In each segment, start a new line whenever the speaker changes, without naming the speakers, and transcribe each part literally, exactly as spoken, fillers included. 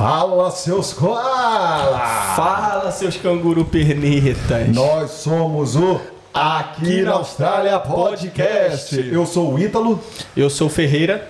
Fala, seus koalas!
Fala, seus canguru pernetas!
Nós somos o Aqui na Austrália Podcast. Eu sou o Ítalo.
Eu sou o Ferreira.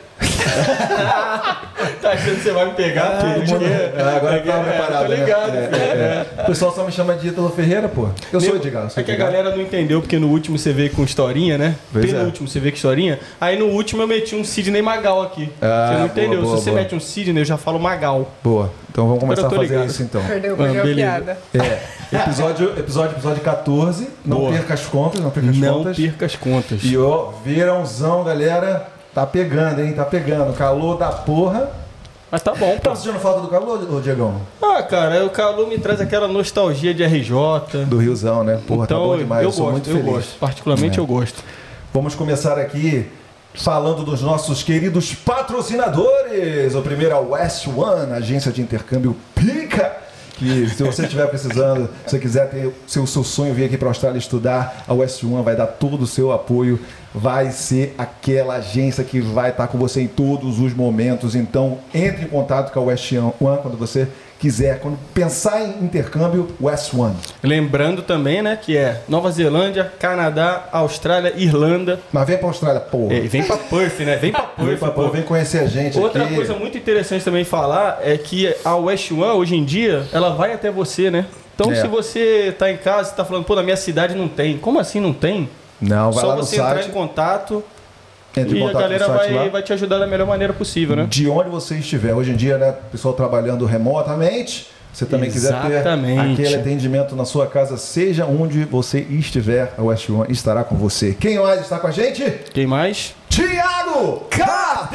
Tá achando que você vai me pegar?
Todo mundo... é, agora que tava preparado.
Tô ligado.
Né? É, é, é. O pessoal só me chama de Ítalo Ferreira, pô. Eu sou o Edgar.
É que a galera não entendeu, porque no último você veio com historinha, né?
Pois
Bem
é.
no último você veio com historinha. Aí no último eu meti um Sidney Magal aqui.
Ah,
você não entendeu.
boa, boa,
Se você
boa.
mete um Sidney, eu já falo Magal.
Boa. Então vamos começar a
Agora eu tô
fazer
ligado.
isso então.
Perdeu, perdeu
Ah,
a
beleza.
piada.
É. Episódio, episódio, episódio catorze. Não
Boa.
perca as contas, não perca as
Não
contas.
perca as contas.
E ó, verãozão, galera. Tá pegando, hein? Tá pegando. Calor da porra.
Mas tá bom,
Tá
pô.
sentindo falta do calor, ô Diegão?
Ah, cara, o calor me traz aquela nostalgia de R J.
Do Riozão, né? Porra,
Então,
tá bom demais.
eu,
Eu, sou
gosto,
muito
eu
feliz.
gosto. Particularmente
É.
eu gosto.
Vamos começar aqui falando dos nossos queridos patrocinadores. O primeiro é o West One, agência de intercâmbio pica. Que se você estiver precisando, se você quiser ter o seu, seu sonho vir aqui para a Austrália estudar, a West One vai dar todo o seu apoio. Vai ser aquela agência que vai estar com você em todos os momentos. Então, entre em contato com a West One quando você quiser. Quando pensar em intercâmbio, West One.
Lembrando também, né, que é Nova Zelândia, Canadá, Austrália, Irlanda.
Mas vem para a Austrália, porra.
É, e vem pra Perth, né? Vem pra Perth.
Vem, pra,
pô.
vem conhecer a gente
Outra
aqui.
coisa muito interessante também falar é que a West One, hoje em dia, ela vai até você, né? Então,
É.
se você tá em casa e tá falando, pô, na minha cidade não tem. Como assim não tem?
Não, vai
Só
lá no
você entrar
site.
em contato
Entre em
e a
contato
galera
no site
vai,
lá.
vai te ajudar da melhor maneira possível, né?
De onde você estiver. Hoje em dia, né, o pessoal trabalhando remotamente, você também
Exatamente.
quiser ter aquele atendimento na sua casa, seja onde você estiver, a West One estará com você. Quem mais está com a gente?
Quem mais?
Tiago Car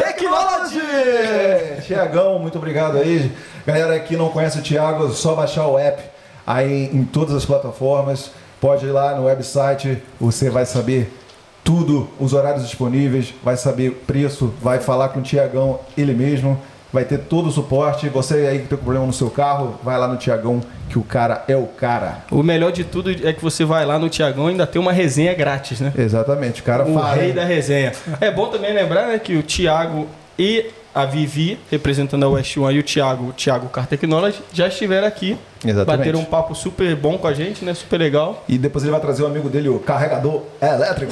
Technology! Tiagão, muito obrigado aí. Galera que não conhece o Tiago, é só baixar o app aí em todas as plataformas. Pode ir lá no website, você vai saber tudo, os horários disponíveis, vai saber o preço, vai falar com o Tiagão ele mesmo, vai ter todo o suporte. Você aí que tem problema no seu carro, vai lá no Tiagão, que o cara é o cara.
O melhor de tudo é que você vai lá no Tiagão e ainda tem uma resenha grátis, né?
Exatamente, o cara
O
fala.
rei
hein?
da resenha. É bom também lembrar, né, que o Thiago e a Vivi, representando a West One, e o Thiago, o Thiago Car Technology, já estiveram aqui.
Exatamente.
Bateram um papo super bom com a gente, né? Super legal.
E depois ele vai trazer o amigo dele, o carregador elétrico.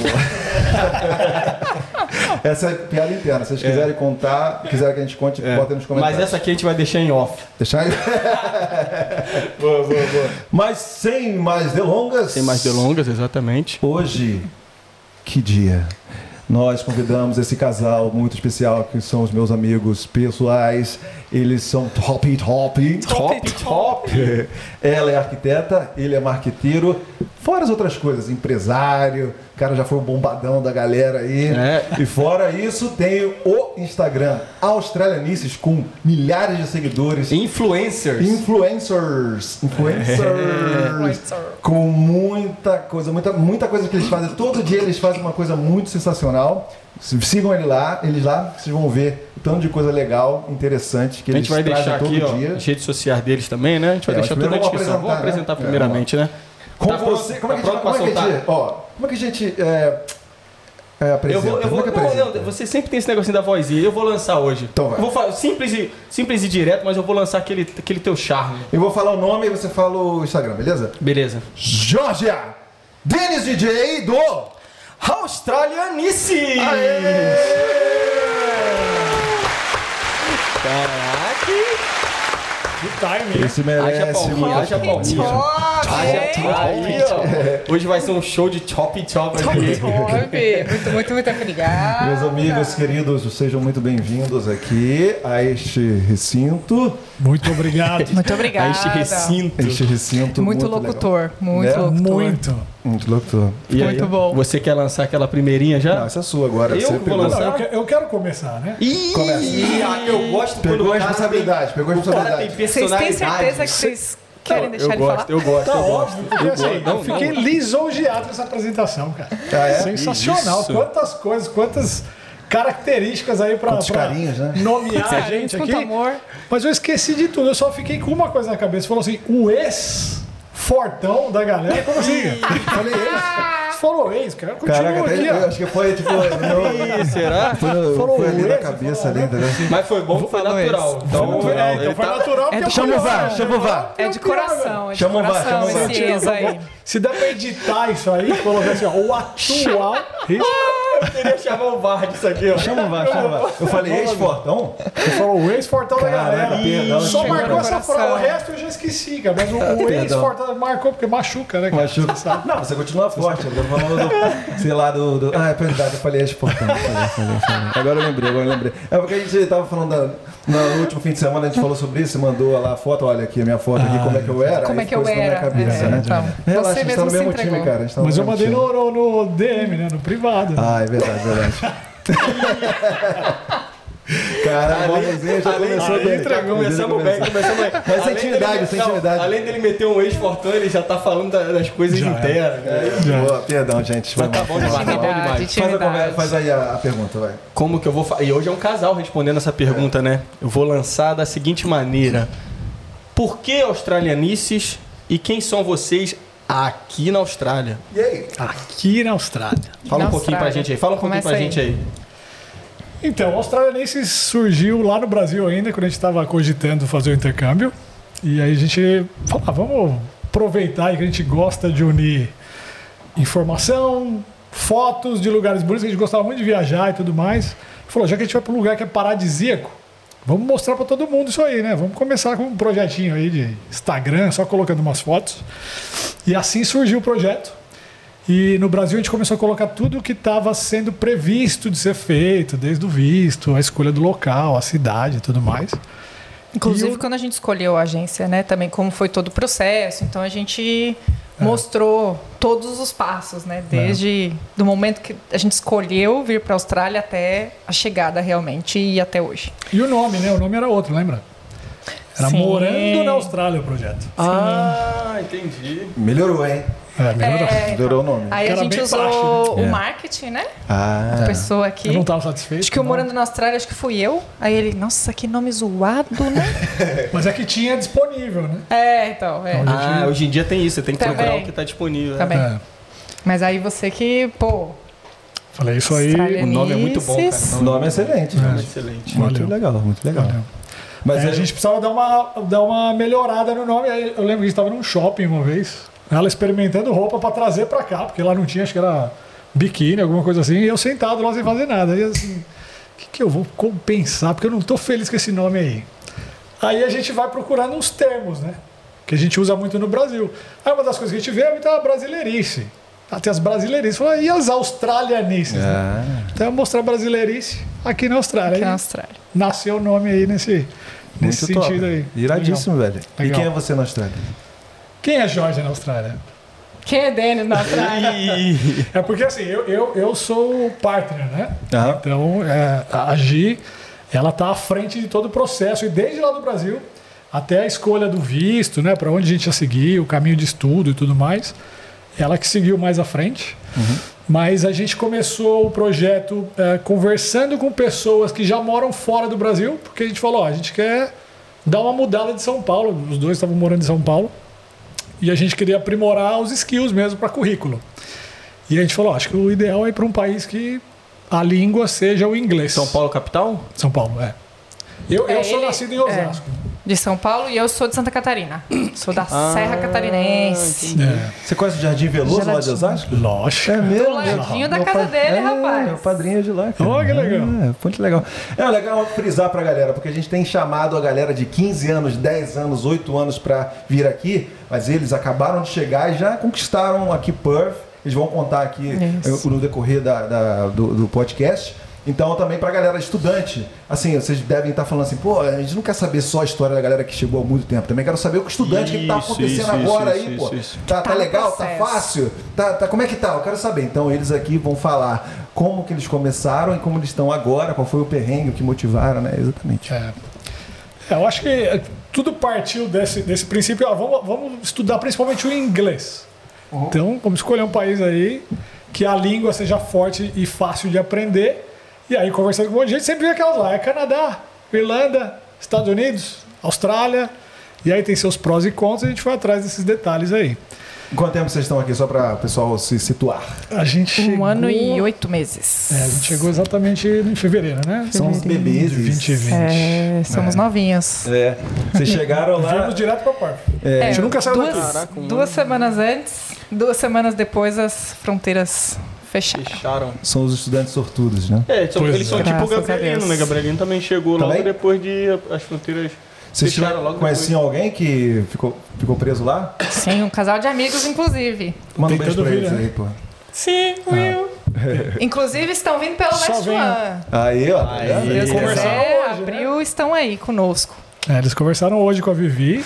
Essa é a piada interna. Se vocês quiserem contar, quiserem que a gente conte,
É.
botem nos comentários.
Mas essa aqui a gente vai deixar em off.
Deixar aí.
Boa, boa, boa.
Mas sem mais delongas.
Sem mais delongas, exatamente.
Hoje, que dia? Nós convidamos esse casal muito especial, que são os meus amigos pessoais. Eles são top, top.
Top, top.
Ela é arquiteta, ele é marqueteiro. Fora as outras coisas, empresário. O cara já foi o bombadão da galera aí.
É.
E fora isso, tem o Instagram Australianices, com milhares de seguidores.
Influencers.
Influencers. Influencers.
Influencer.
Com muita coisa, muita, muita coisa que eles fazem. Todo dia eles fazem uma coisa muito sensacional. Sigam ele lá, eles lá, vocês vão ver o tanto de coisa legal, interessante que
A
eles
gente vai
trazem
deixar
todo
aqui, ó,
dia.
as redes sociais deles também, né? A gente vai
É,
deixar
mas
tudo na
primeiro
descrição.
vamos
Vamos apresentar
apresentar, né?
primeiramente, né?
Com
Tá
você,
pronto?
como é que
Tá
a gente,
pronto
como é que
pra
a gente, ó, como é que a gente é, é, apresenta?
Eu vou, eu
Como
vou,
é que
não,
apresenta?
não, você sempre tem esse negocinho da vozinha. Eu vou lançar hoje.
Então vai.
Eu vou falar simples e, simples e direto, mas eu vou lançar aquele, aquele teu charme.
Eu vou falar o nome e você fala o Instagram, beleza?
Beleza.
Georgia Dennis D J do
Australianice! Caraca!
De time, né?
Esse
Haja
merece
palminha,
muito.
haja palminha.
Top, gente.
Aí, ó. Hoje vai ser um show de chop chop aqui.
Top. Muito, muito, muito obrigada.
Meus amigos queridos, sejam muito bem-vindos aqui a este recinto.
Muito obrigado.
Muito
A
obrigada.
este recinto.
Este recinto
Muito,
legal.
locutor. Muito
Né?
locutor.
Muito.
Muito locutor.
E aí,
Muito bom.
Você quer lançar aquela primeirinha já?
Não, essa é sua agora.
Eu
Você
que vou
pegou,
lançar?
Não, eu, que- eu quero começar, né?
Ih,
Começa.
eu gosto
Pegou
quando o
a
cara
responsabilidade, pegou a
tem, o cara tem
responsabilidade.
Vocês têm
personalidade.
certeza que vocês querem deixar
eu
ele
gosto,
falar?
eu gosto,
Tá
eu gosto.
óbvio, porque
Eu
assim,
gosto. Não,
eu fiquei
não.
lisonjeado com essa apresentação, cara.
Ah, é?
Sensacional.
Isso.
Quantas coisas, quantas características aí pra,
Quantos
pra
carinhos, né?
nomear a
Carinhos,
gente
quanto
aqui.
amor.
Mas eu esqueci de tudo. Eu só fiquei com uma coisa na cabeça. Falou assim, o ex-fortão da galera. Como assim?
Falei,
Follow ex, cara. Continua
Caraca, até,
aqui,
eu
ó.
acho que foi tipo. No,
Ih, será?
foi, no-
Falou
foi ali na
esse,
cabeça
falou,
ali, entendeu?
Mas foi bom que foi
Falou
natural.
isso.
Então,
Foi natural.
É, então
ele
foi
tá-
natural. porque
É
eu
de
Chama o
fui,
VAR,
ó,
chama o VAR.
É de coração, é de
Chama o VAR,
coração
chama o VAR.
esse ex aí.
Se der pra editar isso aí, colocar assim, ó, o atual.
Eu queria chamar o V A R disso aqui, ó.
Chama o VAR, chama o VAR. Eu falei ex-fortão?
Você falou o ex-fortão da
Caraca,
galera.
perdão,
Só
chegou
marcou
no
essa
coração.
frase. O resto eu já esqueci, cara. Mas o, o
Perdão.
ex-fortão marcou porque machuca, né? cara?
Machuca. Não, você continua forte. Eu tô falando do. Sei lá, do. do ah, é verdade, eu falei ex-fortão. Falei, falei, falei. Agora eu lembrei, agora eu lembrei. É porque a gente tava falando da. No último fim de semana a gente falou sobre isso, você mandou lá a foto, olha aqui a minha foto aqui, como é que eu era.
Como
aí
é que eu
ficou isso na minha
era.
cabeça,
É,
né?
então,
Relaxa,
você
a gente tá
mesmo
no
se
mesmo
entregou.
time, cara. a gente tá no
Mas eu
mesmo
mandei
time.
no, no, no D M, né? No privado.
Ah, é verdade, verdade. Cara, a resenha já
além-
começou
além-
bem.
já Começamos bem, começamos bem.
Mas sem
Além
intimidade,
dele-
sem
não,
intimidade.
Além dele meter um ex-fortão, ele já tá falando da- das coisas
Já é.
internas. né?
Boa, perdão, gente. Foi
Mas tá
mal,
bom
foi mal.
demais, tá bom demais.
Intimidade,
Faz, a conversa,
intimidade.
faz aí a, a pergunta, vai.
Como que eu vou fazer? E hoje é um casal respondendo essa pergunta, né? Eu vou lançar da seguinte maneira: por que australianices e quem são vocês aqui na Austrália?
E aí?
Aqui na Austrália.
Fala
Na
um pouquinho pra
Austrália.
gente aí. Fala um pouquinho
Começa
pra
aí.
gente aí.
Então, o Australianense surgiu lá no Brasil ainda, quando a gente estava cogitando fazer o intercâmbio. E aí a gente falou, ah, vamos aproveitar aí que a gente gosta de unir informação, fotos de lugares bonitos, que a gente gostava muito de viajar e tudo mais. Falou, já que a gente vai para um lugar que é paradisíaco, vamos mostrar para todo mundo isso aí, né? Vamos começar com um projetinho aí de Instagram, só colocando umas fotos. E assim surgiu o projeto. E no Brasil a gente começou a colocar tudo o que estava sendo previsto de ser feito, desde o visto, a escolha do local, a cidade e tudo mais.
Inclusive,
E o-
quando a gente escolheu a agência, né, também como foi todo o processo, então a gente mostrou todos os passos, né, desde do momento que a gente escolheu vir para a Austrália até a chegada realmente e até hoje.
E o nome, né? O nome era outro, lembra? Era
Sim.
Morando na Austrália o projeto.
Ah, entendi.
Melhorou, hein?
É, melhorou.
É,
Melhorou o nome.
Aí a
Era
gente
bem
usou
baixo,
o
É.
marketing, né?
Ah.
A pessoa aqui.
Eu não estava satisfeito.
Acho que o
não.
Morando na Austrália, acho que fui eu. Aí ele, nossa, que nome zoado, né?
Mas é que tinha disponível, né?
é, então, é.
Então,
Ah, hoje em dia tem isso, você tem que
Também.
procurar o que tá disponível.
Também.
É.
Mas aí você que, pô,
Falei isso aí.
Australianices.
O nome é muito bom, cara.
O nome é excelente.
Nome é
gente.
excelente.
Muito
Valeu.
legal, muito legal.
Valeu.
Mas
É,
é,
a gente precisava dar uma, dar uma melhorada no nome. Aí eu lembro que a gente estava num shopping uma vez, ela experimentando roupa para trazer para cá, porque lá não tinha, acho que era biquíni, alguma coisa assim, e eu sentado lá sem fazer nada. Aí assim, o que, que eu vou compensar? Porque eu não tô feliz com esse nome aí. Aí a gente vai procurando uns termos, né? Que a gente usa muito no Brasil. Aí uma das coisas que a gente vê é muita brasileirice. Até as brasileirices. Fala, e as australianices? Né?
Ah.
Então eu vou mostrar brasileirice aqui na Austrália.
aqui na
Aí
Austrália.
nasceu o nome aí nesse, nesse
muito top.
sentido aí.
Iradíssimo, velho. E
Legal.
quem é você na Austrália?
Quem é Jorge na Austrália?
Quem é Denis na Austrália?
É porque assim, eu, eu, eu sou o partner, né?
Aham.
Então, é, a Gi, ela tá à frente de todo o processo. E desde lá do Brasil, até a escolha do visto, né? Para onde a gente ia seguir, o caminho de estudo e tudo mais. Ela que seguiu mais à frente. Mas a gente começou o projeto é, conversando com pessoas que já moram fora do Brasil, porque a gente falou, ó, a gente quer dar uma mudada de São Paulo. Os dois estavam morando em São Paulo. E a gente queria aprimorar os skills mesmo para currículo. E a gente falou, ó, acho que o ideal é ir para um país que a língua seja o inglês.
São Paulo, capital?
São Paulo, é. Eu,
É,
eu sou
ele-
nascido em Osasco.
De São Paulo e eu sou de Santa Catarina. Sou da
Ah,
Serra Catarinense.
É.
Você conhece o Jardim Veloso lá de
Geladinho.
Osasco?
Lógico.
É mesmo?
Do ladinho da
Meu
casa
pa-
dele,
é,
rapaz.
Meu padrinho é de lá, cara.
Oh, que legal.
É, muito legal. É legal frisar pra galera, porque a gente tem chamado a galera de quinze anos, dez anos, oito anos pra vir aqui, mas eles acabaram de chegar e já conquistaram aqui Perth. Eles vão contar aqui
Isso.
eh, no decorrer da, da- do, do podcast. Então, também pra galera estudante, assim, vocês devem estar falando assim, pô, a gente não quer saber só a história da galera que chegou há muito tempo, também quero saber o que o estudante, o que, que tá
Isso,
acontecendo
isso,
agora
isso,
aí,
isso,
pô.
isso.
Tá, tá
Tá no
legal? Tá
processo.
fácil? Tá, tá, como é que tá? Eu quero saber. Então, eles aqui vão falar como que eles começaram e como eles estão agora, qual foi o perrengue, o que motivaram, né? Exatamente.
É. É, eu acho que é, tudo partiu desse, desse princípio, ó, vamos, vamos estudar principalmente o inglês. Então, vamos escolher um país aí que a língua seja forte e fácil de aprender. E aí, conversando com um monte de gente, sempre vê aquelas lá. É Canadá, Irlanda, Estados Unidos, Austrália. E aí tem seus prós e contras e a gente foi atrás desses detalhes aí.
Quanto tempo vocês estão aqui, só para o pessoal se situar?
A gente
Um
chegou...
ano e oito meses.
É, a gente chegou exatamente em fevereiro, né?
São os bebês.
De vinte e vinte.
É, somos
É.
novinhos.
É. Vocês chegaram lá.
Viemos direto pra porta.
É,
A gente nunca saiu
duas,
daqui.
Caraca, um
duas
ano.
semanas antes, duas semanas depois, as fronteiras fecharam.
Fecharam.
São os estudantes sortudos, né?
É, são-
Pois
eles
é.
são tipo o
Graças a
Gabrielino,
Deus.
né? Gabrielino também chegou logo
Também?
depois de as fronteiras
Vocês
fecharam
tiveram-
logo
conheciam alguém que ficou, ficou preso lá?
Sim, um casal de amigos, inclusive.
Manda um beijo
Tentando
pra
vir,
eles
né?
aí, pô.
Sim, Will. Inclusive, estão vindo pelo
Só
West
venham.
One.
Aí, ó. tá
Aí.
vendo?
Se Deus
Conversaram
quiser,
hoje, né?
abril, estão aí conosco.
É, eles conversaram hoje com a Vivi.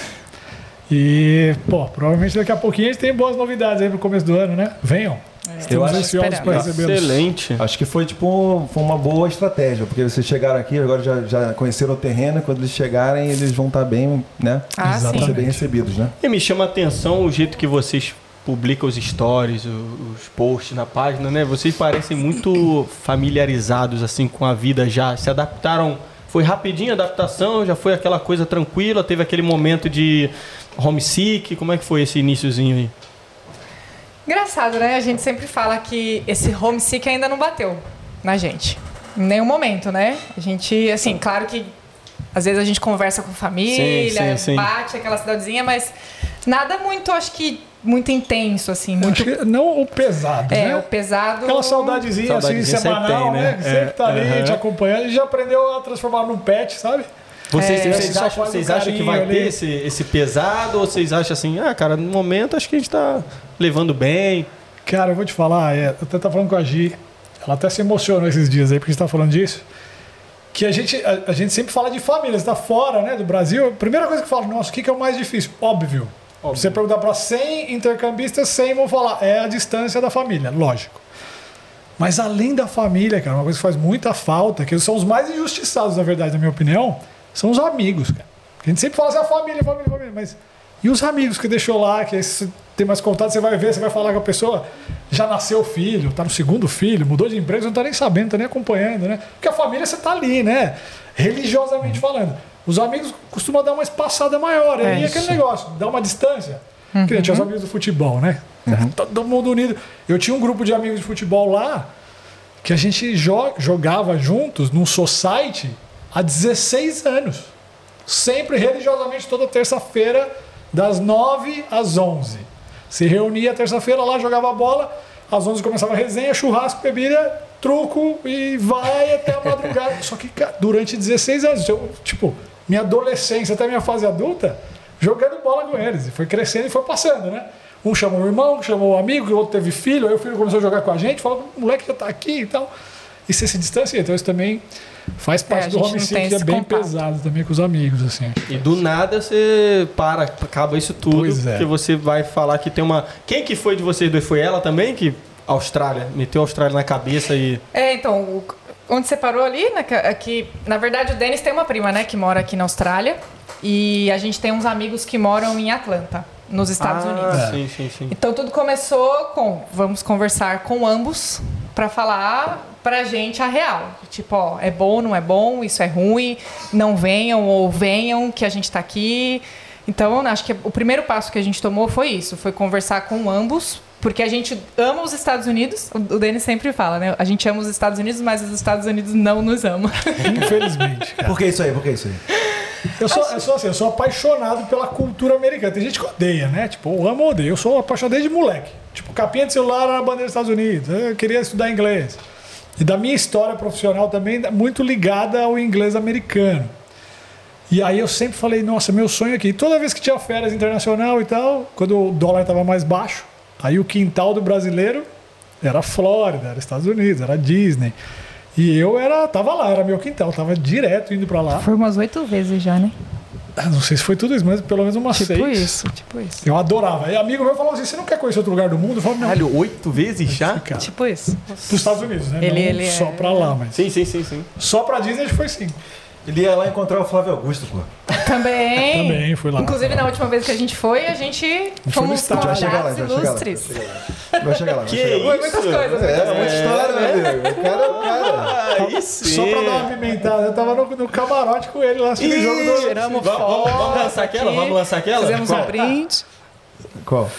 E, pô, provavelmente daqui a pouquinho a gente tem boas novidades aí pro começo do ano, né? Venham.
Eu
Estamos
acho-
ansiosos para
esperamos.
recebê-los.
Excelente.
Acho que foi tipo foi uma boa estratégia, porque vocês chegaram aqui, agora já, já conheceram o terreno, e quando eles chegarem, eles vão estar bem, né?
Ah,
Exatamente.
Vão ser
sim.
bem recebidos, né?
E me chama a atenção o jeito que vocês publicam os stories, o- os posts na página, né? Vocês parecem muito familiarizados assim com a vida já. Se adaptaram. Foi rapidinho a adaptação, já foi aquela coisa tranquila, teve aquele momento de homesick. Como é que foi esse iniciozinho aí?
Engraçado, né? A gente sempre fala que esse homesick ainda não bateu na gente. Em nenhum momento, né? A gente, assim, claro que às vezes a gente conversa com família,
Sim, sim, sim.
bate aquela cidadezinha, mas nada muito, acho que, muito intenso, assim. Muito,
Acho que não o pesado,
é,
né?
o pesado...
Aquela saudadezinha,
Saudadezinha
assim,
sempre
semanal,
tem,
né?
né?
Que sempre
É,
tá ali
aham.
te acompanhando e já aprendeu a transformar num pet, sabe?
Vocês,
É,
vocês
só
acham,
faz
vocês
um
acham que vai
carinho
ter
ali.
esse, esse pesado ou vocês acham assim, ah, cara, no momento acho que a gente tá levando bem?
Cara, eu vou te falar, é, eu até tava falando com a Gi, ela até se emocionou esses dias aí, porque a gente tá falando disso, que a gente, a, a gente sempre fala de família, você tá fora, né, do Brasil, a primeira coisa que fala, nossa, o que, que é o mais difícil? Óbvio.
Óbvio.
Você perguntar para cem intercambistas, cem vão falar, é a distância da família, lógico. Mas além da família, cara, uma coisa que faz muita falta, que são os mais injustiçados, na verdade, na minha opinião, são os amigos, cara. Porque a gente sempre fala assim, a família, família, família, mas e os amigos que deixou lá, que aí você tem mais contato, você vai ver, você vai falar com a pessoa, já nasceu filho, tá no segundo filho, mudou de emprego, você não tá nem sabendo, não tá nem acompanhando, né? Porque a família você tá ali, né? Religiosamente falando. Os amigos costumam dar uma espaçada maior,
É
aí é aquele negócio, dá uma distância. Que nem tinha os amigos do futebol, né? Todo mundo unido. Eu tinha um grupo de amigos de futebol lá que a gente jo- jogava juntos num society há dezesseis anos. Sempre religiosamente, toda terça-feira, das nove às onze. Se reunia terça-feira lá, jogava bola, às onze começava a resenha, churrasco, bebida, truco e vai até a madrugada. Só que, cara, durante dezesseis anos, eu, tipo, minha adolescência até minha fase adulta, jogando bola com eles. E foi crescendo e foi passando, né? Um chamou o irmão, um chamou o amigo, o outro teve filho, aí o filho começou a jogar com a gente, falou, o moleque já tá aqui e tal. E você se distancia. Então isso também faz parte
a
do
gente não
homesick,
tem
que é
esse
bem
contato.
pesado também com os amigos, assim.
E do nada você para, acaba isso tudo,
Pois é.
porque você vai falar que tem uma... Quem que foi de vocês dois? Foi ela também? Que Austrália, meteu a Austrália na cabeça e...
É, então, o- onde você parou ali, né, que- aqui, na verdade o Denis tem uma prima, né, que mora aqui na Austrália, e a gente tem uns amigos que moram em Atlanta, nos Estados
ah,
Unidos.
sim, sim, sim.
Então tudo começou com, vamos conversar com ambos para falar pra gente a real. Tipo, ó, é bom, não é bom, isso é ruim, não venham ou venham que a gente tá aqui. Então, acho que o primeiro passo que a gente tomou foi isso, foi conversar com ambos, porque a gente ama os Estados Unidos, o Denis sempre fala, né? A gente ama os Estados Unidos, mas os Estados Unidos não nos amam.
Infelizmente, cara.
Por que isso aí? Por que isso aí?
Eu sou, eu sou assim, eu sou apaixonado pela cultura americana. Tem gente que odeia, né? Tipo, eu amo ou odeio. Eu sou apaixonado desde moleque. Tipo, capinha de celular na bandeira dos Estados Unidos. Eu queria estudar inglês. E da minha história profissional também, muito ligada ao inglês americano. E aí eu sempre falei, nossa, meu sonho aqui. Toda vez que tinha férias internacional e tal, quando o dólar estava mais baixo, aí o quintal do brasileiro era Flórida, era Estados Unidos, era Disney. E eu era, tava lá, era meu quintal, tava direto indo pra lá.
Foi umas oito vezes já, né?
Ah, não sei se foi tudo isso, mas pelo menos umas
Tipo
seis.
isso, tipo isso.
Eu adorava. E amigo meu falou assim: você não quer conhecer outro lugar do mundo? Eu falei, não.
Caralho, oito vezes já?
Cara,
Tipo isso.
dos Estados Unidos, né?
Ele-
não
ele
só
é-
pra lá, mas.
Sim, sim, sim, sim.
Só pra Disney a gente foi sim.
Ele ia lá encontrar o Flávio Augusto, pô.
Também.
Também fui lá.
Inclusive, na última vez que a gente foi, a gente
no
fomos
estádio.
Vai chegar lá,
convidados
vai chegar lá.
ilustres.
Vai chegar lá, vai
Que
chegar lá.
Foi muitas coisas.
É, é muita história, né, amigo? O cara, o cara.
Aí sim.
Só pra dar uma pimentada, eu tava no, no camarote com ele lá, assistindo o jogo do.
Tiramos
Vamos, vamos,
foto
vamos lançar aquela?
aqui,
Vamos lançar aquela?
Fizemos
Qual?
um print.
Qual?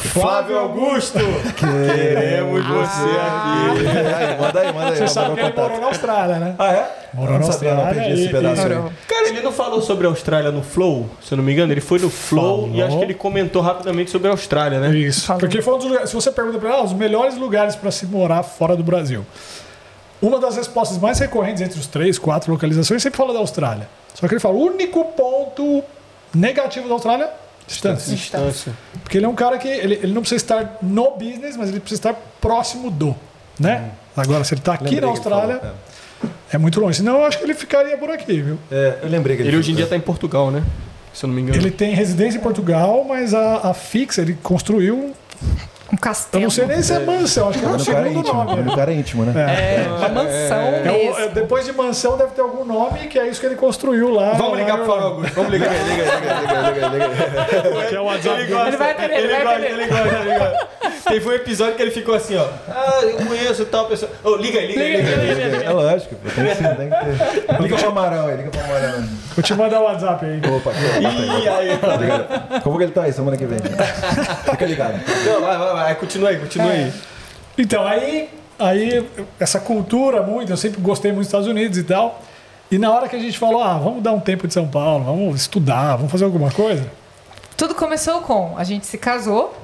Flávio Augusto! Queremos você aqui.
Aí, manda aí, manda aí.
Você sabe
manda
que
meu
ele morou
contato.
na Austrália, né?
Ah, é?
Morou
não
na
sabia, não
Austrália
perdi esse
e-
pedaço aí.
Morou.
Cara, ele não falou sobre a Austrália no Flow, se eu não me engano. Ele foi no Flow
Falou.
e acho que ele comentou rapidamente sobre a Austrália, né?
Isso.
Falou.
Porque foi um dos lugares. Se você pergunta para ele, ah, os melhores lugares para se morar fora do Brasil. Uma das respostas mais recorrentes entre os três, quatro localizações sempre fala da Austrália. Só que ele fala, o único ponto negativo da Austrália, distância.
Distância.
Porque ele é um cara que ele, ele não precisa estar no business, mas ele precisa estar próximo do, né? Agora, se ele está aqui
Lembrei
na
que ele
Austrália,
falou,
é muito longe. Senão, eu acho que ele ficaria por aqui, viu?
É, eu lembrei que ele
Ele hoje em dia tá em Portugal, né? Se eu não me engano.
Ele tem residência em Portugal, mas a, a fixa ele construiu.
Um
Eu
castelo.
não sei nem se é mansão, acho que é o
Mas o cara é
segundo
íntimo,
nome.
o cara é íntimo, né?
É uma mansão
É o-
mesmo.
é, depois de mansão deve ter algum nome, que é isso que ele construiu lá.
Vamos ligar
lá,
pro Flávio Augusto. Vamos ligar.
Liga, liga, liga, liga, liga, liga.
Que é o WhatsApp
Ele
dele.
gosta,
Ele vai atender, ele vai
gosta,
atender.
ele gosta, ele gosta. Teve um episódio que ele ficou assim, ó. Ah, eu conheço tal pessoa. Ô, liga aí, liga aí, liga aí. Liga aí.
É lógico, pô, tem que ser, tem que ter. Liga pro Amarão aí, liga pro Amarão.
Vou te mandar o WhatsApp aí.
Opa, aqui, ó, bota aí.
Ih, aí, ó.
Como que ele tá aí semana que vem? Fica ligado.
Não, vai, vai, vai. Continua aí, continua aí.
Então, aí, aí, essa cultura muito, eu sempre gostei muito dos Estados Unidos e tal. E na hora que a gente falou, ah, vamos dar um tempo de São Paulo, vamos estudar, vamos fazer alguma coisa.
Tudo começou com a gente se casou.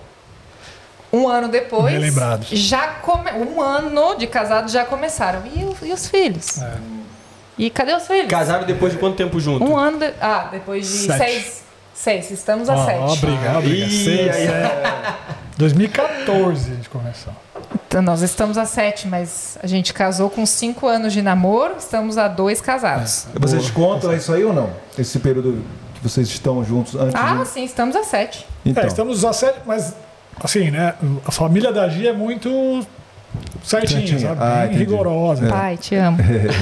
Um ano depois,
Bem lembrado.
já come... um ano de casado já começaram. E, o- e os filhos?
É.
E cadê os filhos?
Casaram depois de quanto tempo junto?
Um ano. De... Ah, depois de
Sete.
seis. Seis. Estamos a
Ó,
sete.
ó, briga, ó, briga.
Ih,
Seis,
aí-
sete. dois mil e quatorze a gente começou.
Então, nós estamos a sete, mas a gente casou com cinco anos de namoro. Estamos a dois casados.
Vocês contam isso aí ou não? Esse período que vocês estão juntos antes
Ah,
de...
sim, estamos a sete.
Então,
É, estamos a sete, mas assim, né? A família da Gia é muito certinha,
Certinha.
sabe?
Ah,
Bem
entendi.
rigorosa.
Pai, te amo.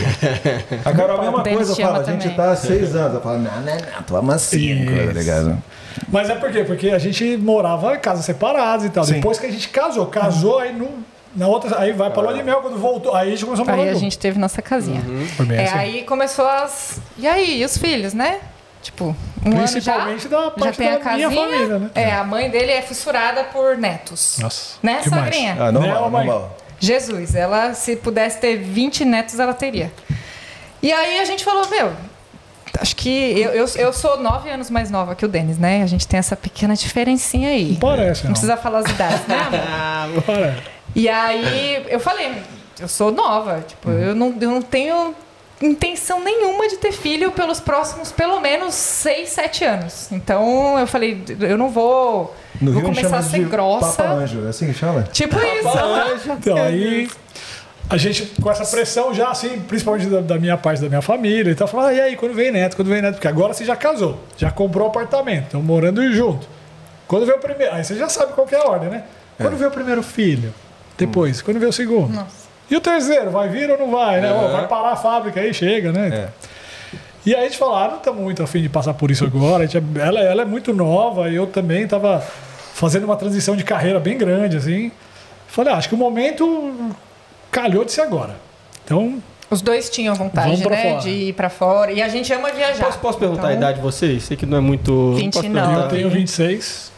a Carol, a mesma
Denis
coisa,
te ama
fala, a gente
também.
tá há seis anos. Ela fala, não, não, não, tô há cinco,
Isso.
tá ligado?
Mas é por quê? Porque a gente morava em casas separadas e tal.
Sim.
Depois que a gente casou, casou, aí no, na outra, aí vai pra lua de mel, quando voltou, aí a gente começou a morar
Aí a
junto.
gente teve nossa casinha.
Foi bem
É,
assim.
aí começou as. E aí, e os filhos, né? Tipo, um ano já.
Principalmente da
Já
parte
tem a
da minha
casinha.
família, né?
É, a mãe dele é fissurada por netos.
Nossa.
Né,
demais.
sogrinha?
Ah, normal,
Né, mãe?
normal.
Jesus, ela, se pudesse ter vinte netos, ela teria. E aí a gente falou, meu, acho que eu, eu, eu sou nove anos mais nova que o Denis, né? A gente tem essa pequena diferencinha aí.
Não parece,
Não
não.
precisa falar as idades, né, amor?
Ah,
Parece.
E aí eu falei, eu sou nova, tipo, eu, não, eu não tenho intenção nenhuma de ter filho pelos próximos, pelo menos, seis, sete anos. Então eu falei, eu não vou,
No
vou
Rio
começar a
chama
ser
de
grossa.
Papa Anjo, é assim que chama?
Tipo isso.
Então, aí a gente, com essa pressão já, assim, principalmente da, da minha parte, da minha família, então, falando, ah, e aí, quando vem neto, quando vem neto? Porque agora você já casou, já comprou um apartamento, estão morando junto. Quando vem o primeiro, aí você já sabe qual que é a ordem, né? Quando vem o primeiro filho, depois, quando vem o segundo.
Nossa.
E o terceiro, vai vir ou não vai, né? Ó, vai parar a fábrica aí, chega, né?
É.
E aí a gente falou, ah, não estamos muito afim de passar por isso agora. A gente é- ela, ela é muito nova e eu também estava fazendo uma transição de carreira bem grande, assim. Falei, ah, acho que o momento calhou de ser agora. Então,
Os dois tinham vontade,
Vamos pra
né?
fora.
De ir pra fora. E a gente ama viajar.
Posso, posso perguntar a
Então,
idade de vocês? Sei que não é muito.
vinte
Posso
não.
perguntar?
eu tenho vinte e seis.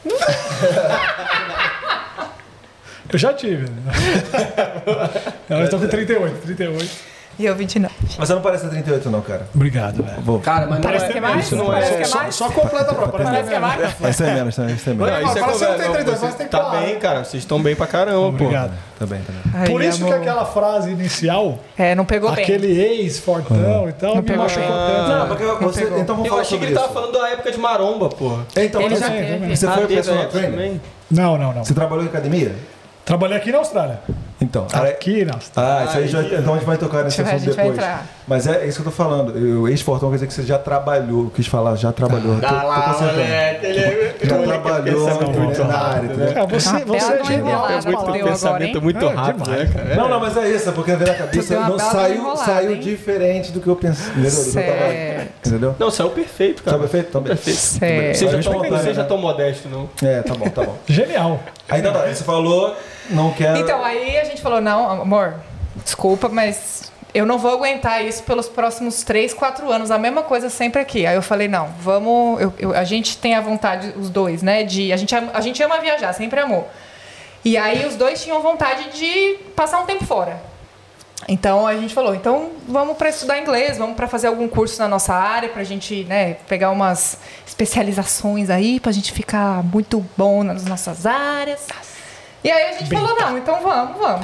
Eu já tive. Né? Eu estou com trinta e oito, trinta e oito.
E eu vinte e nove.
Mas você não parece ter trinta e oito não, cara.
Obrigado, velho.
Vou.
Cara, mas não
Parece
é,
que é mais?
isso não
Parece
é.
que é
Só,
mais?
só completa a prova. Parece,
Parece que é mais?
Mas isso é menos, isso é menos.
Não, isso é
Mas você não
conversa,
tem trinta e dois,
você
mas tem
tá
quatro.
bem, cara. Vocês estão bem pra caramba, pô.
Obrigado.
Tá bem, tá bem.
Ai,
Por isso que
amor.
aquela frase inicial,
É, não pegou bem.
aquele ex fortão e tal, me
pegou
machucou
bem.
tanto.
Não, porque você,
pegou.
então vamos
Eu
falar
achei que
sobre
ele tava
isso.
falando da época de maromba, porra.
Então,
Ele
você,
já teve.
você
Ah,
foi
teve
personal
época
trainer?
também?
Não, não, não.
Você trabalhou em academia?
Trabalhei aqui na Austrália.
Então. aí-
Aqui na Austrália.
Ah, isso aí já, então a gente vai tocar nesse
A gente
assunto
vai
depois.
entrar.
Mas é isso que eu tô falando. O ex-fortão quer dizer que você já trabalhou. Eu quis falar, já trabalhou. Tô-
Ah
tô
lá,
concentrando.
moleque. Ele é.
Já
moleque é
trabalhou
pensamento muito
na
rápido,
área,
né?
entendeu?
Ah, você,
Uma
você
bela
é
de
genial.
enrolada.
É muito
Deu agora,
pensamento
hein?
muito
É,
rápido,
demais,
né, cara?
Não, não, mas é isso, porque veio na
Tu
cabeça,
deu uma
não,
bela
saiu,
enrolada,
saiu
hein?
diferente do que eu pensei. Entendeu? Do que eu tava-
Certo.
Entendeu?
Não, saiu perfeito, cara.
Tá perfeito? Então, beleza.
Perfeito.
Certo.
Seja
Mas
tão,
eu expliquei,
seja
né?
tão modesto, não.
É, tá bom, tá bom.
Genial.
Aí, não, não, você falou, não quero...
Então, aí a gente falou, não, amor, desculpa, mas eu não vou aguentar isso pelos próximos três, quatro anos, a mesma coisa sempre aqui. Aí eu falei, não, vamos, eu, eu, a gente tem a vontade, os dois, né, de, a gente, a gente ama viajar, sempre amou. E aí os dois tinham vontade de passar um tempo fora. Então a gente falou, então vamos para estudar inglês, vamos para fazer algum curso na nossa área, para a gente, né, pegar umas especializações aí, para a gente ficar muito bom nas nossas áreas. E aí a gente Bem, falou, não, então vamos, vamos.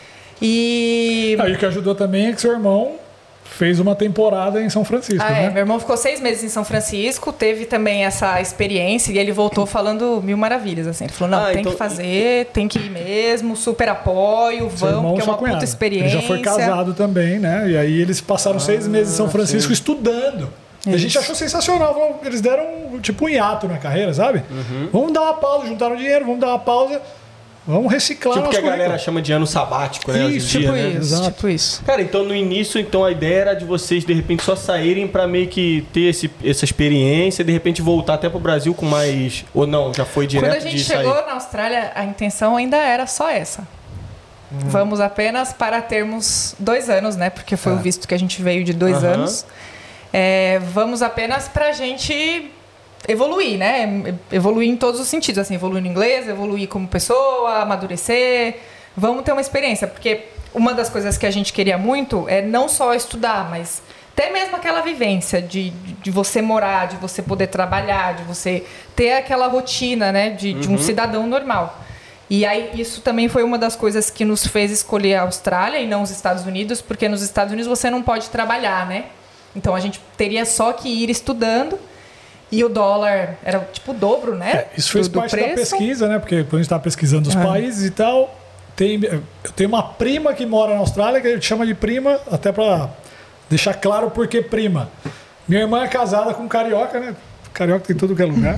E...
Aí o que ajudou também é que seu irmão fez uma temporada em São Francisco,
ah,
né?
É, meu irmão ficou seis meses em São Francisco, teve também essa experiência e ele voltou falando mil maravilhas, assim. Ele falou, não, ah, tem então... que fazer, tem que ir mesmo, super apoio, seu vamos, que é uma cunhado. puta experiência.
Ele já foi casado também, né? E aí eles passaram ah, seis meses em São Francisco sim. estudando. E a gente achou sensacional. Eles deram tipo um hiato na carreira, sabe? Uhum. Vamos dar uma pausa, juntaram dinheiro, vamos dar uma pausa. Vamos reciclar.
Tipo que a galera
currículo.
chama de ano sabático, né?
Isso, tipo, dia, isso né? tipo isso.
Cara, então no início, então a ideia era de vocês de repente só saírem pra meio que ter esse, essa experiência, de repente voltar até pro Brasil com mais... Ou não, já foi direto de
Quando a gente
de
chegou
sair.
na Austrália, a intenção ainda era só essa. Hum. Vamos apenas para termos dois anos, né? Porque foi ah. o visto que a gente veio de dois uhum. anos. É, vamos apenas pra gente... evoluir, né? Evoluir em todos os sentidos, assim, evoluir no inglês, evoluir como pessoa, amadurecer. Vamos ter uma experiência, porque uma das coisas que a gente queria muito é não só estudar, mas até mesmo aquela vivência de, de você morar, de você poder trabalhar, de você ter aquela rotina, né? De, uhum. de um cidadão normal. E aí isso também foi uma das coisas que nos fez escolher a Austrália e não os Estados Unidos, porque nos Estados Unidos você não pode trabalhar, né? Então a gente teria só que ir estudando. E o dólar era tipo o dobro, né?
É, isso fez do, parte do da pesquisa, né? Porque quando a gente estava pesquisando os ah. países e tal, tem, eu tenho uma prima que mora na Austrália, que a gente chama de prima, até para deixar claro por que prima. Minha irmã é casada com um carioca, né? Carioca tem tudo que é lugar.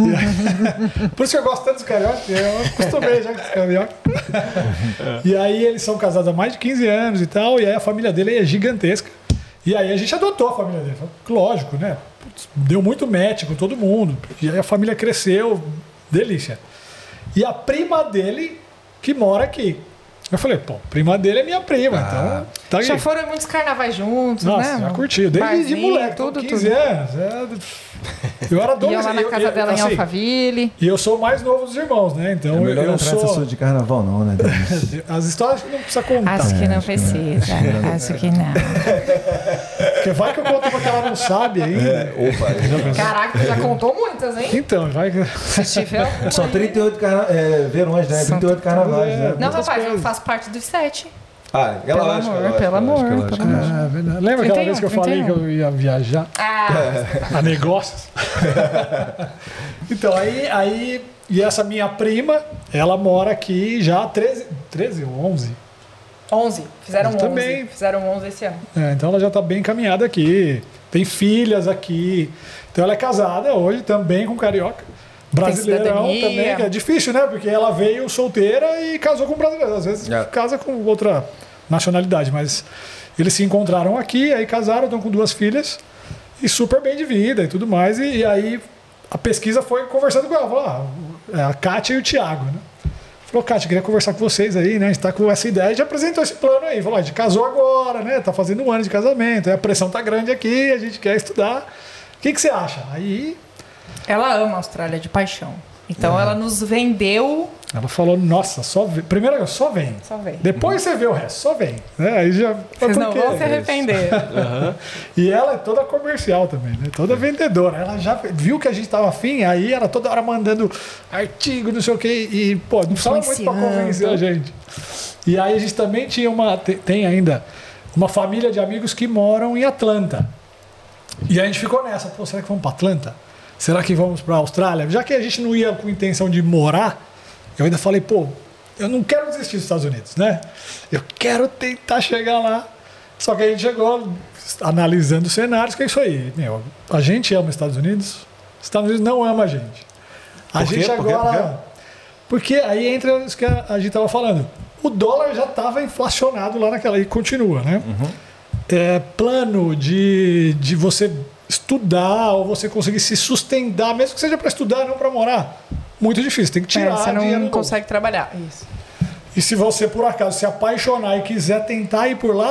Aí, por isso que eu gosto tanto dos carioca, eu acostumei já com os carioca. E aí eles são casados há mais de quinze anos e tal, e aí a família dele é gigantesca. E aí a gente adotou a família dele. Lógico, né? Deu muito match com todo mundo. E aí a família cresceu. Delícia. E a prima dele, que mora aqui. Eu falei, pô, prima dele é minha prima, ah. então... Tá
já foram muitos carnavais juntos,
Nossa,
né?
já curtiu. Desde Barzinho, de moleque, tudo, quinze tudo. anos. É... Eu era adolescente.
Ia lá na casa eu, dela eu, assim, em Alphaville.
E eu sou o mais novo dos irmãos, né? Então
é melhor
eu
não
sou...
sou de carnaval não, né?
As histórias que não precisa contar.
Acho que não é, precisa. Acho que não.
Porque vai que eu conto pra que ela não sabe ainda. É,
opa. Caraca, já contou muitas, hein?
Então, vai que...
Se tiver...
São trinta e oito carna... é, verões, né?
São
trinta e oito carnavais, né?
Não, rapaz, eu faço parte dos sete.
Ah,
pelo amor, pelo amor, pelo amor.
Ah, Lembra aquela vez que eu falei que eu ia viajar?
Ah.
A negócios? Então, aí, aí... E essa minha prima, ela mora aqui já há treze, treze ou onze?
onze. Fizeram onze.
Também.
Fizeram onze esse ano.
É, então ela já está bem encaminhada aqui. Tem filhas aqui. Então ela é casada hoje também com carioca. Brasileirão também, que é difícil, né? Porque ela veio solteira e casou com um brasileiro. Às vezes é. casa com outra nacionalidade, mas eles se encontraram aqui, aí casaram, estão com duas filhas e super bem de vida e tudo mais. E, e aí a pesquisa foi conversando com ela. Falou, ah, é a Kátia e o Thiago, né? Falou, Kátia, queria conversar com vocês aí, né? A gente tá com essa ideia e já apresentou esse plano aí. Falou, a gente casou agora, né? Tá fazendo um ano de casamento, aí a pressão tá grande aqui, a gente quer estudar. O que, que você acha? Aí...
Ela ama a Austrália de paixão. Então é. ela nos vendeu.
Ela falou, nossa, só vem. Primeiro, só vem.
Só vem.
Depois uhum. você vê o resto, só vem. É, aí já...
Vocês não vão se arrepender.
Uhum. E ela é toda comercial também, né? Toda vendedora. Ela já viu que a gente estava afim, aí ela toda hora mandando artigo, não sei o quê. E, pô, não precisava muito para convencer a gente. E aí a gente também tinha uma... Tem ainda uma família de amigos que moram em Atlanta. E a gente ficou nessa. Pô, será que vamos para Atlanta? Será que vamos para a Austrália? Já que a gente não ia com intenção de morar, eu ainda falei, pô, eu não quero desistir dos Estados Unidos, né? Eu quero tentar chegar lá. Só que a gente chegou analisando cenários, que é isso aí. Meu, a gente ama os Estados Unidos, os Estados Unidos não ama a gente. A
Por
gente
quê?
agora...
Por quê?
Porque aí entra isso que a gente estava falando. O dólar já estava inflacionado lá naquela... E continua, né? Uhum. É, plano de, de você... estudar ou você conseguir se sustentar, mesmo que seja para estudar, não para morar, muito difícil, tem que tirar
é, você não
dinheiro
consegue trabalhar. Isso.
E se você por acaso se apaixonar e quiser tentar ir por lá,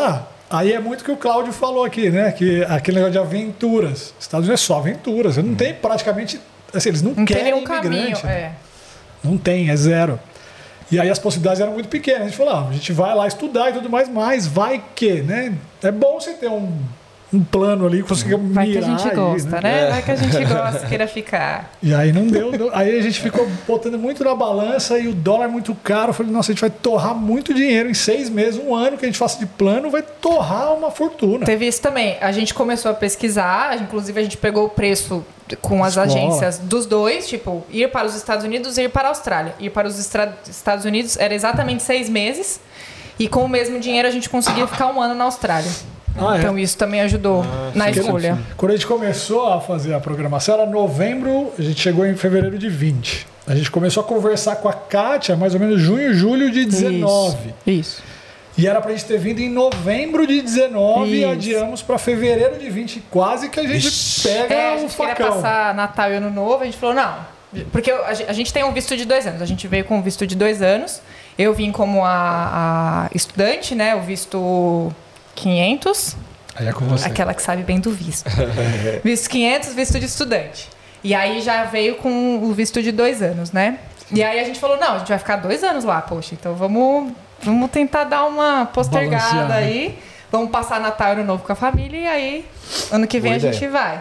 Aí é muito o que o Cláudio falou aqui, né? Que aquele negócio de aventuras. Estados Unidos é só aventuras. Não tem praticamente... Assim, eles não,
Não tem
querem
nenhum caminho.
imigrante.
É.
Não tem, é zero. E aí as possibilidades eram muito pequenas. A gente falou, ah, a gente vai lá estudar e tudo mais, mas vai que, né? É bom você ter um, um plano ali, conseguir mirar.
Vai que a gente
aí,
gosta, né?
É.
Vai que a gente gosta, queira ficar.
E aí não deu, deu. Aí a gente ficou botando muito na balança e o dólar muito caro. Eu falei, nossa, a gente vai torrar muito dinheiro em seis meses, um ano que a gente faça de plano, vai torrar uma fortuna.
Teve isso também. A gente começou a pesquisar, inclusive a gente pegou o preço com as
Escola.
agências dos dois, tipo, ir para os Estados Unidos e ir para a Austrália. Ir para os Estra- Estados Unidos era exatamente seis meses e com o mesmo dinheiro a gente conseguia ficar um ano na Austrália.
Ah, é?
Então isso também ajudou na
Porque
escolha.
Quando a gente começou a fazer a programação, era novembro, a gente chegou em fevereiro de vinte. A gente começou a conversar com a Kátia mais ou menos junho, julho de dezenove.
Isso.
E era pra gente ter vindo em novembro de dezenove e
Isso.
adiamos pra fevereiro de vinte. Quase que a gente pega
É, a
o
gente queria
facão.
passar Natal e Ano Novo, a gente falou, não. Porque a gente- a gente tem um visto de dois anos. A gente veio com um visto de dois anos. Eu vim como a, a estudante, né? O visto quinhentos.
Aí é com você.
Aquela que sabe bem do visto. Visto quinhentos, visto de estudante. E aí já veio com o visto de dois anos, né? E aí a gente falou, não, a gente vai ficar dois anos lá, poxa. Então vamos, vamos tentar dar uma postergada
Balancear, né?
aí. Vamos passar Natal e Ano Novo com a família e aí ano que vem
Boa
a gente
ideia.
vai.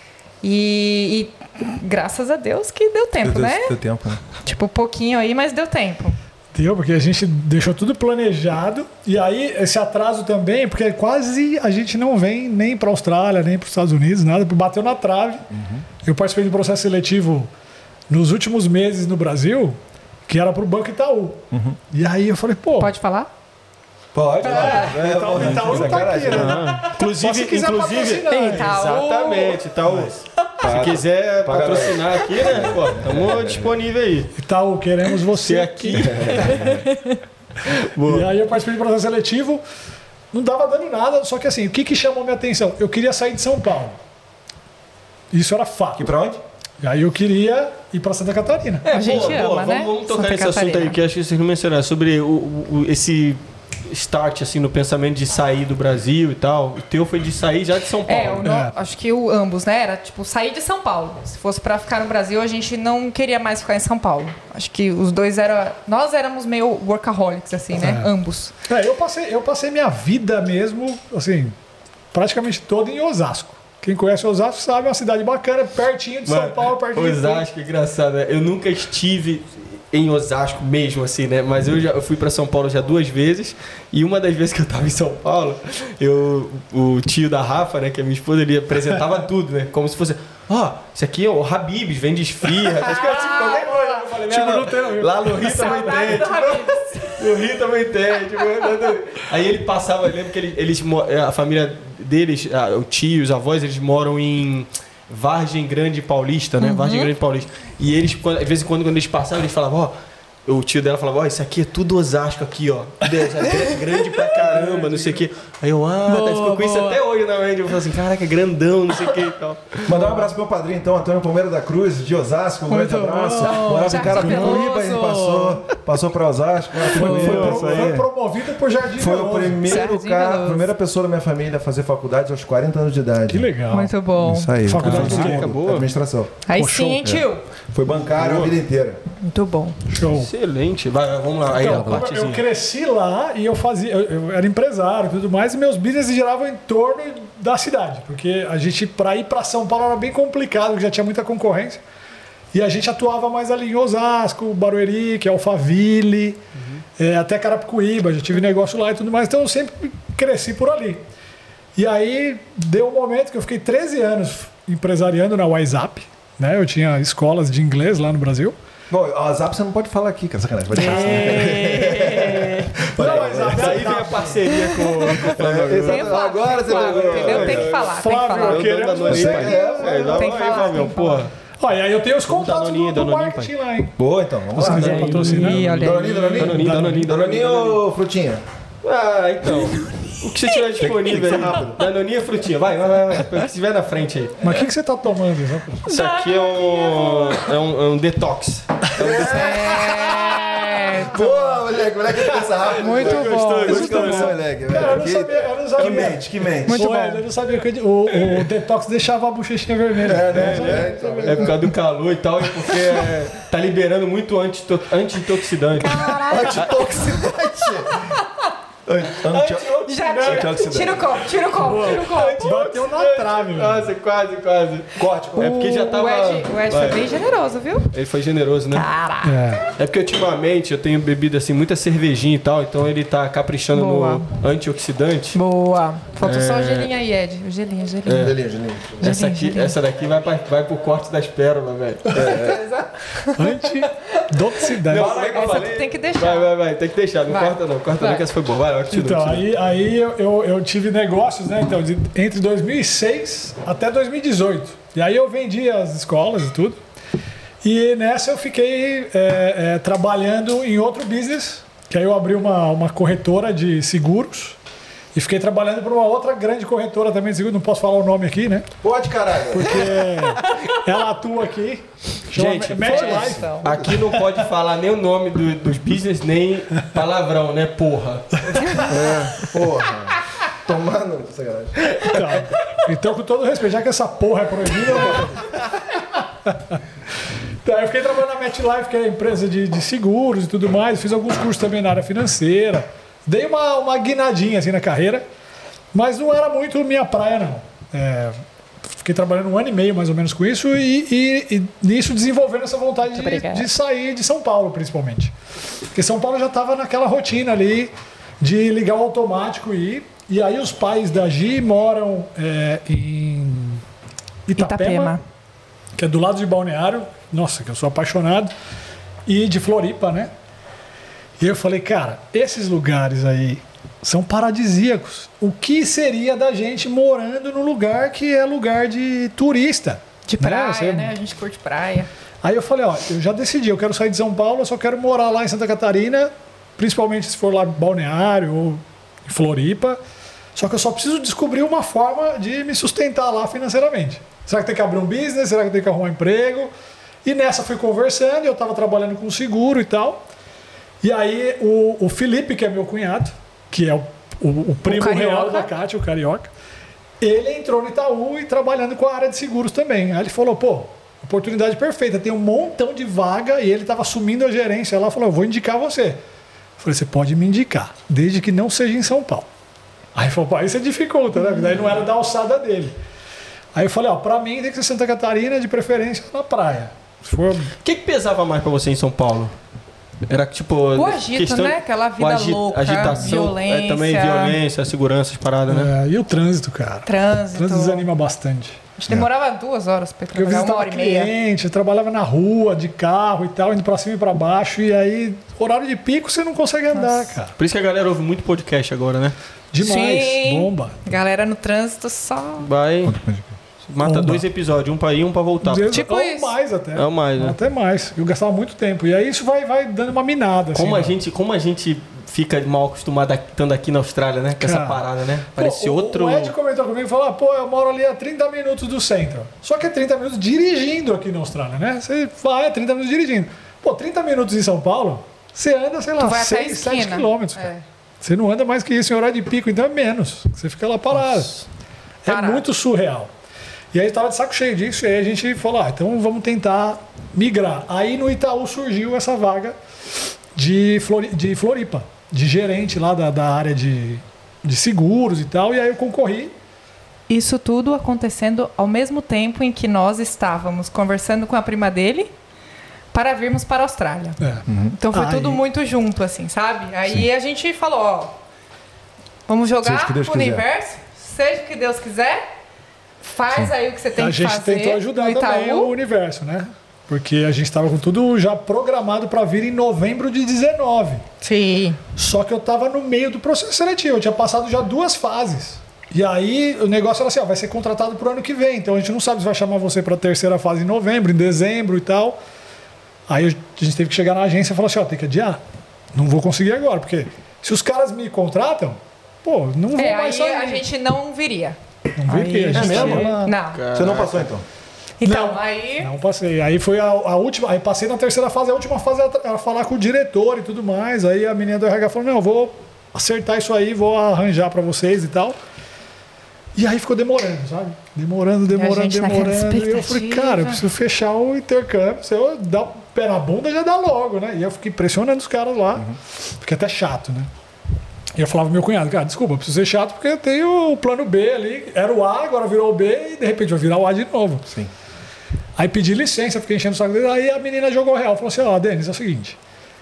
E, e graças a Deus que deu tempo,
Deu-
né?
Deu tempo, né?
Tipo, pouquinho aí, mas deu tempo.
Deu, porque a gente deixou tudo planejado. E aí, esse atraso também, porque quase a gente não vem nem para a Austrália, nem para os Estados Unidos, nada, bateu na trave. Eu participei de um processo seletivo nos últimos meses no Brasil, que era para o Banco Itaú. E aí eu falei, pô,
Pode falar?
Pode, é, é,
Itaú,
é,
Itaú não tá aqui,
sacanagem,
né?
Inclusive,
Só se quiser
inclusive
patrocinar.
Itaú.
exatamente, Itaú. Se quiser
Paga
patrocinar aqui, né? Pô, estamos disponível aí.
Itaú, queremos você
Se
aqui.
aqui.
E aí eu participei do processo seletivo, não dava dando nada, só que assim, o que, que chamou minha atenção? Eu queria sair de São Paulo. Isso era fato.
Aqui pra onde?
E aí eu queria ir para Santa Catarina.
A gente
boa,
ama,
boa.
né?
Vamos, vamos tocar
Santa
nesse assunto
Catarina.
aí, que acho que vocês não mencionaram, sobre o, o- esse start, assim, no pensamento de sair do Brasil e tal. O teu foi de sair já de São Paulo.
É, o no-
É.
acho que o ambos, né? Era tipo sair de São Paulo. Se fosse pra ficar no Brasil, a gente não queria mais ficar em São Paulo. Acho que os dois eram. Nós éramos meio workaholics, assim, né?
É.
Ambos.
É, eu passei, eu passei minha vida mesmo, assim, praticamente toda em Osasco. Quem conhece Osasco sabe, é uma cidade bacana, pertinho de São
Mano,
Paulo, pertinho de
Osasco, engraçado, né? Eu nunca estive em Osasco mesmo, assim, né? Mas eu já eu fui pra São Paulo já duas vezes. E uma das vezes que eu tava em São Paulo, eu, o tio da Rafa, né? Que é minha esposa, ele apresentava tudo, né? Como se fosse, ó, isso aqui é o Habib's, vende esfirra, essas coisas, tipo, qualquer coisa. Eu falei,
Tipo,
"Não,
não tem-
lá no Rio também
Saudade
tem.
do
Tipo,
Habib's.
no Rio também tem. Tipo, aí ele passava, eu lembro que ele- eles, mo- a família deles, a- o tio, os avós, eles moram em Vargem Grande Paulista, né? Vargem Grande Paulista. E eles, quando, às vezes, quando, quando eles passavam, eles falavam, ó. O tio dela falava, ó, isso aqui é tudo Osasco aqui, ó. É grande pra caramba, não sei o quê. Aí eu, ah, tá, ficou com isso
boa.
até hoje na mente. Eu falo assim, caraca, é grandão, não sei o quê e tal.
Mandar um abraço pro meu padrinho, então, Antônio Palmeira da Cruz, de Osasco. Um grande
Muito
abraço.
bom.
Morava em
Jardim
Carapicuíba, ele
Veloso.
passou, passou pra Osasco. Foi,
Foi,
foi,
pro-
isso aí.
foi promovido por Jardim
Foi o
Veloso.
primeiro
Jardim
cara, a
Veloso.
primeira pessoa da minha família a fazer faculdade aos quarenta anos de idade.
Que legal.
Muito bom.
Isso aí.
Faculdade
Foi
do quê?
segundo,
Boa.
administração.
Aí
Pô, show.
sim, hein, tio?
Foi bancário a vida inteira.
Muito bom.
Show.
Excelente. Vai, vamos lá. Aí,
Então,
ó,
eu- eu
partezinha.
cresci lá e eu fazia, eu, eu era empresário e tudo mais, e meus business giravam em torno da cidade, porque a gente, para ir para São Paulo era bem complicado, porque já tinha muita concorrência, e a gente atuava mais ali em Osasco, Barueri, que é Alphaville, é, até Carapicuíba, já tive negócio lá e tudo mais, então eu sempre cresci por ali. E aí deu um momento que eu fiquei treze anos empresariando na WhatsApp, né? Eu tinha escolas de inglês lá no Brasil.
Bom, a WhatsApp você não pode falar aqui, cara. Sacanagem. Vai deixar assim.
Não, WhatsApp,
Aí vem a parceria com, com o Flamengo.
Tem que falar,
Agora
tem que
você
falar,
pegou.
entendeu? Tem que falar, tem que
Flávio,
falar.
eu queremos
Danoninho,
você.
pai.
É,
É, dá
tem
uma
que
aí,
falar,
Flávio,
tem que
porra.
Olha, e aí eu tenho os contatos
Danoninho,
do, do
Danoninho,
marketing lá, hein?
Boa, então. Vamos
Se
lá.
quiser patrocinar.
Ih, olha
Danoninho,
aí.
Danoninho?
Danoninho, Danoninho,
Danoninho ou Frutinha?
Ah, então. O que você tiver disponível aí. Danoninha e frutinha. Vai, vai, vai. vai. O que tiver na frente aí.
Mas o que, que você tá tomando? Né?
Isso aqui é um, é um, é um detox.
É,
Pô, moleque, moleque pensa rápido.
Muito
moleque.
bom.
Gostou,
Muito
gostou,
bom.
moleque.
Cara, eu não
Que-
sabia, eu não sabia.
Que mente, que mente.
Muito
Pô,
bom.
Eu não sabia que o, o detox deixava a bochechinha vermelha.
É, né? É, então.
É por causa do calor e tal, e porque é, tá liberando muito antito- antioxidante.
Antitoxidante. Anti-
Já tira,
Antioxidante.
tira o copo, tira o copo, tira o copo.
Bateu na trave, velho.
Nossa, quase, quase.
Corte,
É porque já tava.
O Ed, o Ed foi
Vai.
bem generoso, viu?
Ele foi generoso, né?
Caraca.
É.
É porque ultimamente eu tenho bebido assim muita cervejinha e tal, então ele tá caprichando
Boa.
no antioxidante.
Boa. Faltou só o
É.
gelinho aí, Ed. O gelinho, o gelinho.
Gelinho, gelinho.
Essa,
Gelinho,
aqui,
gelinho.
essa daqui vai, pra, vai pro corte das pérolas, velho.
Antidoxidante.
Não, como é que eu
Essa
falei?
tu tem que deixar.
Vai, vai, vai, tem que deixar, não
Vai.
corta não, corta
Vai.
não, que essa foi boa. Vai, continua,
Então,
continua.
aí, aí eu, eu, eu tive negócios, né? Então, de- entre dois mil e seis até dois mil e dezoito. E aí eu vendi as escolas e tudo. E nessa eu fiquei é, é, trabalhando em outro business, que aí eu abri uma, uma corretora de seguros. E fiquei trabalhando para uma outra grande corretora também de seguros, não posso falar o nome aqui, né?
Pode, caralho.
Porque ela atua aqui. Chama
Gente,
MetLife.
Então.
Aqui não pode falar nem o nome do- dos business, nem palavrão, né, porra.
Porra. Tomando. Sacanagem.
Então, então, com todo respeito, já que essa porra é proibida, eu... Então, eu fiquei trabalhando na MetLife, que é empresa de, de seguros e tudo mais. Fiz alguns cursos também na área financeira. Dei uma, uma guinadinha assim na carreira, mas não era muito minha praia, não. É, fiquei trabalhando um ano e meio mais ou menos com isso e, e, e nisso desenvolvendo essa vontade de,
obrigada.
de sair de São Paulo, principalmente. Porque São Paulo já estava naquela rotina ali de ligar o automático e ir. E aí os pais da Gi moram é, em Itapema,
Itapema.
que é do lado de Balneário. Nossa, que eu sou apaixonado. E de Floripa, né? E eu falei, cara, esses lugares aí são paradisíacos. O que seria da gente morando num lugar que é lugar de turista?
De praia,
Você-
né? A gente curte praia.
Aí eu falei, ó, eu já decidi, eu quero sair de São Paulo, eu só quero morar lá em Santa Catarina, principalmente se for lá em Balneário ou em Floripa. Só que eu só preciso descobrir uma forma de me sustentar lá financeiramente. Será que tem que abrir um business? Será que tem que arrumar um emprego? E nessa fui conversando, eu estava trabalhando com seguro e tal. E aí o, o Felipe, que é meu cunhado, que é o, o, o primo
carioca.
real da Kátia, o carioca, ele entrou no Itaú e trabalhando com a área de seguros também. Aí ele falou, pô, oportunidade perfeita, tem um montão de vaga e ele estava assumindo a gerência lá, falou, eu vou indicar você. Eu falei, você pode me indicar, desde que não seja em São Paulo. Aí ele falou, pô, aí você dificulta, né? Porque daí não era da alçada dele. Aí eu falei, ó, pra mim tem que ser Santa Catarina, de preferência na praia. Se for...
O que, que pesava mais pra você em São Paulo? Era tipo.
O agito,
questão-
né? Aquela vida
o agi-
louca,
agitação, é,
violência.
também violência, segurança, as paradas, né?
É, e o trânsito, cara. O
Trânsito.
trânsito desanima bastante.
A gente demorava duas horas pra ir
Porque eu
trabalhar, uma
visitava
hora e meia.
cliente, eu trabalhava na rua, de carro e tal, indo pra cima e pra baixo. E aí, horário de pico, você não consegue andar, cara.
Por isso que a galera ouve muito podcast agora, né?
Demais.
Sim.
Bomba.
Galera no trânsito só.
Vai. Mata
Bomba.
dois episódios, um pra ir, um pra voltar.
Tipo
Ou
isso.
mais até.
É o mais, né?
Até mais. Eu gastava muito tempo. E aí isso vai, vai dando uma minada.
Como,
assim,
a
né?
gente, como a gente fica mal acostumado aqui- estando aqui na Austrália, né? Com essa
Cara.
parada, né?
Pô,
Parece
o-
outro.
O Ed comentou comigo e falou: ah, pô, eu moro ali a trinta minutos do centro. Só que é trinta minutos dirigindo aqui na Austrália, né? Você vai, é trinta minutos dirigindo. Pô, trinta minutos em São Paulo, você anda, sei lá,
Tu vai até a
seis, sete
esquina.
quilômetros. cara.
É.
Você não anda mais que isso em horário de pico, então é menos. Você fica lá parado. É
Parado.
muito surreal. E aí estava de saco cheio disso, e aí a gente falou, ah, então vamos tentar migrar. Aí no Itaú surgiu essa vaga de, Flori- de Floripa, de gerente lá da, da área de, de seguros e tal, e aí eu concorri.
Isso tudo acontecendo ao mesmo tempo em que nós estávamos conversando com a prima dele para virmos para a Austrália.
É.
Então foi
Aí-
tudo muito junto, assim, sabe? Aí a gente falou, ó, vamos jogar
Seja o que Deus
pro
quiser.
universo, seja o que Deus quiser, faz aí o que você tem
A
que
gente
fazer.
tentou ajudar
no
também
Itaú.
o universo, né? Porque a gente estava com tudo já programado para vir em novembro de dezenove.
Sim.
Só que eu estava no meio do processo seletivo, eu tinha passado já duas fases. E aí o negócio era assim, ó, vai ser contratado pro ano que vem, então a gente não sabe se vai chamar você para a terceira fase em novembro, em dezembro e tal. Aí a gente teve que chegar na agência e falar assim, ó, tem que adiar. Não vou conseguir agora, porque se os caras me contratam, pô, não vou
É,
mais
aí
sair.
a gente não viria.
Não vi
Aí
que a
a
gente
gente-
ia lá.
Não.
Você não passou então?
Então,
Não,
aí...
Não passei. Aí foi a, a última. Aí passei na terceira fase, a última fase era falar com o diretor e tudo mais. Aí a menina do R H falou: não, eu vou acertar isso aí, vou arranjar pra vocês e tal. E aí ficou demorando, sabe? Demorando, demorando,
gente naquela
demorando. E eu falei,
expectativa.
cara, eu preciso fechar o intercâmbio. Se eu dar o pé na bunda, já dá logo, né? E eu fiquei pressionando os caras lá. Uhum. Fiquei até chato, né? E eu falava pro meu cunhado, cara, desculpa, eu preciso ser chato porque eu tenho o plano B ali. Era o A, agora virou o B e de repente vai virar o A de novo.
Sim.
Aí pedi licença, fiquei enchendo o saco dele. Aí a menina jogou real. Falou assim, ó, oh, Denis, é o seguinte.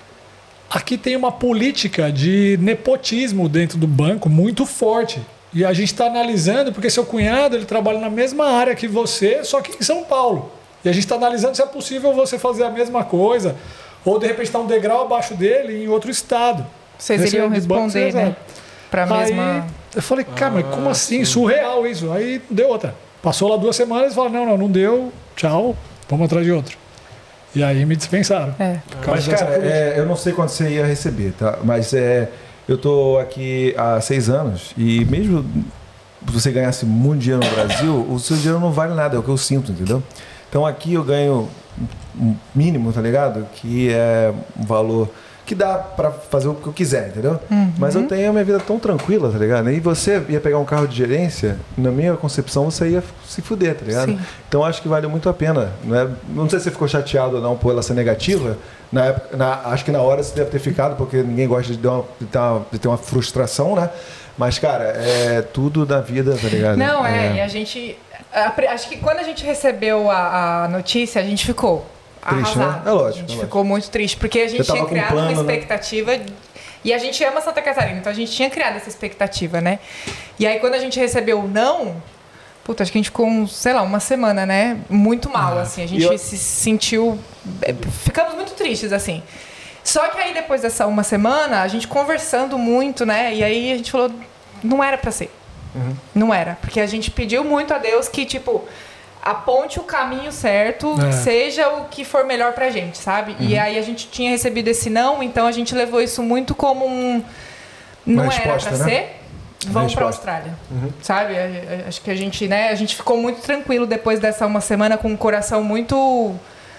Aqui tem uma política de nepotismo dentro do banco muito forte. E a gente está analisando, porque seu cunhado ele trabalha na mesma área que você, só que em São Paulo. E a gente está analisando se é possível você fazer a mesma coisa, ou de repente estar um degrau abaixo dele em outro estado.
Vocês
Nesse
iriam
de banco,
responder,
vocês,
né? Para a mesma...
Aí eu falei, cara, mas como assim? Surreal isso. Aí não deu outra. Passou lá duas semanas e falaram, não, não, não deu, tchau, vamos atrás de outro. E aí me dispensaram.
É.
Mas, cara, é, eu não sei quando você ia receber, tá? Mas é, eu tô aqui há seis anos e mesmo se você ganhasse muito dinheiro no Brasil, o seu dinheiro não vale nada, é o que eu sinto, entendeu? Então aqui eu ganho um mínimo, tá ligado? Que é um valor que dá pra fazer o que eu quiser, entendeu? Uhum. Mas eu tenho a minha vida tão tranquila, tá ligado? E você ia pegar um carro de gerência, na minha concepção você ia se fuder, tá ligado? Sim. Então acho que vale muito a pena, não é? Não sei se você ficou chateado ou não por ela ser negativa, na época, na, acho que na hora você deve ter ficado, porque ninguém gosta de ter uma, de ter uma, de ter uma frustração, né? Mas, cara, é tudo da vida, tá ligado?
Não, é,
é.
e a gente... A, acho que quando a gente recebeu a, a notícia, a gente ficou...
Triste,
arrasado.
né? É lógico.
A gente
é lógico.
ficou muito triste, porque a gente tinha criado um plano, uma expectativa. Né? E a gente ama Santa Catarina, então a gente tinha criado essa expectativa, né? E aí quando a gente recebeu o não, puta, acho que a gente ficou, um, sei lá, uma semana, né? Muito mal, ah, assim. A gente eu... se sentiu. Ficamos muito tristes, assim. Só que aí depois dessa uma semana, a gente conversando muito, né? E aí a gente falou, não era pra ser. Uhum. Não era. Porque a gente pediu muito a Deus que, tipo. Aponte o caminho certo, é. seja o que for melhor pra gente, sabe? Uhum. E aí a gente tinha recebido esse não, então a gente levou isso muito como um... Não Uma era resposta, pra né? ser, vamos pra Austrália, uhum. sabe? Acho que a gente, né, a gente ficou muito tranquilo depois dessa uma semana com o coração muito...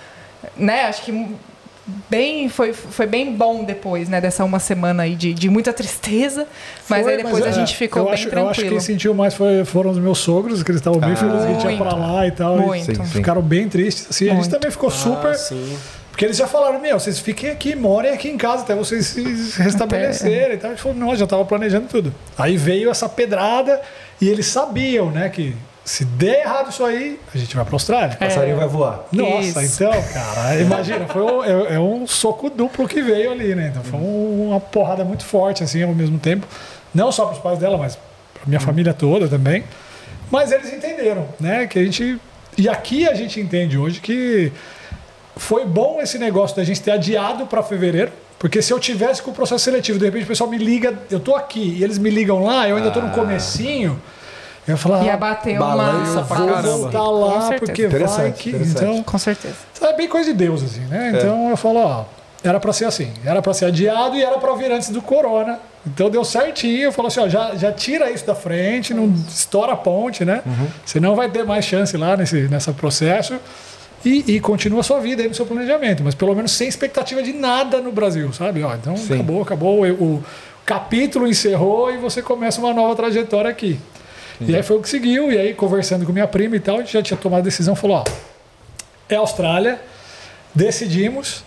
Né, acho que bem, foi, foi bem bom depois, né, dessa uma semana aí de, de muita tristeza, mas foi, aí depois mas, a gente ficou bem
acho,
tranquilo.
Eu acho que quem sentiu mais foi, foram os meus sogros, que eles estavam bem ah, felizes que a gente ia pra lá e tal.
Muito.
E sim, ficaram bem tristes. Assim, a gente também ficou ah, super... Sim. Porque eles já falaram, meu, vocês fiquem aqui, morem aqui em casa até vocês se restabelecerem até, e tal. A gente falou, não, já tava planejando tudo. Aí veio essa pedrada e eles sabiam, né, que... Se der errado isso aí, a gente vai para a Austrália.
O passarinho é. vai voar.
Nossa, isso. Então, cara, imagina, foi um, é, é um soco duplo que veio ali, né? Então foi um, uma porrada muito forte, assim, ao mesmo tempo. Não só para os pais dela, mas para minha hum. família toda também. Mas eles entenderam, né? Que a gente... E aqui a gente entende hoje que foi bom esse negócio da gente ter adiado para fevereiro. Porque se eu tivesse com o processo seletivo, de repente o pessoal me liga, eu tô aqui, e eles me ligam lá, eu ainda tô no comecinho... Eu ia falar,
ia bater uma...
Eu vou voltar lá, porque vai que... Então,
com certeza.
É bem coisa de Deus, assim, né? Então é. eu falo, ó, era pra ser assim. Era pra ser adiado e era pra vir antes do corona. Então deu certinho. Eu falo assim, ó, já, já tira isso da frente, não estoura a ponte, né? Uhum. Senão vai ter mais chance lá nesse, nesse processo. E, e continua a sua vida aí no seu planejamento. Mas pelo menos sem expectativa de nada no Brasil, sabe? Ó, então Sim. acabou, acabou. O, o capítulo encerrou e você começa uma nova trajetória aqui. E aí foi o que seguiu, e aí conversando com minha prima e tal, a gente já tinha tomado a decisão, falou, ó, é Austrália, decidimos,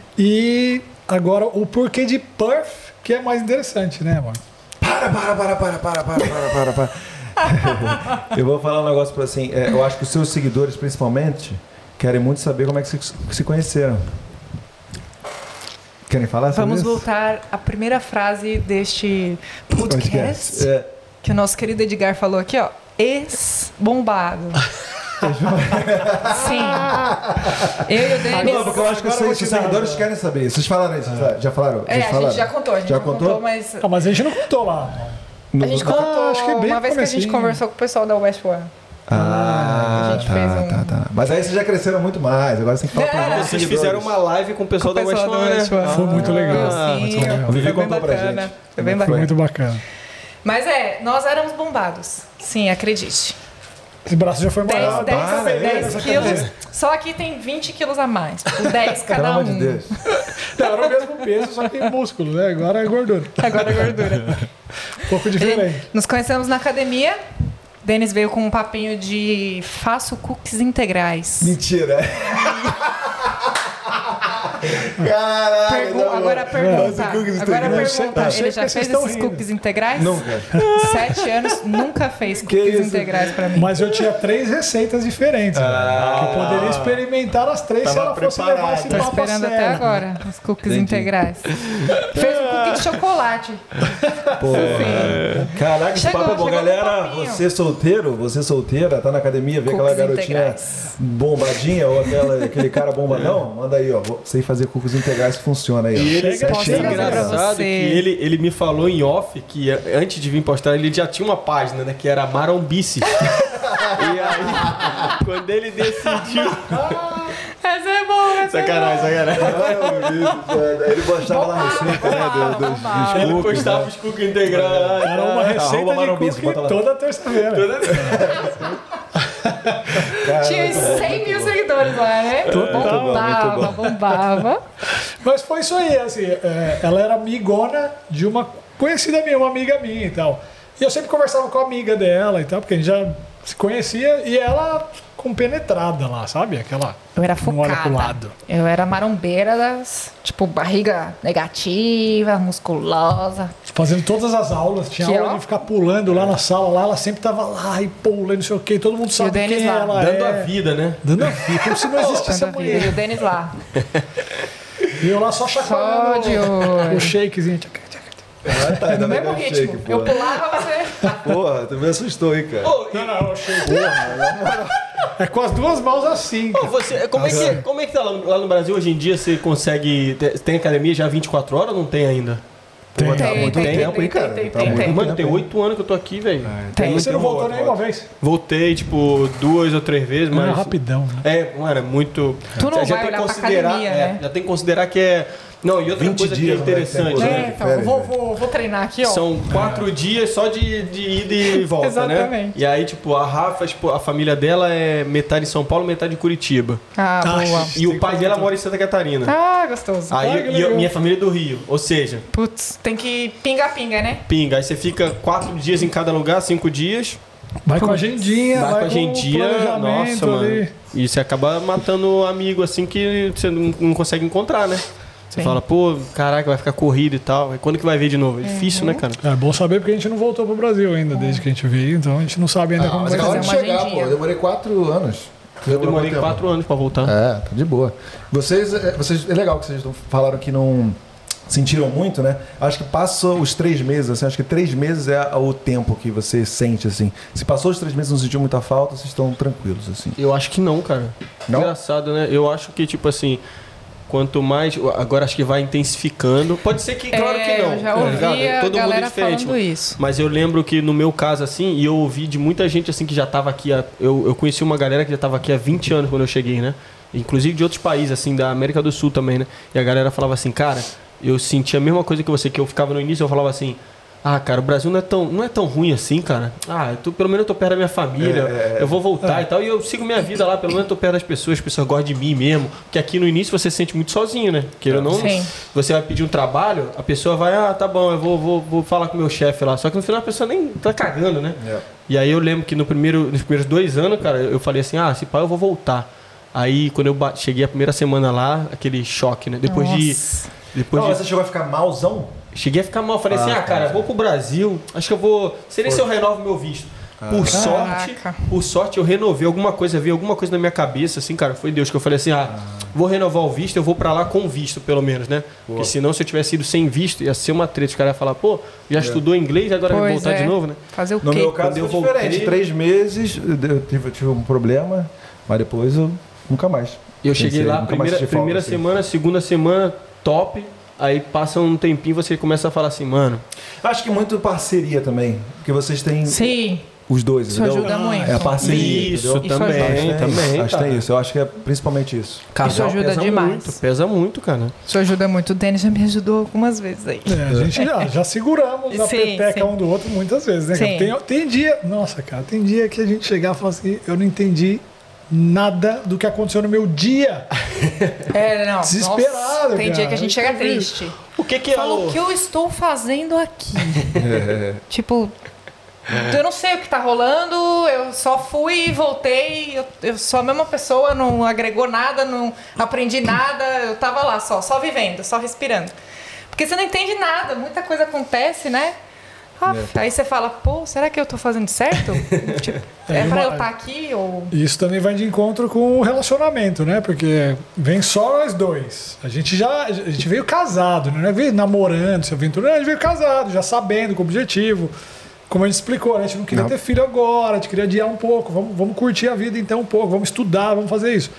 e agora o porquê de Perth, que é mais interessante, né, amor?
Para, para, para, para, para, para, para, para, para. Eu vou falar um negócio para assim, é, eu acho que os seus seguidores, principalmente, querem muito saber como é que se, se conheceram. Querem falar sobre
Vamos
isso?
voltar à primeira frase deste podcast. É. Que o nosso querido Edgar falou aqui, ó. Ex-bombado. Sim. Eu e o Denis...
Não, porque eu acho que os seguidores querem saber isso. Vocês falaram isso? É. Já falaram?
É,
falaram?
a gente já contou. A gente
já
contou,
contou?
mas...
Ah, mas a gente não contou lá.
A gente contou ah, acho que bem uma vez que a gente conversou com o pessoal da West One.
Ah,
a gente
tá,
fez um...
tá, tá. Mas aí vocês já cresceram muito mais. Agora você tem que falar
é,
para
vocês fizeram uma live com o pessoal, com o pessoal da West One.
Né? Foi muito legal.
Ah, sim, muito legal.
O Vivi contou pra gente.
Foi bem bacana.
Foi muito bacana.
Mas é, nós éramos bombados. Sim, acredite.
Esse braço já foi maior.
dez,
para,
dez,
é,
dez
essa
quilos.
cadeira.
Só aqui tem vinte quilos a mais. Tipo, dez
Pelo
cada
amor
um.
de Deus.
Não, era o mesmo peso, só que em músculo, né? Agora é gordura.
Agora é gordura.
Um pouco diferente.
Nos conhecemos na academia. Denis veio com um papinho de faço cookies integrais.
Mentira. Caralho.
Pergu-
não,
agora
não.
pergunta.
Faço cookies
Agora
integrais.
pergunta.
Eu sei
Ele já
porque
fez
vocês estão
esses
rindo.
cookies integrais?
Nunca.
Sete anos, nunca fez
Que
cookies
isso?
integrais pra mim.
Mas eu tinha três receitas diferentes.
Ah.
né? Que eu poderia experimentar as três se
Tava
ela fosse levar
preparado.
esse
Tô
papo a
esperando até
sério.
agora os cookies
Entendi.
integrais. Fez um cookie de chocolate.
Pô, caraca, esse
Chegou,
papo é bom.
chegou
Galera,
no papinho.
você solteiro, você solteira, tá na academia, vê aquela
Cookies
garotinha
integrais.
bombadinha ou aquela, aquele cara bombadão, manda aí, ó. Vou sei fazer cookies integrais que funciona aí, ó.
E ele
Chega,
achei
chega.
engraçado
Pra
que
você.
ele, ele me falou em off que eh, antes de vir postar ele já tinha uma página, né? Que era Marombice. E aí, quando ele decidiu.
Essa é boa, essa
Sacanagem, sacanagem.
Ele postava lá a receita, né? do- dos- dos
Ele
cookies,
postava
né?
os cookies integrais.
Era uma receita
arroba
de
Marombice,
cookie
bota lá.
toda terça-feira.
Cara,
Tinha uns cem mil seguidores lá, né?
Total.
Bombava,
Muito bom.
bombava.
Mas foi isso aí, assim, é, ela era amigona de uma conhecida minha, uma amiga minha e tal. E eu sempre conversava com a amiga dela e tal, porque a gente já se conhecia e ela compenetrada lá, sabe? Aquela.
Eu era
Não olha pro
focada.
lado.
Eu era marombeira das, tipo, barriga negativa, musculosa.
Fazendo todas as aulas, tinha
Que
aula
ó.
de ficar pulando lá na sala, lá ela sempre tava lá e pula e não sei o que, todo mundo sabe
Denis
quem
lá.
ela
Dando
é.
a vida, né?
Dando a vida, como se não existisse
Tanta vida. E
amanhã.
o Denis lá.
E eu lá só
Só
chacoalhando
de
o
olho.
shakezinho. tchac, tchac, tchac.
Ah, tá, ainda
No
bem
mesmo
que é um
ritmo.
shake,
Eu
pô.
pulava, você...
Porra, tu me assustou aí, cara.
Ô,
Não, não, o shake. É com as duas mãos assim.
Ô, você, como, é que, como é que tá lá, no- lá no Brasil hoje em dia? Você consegue. te- Tem academia já vinte e quatro horas ou não tem ainda?
Pô, tá há
Tem,
muito
tem,
tempo,
tem,
hein, cara?
tem,
Tá
tem,
muito
tem.
Mano,
tempo,
tem
hein?
oito anos que eu tô aqui, velho.
Tem.
Você não
Tem um
voltou
outro,
nenhuma
outro.
vez?
Voltei, tipo, duas ou três vezes,
Mas
mas.
rapidão. Né?
É, mano, é muito.
Tu não
já
vai
tem que
olhar pra
considerar,
academia,
é,
né?
Já tem que considerar que é. Não, e outra
vinte
coisa que é
dias, né,
interessante,
tempo,
né?
né?
É, então, eu
férias,
vou,
né?
vou, vou treinar aqui, ó.
São quatro dias só de, de ida e volta, né?
Exatamente.
E aí, tipo, a Rafa, tipo, a família dela é metade em São Paulo, metade em Curitiba.
Ah,
Ah,
boa.
E o pai dela mora em Santa Catarina.
Ah, gostoso.
Aí,
Ai, que
e
legal.
a minha família é do Rio. Ou seja,
Putz, tem que pinga-pinga, né?
pinga. Aí você fica quatro dias em cada lugar, cinco dias.
Vai com a agendinha,
Vai
vai
com a agendinha.
o planejamento
Nossa,
ali.
mano. E você acaba matando amigo assim que você não, não consegue encontrar, né? Você
Sim.
fala, pô, caraca, vai ficar corrido e tal. E quando que vai ver de novo? É difícil,
Uhum.
né, cara?
É bom saber porque a gente não voltou pro Brasil ainda, desde que a gente veio, então a gente não sabe ainda
Ah,
como
mas
vai
acabou
ser.
de
fazer uma
chegar,
agendinha.
pô. Eu demorei quatro anos.
Eu
Demorou
demorei
quanto tempo?
quatro anos pra voltar.
É, tá de boa. Vocês, é, vocês, é legal que vocês falaram que não sentiram muito, né? Acho que passou os três meses, assim, acho que três meses é o tempo que você sente, assim. Se passou os três meses e não sentiu muita falta, vocês estão tranquilos, assim.
Eu acho que não, cara.
Não?
Engraçado, né? Eu acho que, tipo assim, quanto mais. Agora acho que vai intensificando. Pode ser que, claro que não.
É, eu já
tá
ouvi
ligado?
a
Todo mundo é
galera
diferente.
falando isso.
Mas eu lembro que no meu caso, assim, e eu ouvi de muita gente assim que já tava aqui. há- Eu, eu conheci uma galera que já tava aqui há vinte anos quando eu cheguei, né? Inclusive de outros países, assim, da América do Sul também, né? E a galera falava assim, cara, eu senti a mesma coisa que você, que eu ficava no início, eu falava assim. Ah, cara, o Brasil não é tão, não é tão ruim assim, cara. Ah, eu tô, pelo menos eu tô perto da minha família,
É, é,
eu vou voltar e tal. E eu sigo minha vida lá, pelo menos eu tô perto das pessoas, as pessoas gostam de mim mesmo. Porque aqui no início você se sente muito sozinho, né? Queira ou não,
Sim.
você vai pedir um trabalho, a pessoa vai, ah, tá bom, eu vou, vou, vou falar com o meu chefe lá. Só que no final a pessoa nem tá cagando, né?
É.
E aí eu lembro que no primeiro, nos primeiros dois anos, cara, eu falei assim, ah, se pá, eu vou voltar. Aí quando eu ba- cheguei a primeira semana lá, aquele choque, né? Depois de.
Nossa.
Depois
Não,
de
você chegou a ficar malzão?
Cheguei a ficar mal. Falei
Ah,
assim, ah,
tá.
cara, vou pro Brasil. Acho que eu vou. Seria se eu renovo meu visto. Por sorte,
Caraca.
por sorte, eu renovei alguma coisa, veio alguma coisa na minha cabeça, assim, cara. Foi Deus que eu falei assim, ah, vou renovar o visto, eu vou pra lá com visto, pelo menos, né? Porque senão, se eu tivesse ido sem visto, ia ser uma treta. Os caras iam falar, pô, já estudou inglês, agora vai
Pois
voltar
é.
de novo, né?
Fazer o
No
quê?
meu caso
Quando eu
foi
voltei-
diferente. Três meses, eu tive, eu tive um problema, mas depois eu nunca mais.
Eu cheguei
Pensei,
lá,
nunca mais
primeira,
senti falta,
primeira
assim.
semana, segunda semana, top. Aí passa um tempinho, você começa a falar assim, mano,
Acho que muito parceria também, porque vocês têm...
Sim.
os dois,
Isso
entendeu?
ajuda muito.
É a parceria.
Isso,
entendeu?
também,
Isso
Acho que tem
também.
isso, Acho que
cara.
tem isso. Eu acho que é principalmente isso.
Casal
Isso ajuda
pesa
demais.
Muito, pesa muito, cara.
Isso ajuda muito. O Denis já me ajudou algumas vezes aí.
É, a gente já, já seguramos a
Sim,
peteca
sim.
um do outro muitas vezes, né?
Sim.
Tem, tem dia, nossa, cara, tem dia que a gente chegar e falar assim, eu não entendi nada do que aconteceu no meu dia.
É, não.
Desesperado,
nossa, tem
cara.
dia que a gente chega
Eu também.
triste.
O que que é
Fala,
o...
o que eu estou fazendo aqui? Tipo, eu não sei o que tá rolando, eu só fui e voltei, eu, eu sou a mesma pessoa, não agregou nada, não aprendi nada, eu tava lá só, só vivendo, só respirando. Porque você não entende nada, muita coisa acontece, né? Ah, aí você fala, pô, será que eu tô fazendo certo? Tipo, é
É,
pra
uma-
eu estar aqui ou...
Isso também vai de encontro com o relacionamento, né? Porque vem só nós dois. A gente já a gente veio casado, né? Não é veio namorando, se aventurando, a gente veio casado, já sabendo com o objetivo. Como a gente explicou, né? A gente não queria
Não.
ter filho agora, a gente queria adiar um pouco, vamos, vamos curtir a vida então um pouco, vamos estudar, vamos fazer isso.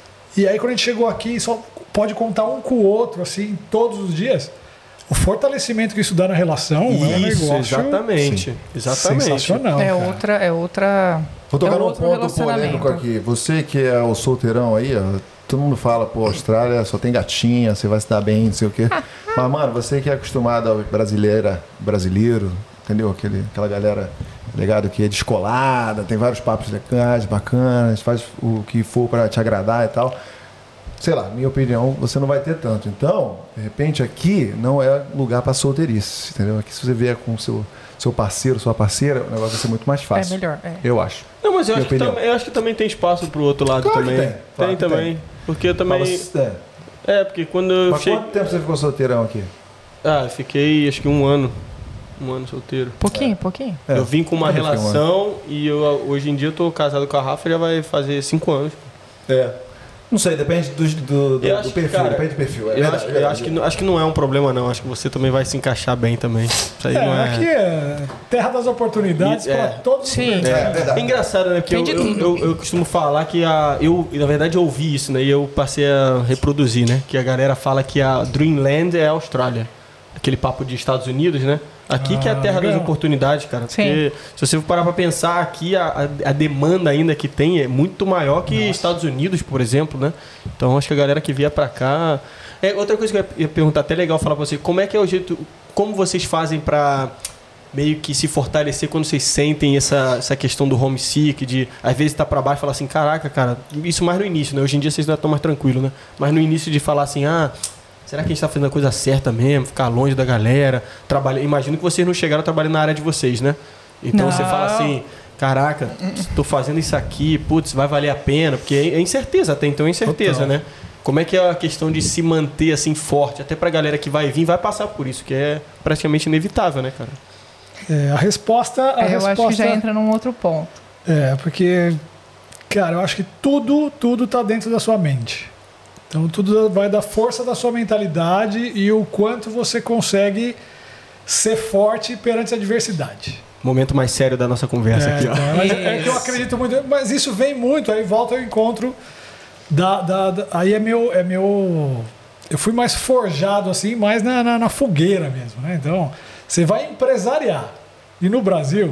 E aí quando a gente chegou aqui, só pode contar um com o outro, assim, todos os dias. O fortalecimento que isso dá na relação é um
Isso,
negócio
exatamente. Exatamente.
sensacional.
É
cara.
outra, é outra...
Vou tocar
é
num
outro
ponto
relacionamento.
polêmico aqui. Você que é o solteirão aí, ó, todo mundo fala, pô, Austrália só tem gatinha, você vai se dar bem, não sei o quê. Mas, mano, você que é acostumado ao brasileira, brasileiro, entendeu? Aquele, aquela galera, ligado, que é descolada, tem vários papos legais, bacanas, faz o que for pra te agradar e tal. Sei lá, minha opinião, você não vai ter tanto. Então, de repente, aqui não é lugar pra solteirice, entendeu? Aqui se você vier com o seu, seu parceiro, sua parceira, o negócio vai ser muito mais fácil.
É melhor, é.
Eu acho.
Não, mas eu
Minha
acho, que
opinião.
também, eu acho que também tem espaço pro outro lado
Claro que
também.
tem, claro que
também.
tem.
Porque eu também...
Mas você- é.
É, porque quando eu
Mas
cheguei...
quanto tempo você ficou solteirão aqui?
Ah, eu fiquei acho que um ano. Um ano solteiro.
Pouquinho, pouquinho.
É,
Eu vim com uma
também fiquei um
relação e eu, hoje em dia eu tô casado com a Rafa, já vai fazer cinco anos.
É. Não sei, depende do, do, do,
Eu
do
acho que,
perfil.
cara,
depende do perfil. É
eu
verdade,
acho,
é
eu
verdade.
acho que, não- acho que não é um problema, não. Acho que você também vai se encaixar bem também. Isso aí
É,
não é.
aqui é terra das oportunidades
E- é.
para todos os
Sim.
lugares.
É, verdade.
É engraçado, né? Porque eu,
Tem de
eu,
tudo.
eu, eu costumo falar que a. Eu, na verdade, eu ouvi isso, né? E eu passei a reproduzir, né? Que a galera fala que a Dreamland é a Austrália. Aquele papo de Estados Unidos, né? Aqui que é a
Ah,
terra das
legal.
oportunidades, cara. Porque se você for parar pra pensar aqui, a, a- a demanda ainda que tem é muito maior que Estados Unidos, por exemplo, né? Então acho que a galera que vier pra cá. É, outra coisa que eu ia perguntar, até legal falar pra você, como é que é o jeito. Como vocês fazem pra meio que se fortalecer quando vocês sentem essa, essa questão do homesick, de às vezes estar pra baixo e falar assim, caraca, cara, isso mais no início, né? Hoje em dia vocês já estão mais tranquilos, né? Mas no início de falar assim, ah, será que a gente tá fazendo a coisa certa mesmo? Ficar longe da galera, trabalhar. Imagino que vocês não chegaram a trabalhar na área de vocês, né? Então
Não.
você fala assim, caraca, tô fazendo isso aqui, putz, vai valer a pena, porque é incerteza, até então é incerteza,
Total.
né? Como é que é a questão de se manter assim forte, até pra galera que vai vir, vai passar por isso, que é praticamente inevitável, né, cara?
É, a resposta. A
É, eu
resposta
acho que já entra num outro ponto.
É, porque, cara, eu acho que tudo, tudo tá dentro da sua mente. Então tudo vai da força da sua mentalidade e o quanto você consegue ser forte perante a adversidade.
Momento mais sério da nossa conversa
É,
aqui, ó.
então, mas é que eu
Isso.
acredito muito, mas isso vem muito, aí volta ao encontro da. da- da- aí é meu, é meu. Eu fui mais forjado assim, mais na, na, na fogueira mesmo, né? Então, você vai empresariar. E no Brasil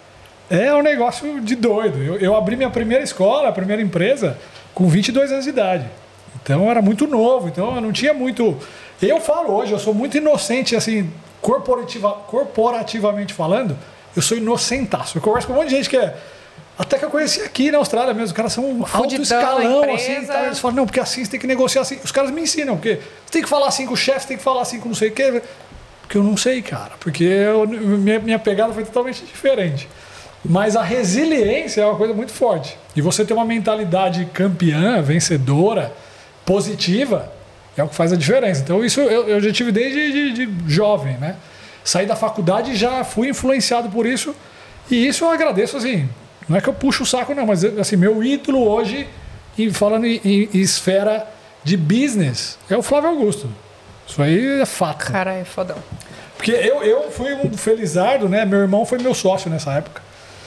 é um negócio de doido. Eu, eu abri minha primeira escola, a primeira empresa, com vinte e dois anos de idade. Então eu era muito novo, então eu não tinha muito. Eu falo hoje, eu sou muito inocente, assim, corporativa, corporativamente falando, eu sou inocentaço. Eu converso com um monte de gente que é. Até que eu conheci aqui na Austrália mesmo, os caras são um alto
Fudidão,
escalão,
empresa.
assim, tá? Eles falam, não, porque assim você tem que negociar assim. Os caras me ensinam, porque você tem que falar assim com o chefe, você tem que falar assim com não sei o quê. Porque eu não sei, cara, porque eu- minha, minha pegada foi totalmente diferente. Mas a resiliência é uma coisa muito forte. E você ter uma mentalidade campeã, vencedora, positiva, é o que faz a diferença. Então isso eu, eu já tive desde de, de jovem, né? Saí da faculdade e já fui influenciado por isso. E isso eu agradeço, assim, não é que eu puxo o saco não, mas assim, meu ídolo hoje, e falando em, em- em esfera de business, é o Flávio Augusto. Isso aí é fato.
Cara, é fodão.
Porque eu, eu fui um felizardo, né? Meu irmão foi meu sócio nessa época.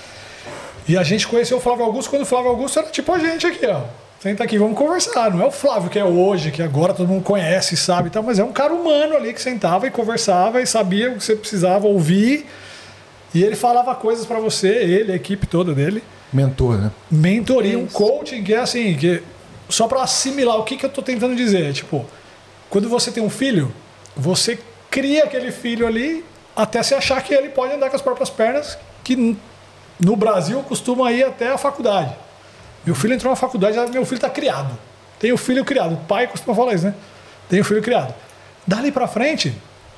E a gente conheceu o Flávio Augusto quando o Flávio Augusto era tipo a gente aqui, ó. Senta aqui, vamos conversar. Não é o Flávio que é hoje, que agora todo mundo conhece e sabe e tal, mas é um cara humano ali que sentava e conversava e sabia o que você precisava ouvir. E ele falava coisas pra você, ele, a equipe toda dele.
Mentor, né?
Mentoria, um
Isso.
coaching que é assim, que só pra assimilar o que, que eu tô tentando dizer. Tipo, quando você tem um filho, você cria aquele filho ali até se achar que ele pode andar com as próprias pernas, que no Brasil costuma ir até a faculdade. Meu filho entrou na faculdade, meu filho tá criado. Tem o filho criado. O pai costuma falar isso, né? Tem o filho criado. Dali pra frente,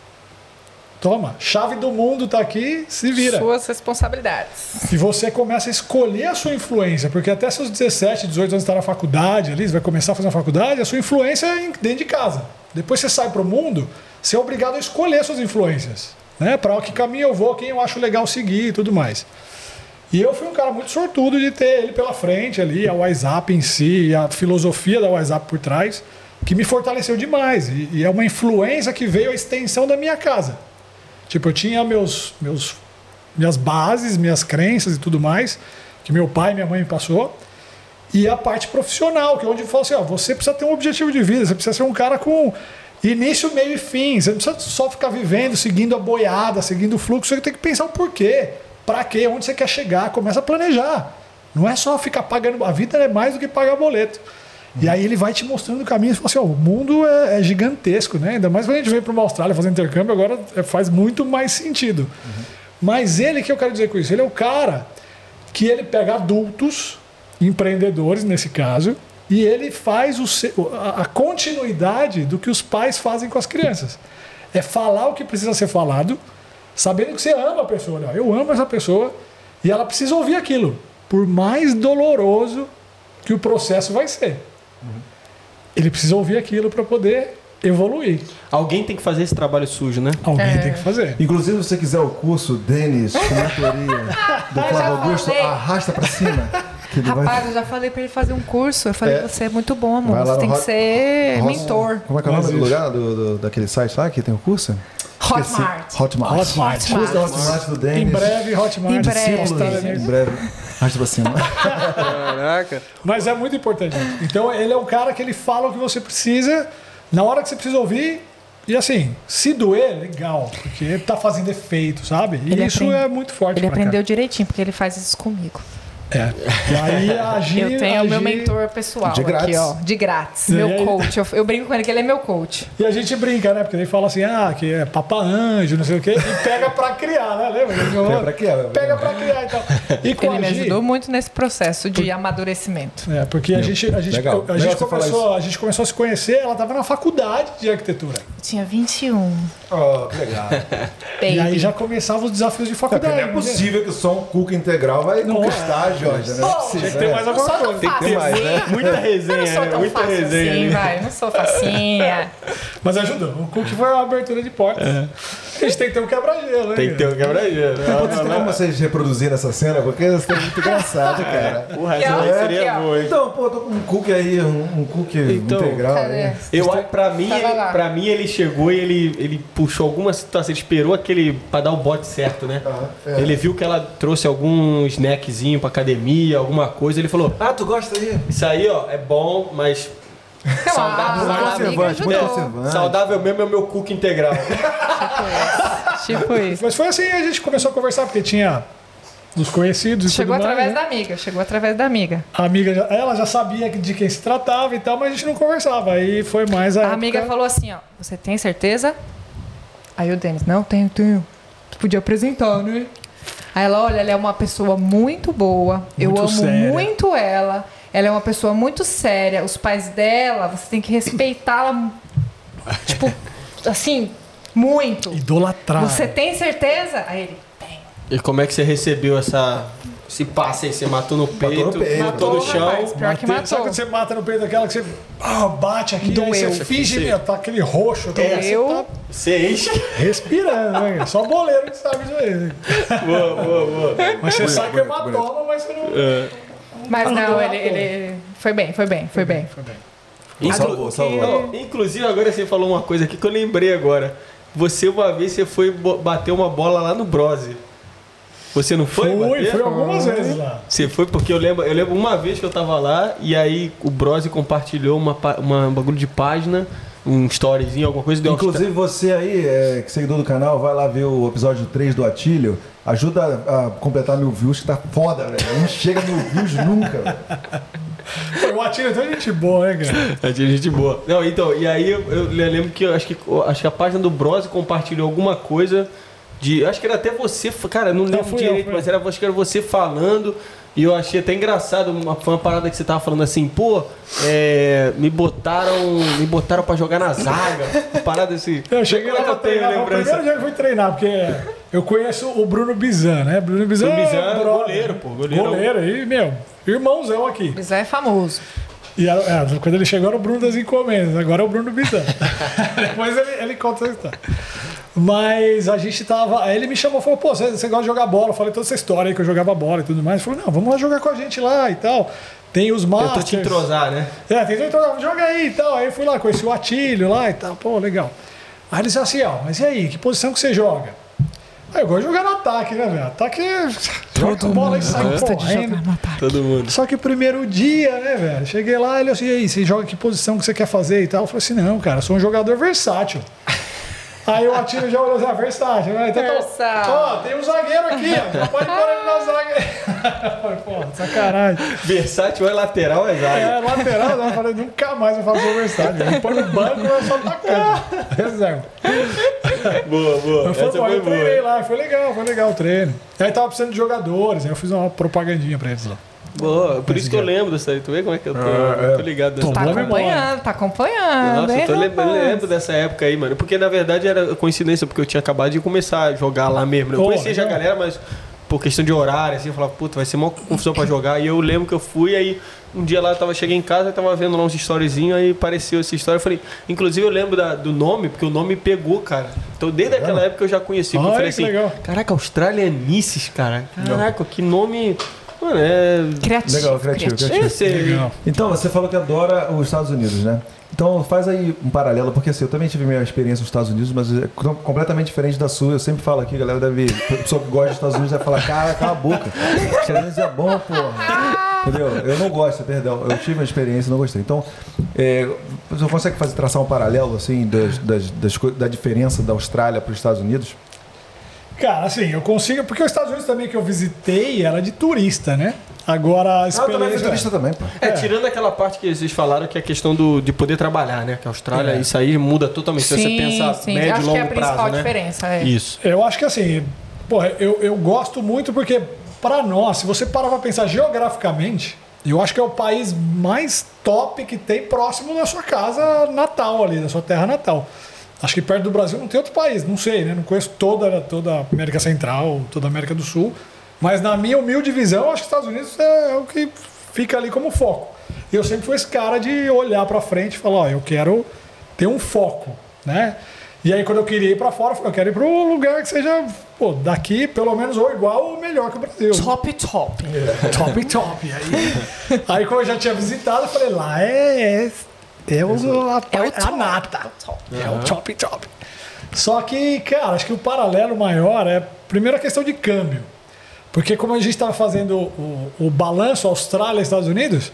toma, chave do mundo tá aqui, se vira.
Suas responsabilidades.
E você começa a escolher a sua influência, porque até seus dezessete, dezoito anos está na faculdade, ali, você vai começar a fazer uma faculdade, a sua influência é dentro de casa. Depois você sai para o mundo, você é obrigado a escolher suas influências, né? Para que caminho eu vou, quem eu acho legal seguir e tudo mais. E eu fui um cara muito sortudo de ter ele pela frente ali, a WhatsApp em si, a filosofia da WhatsApp por trás, que me fortaleceu demais. E, e é uma influência que veio a extensão da minha casa. Tipo, eu tinha meus, meus, minhas bases, minhas crenças e tudo mais, que meu pai e minha mãe me passou. E a parte profissional, que é onde eu falo assim, ó, você precisa ter um objetivo de vida, você precisa ser um cara com início, meio e fim. Você não precisa só ficar vivendo, seguindo a boiada, seguindo o fluxo, você tem que pensar o porquê, pra quê, onde você quer chegar, começa a planejar. Não é só ficar pagando, a vida é mais do que pagar boleto. E aí ele vai te mostrando o caminho e fala assim, ó, o mundo é, é gigantesco, né? Ainda mais quando a gente veio para uma Austrália fazer intercâmbio, agora é, faz muito mais sentido. Uhum. Mas ele, que eu quero dizer com isso? Ele é o cara que ele pega adultos, empreendedores nesse caso, e ele faz o, a, a continuidade do que os pais fazem com as crianças. É falar o que precisa ser falado, sabendo que você ama a pessoa. Né? Eu amo essa pessoa e ela precisa ouvir aquilo, por mais doloroso que o processo vai ser. Uhum. Ele precisa ouvir aquilo para poder evoluir.
Alguém tem que fazer esse trabalho sujo, né?
Alguém
É.
tem que fazer.
Inclusive, se você quiser o curso Denis, com mentoria do Flávio Augusto,
falei.
arrasta pra cima. Que ele vai-
Rapaz, eu já falei pra ele fazer um curso. Eu falei,
É.
você é muito bom, amor.
Vai lá
Você
no
tem que
Hot-
ser
Hot-
mentor.
Como é que é o nome
Não
do
existe.
lugar, do, do- daquele site lá que tem o curso?
Hotmart.
Hotmart.
Hotmart.
Curso da Hotmart do Denis.
Em breve, Hotmart.
Em breve.
Austrália, né?
Em breve. Arrasta pra cima.
Caraca.
Mas é muito importante. Então ele é um cara que ele fala o que você precisa, na hora que você precisa ouvir. E assim, se doer, legal, porque tá fazendo efeito, sabe? E
Ele
isso
aprende-
é muito forte.
Ele
pra
aprendeu direitinho, porque ele faz isso comigo.
cá. É. E aí a Gi,
Eu tenho
a
o meu
Gi-
mentor pessoal
De grátis.
aqui, ó. De grátis.
E
Meu
aí-
coach. Eu, eu brinco com ele que ele é meu coach.
E a gente brinca, né? Porque ele fala assim, ah, que é papa anjo, não sei o quê, e pega pra criar, né? Lembra? Ele falou,
Pega pra criar, né?
Pega pra criar e tal. E com
Ele
a
me
Gi,
ajudou muito nesse processo de amadurecimento.
É, porque a gente, a gente,
Legal.
a,
Legal
gente
você falar
começou, a gente começou a se conhecer, ela estava na faculdade de arquitetura.
Eu tinha vinte e um.
Oh, que legal.
Baby.
E aí já começavam os desafios de
É, porque
faculdade.
não é possível que só um cuca integral vai
Não
conquistar, Jorge, né? Não é
Pô,
possível,
Tinha que ter
né?
mais
Não
alguma
sou tão
coisa.
fácil
ter mais,
assim.
né?
Muita
Eu não
resenha,
sou
né?
tão
Muita
fácil
resenha
assim,
ali.
vai. Eu não sou facinha.
Mas ajudou. O Cook foi uma abertura de portas. A gente tem que ter um quebra-gelo, né?
Tem que ter um quebra-gelo.
Pode ter como vocês reproduzirem essa cena, porque isso é muito engraçado, cara.
Porra,
Aqui,
essa
ó.
daí seria
Aqui, ó.
boa, hein?
Então, pô, tô com um cookie aí, um, um cookie
Então,
integral
Cadê?
aí.
Eu, pra, mim,
Tava
ele,
lá.
pra mim, ele chegou e ele, ele puxou alguma situação, ele esperou aquele pra dar o bote certo, né?
Ah, é.
Ele viu que ela trouxe algum snackzinho pra academia, alguma coisa, ele falou,
Ah, tu gosta aí?
isso aí, ó, é bom, mas saudável,
Ah, a amiga
conservante, muito
ajudou.
conservante.
saudável mesmo é o meu cookie integral.
Tipo isso.
Mas foi assim, a gente começou a conversar, porque tinha os conhecidos e
Chegou
tudo mais,
através
né?
da amiga. Chegou através da amiga.
A amiga, já- ela já sabia de quem se tratava e tal, mas a gente não conversava. Aí foi mais a
A
época-
amiga falou assim, ó. Você tem certeza? Aí o Denis, não, tenho, tenho. Tu podia apresentar, né? Aí ela, olha, ela é uma pessoa muito boa. eu
Muito
amo
séria.
muito ela. Ela é uma pessoa muito séria. Os pais dela, você tem que respeitá-la. Tipo, assim, muito.
idolatrada.
Você tem certeza? Aí ele, tem.
E como é que você recebeu essa, esse passe aí? Você matou no peito,
no peito.
matou no
Matou,
chão.
rapaz. Pior que
Matei-
matou.
Sabe quando você mata no peito daquela que você ah, bate aqui,
Doeu.
aí você finge,
Sim.
meu, tá aquele roxo. Tá,
Doeu.
você tá
Você enche.
respirando, né? Só boleiro que sabe isso aí.
Boa, boa, boa.
Mas você sai com
bonito,
hematoma, mas você não...
É.
Mas
Não,
não,
não
ele,
matou.
ele. Foi bem, foi bem, foi bem.
Foi bem.
Inclu-
Salvou, salvou.
Não, inclusive, agora você falou uma coisa aqui que eu lembrei agora. Você, uma vez, você foi bo- bater uma bola lá no Brose. Você não foi?
Foi,
bater?
foi algumas vezes lá.
Você foi porque eu lembro, eu lembro uma vez que eu tava lá e aí o Brose compartilhou uma, pá- uma um bagulho de página um storyzinho, alguma coisa. Deu
Inclusive você aí, é, que é seguidor do canal, vai lá ver o episódio três do Atílio. Ajuda a, a completar mil views, que tá foda, velho. Não chega a mil views nunca, velho.
Pô, o Atílio é tão gente boa, né, cara?
É de gente boa. Não, então, e aí eu, eu lembro que eu acho que acho que a página do Brose compartilhou alguma coisa de. Acho que era até você, cara, eu não lembro
fui
direito,
eu,
mas era, acho que era você falando. E eu achei até engraçado, uma, foi uma parada que você tava falando assim, pô, é, me botaram. Me botaram pra jogar na zaga. Uma parada assim.
Eu cheguei lá pra treinar. O primeiro dia que fui treinar, porque eu conheço o Bruno Bizan, né? Bruno Bizan
O Bizan
é
é goleiro, pô. Goleiro.
Goleiro, e, meu, irmãozão aqui.
Bizan é famoso.
E era, é, quando ele chegou era o Bruno das encomendas, agora é o Bruno Bizan. Depois ele, ele conta essa história. Mas a gente tava. Aí ele me chamou e falou: pô, você, você gosta de jogar bola? Eu falei toda essa história aí que eu jogava bola e tudo mais. Ele falou: não, vamos lá jogar com a gente lá e tal. Tem os Masters.
Tentou te entrosar, né?
É, tentou entrosar, joga aí e tal. Aí eu fui lá, conheci o Atílio lá e tal. Pô, legal. Aí ele disse assim: ó, mas e aí, que posição que você joga? Aí eu gosto de jogar no ataque, né, velho? Ataque é. Joga a bola e sai correndo.
Todo mundo.
Só que o primeiro dia, né, velho? Cheguei lá, ele assim: e aí, você joga que posição que você quer fazer e tal? Eu falei assim: não, cara, eu sou um jogador versátil. Aí o Atílio já olhou assim, versátil, né? Então,
Versátil.
ó, tem um zagueiro aqui, ó. Já pode pôr ele na zaga. Pô, sacanagem.
Versátil é lateral, é zaga.
É, lateral, né? Eu falei, nunca mais eu faço versátil. Eu põe no banco e eu só atacante. Reserva.
Boa, boa.
Mas foi,
Essa
bom,
foi
eu treinei
boa.
lá, foi legal, foi legal o treino. Aí tava precisando de jogadores, aí eu fiz uma propagandinha pra eles lá.
Boa, por isso que eu lembro disso aí. Tu vê como é que eu tô,
Ah, é.
tô ligado dessa
Tô
Tá
Boa memória.
acompanhando, tá acompanhando.
Nossa,
hein,
eu tô lem-
rapaz?
lembro dessa época aí, mano. Porque na verdade era coincidência, porque eu tinha acabado de começar a jogar lá mesmo. né? Eu
Pô,
conhecia já a
legal.
galera, mas por questão de horário, assim, eu falava, puta, vai ser uma confusão pra jogar. E eu lembro que eu fui, aí um dia lá eu tava, cheguei em casa, eu tava vendo lá uns storyzinhos, aí apareceu essa história. Eu falei, inclusive eu lembro da- do nome, porque o nome pegou, cara. Então desde aquela época eu já conheci. porque eu
Olha
falei
que
assim,
legal.
caraca, Australianices, cara. Caraca, que nome. Mano, é.
Criativo.
Legal, criativo, criativo.
Esse aí.
Legal.
Então, você falou que adora os Estados Unidos, né? Então, faz aí um paralelo, porque assim, eu também tive minha experiência nos Estados Unidos, mas é com- completamente diferente da sua. Eu sempre falo aqui, a galera deve. A pessoa que gosta dos Estados Unidos vai falar, cara, cala a boca. Os Estados Unidos é bom, porra. Entendeu? Eu não gosto, perdão. Eu tive uma experiência e não gostei. Então, é, você consegue fazer, traçar um paralelo, assim, das, das, das, co- da diferença da Austrália para os Estados Unidos?
Cara, assim, eu consigo, porque os Estados Unidos também que eu visitei era de turista, né? Agora a
Ah, eu também fui
experiência.
turista também, pô.
É, tirando aquela parte que vocês falaram, que é a questão do, de poder trabalhar, né? Que a Austrália, isso aí muda totalmente. Se você
Sim,
pensar
sim.
médio e
Acho
longo
que é a principal
prazo, né?
diferença. É.
Isso.
Eu acho que assim, porra, eu, eu gosto muito porque, para nós, se você parar pra pensar geograficamente, eu acho que é o país mais top que tem próximo da sua casa natal ali, da sua terra natal. Acho que perto do Brasil não tem outro país, não sei, né? Não conheço toda, toda a América Central, toda a América do Sul. Mas na minha humilde visão, acho que os Estados Unidos é, é o que fica ali como foco. E eu sempre fui esse cara de olhar pra frente e falar, ó, eu quero ter um foco, né? E aí quando eu queria ir pra fora, eu falei, eu quero ir pra um lugar que seja, pô, daqui pelo menos ou igual ou melhor que o Brasil.
Top, top.
Top, top. Aí, aí como eu já tinha visitado, eu falei, lá é... é É o, a,
É o
a
top.
nata.
É o top.
É o top, top. Só que, cara, acho que o paralelo maior é, primeiro, a questão de câmbio. Porque como a gente estava fazendo o, o balanço Austrália e Estados Unidos,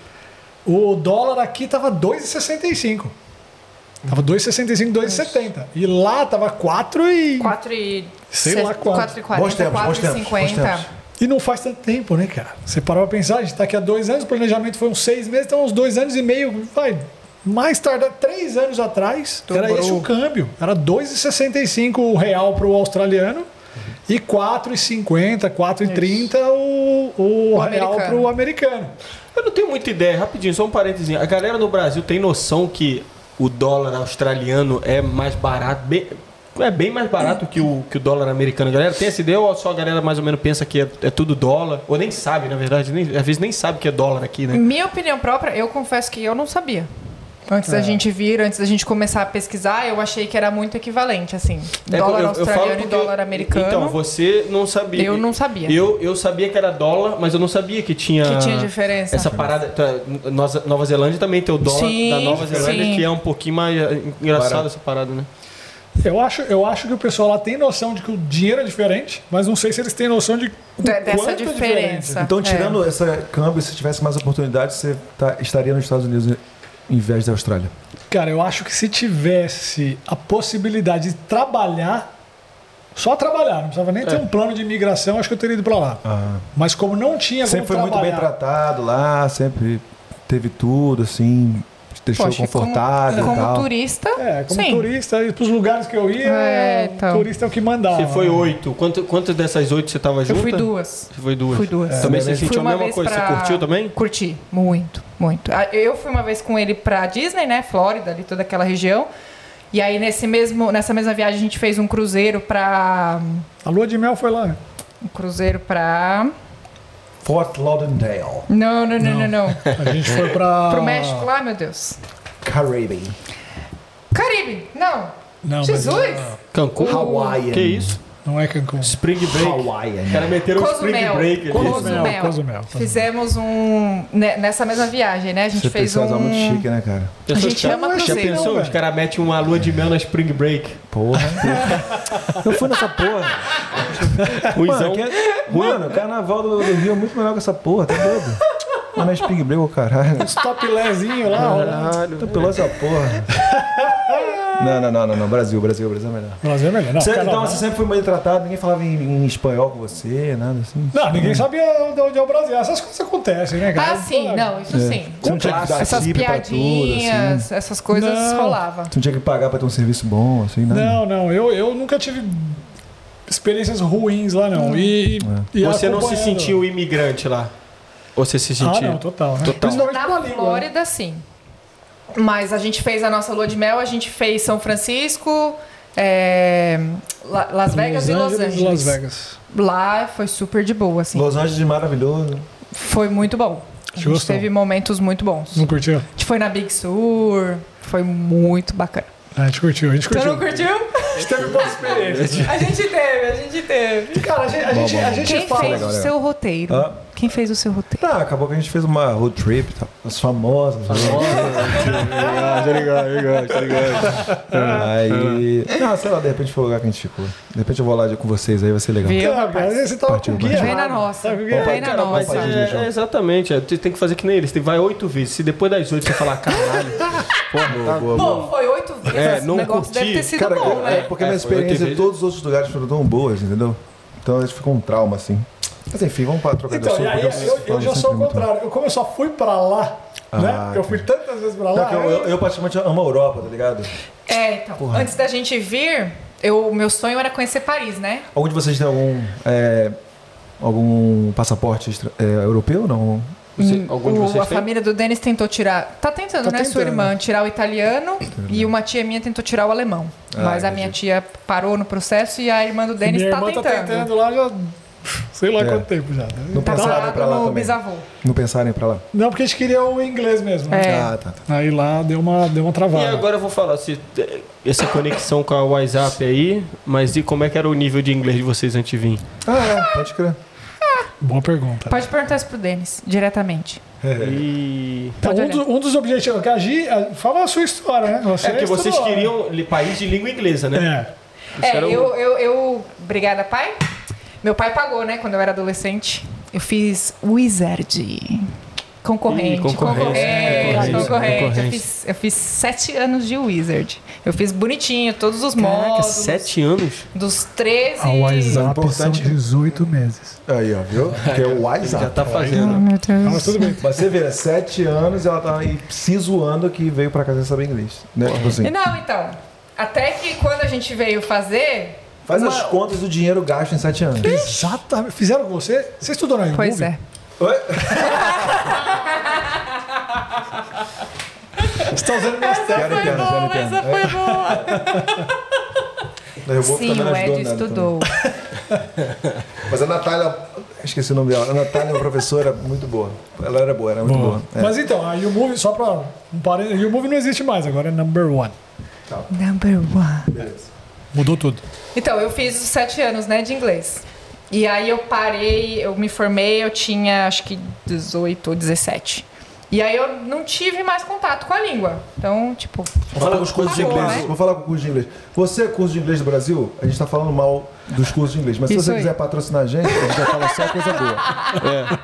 o dólar aqui estava dois e sessenta e cinco. Tava dois e sessenta e cinco, dois e setenta. E lá tava quatro e...
quatro e...
Sei lá quanto.
quatro e quarenta,
Bons tempos, bons
quatro e
tempos, bons
cinquenta.
tempos.
E não faz tanto tempo, né, cara? Você parou pra pensar, a gente tá aqui há dois anos, o planejamento foi uns seis meses, então uns dois anos e meio, vai... Mais tarde, três anos atrás, era
Dobrou.
esse o câmbio. Era dois e sessenta e cinco o real para o australiano e quatro e cinquenta, quatro e trinta o, o,
O
real
americano.
para o americano.
Eu não tenho muita ideia, rapidinho, só um parênteses. A galera no Brasil tem noção que o dólar australiano é mais barato, bem, é bem mais barato que o, que o dólar americano. A galera tem essa ideia ou só a galera mais ou menos pensa que é, é tudo dólar? Ou nem sabe, na verdade, nem, às vezes nem sabe que é dólar aqui, né?
Minha opinião própria, eu confesso que eu não sabia. Antes da gente vir, antes da gente começar a pesquisar, eu achei que era muito equivalente, assim.
É,
Dólar
eu- eu
australiano
falo
e
porque-
dólar americano.
Então, você não sabia.
Eu não sabia.
Eu, eu sabia que era dólar, mas eu não sabia que tinha...
Que tinha diferença.
Essa parada... tá, Nova Nova Zelândia também tem o dólar
Sim,
da Nova Zelândia,
sim.
que é um pouquinho mais eh, engraçado
Barato.
essa parada, né?
Eu acho, eu acho que o pessoal lá tem noção de que o dinheiro é diferente, mas não sei se eles têm noção de o
De- dessa
quanto é
diferença.
diferente.
Então,
É.
tirando essa câmbio, se tivesse mais oportunidade, você tá- estaria nos Estados Unidos em vez da Austrália?
Cara, eu acho que se tivesse a possibilidade de trabalhar, só trabalhar, não precisava nem ter um plano de imigração, acho que eu teria ido pra lá.
Ah.
Mas como não tinha
Sempre foi
como
muito bem
trabalhar,
tratado lá, sempre teve tudo, assim, te deixou
Poxa,
confortável
como,
e tal.
como turista,
É, como
sim.
turista, e pros lugares que eu ia,
É, então.
turista é o que mandava.
Você foi
né?
oito. Quanto, quantas dessas oito você tava
Eu
junto?
fui duas.
Você foi duas.
Fui duas.
Também você
Fui
sentiu a
uma
mesma
vez
coisa?
pra-
Você curtiu também?
Curti, muito, muito. Ah, Eu fui uma vez com ele pra Disney, né? Flórida, ali toda aquela região. E aí nesse mesmo, nessa mesma viagem a gente fez um cruzeiro pra.
A lua de mel foi lá, né?
Um cruzeiro pra.
Fort Lauderdale,
Não, não, não, não, não.
A gente foi pra...
Pro México lá, meu Deus.
Caribe,
Caribe, não.
Não, mas
Jesus!
Cancún?
Hawaiian.
Que isso?
não é Cancún.
Spring Break.
Hawaiian.
Os caras meteram um Spring
Cozumel.
Break ali.
Cozumel.
Cozumel, Cozumel.
Fizemos um. né, Nessa mesma viagem, né? A gente
Você
fez
tem que
um.
usar muito chique, né, cara?
A gente
Já-
ama
Já
cruzeiro.
pensou?
Não,
Os caras metem uma lua de mel na Spring Break.
Porra. Eu fui nessa porra.
Ruizão.
Mano, que é- mano, o carnaval do, do Rio é muito melhor que essa porra, tá doido? Mas na Spring Break, ô caralho.
Topilézinho lá, rolando.
Caralho.
Tô pelou essa porra. Não, não, não, não, não. Brasil, Brasil, Brasil é melhor.
Brasil é melhor. Não,
Você- então
carnaval.
você sempre foi bem tratado, ninguém falava em, em espanhol com você, nada assim?
Não, ninguém sabia de onde é o Brasil. Essas coisas acontecem, né, cara?
Ah, sim, não, isso sim.
Você não tinha que dar
Essas
tip pra tudo,
piadinhas,
assim?
essas coisas
Não.
rolava.
Você não tinha que pagar pra ter um serviço bom, assim, nada?
Não, não, eu, eu nunca tive experiências ruins lá, não. E, e
Você não se
acompanhando.
sentiu imigrante lá? Ou você se
Ah,
sentiu?
não, total, né?
Total.
Principalmente
Na
pela língua, né?
Flórida, sim. Mas a gente fez a nossa lua de mel, a gente fez São Francisco, é, La- Las Vegas e Los Angeles.
e Las Vegas.
Lá foi super de boa, assim.
Los Angeles maravilhoso.
Foi muito bom. A gente
Gostou?
teve momentos muito bons.
Não curtiu?
A gente foi na Big Sur, foi muito bacana.
A gente curtiu, a gente
Você
curtiu.
não curtiu?
A gente teve boas experiências.
A gente teve, a gente teve.
Cara, a gente, a gente, a gente
Quem
fala...
fez
legal,
o
legal.
seu roteiro?
Ah.
Quem fez o seu roteiro?
Tá, acabou que a gente fez uma road trip, tá? As famosas. né?
Tá ligado, tá ligado, tá ligado.
Aí. Não, sei lá, de repente foi o lugar que a gente ficou. De repente eu vou lá com vocês aí, vai ser legal.
Viu,
Cara,
rapaz?
você tava
Partiu,
com guia.
partiu.
Vem na
errado.
nossa.
Tava com guia
Vem
errado.
na
Cara, mas
nossa.
é, é exatamente. é, Você tem que fazer que nem eles. Você vai oito vezes. Se depois das oito você falar, caralho, porra, tá...
Boa, boa.
Pô, foi oito vezes.
É, não
o negócio
curti.
deve ter sido
Cara,
bom,
é
né?
porque a minha
É, foi oito
experiência em
vezes.
todos os outros lugares foram tão boas, entendeu? Então a gente ficou um trauma, assim. Mas enfim, vamos para trocar de
Então,
assunto.
e aí,
porque
eu, eu já
falo
sou o
sempre muito.
contrário. Eu, como eu só fui pra lá,
Ah,
né? Eu fui tantas vezes pra
Não,
lá.
que eu, eu, eu praticamente amo a Europa, tá ligado?
É, então.
Porra.
Antes da gente vir, o meu sonho era conhecer Paris, né?
Algum de vocês tem algum, é, algum passaporte extra- é, europeu? Não?
Você- algum de
O-
vocês
a
tem?
família do Denis tentou tirar. Tá tentando,
Tá
né? Sua
tentando.
irmã tirar o italiano e uma tia minha tentou tirar o alemão.
Ah,
Mas a
entendi.
minha tia parou no processo e a irmã do Denis
Minha
tá
irmã
tentando.
tá tentando lá já... Sei lá
É.
quanto tempo já.
Não
Tá
pensaram em ir
parado
pra lá
no
também?
bisavô.
Não pensarem em ir pra lá?
Não, porque a gente queria o inglês mesmo. né?
É.
Ah, tá, tá.
Aí lá deu uma, deu uma
E
travada.
agora eu vou falar, se, essa conexão com a WhatsApp aí, mas e como é que era o nível de inglês de vocês antes de vir?
Ah, é, pode crer.
Boa pergunta.
Pode perguntar isso pro Denis, diretamente.
E...
Então,
Pode
um,
olhar.
do- um dos objetivos que a Gi... a- Fala a sua história, né? Você
É porque vocês
estudou,
queriam li- país de língua inglesa, né?
né?
Os
É,
caras-
eu, eu, eu. Obrigada, pai. Meu pai pagou, né, quando eu era adolescente. Eu fiz Wizard. Concorrente,
Ih, concorrência,
concorrente,
concorrência,
concorrente. Eu
concorrência.
fiz, eu fiz sete anos de Wizard. Eu fiz bonitinho, todos os
Caraca,
módulos.
sete anos?
Dos treze.
A WhatsApp
Importante-
são dezoito meses.
Aí, ó, viu? Que é o
Já
WhatsApp.
tá fazendo.
Meu
Ah, mas
Deus.
tudo bem.
Mas você vê, sete anos e ela tá aí se zoando que veio pra cá sem saber inglês. Né? Tipo assim,
Não, então. Até que quando a gente veio fazer.
faz
uma-
as contas do dinheiro gasto em sete anos.
Exatamente. Fizeram com você? Você estudou na U M U V?
Pois é.
Oi?
Você tá usando minhas técnicas.
Quero entender, quero entender.
Essa foi boa.
Eu vou
Sim,
também não
o
ajudou
Ed
nada
estudou.
também. Mas a Natália, esqueci o nome dela. A Natália é uma professora muito boa. Ela era boa, era muito boa. É.
Mas então, a U M U V, só pra um parênteses, a U M U V não existe mais, agora é number one.
Number one.
Beleza.
Mudou tudo.
Então, eu fiz os sete anos, né, de inglês. E aí eu parei, eu me formei, eu tinha acho que dezoito ou dezessete. E aí eu não tive mais contato com a língua. Então, tipo,
Vou falar com os cursos de
Tá bom,
inglês.
né?
Vou falar com o curso de inglês. Você é curso de inglês do Brasil? A gente tá falando mal dos cursos de inglês. Mas se
Isso
você
aí.
quiser patrocinar a gente, a gente vai falar só coisa boa.
É.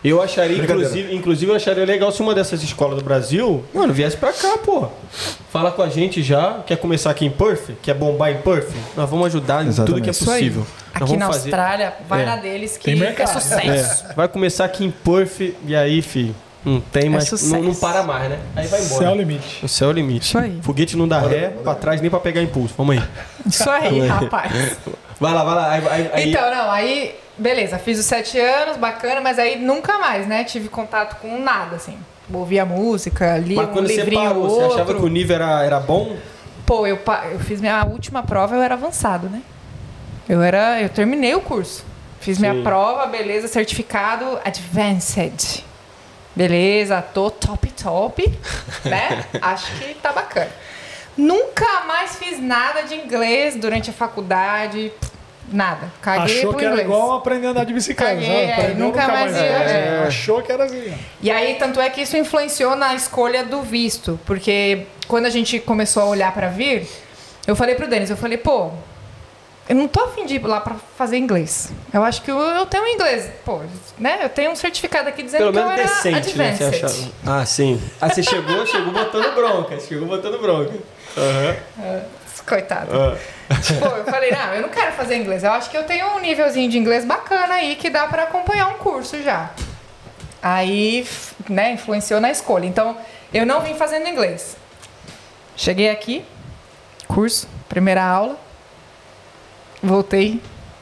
Eu acharia, inclusive, inclusive, eu acharia legal se uma dessas escolas do Brasil, mano, viesse pra cá, pô. Fala com a gente já. Quer começar aqui em Perth? Quer bombar em Perth? Nós vamos ajudar em
Exatamente.
tudo que é possível. Nós
Aqui
vamos
na
fazer...
Austrália, vai
É.
na deles que
Tem
é
mercado.
sucesso.
É, vai começar aqui em Perth e aí, fi, não tem mais,
sucesso.
não, não para mais, né? Aí vai embora.
Céu limite.
O céu é o limite.
Isso aí.
Foguete não dá ré, pra trás nem pra pegar impulso. Vamos aí.
Isso aí, rapaz.
Vai lá, vai lá. Aí, aí, aí-
Então, não, aí, beleza, fiz os sete anos, bacana, mas aí nunca mais, né? Tive contato com nada, assim. Ouvia música, lia
Mas
um
quando você
livrinho
parou,
ou
você
outro.
achava que o nível era, era bom?
Pô, eu, pa- eu fiz minha última prova, eu era avançado, né? Eu era, eu terminei o curso. Fiz minha
Sim.
prova, beleza, certificado Advanced. Beleza, tô top top, né? Acho que tá bacana. Nunca mais fiz nada de inglês durante a faculdade, nada. Caguei
Achou
pro
que era
inglês.
igual aprender a andar de bicicleta.
Caguei,
sabe?
é,
Aprendeu,
nunca mais ia,
faz.
é.
Achou que era assim.
E aí, tanto é que isso influenciou na escolha do visto, porque quando a gente começou a olhar pra vir, eu falei pro Denis, eu falei, pô, eu não tô afim de ir lá pra fazer inglês. Eu acho que eu, eu tenho inglês, pô, né? Eu tenho um certificado aqui dizendo
Pelo
que eu
menos
era
decente, né? Você
advanced.
achava. Ah, sim. Aí você chegou, chegou botando bronca. Chegou botando bronca. Aham.
Coitado.
Ah.
Pô, eu falei, não, eu não quero fazer inglês. Eu acho que eu tenho um nívelzinho de inglês bacana aí que dá pra acompanhar um curso já. Aí, f- né, influenciou na escolha. Então, eu não vim fazendo inglês. Cheguei aqui, curso, primeira aula, voltei.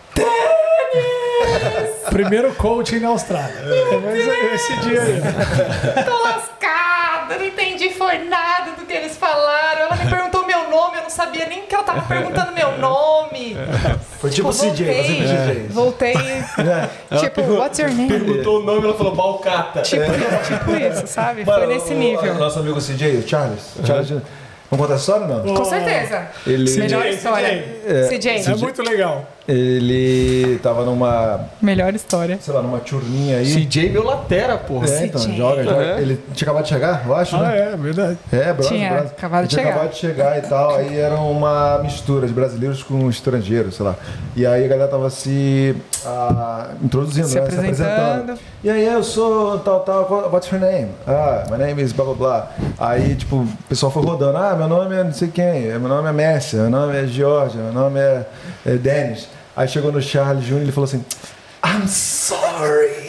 Primeiro coaching na Austrália. É esse dia aí.
Tô lascada, não entendi foi nada do que eles falaram. Ela me perguntou meu nome, eu não sabia nem que ela tava perguntando meu nome.
Foi tipo C J,
voltei,
você C J.
voltei, tipo, what's your name?
Perguntou o nome, ela falou Balcata.
Tipo, tipo isso, sabe? Foi
Mano,
nesse
o-
nível.
o Nosso amigo C J, o Charles. Charles vamos contar a história ou não?
Com certeza.
Ele,
Melhor
C J,
história. C J.
É muito legal.
ele tava numa,
Melhor história.
sei lá, numa turninha aí.
C J meu latera, porra.
É, então,
C J.
joga, joga.
É.
Ele tinha acabado de chegar, eu acho,
Ah,
né?
é, verdade.
É, bronze,
Tinha
bronze.
acabado
Ele
de
tinha
chegar.
acabado de chegar e tal. Aí era uma mistura de brasileiros com estrangeiros, sei lá. E aí a galera tava se ah, introduzindo,
Se
né? Se
apresentando.
apresentando. E aí, eu sou tal, tal, what's your name? Ah, my name is blá blá blá. Aí, tipo, o pessoal foi rodando. Ah, meu nome é não sei quem, meu nome é Messi, meu nome é Georgia, meu nome é, é Dennis. Aí chegou no Charles Júnior e ele falou assim: I'm sorry.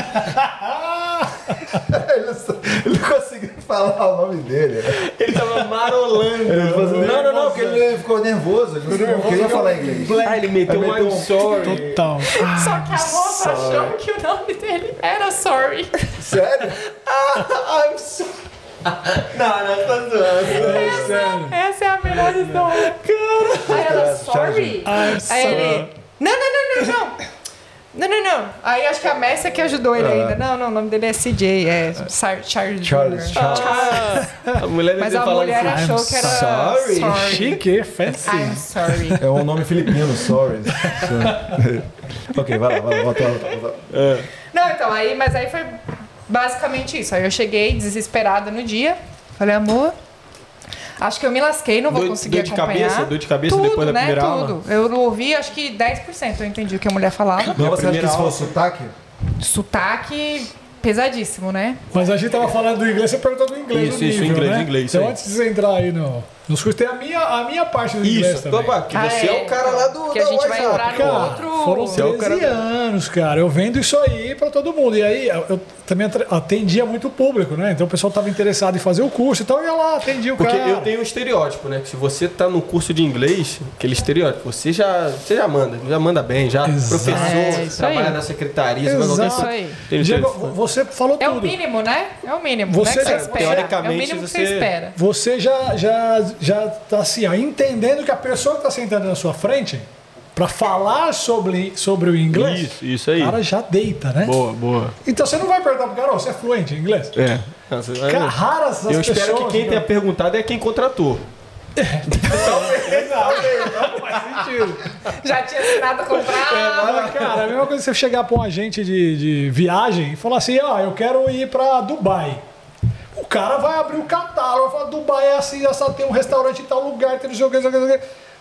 ele, só- ele não conseguiu falar o nome dele.
Ele tava marolando.
Ele falou assim, não, não, não, porque ele ficou nervoso. Ele não queria falar inglês.
Ah, ele meteu
Aí
um
meteu
I'm
um-
sorry.
Total.
Só que a moça
sorry.
achou que o nome dele era Sorry.
Sério?
I'm sorry. Não, não, tá zoando.
Sério.
Essa é a melhor história. Cara. Aí ela, Sorry.
I'm
Aí ele, não, não, não, não, não. Não, não, não. Aí acho que a Messia que ajudou ele ainda. Não, não, o nome dele é C J, é Sar- Charles
Charles,
Júnior
Charles.
A mulher
Mas
deve
a
falar
mulher
assim,
achou que era
sorry.
Sorry.
Chique, fancy.
I'm sorry.
É um nome filipino, sorry. Ok, vai lá, vai lá, volta, volta, volta.
Não, então, aí, mas aí foi basicamente isso. Aí eu cheguei desesperada no dia. Falei, amor, acho que eu me lasquei, não vou
Dor-
conseguir
dor de
acompanhar.
cabeça? Dor de cabeça
tudo,
depois da
né,
primeira
tudo.
aula?
Eu não ouvi, acho que dez por cento eu entendi o que a mulher falava.
Mas você acha que
primeira
se
aula-
fosse sotaque?
Sotaque pesadíssimo, né?
Mas a gente tava falando do inglês, você perguntou do inglês.
Isso,
do
isso,
nível,
inglês,
né?
inglês, isso
Então
aí.
antes de você entrar aí no, nos cursos, tem a minha, a minha parte do inglês
Isso,
também.
opa, que
Ah,
você é, o cara lá do
Que a
da
gente vai
WhatsApp.
entrar no
Cara,
outro...
foram
Você é o
treze
cara-
anos, cara. Eu vendo isso aí pra todo mundo. E aí, eu, eu também atre- atendia muito o público, né? Então o pessoal tava interessado em fazer o curso. Então eu ia lá, atendia o
Porque
cara.
eu tenho um estereótipo, né? Que se você tá no curso de inglês, aquele estereótipo, você já, você já manda, já manda bem, já
Exato.
professor,
É, isso
trabalha
aí.
na secretaria, você vai qualquer
Exato.
Isso aí.
Tem
Diego,
estereótipo.
você falou
É o
tudo.
mínimo, né? É o mínimo.
Você
né, que
já-
você espera.
teoricamente,
é o mínimo que
você-
você espera.
Você já, já, já tá assim, ó, entendendo que a pessoa que tá sentando na sua frente, pra falar sobre, sobre o inglês,
Isso, isso aí.
o cara já deita, né?
Boa, boa.
Então você não vai perguntar pro cara, "Ô, você é fluente em inglês?
É. Nossa,
Cara, raras as
eu espero
pessoas,
que quem
né?
tenha perguntado é quem contratou.
Não faz sentido.
Já tinha assinado o contrato.
Mas, cara, é a mesma coisa que você chegar pra um agente de, de viagem e falar assim, ó, eu quero ir pra Dubai. O cara vai abrir o catálogo e falar, Dubai é assim, essa tem um restaurante em tal lugar, tem não sei o que, não sei o que, não sei o que.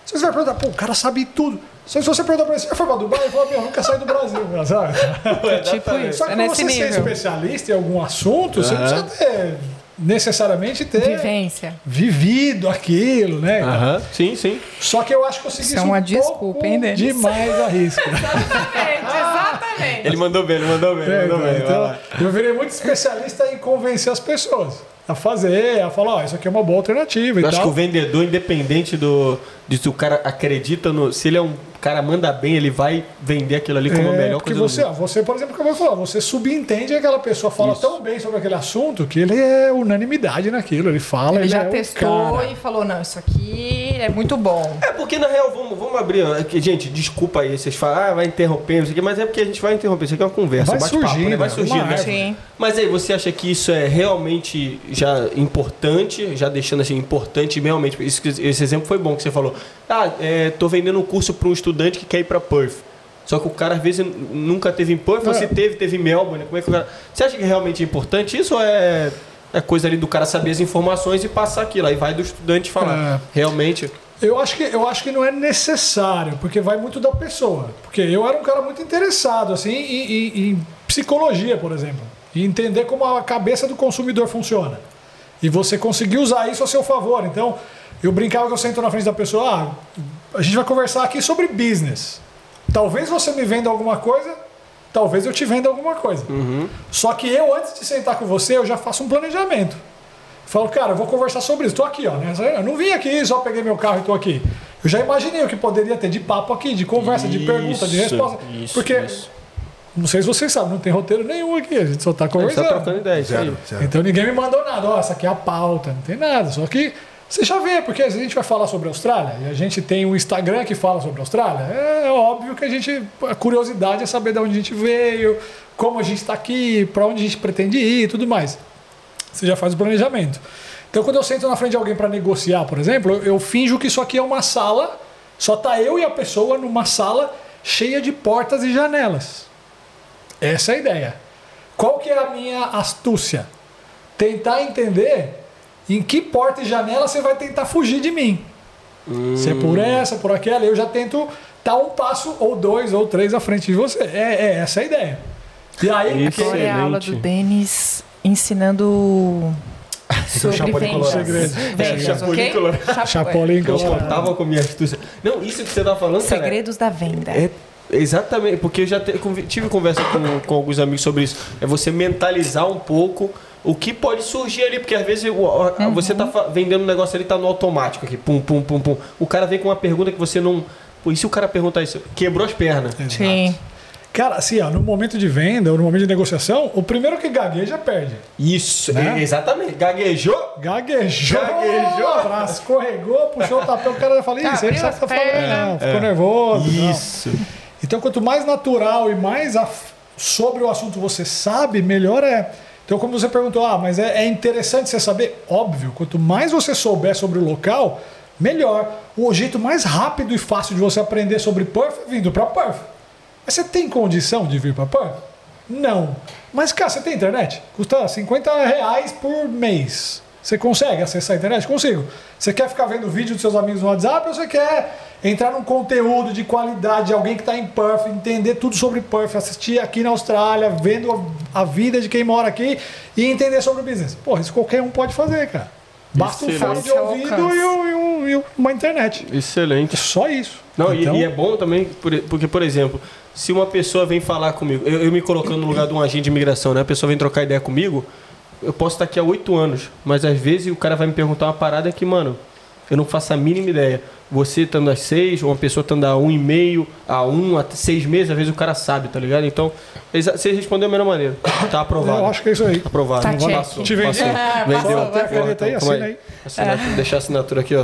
Se você vai perguntar, pô, o cara sabe tudo. Só se você perguntar pra ele, você foi pra Dubai? Ele fala, meu, eu nunca saí do Brasil, sabe?
Tipo isso,
Só que
é
pra
nesse
você ser
nível.
especialista em algum assunto, você não precisa ter, necessariamente ter
Vivência.
vivido aquilo, né?
Aham, sim, sim.
Só que eu acho que eu segui
Isso é
isso
uma
um
desculpa,
pouco
hein, Denis?
demais a risco.
Exatamente, exatamente.
Ele mandou bem, ele mandou bem, ele
É,
mandou bem. vai
então,
lá.
eu virei muito especialista em convencer as pessoas a fazer, a falar, ó, isso aqui é uma boa alternativa e
Eu acho que
tal.
o vendedor, independente do, de se o cara acredita no. Se ele é um cara manda bem, ele vai vender aquilo ali como a
É,
melhor
porque
coisa
você,
do
ó,
mundo.
você, por exemplo, acabou de falar, você subentende que aquela pessoa fala
Isso.
tão bem sobre aquele assunto que ele é unanimidade naquilo, ele fala,
Ele
ele
já
é o
testou
cara.
e falou, não, isso aqui é muito bom.
É porque na real, vamos, vamos abrir. ó, aqui, gente, desculpa aí, vocês falam, ah, vai interromper, não sei o quê, mas é porque a gente vai interromper. Isso aqui é uma conversa,
Vai
bate-papo,
surgindo,
né? Vai
é uma
surgindo. né?
árvore.
Sim.
Mas aí, você acha que isso é realmente já importante, já deixando assim, importante realmente? Isso, que- esse exemplo foi bom que você falou. Ah, é, tô vendendo um curso para um estudante que quer ir para Perth. Só que o cara às vezes n- nunca teve em Perth,
É.
você teve, teve em Melbourne. Como é que o cara... Você acha que é realmente importante isso ou é, é coisa ali do cara saber as informações e passar aquilo? Aí vai do estudante falar.
É.
Realmente.
Eu acho, que, eu acho que não é necessário, porque vai muito da pessoa. Porque eu era um cara muito interessado assim, em, em- em psicologia, por exemplo. E entender como a cabeça do consumidor funciona. E você conseguir usar isso a seu favor. Então, eu brincava que eu sento na frente da pessoa, ah, a gente vai conversar aqui sobre business. Talvez você me venda alguma coisa, talvez eu te venda alguma coisa. Só que eu, antes de sentar com você, eu já faço um planejamento. Falo, cara, eu vou conversar sobre isso. Estou aqui, ó. Né? Eu não vim aqui, só peguei meu carro e estou aqui. Eu já imaginei o que poderia ter de papo aqui, de conversa, de pergunta, de
Isso,
resposta.
isso,
Porque,
isso.
não sei se vocês sabem, não tem roteiro nenhum aqui. A gente só está
A gente
conversando.
tá trocando ideia. Isso aí.
Zero, zero.
Então ninguém me mandou nada. Ó, essa aqui é a pauta, não tem nada. Só que você já vê, porque a gente vai falar sobre a Austrália e a gente tem um Instagram que fala sobre a Austrália. É óbvio que a gente. A curiosidade é saber de onde a gente veio, como a gente está aqui, para onde a gente pretende ir e tudo mais. Você já faz o planejamento. Então quando eu sento na frente de alguém para negociar, por exemplo, eu, eu finjo que isso aqui é uma sala, só tá eu e a pessoa numa sala cheia de portas e janelas. Essa é a ideia. Qual que é a minha astúcia? Tentar entender em que porta e janela você vai tentar fugir de mim. Se é por essa, por aquela, eu já tento estar um passo ou dois ou três à frente de você. É, é essa a ideia. E aí,
Isso.
Agora é a aula do
Excelente.
Denis ensinando sobre
Chapolin
vendas.
Colorado.
Vendas,
Chapolin
ok?
Colorado.
Chapo-
Chapolin
Eu
Colorado.
contava com minha astúcia. Não, isso que você tá falando, cara.
Segredos da venda.
É, exatamente, porque eu já te- convi- tive conversa com, com alguns amigos sobre isso. É você mentalizar um pouco o que pode surgir ali, porque às vezes o- a- você tá fa- vendendo um negócio ali, tá no automático aqui, pum, pum, pum, pum. O cara vem com uma pergunta que você não. Pô, e se o cara perguntar isso? Quebrou as pernas.
Sim.
Cara, assim, ó, no momento de venda ou no momento de negociação, o primeiro que gagueja perde.
Isso,
Né?
é, exatamente. Gaguejou?
Gaguejou,
Gaguejou.
abraço, escorregou, puxou o tapete, o cara já fala, ih, você
Abriu
sabe o que tá
as
falando,
pernas.
não, ficou nervoso. não.
Isso.
Então, quanto mais natural e mais af- sobre o assunto você sabe, melhor é. Então, como você perguntou, ah, mas é, é interessante você saber? Óbvio, quanto mais você souber sobre o local, melhor. O jeito mais rápido e fácil de você aprender sobre Perth é vindo para Perth. Mas você tem condição de vir para Perth? Não. Mas, cara, você tem internet? Custa cinquenta reais por mês. Você consegue acessar a internet? Consigo. Você quer ficar vendo vídeo dos seus amigos no WhatsApp ou você quer entrar num conteúdo de qualidade, alguém que está em Perth, entender tudo sobre Perth, assistir aqui na Austrália, vendo a vida de quem mora aqui e entender sobre o business? Porra, isso qualquer um pode fazer, cara. Basta um
Excelente.
fone de ouvido e, um- e um- e uma internet. É
Excelente.
só isso.
Não, e-
Então,
e, é bom também, por- porque, por exemplo, se uma pessoa vem falar comigo, eu, eu me colocando no lugar de um agente de imigração, né? A pessoa vem trocar ideia comigo, eu posso estar aqui há oito anos, mas às vezes o cara vai me perguntar uma parada que, mano, eu não faço a mínima ideia. Você estando às seis, ou uma pessoa estando a um e meio, a um, a seis meses, às vezes o cara sabe, tá ligado? Então, exa- você respondeu da melhor maneira. Tá aprovado.
eu acho que é isso aí.
Aprovado.
Tá
Não
check.
passou.
Te vendi?
Passou.
Ah,
Vendeu.
passou,
Tem a
Porra,
caneta aí,
calma
assina aí.
Assina- Deixar a assinatura aqui, ó.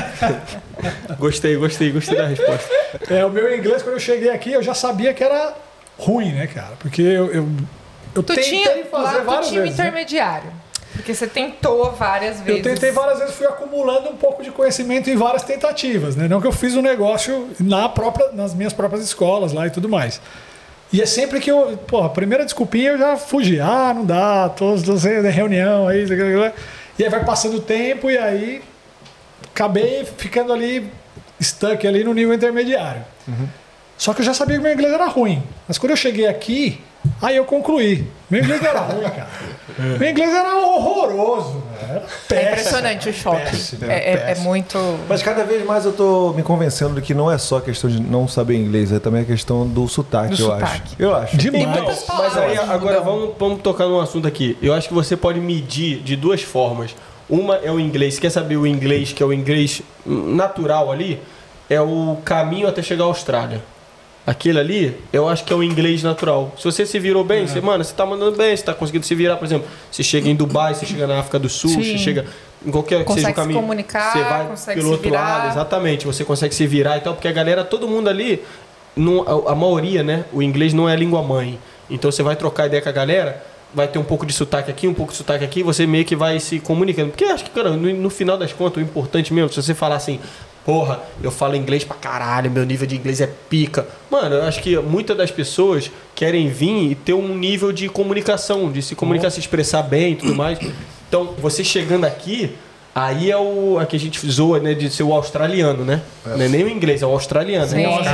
Gostei, gostei, gostei da resposta.
É, o meu inglês, quando eu cheguei aqui, eu já sabia que era ruim, né, cara? Porque eu, eu, eu
Tu
tentei
tinha,
fazer
lá, tu
várias
tinha um
vezes. né?
intermediário. Porque você tentou várias vezes.
Eu tentei várias vezes, fui acumulando um pouco de conhecimento em várias tentativas, né? Não que eu fiz um negócio na própria, nas minhas próprias escolas lá e tudo mais. E é sempre que eu, pô, a primeira desculpinha eu já fugi. Ah, não dá, todos os reunião aí, isso, aquilo, aquilo. E aí vai passando o tempo e aí acabei ficando ali stuck ali no nível intermediário. Uhum. Só que eu já sabia que meu inglês era ruim. Mas quando eu cheguei aqui, aí eu concluí. Meu inglês era ruim, cara. É. Meu inglês era horroroso. Era péssimo,
é impressionante o choque. Péssimo, é, é, é muito...
Mas cada vez mais eu tô me convencendo de que não é só questão de não saber inglês, é também a questão do sotaque, do eu sotaque. acho. Eu acho.
Demais.
Então, mas aí, agora vamos, vamos tocar num assunto aqui. Eu acho que você pode medir de duas formas. Uma é o inglês. Quer saber o inglês, que é o inglês natural ali? É o caminho até chegar à Austrália. Aquele ali, eu acho que é o inglês natural. Se você se virou bem, é. você, mano, você tá mandando bem, você tá conseguindo se virar, por exemplo, você chega em Dubai, você chega na África do Sul, Sim. você chega em qualquer que seja o caminho.
Se comunicar,
você vai
consegue
pelo
se
outro
virar.
lado, exatamente, você consegue se virar e tal, porque a galera, todo mundo ali, não, a, a maioria, né, o inglês não é a língua mãe. Então você vai trocar ideia com a galera, vai ter um pouco de sotaque aqui, um pouco de sotaque aqui, você meio que vai se comunicando. Porque acho que, cara, no, no final das contas, o importante mesmo, se você falar assim, porra, eu falo inglês pra caralho, meu nível de inglês é pica. Mano, eu acho que muitas das pessoas querem vir e ter um nível de comunicação, de se comunicar, se expressar bem e tudo mais. Então, você chegando aqui, aí é o a que a gente zoa, né, de ser o australiano, né? É. Não é nem o inglês, é o australiano.
Sim.
Né?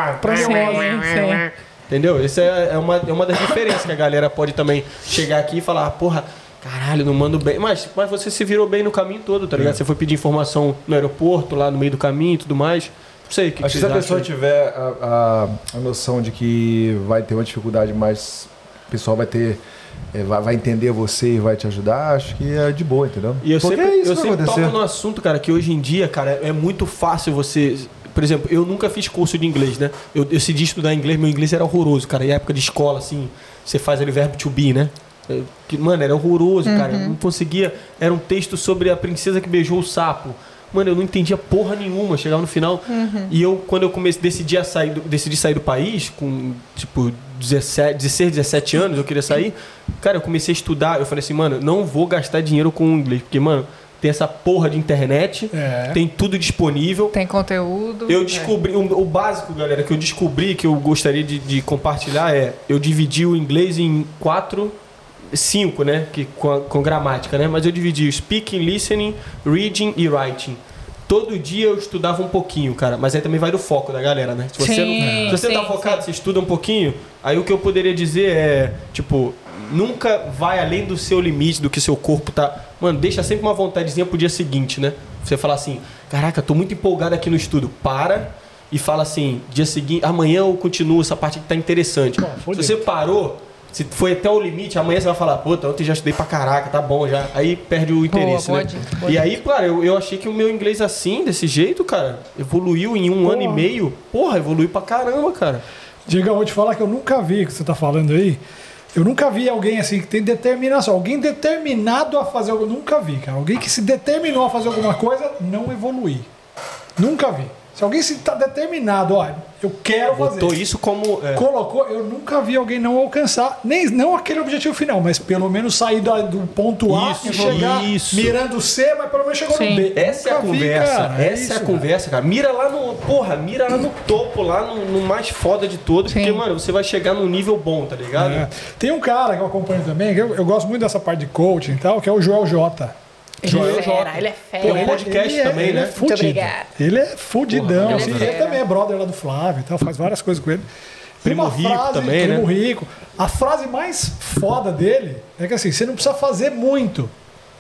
Entendeu? Isso é, é, uma, é uma das diferenças que a galera pode também chegar aqui e falar, porra, caralho, não mando bem. Mas, mas você se virou bem no caminho todo, tá ligado? É. Você foi pedir informação no aeroporto, lá no meio do caminho e tudo mais. Não sei o que,
Acho
que
que se a pessoa
aí?
tiver a, a, a noção de que vai ter uma dificuldade, mas o pessoal vai ter... É, vai, vai entender você e vai te ajudar, acho que é de boa, entendeu?
E eu
Porque
sempre,
é isso
eu
que vai
sempre
acontecer.
toco no assunto, cara, que hoje em dia, cara, é muito fácil você... Por exemplo, eu nunca fiz curso de inglês, né? Eu, eu decidi estudar inglês, meu inglês era horroroso, cara. E época de escola, assim, você faz ali o verbo to be, né? Eu, que, mano, era horroroso, uhum. cara. Eu não conseguia... Era um texto sobre a princesa que beijou o sapo. Mano, eu não entendia porra nenhuma. Chegava no final uhum. e eu, quando eu comecei, decidi sair do, decidi sair do país, com, tipo, dezessete, dezesseis, dezessete anos, eu queria sair. Cara, eu comecei a estudar. Eu falei assim, mano, não vou gastar dinheiro com inglês. Porque, mano... Tem essa porra de internet, é. tem tudo disponível.
Tem conteúdo.
Eu descobri, é. o, o básico, galera, que eu descobri, que eu gostaria de, de compartilhar é, eu dividi o inglês em quatro, cinco, né, que, com, a, com gramática, né, mas eu dividi o speaking, listening, reading e writing. Todo dia eu estudava um pouquinho, cara, mas aí também vai do foco da galera, né? Se você,
sim,
não, se você sim, tá focado, sim. você estuda um pouquinho, aí o que eu poderia dizer é, tipo... Nunca vai além do seu limite, do que seu corpo tá... Mano, deixa sempre uma vontadezinha pro dia seguinte, né? Você falar assim, caraca, tô muito empolgado aqui no estudo. Para e fala assim, dia seguinte, amanhã eu continuo essa parte que tá interessante. Bom, se você parou, se foi até o limite, amanhã você vai falar, puta, ontem já estudei pra caraca, tá bom já. Aí perde o interesse, boa, né? Pode, pode. E aí, claro, eu, eu achei que o meu inglês assim, desse jeito, cara, evoluiu em um porra. ano e meio. Porra, evoluiu pra caramba, cara.
Diga, eu vou te falar que eu nunca vi o que você tá falando aí. Eu nunca vi alguém assim que tem determinação. Alguém determinado a fazer algo. Nunca vi, cara. Alguém que se determinou a fazer alguma coisa, não evoluir. Nunca vi. Se alguém se está determinado, ó, eu quero fazer.
Botou isso como... É.
Colocou, eu nunca vi alguém não alcançar, nem não aquele objetivo final, mas pelo menos sair do, do ponto A
isso,
e chegar
isso.
mirando o C, mas pelo menos chegou Sim. no B.
Essa nunca é a conversa, vi, cara. Essa é, isso, é a cara. conversa, cara. Mira lá no, porra, mira lá no topo, lá no, no mais foda de todos, Sim. porque, mano, você vai chegar num nível bom, tá ligado? É.
Tem um cara que eu acompanho também, que eu, eu gosto muito dessa parte de coaching e tal, que é o Joel J.
Ele é fera, ele é fera.
Tem um podcast
ele é,
também,
ele
né?
É fudido. Ele é fudidão. Porra, assim, ele, é ele também é brother lá do Flávio e tal, faz várias coisas com ele.
Primo
uma
Rico
frase,
também,
Primo
né?
Rico. A frase mais foda dele é que assim, você não precisa fazer muito.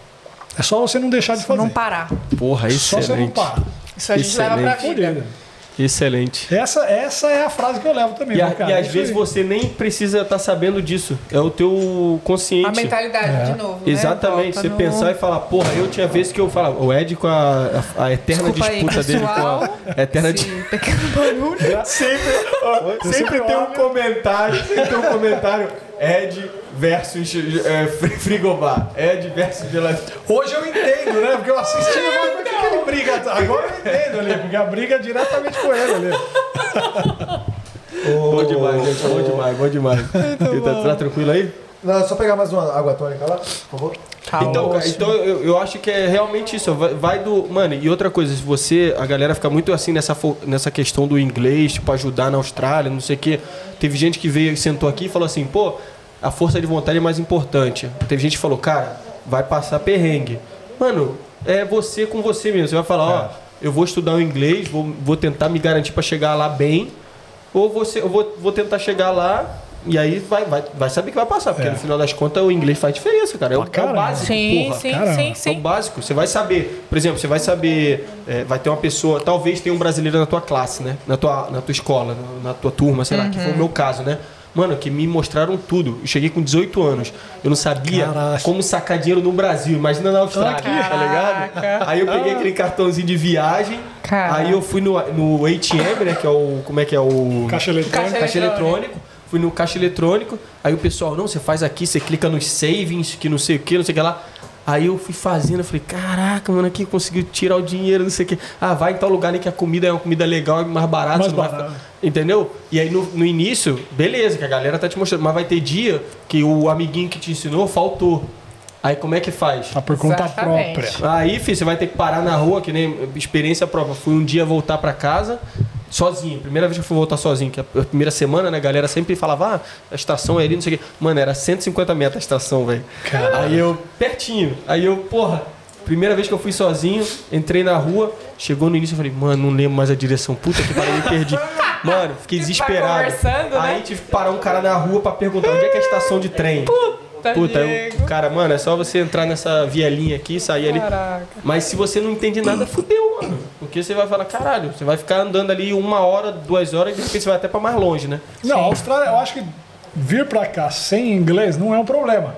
É só você não deixar de fazer.
Não parar.
Porra, excelente.
Só você não parar.
Isso a gente excelente. leva pra vida.
Fudida.
Excelente.
Essa, essa é a frase que eu levo também.
E, a,
cara,
e às vezes aí. você nem precisa estar tá sabendo disso. É o teu consciente.
A mentalidade,
é.
de novo.
Exatamente.
Né?
Você
no...
pensar e falar, porra, eu tinha vezes que eu falava, o Ed com a, a, a eterna
Desculpa
disputa
aí,
dele com a. a eterna
Esse pequeno barulho.
sempre ó, sempre tem um comentário, sempre tem um comentário. Ed versus é, frigobar. Ed versus geladeira.
Hoje eu entendo, né? Porque eu assisti e falei, por que, que ele briga? Agora eu entendo ali, porque a briga é diretamente com ele ali.
Oh, bom demais, gente. Bom demais, bom demais. Então, tá, tá tranquilo aí?
Não, só pegar mais uma água tônica lá, por favor.
Tá então, cara, então eu, eu acho que é realmente isso. Vai, vai do. Mano, e outra coisa, se você. A galera fica muito assim nessa, nessa questão do inglês, tipo, ajudar na Austrália, não sei o quê. Teve gente que veio e sentou aqui e falou assim, pô, a força de vontade é mais importante. Teve gente que falou, cara, vai passar perrengue. Mano, é você com você mesmo. Você vai falar, ó, eu vou estudar o inglês, vou, vou tentar me garantir para chegar lá bem, ou você, eu vou, vou tentar chegar lá e aí vai, vai, vai saber que vai passar, porque
É.
no final das contas o inglês faz diferença, cara. É o,
Pra
é o
caramba.
básico,
Sim,
porra.
sim,
Caramba.
sim,
É o
sim.
básico. Você vai saber, por exemplo, você vai saber, é, vai ter uma pessoa, talvez tenha um brasileiro na tua classe, né? Na tua, na tua escola, na, na tua turma, sei lá, que foi o meu caso, né? Mano, que me mostraram tudo. Eu cheguei com dezoito anos. Eu não sabia
Caraca.
como sacar dinheiro no Brasil, imagina na Austrália, tá ligado?
Caraca.
Aí eu peguei aquele cartãozinho de viagem,
Caraca.
aí eu fui no, no A T M, né? Que é o. Como é que é o.
Caixa eletrônica.
Caixa
Caixa eletrônico. Fui no caixa eletrônico, aí o pessoal, não, você faz aqui, você clica nos savings, que não sei o que, não sei o que lá. Aí eu fui fazendo, eu falei, caraca, mano, aqui conseguiu tirar o dinheiro, não sei o que. Ah, vai em tal lugar nem que a comida é uma comida legal e mais barata.
Mais
você não vai
barato.
ficar- Entendeu? E aí no, no início, beleza, que a galera tá te mostrando, mas vai ter dia que o amiguinho que te ensinou faltou. Aí como é que faz?
Tá por conta
Exatamente.
própria.
Aí, filho, você vai ter que parar na rua, que nem experiência própria. Fui um dia voltar pra casa sozinho. Primeira vez que eu fui voltar sozinho, que a a primeira semana, né, a galera sempre falava, ah, a estação é ali, não sei o quê. Mano, era cento e cinquenta metros a estação, velho. Aí eu, pertinho. Aí eu, porra, primeira vez que eu fui sozinho, entrei na rua, chegou no início, eu falei, mano, não lembro mais a direção. Puta que pariu, me perdi. Mano, fiquei desesperado.
conversando, né?
Aí tive que parar um cara na rua pra perguntar onde é que é a estação de trem.
Puta,
Puta, eu,
Diego.
cara, mano, é só você entrar nessa vielinha aqui e sair ali.
Caraca.
Mas se você não entende nada, fudeu, mano. Porque você vai falar, caralho, você vai ficar andando ali uma hora, duas horas e de repente você vai até pra mais longe, né?
Não, a Austrália, eu acho que vir pra cá sem inglês não é um problema.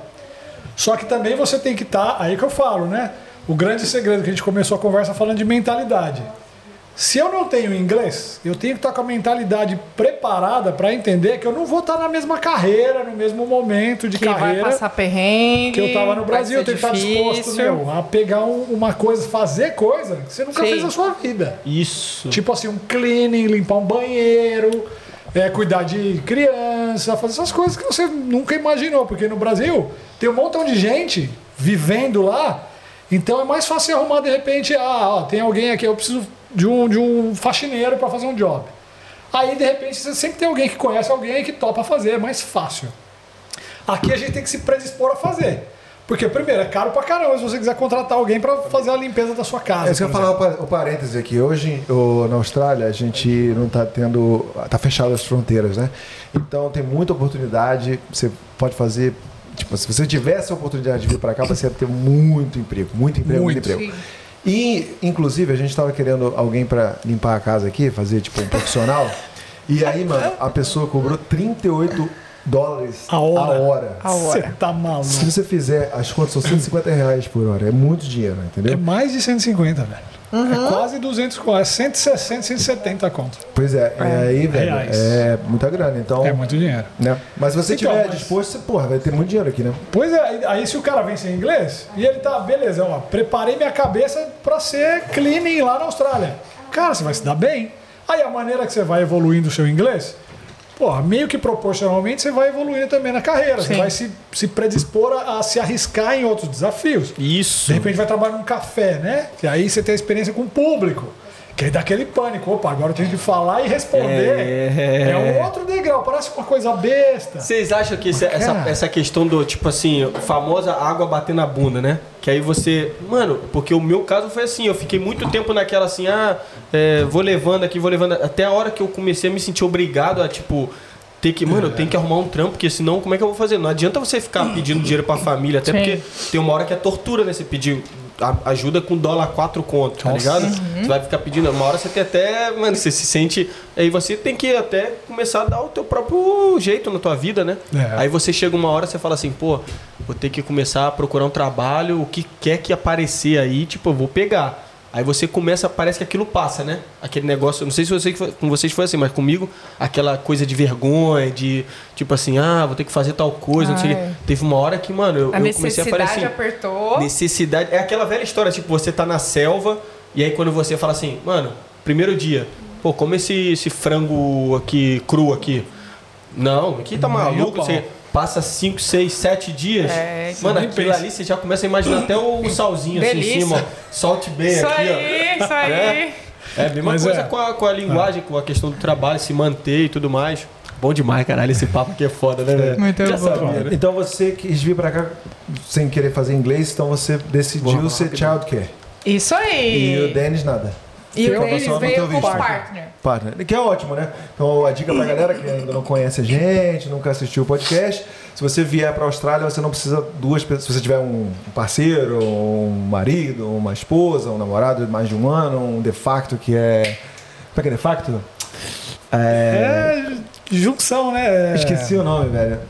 Só que também você tem que estar, aí que eu falo, né? O grande segredo que a gente começou a conversa falando de mentalidade. Se eu não tenho inglês, eu tenho que estar com a mentalidade preparada para entender que eu não vou estar na mesma carreira, no mesmo momento de
Que vai
carreira
passar perrengue.
que eu tava no
vai
Brasil. Eu
ser
tenho que estar disposto,
difícil.
meu, a pegar um- uma coisa, fazer coisa que você nunca
Sim.
fez na sua vida.
Isso.
Tipo assim, um cleaning, limpar um banheiro, é, cuidar de criança, fazer essas coisas que você nunca imaginou. Porque no Brasil tem um montão de gente vivendo lá, então é mais fácil arrumar de repente, ah, ó, tem alguém aqui, eu preciso de um, de um faxineiro para fazer um job. Aí de repente você sempre tem alguém que conhece alguém que topa fazer, é mais fácil. Aqui a gente tem que se predispor a fazer. Porque, primeiro, é caro pra caramba se você quiser contratar alguém para fazer a limpeza da sua casa.
É isso que eu ia
por
falar o pa- o parêntese aqui. Hoje, o- na Austrália, a gente não está tendo. Está fechado as fronteiras, né? Então tem muita oportunidade. Você pode fazer. Tipo, se você tivesse a oportunidade de vir para cá, você ia ter muito emprego. Muito emprego, muito,
Muito.
emprego. E, inclusive, a gente estava querendo alguém para limpar a casa aqui, fazer tipo um profissional. E aí, mano, a pessoa cobrou trinta e oito dólares
A hora.
A hora.
A
Você
hora.
tá maluco.
Se você fizer, as contas são cento e cinquenta reais por hora. É muito dinheiro, entendeu?
É mais de cento e cinquenta, velho. É quase duzentos conto. É cento e sessenta, cento e setenta conto.
Pois é, e aí, velho,
Reais.
é muita grana. Então,
É muito dinheiro.
né? Mas se você
Então,
tiver
mas-
disposto, você, porra, vai ter muito dinheiro aqui, né?
Pois é, aí- aí se o cara vem sem inglês, e ele tá, beleza, ó, preparei minha cabeça pra ser cleaning lá na Austrália. Cara, você vai se dar bem. Aí a maneira que você vai evoluindo o seu inglês, porra, meio que proporcionalmente você vai evoluindo também na carreira. Você
Sim.
vai se, se predispor a, a se arriscar em outros desafios.
Isso.
De repente vai trabalhar num café, né? Que aí você tem a experiência com o público. Que aí dá aquele pânico. Opa, agora eu tenho que falar e responder.
É.
É, um outro degrau. Parece uma coisa besta.
Vocês acham que esse- essa,
Cara.
essa questão do, tipo assim, famosa água bater na bunda, né? Que aí você. Mano, porque o meu caso foi assim, eu fiquei muito tempo naquela assim, ah, é, vou levando aqui, vou levando. Até a hora que eu comecei a me sentir obrigado a, tipo. Ter que, mano, eu tenho que arrumar um trampo, porque senão como é que eu vou fazer? Não adianta você ficar pedindo dinheiro pra família, até
Sim.
porque tem uma hora que é tortura, né? Você pedir a- ajuda com dólar quatro conto, tá
Nossa.
ligado? Você vai ficar pedindo, uma hora você tem até, mano, você se sente. Aí você tem que até começar a dar o teu próprio jeito na tua vida, né?
É.
Aí você chega uma hora, você fala assim, pô, vou ter que começar a procurar um trabalho, o que quer que aparecer aí, tipo, eu vou pegar. Aí você começa, parece que aquilo passa, né? Aquele negócio, não sei se você, com vocês foi assim, mas comigo, aquela coisa de vergonha, de tipo assim, ah, vou ter que fazer tal coisa, não sei o quê.
Ai.
Teve uma hora que, mano, eu,
A
eu comecei a falar
necessidade
assim.
apertou.
Necessidade. É aquela velha história, tipo, você tá na selva, e aí quando você fala assim, mano, primeiro dia, pô, come esse, esse frango aqui, cru aqui. Não, aqui tá
Nem a
maluco,
pau.
você passa cinco, seis, sete dias.
É,
mano,
nem
aquilo
pensa.
ali você já começa a imaginar até o salzinho assim em
Delícia.
cima, ó. Solte bem
Isso
aqui, ó.
aí, isso aí.
É a mesma
Mas
coisa
é.
com, a, com a linguagem, com a questão do trabalho, se manter e tudo mais. Bom demais, caralho, esse papo aqui é foda, né, velho?
Muito
Já
bom.
sabia, né?
Então você quis vir pra cá sem querer fazer inglês, então você decidiu
Vamos
ser
rapidão.
childcare.
Isso
E o
aí.
Denis nada.
E o
Eu
Denis
só não
veio
tenho
como
visto.
partner.
Partner, que é ótimo, né? Então a dica pra galera que ainda não conhece a gente, nunca assistiu o podcast, se você vier pra Austrália, você não precisa duas pessoas. Se você tiver um parceiro, um marido, uma esposa, um namorado de mais de um ano, um de facto que é. Como é que é de facto? É...
É junção, né?
Esqueci o nome, velho.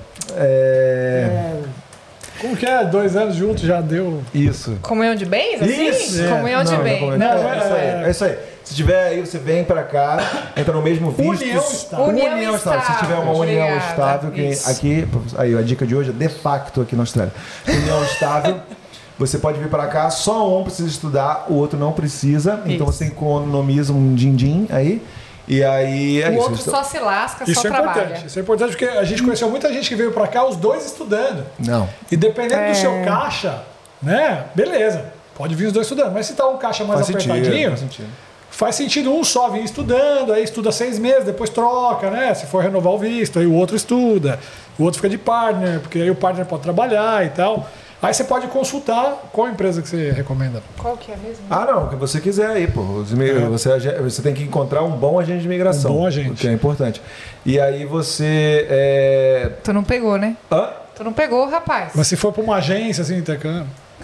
É...
É, como que é? Dois anos juntos já deu.
Isso.
Comunhão de bens, assim?
Isso!
Comunhão de
Não, não é
bens.
comunhão de-
Não,
é, é isso aí, é isso aí. Se tiver aí, você vem pra cá, entra no mesmo visto.
União estável.
União
estável. Se tiver uma
estável,
união
obrigada.
estável, que
Isso.
aqui, aí a dica de hoje é de facto aqui na Austrália. União estável. Você pode vir para cá, só um precisa estudar, o outro não precisa. Então
Isso.
você economiza um din-din aí. E aí é
O
isso.
outro só se lasca,
Isso
só
é
trabalha.
importante. Isso é importante porque a gente conheceu muita gente que veio pra cá, os dois estudando.
Não.
E dependendo
É.
do seu caixa, né? Beleza. Pode vir os dois estudando. Mas se tá um caixa mais
Faz sentido,
apertadinho,
faz sentido.
faz sentido um só vir estudando, aí estuda seis meses, depois troca, né? Se for renovar o visto, aí o outro estuda, o outro fica de partner, porque aí o partner pode trabalhar e tal. Aí você pode consultar qual empresa que você recomenda.
Qual que é mesmo?
Ah, não, o que você quiser aí, pô. Os imi- Você, você tem que encontrar um bom agente de imigração.
Um bom agente.
O que é importante. E aí você. É...
Tu não pegou, né?
Hã?
Tu não pegou, rapaz.
Mas se for pra uma agência, assim, intercâmbio.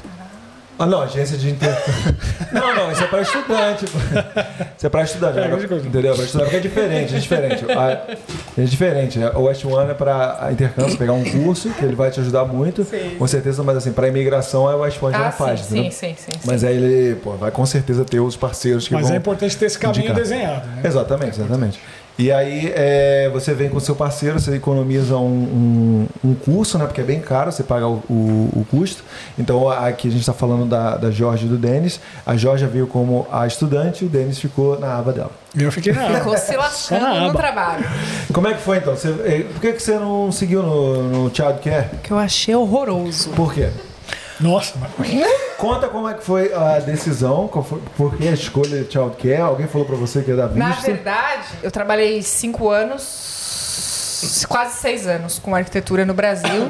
Ah, não, agência de intercâmbio. Não, não, isso é para estudante. pô. Isso é para estudante.
É,
agora,
grande coisa.
entendeu? Para estudar, porque é diferente, é diferente. A- É diferente. O West One é para intercâmbio, pegar um curso, que ele vai te ajudar muito,
Sim.
com certeza, mas assim, para imigração, a West One já
Ah,
não faz,
sim,
entendeu?
sim, sim, sim,
Mas aí ele, pô, vai com certeza ter os parceiros que
Mas
vão...
é importante ter esse caminho
indicar.
desenhado, né?
Exatamente, exatamente. E aí é, você vem com o seu parceiro, você economiza um, um, um curso, né? Porque é bem caro, você paga o, o, o custo. Então aqui a gente está falando da, da Jorge e do Denis. A Jorge veio como a estudante, o Denis ficou na aba dela.
E eu fiquei na
Ficou se lascando
Só na
no
aba.
trabalho.
Como é que foi então? Você, eh, por que, que você não seguiu no, no Child Care?
Que eu achei horroroso.
Por quê?
Nossa, mas...
Conta como é que foi a decisão, qual foi, por que a escolha de Child Care? Alguém falou pra você que ia dar
Na
visto?
verdade, eu trabalhei cinco anos, quase seis anos com arquitetura no Brasil.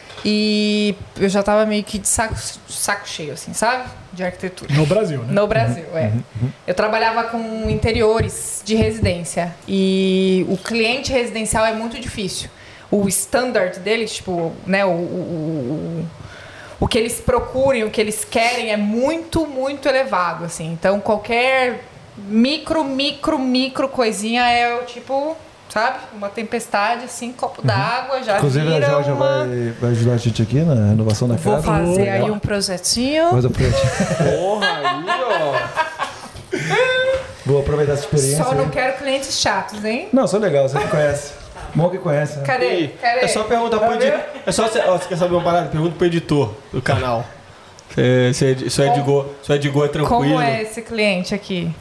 E eu já tava meio que de saco, saco cheio, assim, sabe? De arquitetura.
no Brasil, né?
No Brasil, é. Eu trabalhava com interiores de residência. E o cliente residencial é muito difícil. O standard deles, tipo, né, o, o, o, o que eles procurem, o que eles querem é muito, muito elevado, assim. Então, qualquer micro, micro, micro coisinha é o tipo, sabe? Uma tempestade, assim, copo d'água, já
Inclusive a
vira
Jorge
uma...
vai, vai ajudar a gente aqui na renovação da
Vou
casa.
fazer aí um projetinho.
Mas eu prometi.
Porra, aí, ó.
Vou aproveitar essa experiência.
Só não
aí.
quero clientes chatos, hein?
Não, sou legal, você me conhece. Bom que conhece, né?
Cadê? Cadê?
É só perguntar pro editor. É só você, ó, você quer saber uma parada? Pergunta pro editor do canal. Se, se, se o Edgor, se o Edgor é tranquilo.
Como é esse cliente aqui?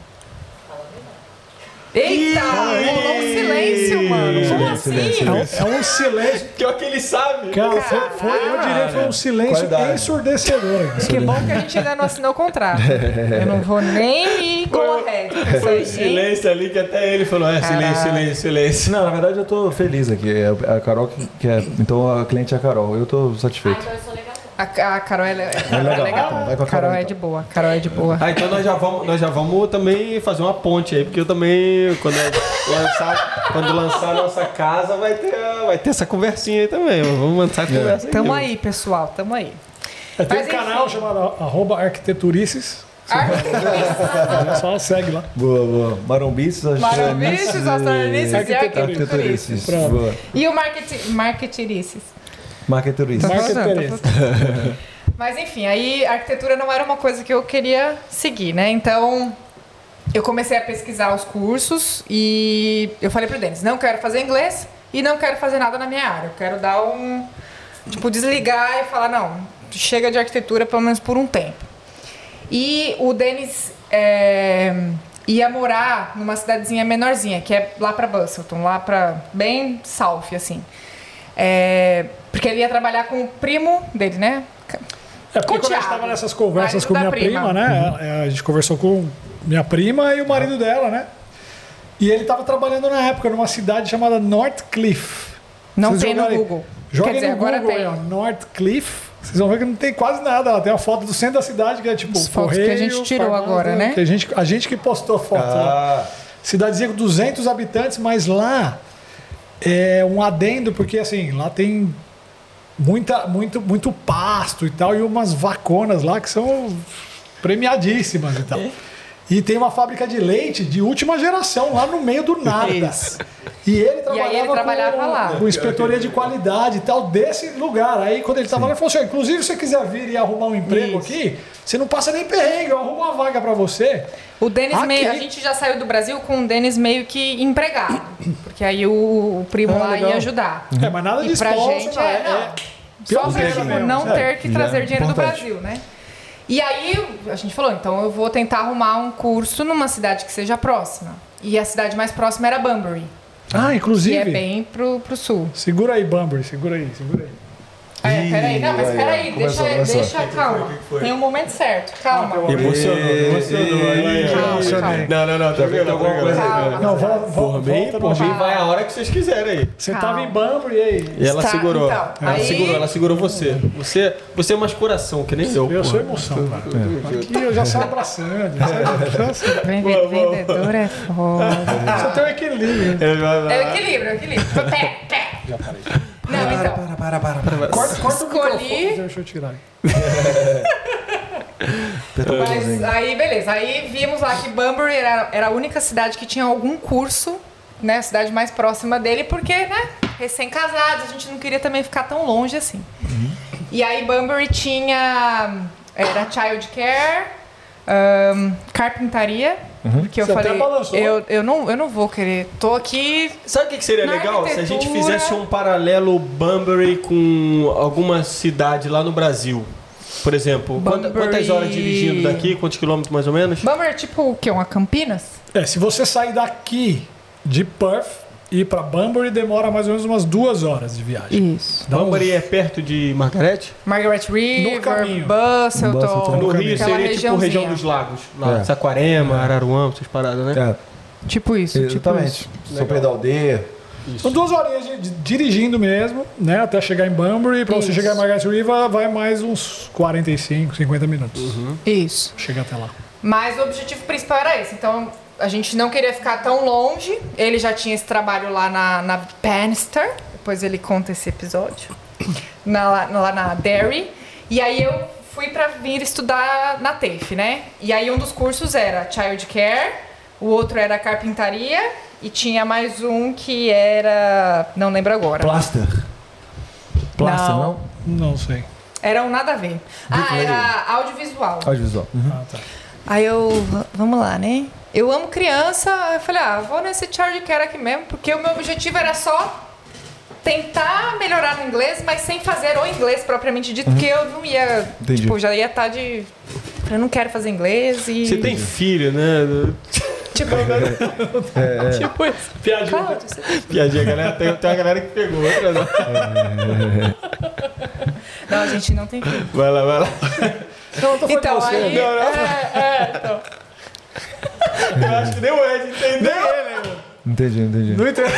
Eita! Rolou um silêncio, mano. Como
Silêncio,
assim?
silêncio.
É um silêncio.
Que é o que ele sabe.
Cara, foi, foi- eu diria que foi um silêncio
Qualidade.
ensurdecedor.
Que bom que a gente ainda não assinou o contrato. Eu não vou nem ir com a rede.
Foi um silêncio ali que até ele falou: é, silêncio,
Caralho.
silêncio, silêncio.
Não, na verdade eu tô feliz aqui. É a Carol que quer. Então a cliente é a Carol. Eu tô satisfeito.
A, a Carol ela é,
É legal.
é legal.
Então, vai com a
Carol
Carol,
é
então.
de boa. Carol é de boa.
Ah, então nós já vamos, nós já vamos também fazer uma ponte aí, porque eu também, quando eu lançar, quando lançar a nossa casa, vai ter, vai ter essa conversinha aí também. Vamos lançar a conversa aí.
Tamo aí, pessoal. Tamo aí.
É, tem um
Mas,
canal
enfim.
chamado arroba arquiteturices. É só segue lá.
Boa, boa. Marombices,
Marombices, australianices e
Arquiteturices.
arquiteturices.
Pronto. Boa.
E o market, marketirices.
Marketurista.
Tá
Market
falando,
Teresa.
tá falando. Mas enfim, aí a arquitetura não era uma coisa que eu queria seguir, né? Então eu comecei a pesquisar os cursos e eu falei pro Denis, não quero fazer inglês e não quero fazer nada na minha área. Eu quero dar um... Tipo, desligar e falar, não, chega de arquitetura pelo menos por um tempo. E o Denis é, ia morar numa cidadezinha menorzinha, que é lá pra Busselton, lá pra bem south, assim. É, porque ele ia trabalhar com o primo dele, né?
É porque
Com o
quando a gente
Thiago,
estava nessas conversas
marido
com
da
minha prima,
prima.
né? é, A gente conversou com minha prima e o marido dela, né? E ele estava trabalhando na época numa cidade chamada Northcliff.
Não
Vocês
tem no
jogarem-
Google.
Joguem
Quer dizer,
no
agora
Google
tem.
aí, ó, Northcliff. Vocês vão ver que não tem quase nada. Lá tem uma foto do centro da cidade que é tipo
As fotos
correio,
que a gente tirou
farmácia,
agora, né?
Que a, gente, a gente que postou a foto.
Ah,
Cidadezinha com duzentos habitantes, mas lá é um adendo, porque assim, lá tem muita, muito, muito pasto e tal, e umas vaconas lá que são premiadíssimas e tal. E tem uma fábrica de leite de última geração lá no meio do nada.
Isso.
E ele trabalhava,
aí ele trabalhava
com,
lá.
com inspetoria de qualidade e tal, desse lugar. Aí quando ele estava lá, ele falou assim: inclusive, se você quiser vir e arrumar um emprego
Isso.
aqui, você não passa nem perrengue, eu arrumo uma vaga para você.
O Denis
Aqui.
meio. A gente já saiu do Brasil com o Denis meio que empregado. Porque aí o, o primo
Ah,
lá
legal.
ia ajudar.
É, mas nada de
E pra
sponsor,
gente
não,
é,
é-
não.
é
Só pra
pioneiro
tipo,
mesmo,
não
é.
ter que
Já
trazer
é
dinheiro do
importante.
Brasil, né? E aí a gente falou, então eu vou tentar arrumar um curso numa cidade que seja próxima. E a cidade mais próxima era Bunbury,
Ah,
que
inclusive.
é bem pro, pro sul.
Segura aí, Bunbury, segura aí, segura aí.
É, peraí, não, mas
aí,
peraí,
ó.
deixa,
Começou, começou.
deixa, calma. Tem um momento certo, calma.
Emocionou, emocionou. aí,
Calma,
aí.
calma.
Não, não, não.
Já veio
tranquilo,
alguma coisa aí,
tranquilo.
Calma.
Não, volta,
Por
volta,
mim,
volta
por
no
mim
jeito.
vai a hora que vocês quiserem aí.
Você
Calma.
tava em Bunbury e aí?
E ela
Está-
segurou.
então,
ela
aí-
segurou, ela segurou você. Você, você é mais coração, que nem eu.
Eu
porra.
sou emoção, cara. Aqui eu já saio abraçando. já saio-
Vende- Vendedor é foda.
Você tem um equilíbrio.
É o equilíbrio, é o equilíbrio. Pé, pé. Já parei. Não, então.
para, para, para, para.
Corta, corta
Escolhi-
o microfone. Deixa eu tirar.
Aperta o
Mas
botãozinho.
aí, beleza. Aí vimos lá que Bunbury era, era a única cidade que tinha algum curso, né? A cidade mais próxima dele, porque, né? Recém-casados, a gente não queria também ficar tão longe assim. E aí Bunbury tinha... Era child care, ahn, carpintaria, porque eu
Você até
falei...
balançou.
Eu, eu, não, eu não vou querer... Tô aqui...
Sabe o que que seria
Na
legal? Se a gente
arquitetura-
fizesse um paralelo Bunbury com alguma cidade lá no Brasil. Por exemplo, quanta-
Bunbury-
quantas horas dirigindo daqui? Quantos quilômetros mais ou menos?
Bunbury é tipo o quê? Uma Campinas?
É, se você sair daqui de Perth e ir pra Bunbury, demora mais ou menos umas duas horas de viagem.
Isso.
Dá uns-
Bunbury é perto de Margarete?
Margaret River,
caminho.
Busselton,
Busselton.
No Rio
aquela
seria tipo região
regiãozinha.
dos lagos. Lá,
É.
Saquarema, Araruama, essas paradas, né?
É,
Tipo isso, tipo
exatamente.
isso.
São Pedro da Aldeia.
São duas horinhas de, de- dirigindo mesmo, né? Até chegar em Bunbury. Pra você
Isso.
chegar em Margaret River, vai mais uns quarenta e cinco, cinquenta minutos.
Isso.
Chega até lá.
Mas o objetivo principal era esse. Então, a gente não queria ficar tão longe. Ele já tinha esse trabalho lá na, na Bannister. Depois ele conta esse episódio. Na, lá, lá na Derry. E aí eu fui pra vir estudar na T A F E, né? E aí um dos cursos era Child Care, o outro era Carpintaria e tinha mais um que era... Não lembro agora.
Plaster. Plaster, não?
Não.
Não sei.
Era um nada a ver. Ah, era audiovisual.
Audiovisual. Uhum.
Ah, tá.
Aí eu, v- vamos lá, né? Eu amo criança, eu falei, ah, vou nesse Child Care aqui mesmo, porque o meu objetivo era só tentar melhorar no inglês, mas sem fazer o inglês propriamente dito, porque eu não ia,
Entendi.
tipo, já ia estar de... Eu não quero fazer inglês e...
Você tem filho, né?
Tipo,
É,
tipo isso.
Piadinha.
Cláudio, você-
Piadinha, galera. Tem, tem uma galera que pegou. Outra não.
Não, a gente não tem filho.
Vai lá, vai lá.
Então, tô falando
Então,
com você.
aí...
Não, não.
É, é, então...
Eu acho que nem o Ed entendeu.
Entendi, entendi.
Não entendo.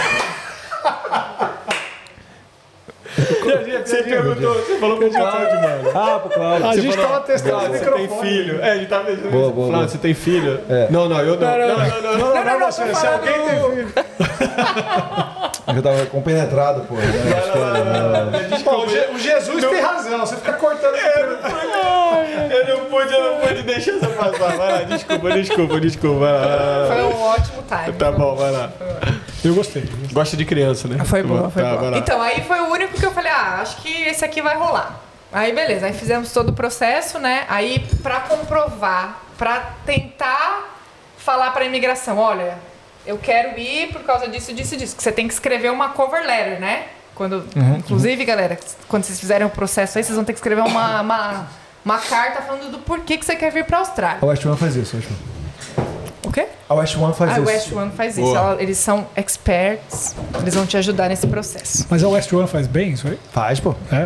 Você perguntou, você falou pro Cláudio, mano.
Ah, pro Cláudio.
A
Você
gente
falou,
tava testando o
Cláudio, você tem
microfone.
filho. É, a gente tava pensando
Boa,
isso.
boa,
Cláudio,
boa.
você tem filho?
É.
Não, não, eu não. Não, não, não. não.
Não, não, não,
não,
você.
tô
Se alguém tem
falando-
filho.
Eu tava compenetrado, pô. Né?
Bom, o Je- o Jesus tem razão. Você fica cortando.
Eu não pude, eu não pude deixar essa passar. Vai lá, desculpa, desculpa, desculpa. Vai lá.
Foi um ótimo time.
Tá bom, vai lá.
Eu gostei.
Gosta de criança, né?
Foi boa, foi
Tá, vai
boa.
lá.
Então, aí foi o único que eu falei, ah, acho que esse aqui vai rolar. Aí, beleza, aí fizemos todo o processo, né? Aí, pra comprovar, pra tentar falar pra imigração, olha, eu quero ir por causa disso, disso, disso. Que você tem que escrever uma cover letter, né? Quando, inclusive, galera, quando vocês fizerem o processo aí, vocês vão ter que escrever uma, uma, uma carta falando do porquê que você quer vir pra Austrália.
A West One faz isso, West One.
O quê?
A West One faz
Ah,
isso.
o West One faz isso.
Boa.
Ela- Eles são experts, eles vão te ajudar nesse processo.
Mas a West One faz bem isso aí?
Faz, pô.
É.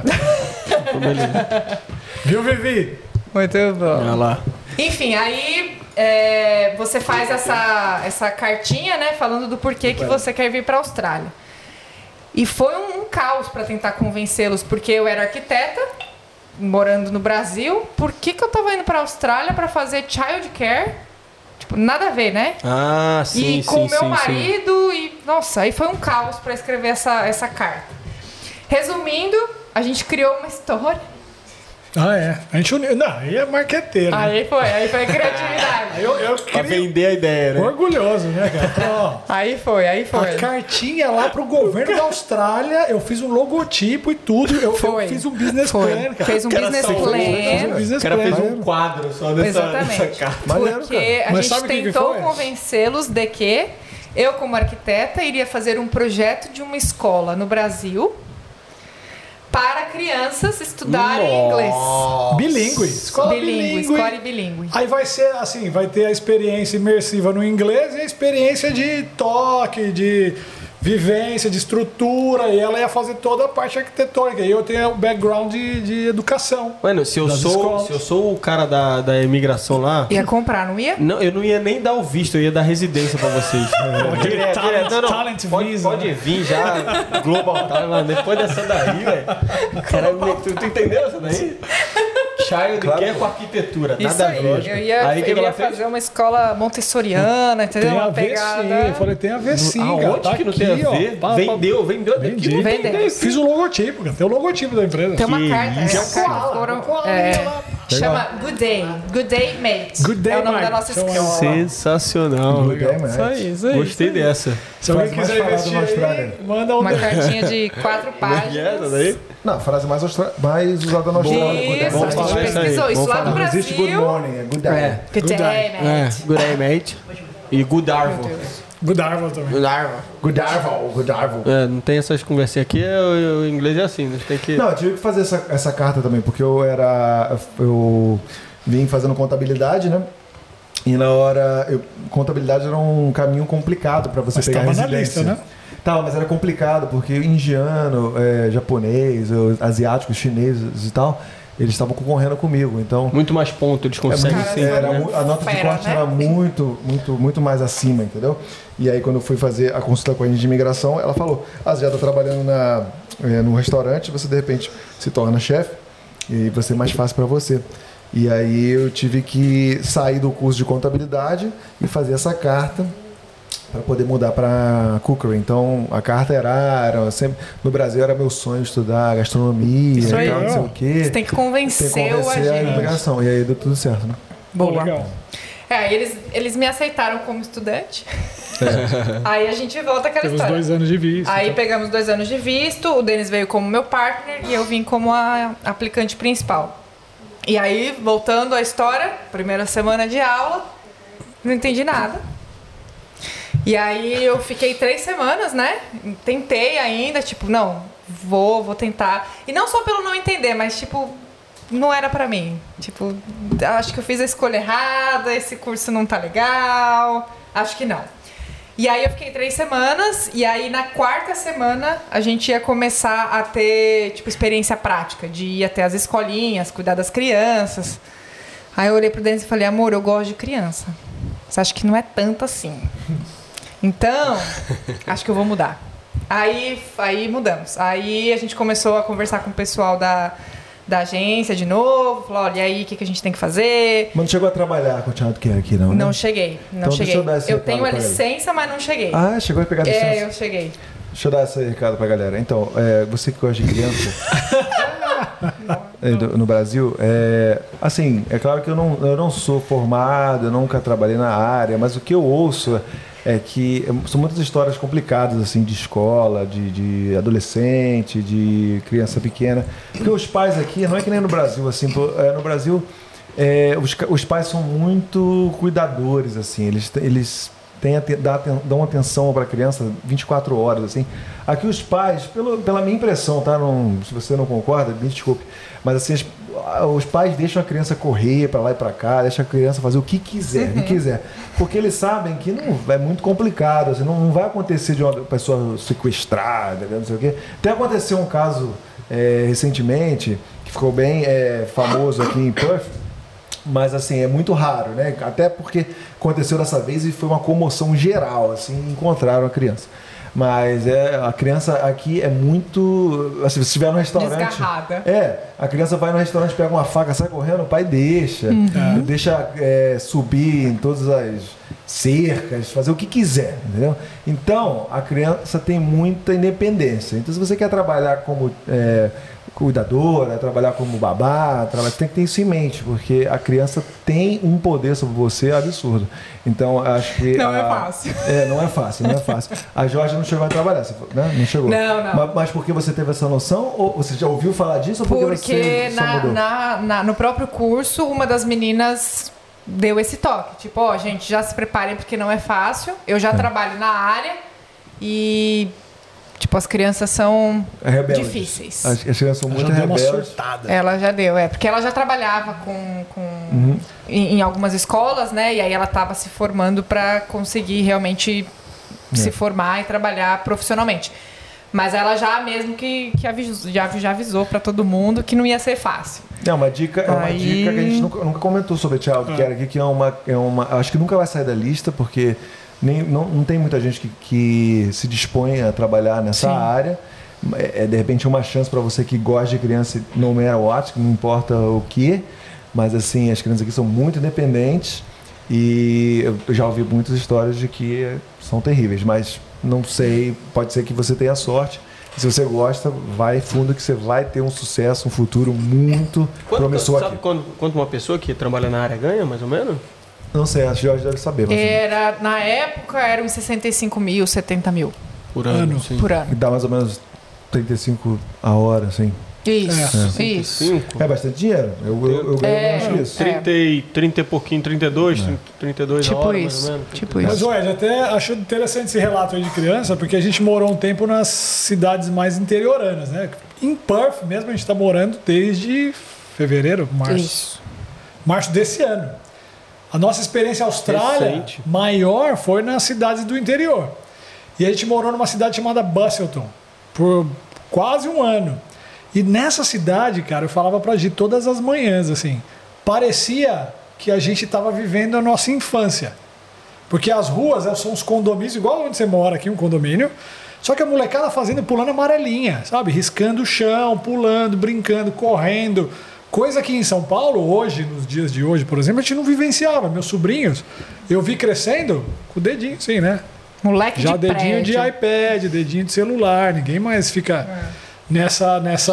Viu, Vivi?
Muito bom.
Vai lá.
Enfim, aí é, você faz essa, essa cartinha, né, falando do porquê que você quer vir para a Austrália. E foi um, um caos para tentar convencê-los, porque eu era arquiteta, morando no Brasil, por que, que eu tava indo pra Austrália pra fazer child care? Tipo, nada a ver, né?
Ah, sim,
e
sim,
com o meu
sim,
marido sim. e... Nossa, aí foi um caos pra escrever essa, essa carta. Resumindo, a gente criou uma história.
Ah, é. A gente uniu. Não, aí é marqueteiro. Né?
Aí foi, aí foi criatividade.
Eu, eu
Pra vender a ideia, né?
orgulhoso, né, cara? Ó,
Aí foi, aí foi.
a cartinha lá pro governo da Austrália, eu fiz um logotipo e tudo. Eu,
Foi.
eu fiz um business
Foi.
plan, cara.
Fez um
Cara,
business
só-
Fiz um
plan.
business
O cara
plan.
fez um quadro só dessa,
Exatamente.
dessa carta.
Maneiro,
Porque
cara.
a
Mas
gente
sabe o que que
tentou
foi?
convencê-los de que eu, como arquiteta, iria fazer um projeto de uma escola no Brasil para crianças estudarem inglês.
Bilíngue. Escola
Bilíngue,
bilíngue.
escola bilíngue.
Aí vai ser assim, vai ter a experiência imersiva no inglês e a experiência de toque, de vivência, de estrutura, e ela ia fazer toda a parte arquitetônica. E eu tenho o background de, de educação.
Mano, se eu,
Das
sou,
escolas.
se eu sou o cara da, da imigração lá,
Ia comprar, não ia?
não, eu não ia nem dar o visto, eu ia dar residência pra vocês. Direto,
talent-
direto. Não, não,
talent
pode,
visa,
pode
né?
vir já, Global Talent, mano, depois dessa daí, velho. Cara, tu, tu entendeu essa daí? Child
Claro.
care com arquitetura,
Isso
nada a
aí.
ver.
Eu ia,
Aí, o que
eu
que
ia
ela fez?
fazer uma escola montessoriana, entendeu?
Tem a
Uma
ver sim.
pegada.
Eu falei, tem a ver sim, cara.
Aonde
Tá
que não
aqui,
tem a
ó.
ver?
Pá, pá.
Vendeu, vendeu daqui,
Vendi.
não tem
Vendeu.
ideia.
Fiz um logotipo, cara. Tem o logotipo da empresa.
Tem uma
Que
carta,
isso.
essa carta foram, é, chama Good Day, Good Day Mate.
Good Day,
é o nome
Mate.
da nossa
Então,
escola.
Sensacional.
Good day, man.
Isso aí, isso aí. Gostei
isso aí.
dessa.
Se alguém
Faz mais
quiser
parada
investir
na
aí,
Austrália.
manda um...
Uma cartinha de quatro
E essa
páginas.
daí?
Não, a frase mais, austra... mais usada na Austrália. Good day,
Isso,
Vamos
a
mate.
falar
gente
isso aí,
pesquisou isso
vamos
lá no
Não existe good
Brasil.
morning, é good day.
É.
Good
Good
day,
É,
mate.
good day, mate. E good arvo.
Good Arval também.
Good arvo.
Good arval, good arval.
É, não tem essas conversinhas aqui, o, o inglês é assim, né? Tem que...
Não, eu tive que fazer essa, essa carta também, porque eu era. Eu vim fazendo contabilidade, né? E na hora. Eu, contabilidade era um caminho complicado para você
Mas
pegar
tava na
residência.
lista, né?
Tava, mas era complicado, porque indiano, é, japonês, os asiáticos, chineses e tal, eles estavam concorrendo comigo. Então.
Muito mais ponto eles conseguem
muito-
sim.
era
né?
mu- a nota de
Fera,
corte
né?
era muito, muito, muito mais acima, entendeu? E aí quando eu fui fazer a consulta com a agente de imigração, ela falou: ah, você já está trabalhando na, é, num restaurante, você de repente se torna chefe e vai ser mais fácil para você. E aí eu tive que sair do curso de contabilidade e fazer essa carta para poder mudar para cookery. Então a carta era, era sempre, no Brasil era meu sonho estudar gastronomia
Isso
e
aí.
tal, não sei o quê.
Você tem que convencer,
Tem que convencer
o
a
agente.
imigração. E aí deu tudo certo, né?
Boa.
Legal.
É, e eles, eles me aceitaram como estudante. Aí a gente volta àquela
Teve os
história.
dois anos de visto.
Aí
então.
pegamos dois anos de visto, o Denis veio como meu partner e eu vim como a aplicante principal. E aí, voltando à história, primeira semana de aula, não entendi nada. E aí eu fiquei três semanas, né? Tentei ainda, tipo, não, vou, vou tentar. E não só pelo não entender, mas tipo, não era pra mim. Tipo, acho que eu fiz a escolha errada, esse curso não tá legal, acho que não. E aí eu fiquei três semanas, e aí na quarta semana a gente ia começar a ter, tipo, experiência prática, de ir até as escolinhas, cuidar das crianças. Aí eu olhei pro Denis e falei, amor, eu gosto de criança. Você acha que não é tanto assim? Então, acho que eu vou mudar. Aí, aí mudamos. Aí a gente começou a conversar com o pessoal da, da agência de novo, falou, olha, e aí, o que, que a gente tem que fazer?
Mas não chegou a trabalhar com o Child Care aqui, não, né?
Não cheguei, não
Então, deixa
cheguei.
eu dar esse
Eu
recado
tenho a
pra ele.
licença, mas não cheguei.
Ah, chegou a pegar a licença?
É, eu cheguei.
Deixa eu dar esse recado pra galera. Então, é, você que gosta de criança é, do- no Brasil, é, assim, é claro que eu não, eu não sou formado, eu nunca trabalhei na área, mas o que eu ouço é que são muitas histórias complicadas, assim, de escola, de, de adolescente, de criança pequena. Porque os pais aqui, não é que nem no Brasil, assim, pô, é, no Brasil, é, os, ca- os pais são muito cuidadores, assim, eles, te- eles têm ate- dá aten- dão atenção para a criança vinte e quatro horas, assim. Aqui os pais, pelo, pela minha impressão, tá? Não, se você não concorda, me desculpe, mas assim, as- os pais deixam a criança correr para lá e para cá, deixam a criança fazer o que quiser, o que quiser, porque eles sabem que não é muito complicado, assim, não, não vai acontecer de uma pessoa sequestrada, né, não sei o quê. Até aconteceu um caso é, recentemente que ficou bem é, famoso aqui em Perth. Mas assim, é muito raro, né? Até porque aconteceu dessa vez e foi uma comoção geral, assim, encontraram a criança. Mas é, a criança aqui é muito... Assim, se estiver no restaurante...
Desgarrada.
É, a criança vai no restaurante, pega uma faca, sai correndo, o pai deixa. Uhum. Deixa é, subir em todas as cercas, fazer o que quiser, entendeu? Então, a criança tem muita independência. Então, se você quer trabalhar como... É, cuidadora, trabalhar como babá, trabalhar, você tem que ter isso em mente, porque a criança tem um poder sobre você absurdo. Então, acho que...
Não
a,
é fácil.
É, não é fácil, não é fácil. A Jorge não chegou a trabalhar, né? Não chegou.
Não, não.
Mas, mas porque você teve essa noção, ou você já ouviu falar disso, ou porque,
porque
você só
na,
mudou?
na, na, no próprio curso, uma das meninas deu esse toque. Tipo, ó, gente, já se preparem porque não é fácil. Eu já é. trabalho na área e... Tipo, as crianças são
rebeldes.
Difíceis.
As, as crianças são muito rebeldes.
Ela já deu, é. Porque ela já trabalhava com, com uhum. em, em algumas escolas, né? E aí ela estava se formando para conseguir realmente é. se formar e trabalhar profissionalmente. Mas ela já mesmo que, que avisou, já, já avisou para todo mundo que não ia ser fácil.
É uma dica, é uma aí... dica que a gente nunca, nunca comentou sobre a Child Care aqui, que é uma, é uma... Acho que nunca vai sair da lista, porque... Nem, não, não tem muita gente que, que se dispõe a trabalhar nessa Sim. área. É, de repente, uma chance para você que gosta de criança, no matter what, não importa o que. Mas, assim, as crianças aqui são muito independentes. E eu já ouvi muitas histórias de que são terríveis. Mas não sei, pode ser que você tenha sorte. Se você gosta, vai fundo que você vai ter um sucesso, um futuro muito
quanto,
promissor
sabe
aqui.
Quanto, quanto uma pessoa que trabalha na área ganha, mais ou menos?
Não sei, a Jorge deve saber. Mas
era, na época, eram uns sessenta e cinco mil, setenta mil.
Por ano, ano.
Por ano.
Que dá mais ou menos trinta e cinco a hora, assim.
Isso,
é.
isso.
É bastante dinheiro. Eu, eu, eu ganho
é,
menos que isso.
trinta, e, trinta e pouquinho, trinta e dois, é. trinta e dois
tipo
a hora,
isso,
mais ou menos.
Tipo isso.
Mas, Ué, até acho interessante esse relato aí de criança, porque a gente morou um tempo nas cidades mais interioranas, né? Em Perth mesmo, a gente está morando desde fevereiro, março.
Isso.
Março desse ano. A nossa experiência Austrália
Recente.
maior foi nas cidades do interior. E a gente morou numa cidade chamada Busselton por quase um ano. E nessa cidade, cara, eu falava pra Gi todas as manhãs, assim, parecia que a gente estava vivendo a nossa infância. Porque as ruas são os condomínios, igual onde você mora aqui, um condomínio, só que a molecada fazendo, pulando amarelinha, sabe? Riscando o chão, pulando, brincando, correndo. Coisa que em São Paulo, hoje, nos dias de hoje, por exemplo, a gente não vivenciava. Meus sobrinhos, eu vi crescendo com o dedinho, assim, né?
Moleque
Já
de
dedinho
prédio.
de iPad, dedinho de celular. Ninguém mais fica é. nessa, nessa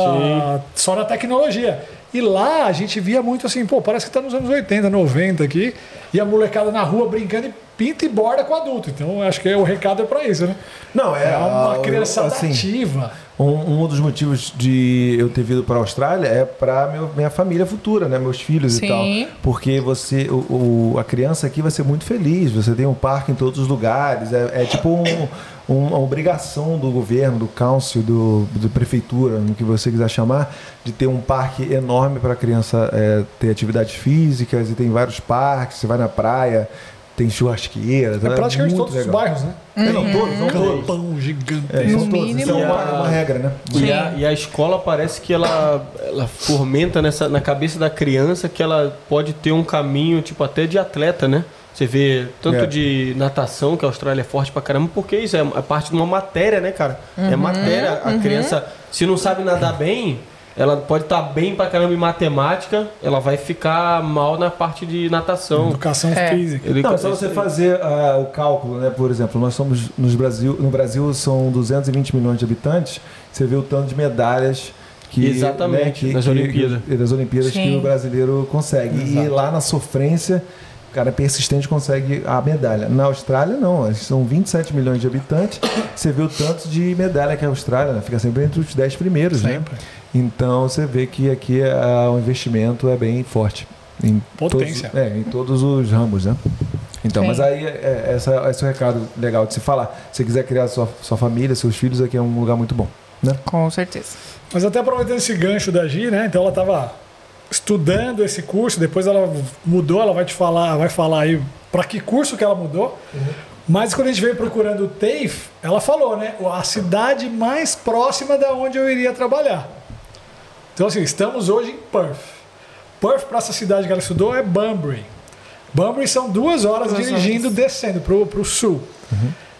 só na tecnologia. E lá a gente via muito assim, pô, parece que tá nos anos oitenta, noventa aqui. E a molecada na rua brincando e pinta e borda com adulto. Então acho que o recado é pra isso, né?
Não, é,
é uma criança
assim,
ativa.
Um, um dos motivos de eu ter vindo para a Austrália é para minha família futura, né? Meus filhos
Sim.
e tal. Porque você, o, o, a criança aqui vai ser muito feliz. Você tem um parque em todos os lugares. É, é tipo um, um, uma obrigação do governo, do council, do, do prefeitura, no que você quiser chamar, de ter um parque enorme para a criança é, ter atividades físicas. E tem vários parques. Você vai na praia, tem churrasqueira.
É praticamente todos
legal.
os bairros, né?
Uhum. Não, todos, não todos.
Pão gigante.
É, são todos. Isso é uma, uma regra, né?
E a, e a escola parece que ela, ela fomenta nessa, na cabeça da criança que ela pode ter um caminho, tipo, até de atleta, né? Você vê tanto é. de natação, que a Austrália é forte pra caramba, porque isso é, é parte de uma matéria, né, cara? Uhum. É matéria. A uhum. criança, se não sabe nadar bem, ela pode estar tá bem pra caramba em matemática, ela vai ficar mal na parte de natação.
Educação
é.
física.
Não, é só você fazer uh, o cálculo, né? Por exemplo, nós somos nos Brasil, no Brasil são duzentos e vinte milhões de habitantes, você vê o tanto de medalhas que,
Exatamente,
né, que,
nas
que,
Olimpíadas.
Que, das Olimpíadas Sim. que o brasileiro consegue. Exato. E lá na sofrência, o cara persistente consegue a medalha. Na Austrália, não. São vinte e sete milhões de habitantes. Você vê o tanto de medalha que é a Austrália, né? Fica sempre entre os dez primeiros, sempre. Né? Então, você vê que aqui uh, o investimento é bem forte. Em
Potência.
Todos, é, em todos os ramos, né? Então, Sim. mas aí, é, essa, esse é o recado legal de se falar. Se você quiser criar sua, sua família, seus filhos, aqui é um lugar muito bom, né?
Com certeza.
Mas até aproveitando esse gancho da Gi, né? Então, ela estava estudando esse curso, depois ela mudou, ela vai te falar, vai falar aí para que curso que ela mudou. Uhum. Mas quando a gente veio procurando o TAFE, ela falou, né? A cidade mais próxima da onde eu iria trabalhar. Então, assim, estamos hoje em Perth. Perth, para essa cidade que ela estudou, é Bunbury. Bunbury são duas horas duas dirigindo, horas. descendo para o sul. Uhum.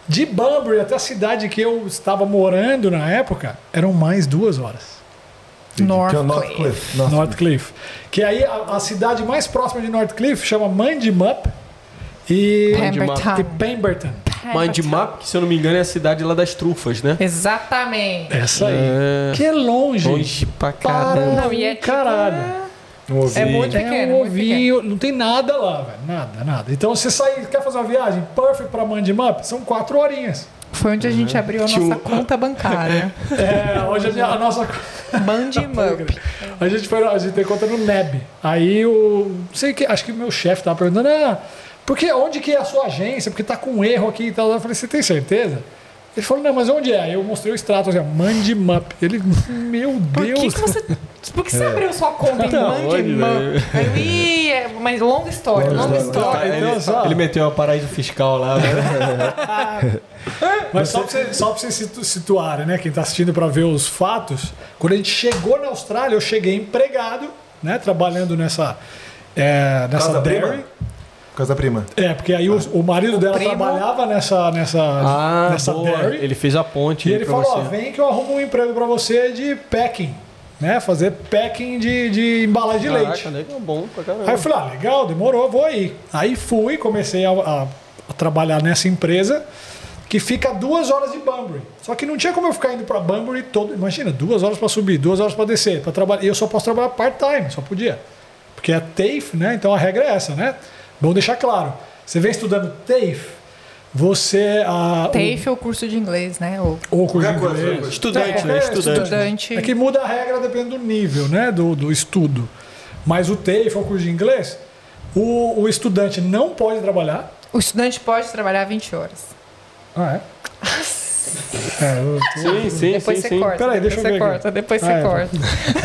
De Bunbury até a cidade que eu estava morando na época, eram mais duas horas.
North
Que é o North
Cliff.
Cliff. North
Northcliffe. Que aí a, a cidade mais próxima de Northcliffe chama Mandimup e
Pemberton.
e Pemberton.
Mandimap, que se eu não me engano é a cidade lá das trufas, né?
Exatamente.
Essa aí.
É.
Que é longe.
Longe pra
Para
caramba.
Não, e é
um
tipo,
caralho.
Um ovinho.
É muito
É
pequeno,
um
muito
ovinho, não tem nada lá, velho. Nada, nada. Então você sai, quer fazer uma viagem? Perth pra Mandimup, são quatro horinhas.
Foi onde a gente abriu a
Tinha
nossa
um-
conta bancária.
É, hoje a, minha- a nossa.
Mandimup.
A gente foi, a gente tem conta no N E B. Aí o. Não sei que. Acho que o meu chefe tava perguntando, ah, porque onde que é a sua agência? Porque tá com um erro aqui e tal. Eu falei, você tem certeza? Ele falou, não, mas onde é? Aí eu mostrei o extrato, assim, Mandimup. Ele, meu
Por
Deus.
que, que você. Por que você abriu sua conta em
Não, onde,
Mandimup?
velho?
Aí eu, ih, é uma longa história,
Longa
longa
história.
história.
Então,
ele,
só-
ele meteu uma paraíso fiscal lá, né?
Mas só pra, você, só pra vocês situ- situarem, né? Quem tá assistindo pra ver os fatos, quando a gente chegou na Austrália, eu cheguei empregado, né? Trabalhando nessa, é, nessa
Casa
dairy.
Prima? Casa Prima.
É, porque aí o, o marido dela
primo.
trabalhava nessa, nessa,
Ah,
nessa
boa.
dairy.
Ele fez a ponte
E
aí
ele
pra
falou, ó,
você.
vem que eu arrumo um emprego pra você de packing, né? Fazer packing de, de embalagem de
Caraca,
leite.
legal, bom pra caramba.
Aí eu falei, ah, legal, demorou, vou aí. Aí fui, comecei a, a- a trabalhar nessa empresa que fica a duas horas de Bunbury. Só que não tinha como eu ficar indo pra Bunbury todo. Imagina, duas horas pra subir, duas horas pra descer, para trabalhar. E eu só posso trabalhar part-time, só podia. Porque é T A F E, né? Então a regra é essa, né? Bom deixar claro. Você vem estudando T A F E, você. A,
T A F E é o curso de inglês, né? O
o, ou curso de
Qualquer coisa,
inglês.
Estudante,
É,
né?
qualquer
Estudante.
estudante.
É que muda a regra dependendo do nível, né? Do, do estudo. Mas o T A F E, o curso de inglês, o, o estudante não pode trabalhar.
O estudante pode trabalhar vinte horas.
Ah, é? É, eu tô-
Sim, sim,
Depois
sim,
você
sim.
corta.
Peraí,
depois
deixa eu
você
ver aqui.
corta, depois
Ah,
você
é, tá.
corta.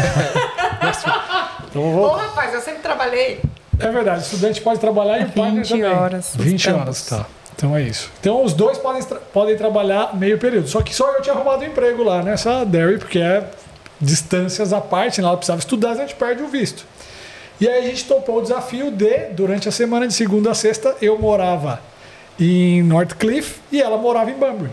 então eu
Ô,
vou-
rapaz, eu sempre trabalhei.
É verdade, o estudante pode trabalhar e o partner
vinte
também.
horas, os
vinte
ambos.
horas, tá. Então é isso. Então os dois podem, tra- podem trabalhar meio período. Só que só eu tinha arrumado um emprego lá nessa dairy, porque é distâncias à parte, né? Ela precisava estudar, a gente perde o visto. E aí a gente topou o desafio de, durante a semana de segunda a sexta, eu morava em Northcliffe e ela morava em Bunbury.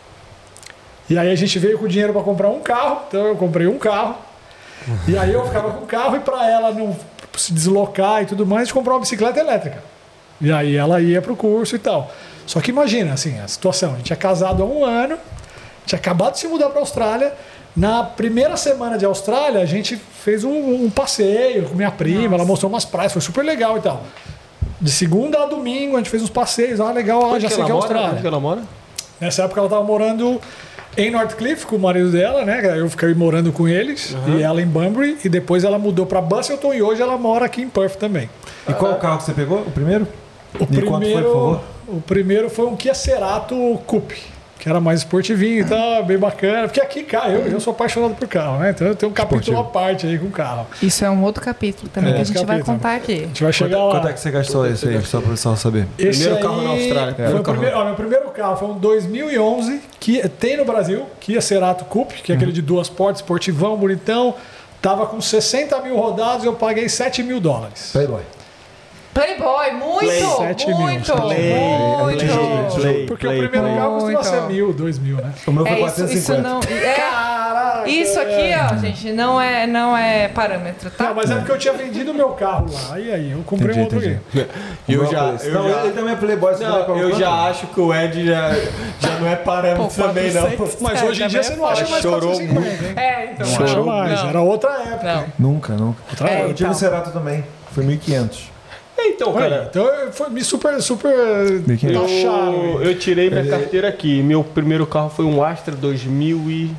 E aí a gente veio com dinheiro para comprar um carro, então eu comprei um carro. E aí eu ficava com o carro e para ela não se deslocar e tudo mais, a gente comprou uma bicicleta elétrica. E aí ela ia pro curso e tal. Só que imagina, assim, a situação. A gente é casado há um ano, tinha acabado de se mudar para a Austrália. Na primeira semana de Austrália, a gente fez um, um passeio com minha prima, ela mostrou umas praias, foi super legal e tal. De segunda a domingo, a gente fez uns passeios, ah, legal, ah,
Onde
já
que
sei
ela
que é
mora?
Austrália.
Onde que ela mora?
Nessa época ela estava morando em Northcliffe com o marido dela, né? Eu fiquei morando com eles e ela em Bunbury e depois ela mudou para Busselton e hoje ela mora aqui em Perth também.
E qual o carro que você pegou? O primeiro?
O
E quanto foi, por
primeiro,
favor?
o primeiro foi um Kia Cerato Coupe, que era mais esportivinho e tal, bem bacana. Porque aqui, cara, eu, eu sou apaixonado por carro, né? Então eu tenho um capítulo
Esportivo.
à parte aí com carro.
Isso é um outro capítulo também
É,
que a gente vai
capítulo.
contar aqui.
A gente vai chegar
Quanto,
lá.
quanto é que você gastou esse aí, só para o pessoal saber?
Esse
Primeiro
aí
carro na Austrália.
Foi
É,
o
o carro.
primeiro, ó, meu primeiro carro foi um dois mil e onze, que tem no Brasil, Kia Cerato Coupe, que é aquele de duas portas, esportivão, bonitão. Tava com sessenta mil rodados e eu paguei sete mil dólares.
Playboy.
Playboy, muito,
Play.
Sete mil.
muito,
Play,
muito.
play, play.
Porque
play,
o primeiro
play.
carro costuma
Muito.
ser mil, dois mil, né?
O meu foi
É isso,
quatrocentos e
isso
cinquenta.
não. É,
Caraca!
isso aqui, ó, gente, não é, não é parâmetro, tá?
Não, mas é porque eu tinha vendido o meu carro lá. E aí, eu comprei
Entendi,
um outro
entendi.
aqui.
Eu
O meu
já,
é esse.
eu
Não,
já,
ele também é Playboy. você vai
não,
colocar
eu
quanto?
já acho que o Ed já, já não é parâmetro
Pô,
também, não.
quatrocentos.
Mas
É,
hoje em dia
também
você
é
não acha
foda.
mais
Chorou
quatrocentos e cinquenta, hein?
É, então.
Não acha mais.
Não.
Era outra época.
Não.
Nunca, nunca.
Outra
É,
época.
Eu tive
então.
o Cerato também. Foi mil e quinhentos.
Então,
Olha,
cara,
então eu- foi, me super, super
quinhentos.
taxaram.
eu, eu tirei minha carteira aqui. Meu primeiro carro foi um Astra dois mil e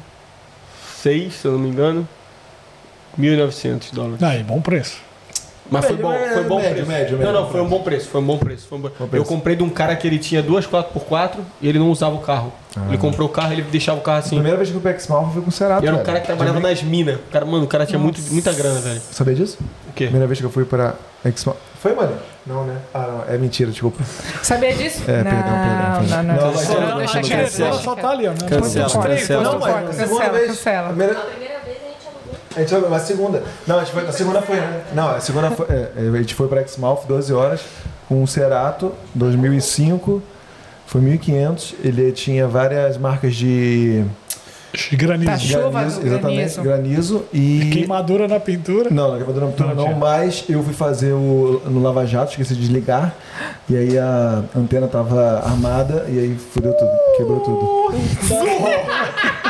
seis, se eu não me engano. mil e novecentos dólares.
Aí, bom preço.
Mas foi
Médio,
bom,
médio,
foi bom
médio,
preço.
médio,
não,
médio.
não, foi um bom preço, foi um bom preço. Foi um bom...
Bom preço.
Eu comprei de um cara que ele tinha duas quatro por quatro e ele não usava o carro. Ele comprou o carro e ele deixava o carro
A
assim.
primeira vez que eu peguei Exmouth foi com o Cerato.
E era um
velho.
cara que trabalhava nas minas. O cara, mano, o cara tinha muito, muita grana, velho.
Sabia disso?
O quê?
Primeira vez que eu fui para Exmouth. Foi, mano? Não, né? Ah, não. É mentira, desculpa.
Sabia disso?
É,
não,
perdão, perdão,
não, não,
Não,
não,
mas
não,
eu-
não,
eu-
deixa
eu-
quieto,
eu-
deixa
Ela só
quieto.
tá ali, ó. Né?
Cancela,
Depois-
cancela.
Não, mas a
Cancela,
segunda vez.
cancela.
A primeira...
A primeira vez a gente alugou.
A gente foi, mas a segunda. Não, a, gente foi, a segunda foi. né? Não, a segunda foi. É, a gente foi para Exmouth doze horas com um Cerato dois mil e cinco. Foi mil e quinhentos. Ele tinha várias marcas de...
Granizo.
Tá chuva
granizo,
do
exatamente,
granizo.
granizo e...
Queimadura na pintura.
Não, na queimadura na pintura
Não
não,
tinha.
mas eu fui fazer o, no Lava Jato, esqueci de desligar, e aí a antena tava armada e aí fudeu tudo, quebrou tudo.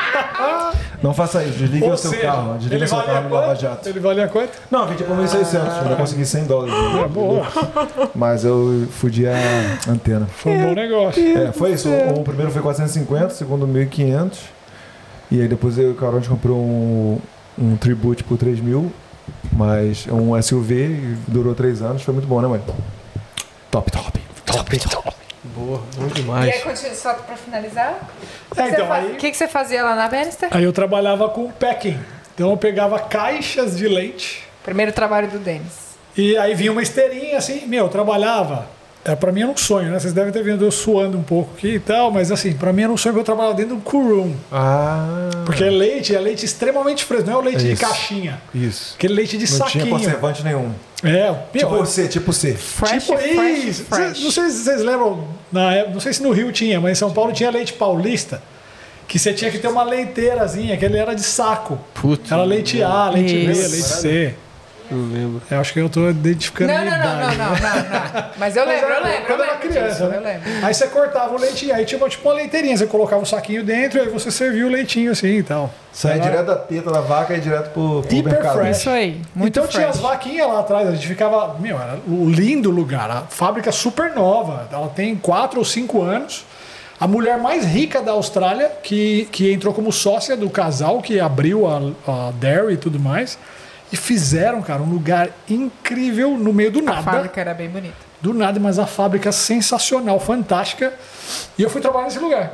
Não faça isso, desligue
Ou
o seu
seja,
carro, desligue
ele
o seu
valia
carro no Lava
quanto?
Jato.
Ele valia quanto?
Não, vendi por mil e seiscentos, ainda consegui cem dólares.
É boa.
Mas eu fudi a antena.
Foi um bom negócio.
É, foi isso, o, o primeiro foi quatrocentos e cinquenta, o segundo mil e quinhentos, e aí depois eu e o Carol comprou um, um Tribute por três mil, mas é um S U V, e durou três anos, foi muito bom, né, mãe? Top, top.
Top, top. Boa, bom
E
demais.
aí, continua- só pra finalizar,
É,
o
então,
que,
aí,
que, que você fazia lá na Bannister?
aí eu trabalhava com packing. Então eu pegava caixas de leite
Primeiro trabalho do Denis.
e aí vinha uma esteirinha assim, meu, eu trabalhava. É, pra mim era um sonho, né? Vocês devem ter vindo eu suando um pouco aqui e tal, mas assim, pra mim era um sonho que eu trabalhava dentro do cool room.
Ah,
Porque é leite, é leite extremamente fresco, não é o leite de
Isso.
caixinha.
isso.
Aquele leite de
Não
saquinho.
tinha conservante nenhum.
É,
Tipo
meu,
C, tipo C.
Fresh,
tipo
fresh,
isso.
fresh.
Cê- Não sei se vocês lembram, na época, não sei se no Rio tinha, mas em São Paulo tinha leite paulista, que você tinha que ter uma leiteirazinha, que ele era de saco.
Putz,
Era leite A, leite B,
Isso.
leite C.
não lembro.
Eu acho que eu tô identificando
Não,
a
não,
minha
não, não,
idade.
não, não, não. Mas eu
Mas
lembro, eu
era
lembro.
quando
eu
era
lembro
criança,
disso,
né?
eu lembro.
Aí você cortava o leitinho, aí tinha uma, tipo uma leiteirinha, você colocava o saquinho dentro e aí você servia o leitinho assim e tal.
Sai
Era
direto da teta da vaca e direto pro, pro
Hiper
mercado.
fresh.
Isso aí, muito
então tinha
fresh.
as vaquinhas lá atrás, a gente ficava. Meu, era o lindo lugar. A fábrica super nova. Ela tem quatro ou cinco anos. A mulher mais rica da Austrália, que, que entrou como sócia do casal, que abriu a, a dairy e tudo mais. E fizeram, cara, um lugar incrível no meio do
A
nada.
fábrica era bem bonita.
Do nada, mas a fábrica sensacional, fantástica. E eu fui trabalhar nesse lugar.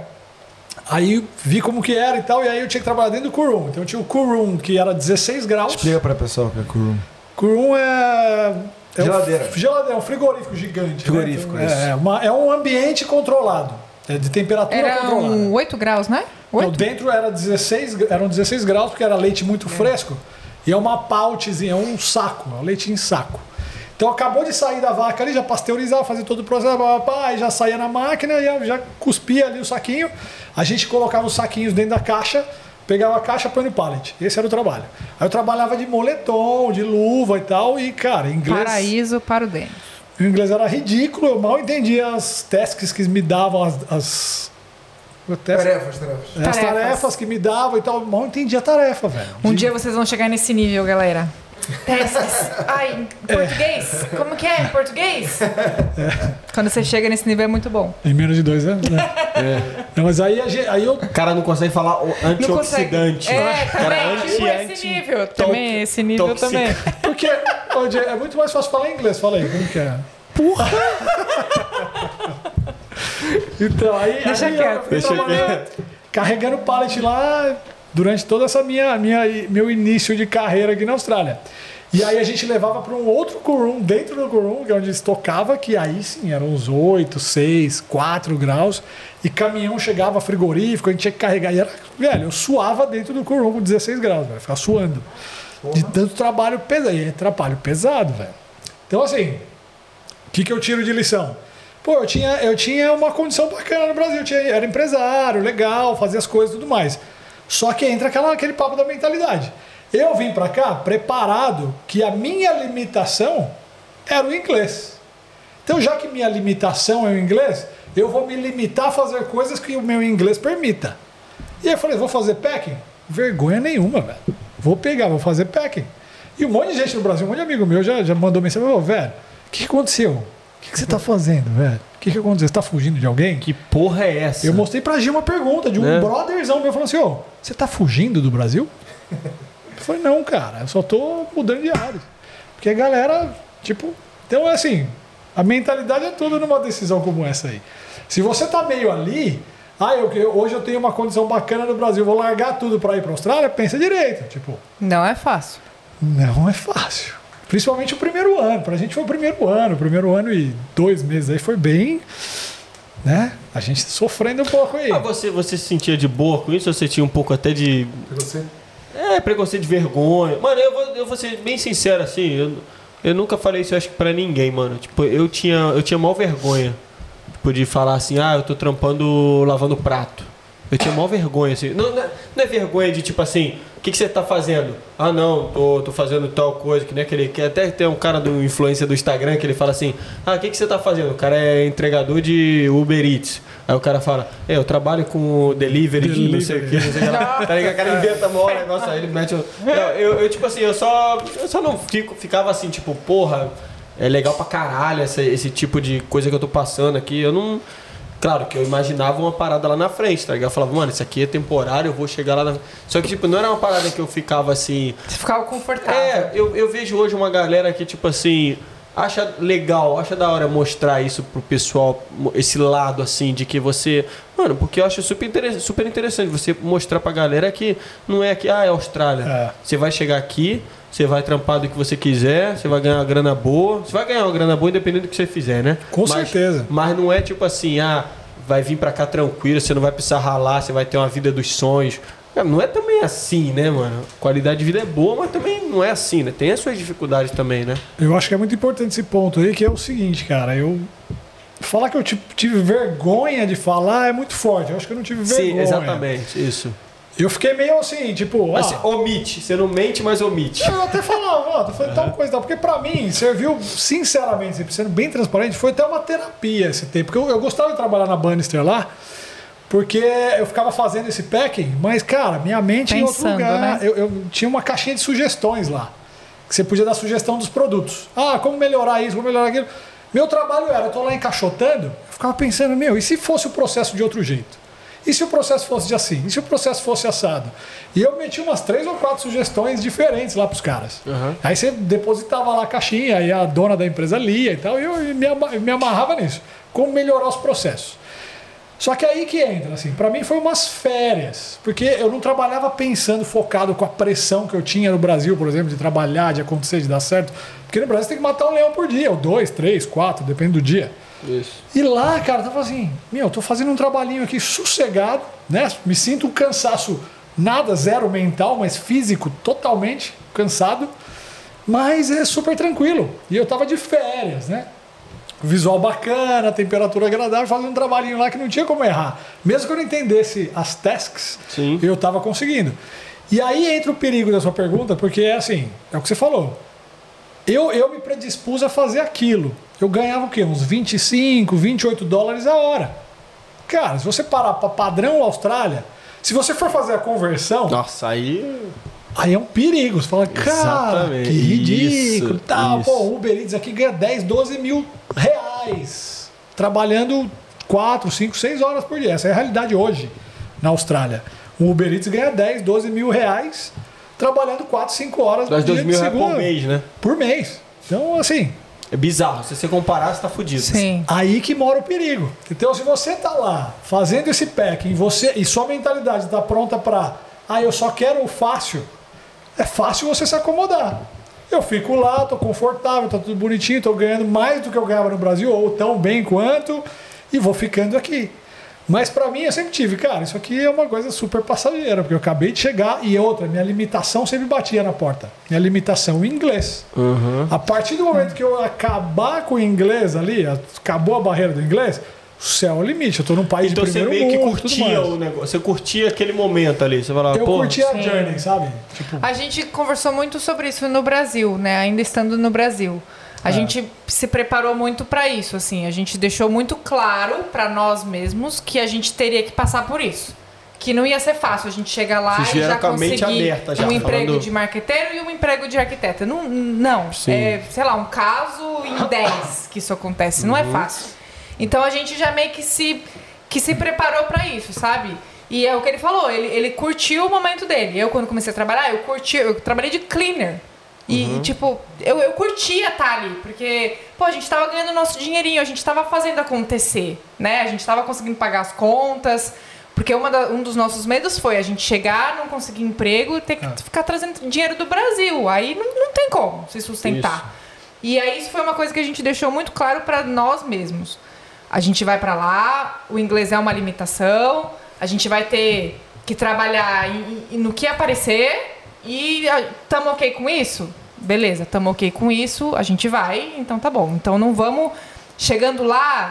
Aí vi como que era e tal, e aí eu tinha que trabalhar dentro do cool room. Então eu tinha o cool room, que era dezesseis graus.
Explica pra pessoal o que é cool room.
Cool room é... é
Geladeira.
Um, geladeira, é um frigorífico gigante.
Frigorífico,
né?
isso.
Então, é, uma- é um ambiente controlado. É de temperatura
Era
controlada.
um oito graus, né?
Então,
oito?
dentro era dezesseis, eram dezesseis graus, porque era leite muito fresco. E é uma pouchzinha, é um saco, é um leite em saco. Então acabou de sair da vaca ali, já pasteurizava, fazia todo o processo, pá, pá, pá, aí já saía na máquina, e já cuspia ali o saquinho. A gente colocava os saquinhos dentro da caixa, pegava a caixa e põe no pallet. Esse era o trabalho. Aí eu trabalhava de moletom, de luva e tal, e cara, inglês...
Paraíso para o Denis.
O inglês era ridículo, eu mal entendia as tasks que me davam, as... as as
Tarefas, tarefas.
as
Tarefas.
tarefas que me davam e tal, mal entendia a tarefa, velho.
Um
De-
dia vocês vão chegar nesse nível, galera. Testes. Ai, em português? Como que é? Em português? Quando você chega nesse nível é muito bom.
Em menos de dois anos, né? Não, mas aí, a gente- aí eu.
O cara não consegue falar o
Não consegue.
antioxidante.
É,
Cara,
também, tipo
anti-
esse nível. Também, esse nível
tóxico.
também.
Porque ô, Jay, é muito mais fácil falar inglês, fala aí, como que é? Porra! Então, aí.
Deixa
aí eu
quieto.
fui
Deixa
trabalhando,
quieto.
Carregando pallet lá durante toda essa minha, minha meu início de carreira aqui na Austrália. E aí a gente levava para um outro cool room, dentro do cool room, que é onde estocava, que aí sim eram uns oito, seis, quatro graus, e caminhão chegava frigorífico, a gente tinha que carregar. E era, velho, eu suava dentro do cool room com dezesseis graus, velho, ficava suando. De tanto trabalho pesado. E é trabalho pesado, velho. Então, assim, o que, que eu tiro de lição? Pô, eu tinha, eu tinha uma condição bacana no Brasil, eu tinha, era empresário, legal, fazia as coisas e tudo mais. Só que entra aquela, aquele papo da mentalidade. Eu vim pra cá preparado que a minha limitação era o inglês. Então, já que minha limitação é o inglês, eu vou me limitar a fazer coisas que o meu inglês permita. E aí eu falei, vou fazer packing? Vergonha nenhuma, velho. Vou pegar, vou fazer packing. E um monte de gente no Brasil, um monte de amigo meu já, já mandou mensagem, ô, velho, o que, que aconteceu? O que, que você tá fazendo, velho? O que, que aconteceu? Você tá fugindo de alguém?
Que porra é essa?
Eu mostrei pra Gil uma pergunta de um
Né?
brotherzão meu, falando assim, ô, você tá fugindo do Brasil? Eu falei, não, cara, eu só tô mudando de área. Porque a galera, tipo... Então, é assim, a mentalidade é tudo numa decisão como essa aí. Se você tá meio ali... Ah, eu, eu- hoje eu tenho uma condição bacana no Brasil, vou largar tudo pra ir pra Austrália, pensa direito. Tipo,
Não é fácil.
não é fácil. Principalmente o primeiro ano. Pra gente foi o primeiro ano. O primeiro ano e dois meses aí foi bem... Né? A gente sofrendo um pouco aí.
Ah, você, você se sentia de boa com isso ou você tinha um pouco até de...
Você...
É, preconceito de vergonha. Mano, eu vou, eu vou ser bem sincero assim, eu, eu nunca falei isso, eu acho que pra ninguém, mano. Tipo, eu tinha, eu tinha maior vergonha. Tipo, Tipo, de falar assim, ah, eu tô trampando lavando prato. Eu tinha maior vergonha, assim. Não, não, é, não é vergonha de, tipo assim, o que, que você tá fazendo? Ah, não, tô, tô fazendo tal coisa, que nem aquele... Que até tem um cara do influencer do Instagram que ele fala assim, ah, o que, que você tá fazendo? O cara é entregador de Uber Eats. Aí o cara fala, é, eu trabalho com delivery, de não sei o que, não sei o que lá. Tá ligado? O cara inventa maior negócio, aí ele mete... Eu, eu, eu, tipo assim, eu só, eu só não fico, ficava assim, tipo, porra, é legal pra caralho esse, esse tipo de coisa que eu tô passando aqui. Eu não... Claro que eu imaginava uma parada lá na frente, tá ligado? Eu falava, mano, isso aqui é temporário, eu vou chegar lá na... Só que, tipo, não era uma parada que eu ficava assim...
Você ficava confortável.
É, eu, eu vejo hoje uma galera que, tipo assim, acha legal, acha da hora mostrar isso pro pessoal, esse lado, assim, de que você... Mano, porque eu acho super interessante, super interessante você mostrar pra galera que não é que, ah, é Austrália. É. Você vai chegar aqui... Você vai trampar do que você quiser, você vai ganhar uma grana boa. Você vai ganhar uma grana boa independente do que você fizer, né?
Com
mas,
certeza.
Mas não é tipo assim, ah, vai vir pra cá tranquilo, você não vai precisar ralar, você vai ter uma vida dos sonhos. Não é também assim, né, mano? A qualidade de vida é boa, mas também não é assim, né? Tem as suas dificuldades também, né?
Eu acho que é muito importante esse ponto aí, que é o seguinte, cara. Eu... Falar que eu tive vergonha de falar é muito forte. Eu acho que eu não tive vergonha.
Sim, exatamente, isso.
Eu fiquei meio assim, tipo...
Mas
ah,
você omite, você não mente, mas omite.
Eu até falava, ó, tô falando tal coisa, tal. Porque pra mim, serviu, sinceramente, sendo bem transparente, foi até uma terapia esse tempo. Porque eu, eu gostava de trabalhar na Bannister lá, porque eu ficava fazendo esse packing, mas, cara, minha mente em outro lugar. Né? Eu, eu tinha uma caixinha de sugestões lá, que você podia dar sugestão dos produtos. Ah, como melhorar isso, como melhorar aquilo. Meu trabalho era, eu tô lá encaixotando, eu ficava pensando, meu, e se fosse o processo de outro jeito? E se o processo fosse de assim? E se o processo fosse assado? E eu meti umas três ou quatro sugestões diferentes lá pros caras. Uhum. Aí você depositava lá a caixinha, aí a dona da empresa lia e tal, e eu me, me amarrava nisso. Como melhorar os processos. Só que aí que entra, assim, pra mim foi umas férias. Porque eu não trabalhava pensando, focado com a pressão que eu tinha no Brasil, por exemplo, de trabalhar, de acontecer, de dar certo. Porque no Brasil você tem que matar um leão por dia, ou dois, três, quatro, depende do dia. Isso. E lá, cara, tava assim, meu, tô fazendo um trabalhinho aqui sossegado, né? Me sinto um cansaço, nada, zero mental, mas físico, totalmente cansado, mas é super tranquilo. E eu tava de férias, né? Visual bacana, temperatura agradável, fazendo um trabalhinho lá que não tinha como errar. Mesmo que eu não entendesse as tasks, sim, eu tava conseguindo. E aí entra o perigo da sua pergunta, porque é assim, é o que você falou. Eu, eu me predispus a fazer aquilo. Eu ganhava o quê? Uns vinte e cinco, vinte e oito dólares a hora. Cara, se você parar para padrão Austrália, se você for fazer a conversão...
Nossa, aí...
Aí é um perigo. Você fala, cara, exatamente, que ridículo. Isso, tá, isso. Pô, o Uber Eats aqui ganha dez, doze mil reais. Trabalhando quatro, cinco, seis horas por dia. Essa é a realidade hoje na Austrália. O Uber Eats ganha dez, doze mil reais trabalhando quatro, cinco horas por dia.
dois mil reais por mês, né?
Por mês. Então, assim...
É bizarro. Se você comparar, você tá fudido.
Sim.
Aí que mora o perigo. Então, se você tá lá fazendo esse packing você, e sua mentalidade tá pronta para, ah, eu só quero o fácil, é fácil você se acomodar. Eu fico lá, tô confortável, tá tudo bonitinho, tô ganhando mais do que eu ganhava no Brasil, ou tão bem quanto, e vou ficando aqui. Mas pra mim, eu sempre tive, cara, isso aqui é uma coisa super passageira, porque eu acabei de chegar e outra, minha limitação sempre batia na porta. Minha limitação em inglês. Uhum. A partir do momento que eu acabar com o inglês ali, acabou a barreira do inglês, o céu é o limite. Eu tô num país
então
de primeiro mundo.
Então você meio que curtia o negócio, você curtia aquele momento ali, você falava,
eu
pô,
curtia a journey, sabe? Tipo...
A gente conversou muito sobre isso no Brasil, né? Ainda estando no Brasil. A é. gente se preparou muito para isso, assim. A gente deixou muito claro para nós mesmos que a gente teria que passar por isso. Que não ia ser fácil a gente chegar lá e já conseguir aberta, já, um emprego falando... de marqueteiro e um emprego de arquiteta. Não, não é, sei lá, um caso em dez que isso acontece. Não uhum. é fácil. Então a gente já meio que se, que se preparou para isso, sabe? E é o que ele falou, ele, ele curtiu o momento dele. Eu, quando comecei a trabalhar, eu curti, eu trabalhei de cleaner. E, uhum. tipo, eu, eu curtia estar ali, porque, pô, a gente tava ganhando nosso dinheirinho, a gente tava fazendo acontecer, né? A gente tava conseguindo pagar as contas, porque uma da, um dos nossos medos foi a gente chegar, não conseguir emprego e ter que ah. ficar trazendo dinheiro do Brasil. Aí não, não tem como se sustentar. Isso. E aí isso foi uma coisa que a gente deixou muito claro para nós mesmos. A gente vai para lá, o inglês é uma limitação, a gente vai ter que trabalhar em, em, no que aparecer... E estamos ok com isso? Beleza, estamos ok com isso, a gente vai, então tá bom. Então não vamos, chegando lá,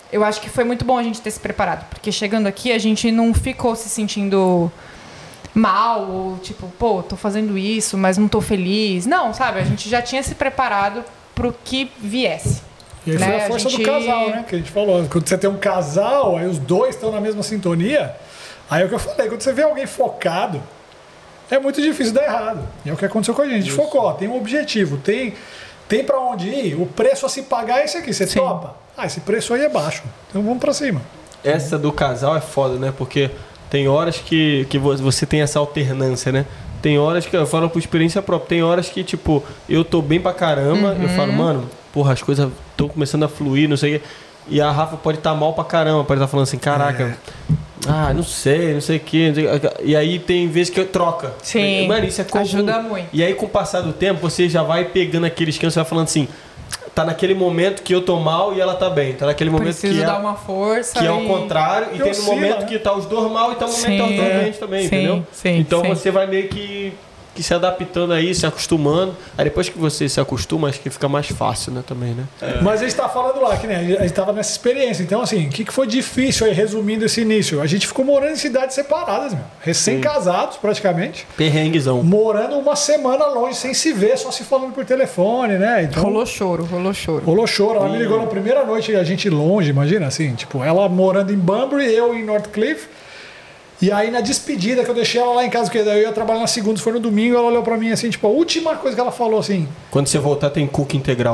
eu acho que foi muito bom a gente ter se preparado, porque chegando aqui a gente não ficou se sentindo mal, ou tipo, pô, tô fazendo isso, mas não tô feliz. Não, sabe? A gente já tinha se preparado pro que viesse.
E aí
né?
foi a força
a gente...
do casal, né? Que a gente falou. Quando você tem um casal, aí os dois estão na mesma sintonia, aí é o que eu falei, quando você vê alguém focado, é muito difícil dar errado. E é o que aconteceu com a gente. A gente
Isso.
focou, ó, tem um objetivo, tem, tem pra onde ir, o preço a se pagar é esse aqui, você
Sim.
topa. Ah, esse preço aí é baixo, então vamos pra cima.
Essa do casal é foda, né? Porque tem horas que, que vo- você tem essa alternância, né? Tem horas que, eu falo por experiência própria, tem horas que, tipo, eu tô bem pra caramba, eu falo, mano, porra, as coisas estão começando a fluir, não sei o quê. E a Rafa pode estar mal pra caramba, pode estar falando assim, caraca, ah, não sei, não sei o quê. não sei o quê. E aí tem vezes que eu troca.
Sim,
Mano, isso é comum.
ajuda muito.
E aí, com o passar do tempo, você já vai pegando aqueles que você vai falando assim, tá naquele momento que eu tô mal e ela tá bem. Tá naquele momento
Preciso
que, é,
dar uma força.
que é o
e-
contrário. E
Que
tem no
oscila,
momento
né?
que tá os dois mal e tá o momento que tá os
Sim,
dois
é.
doentes também,
Sim,
entendeu?
sim,
então
sim.
você vai meio que, que se adaptando aí, se acostumando. Aí depois que você se acostuma, acho que fica mais fácil, né, também, né?
Mas a gente tá falando lá, que né, a gente tava nessa experiência. Então, assim, o que, que foi difícil aí, resumindo esse início? A gente ficou morando em cidades separadas, meu. Recém-casados, praticamente.
Perrenguezão.
Morando uma semana longe, sem se ver, só se falando por telefone, né? Então,
Rolou choro, rolou choro.
rolou choro. Ela me ligou na primeira noite, a gente longe, imagina, assim, tipo, ela morando em Bunbury, eu em Northcliffe. E aí, na despedida, que eu deixei ela lá em casa, porque daí eu ia trabalhar na segunda, foi no domingo, ela olhou pra mim assim, tipo, a última coisa que ela falou assim.
Quando você voltar, tem cookie integral.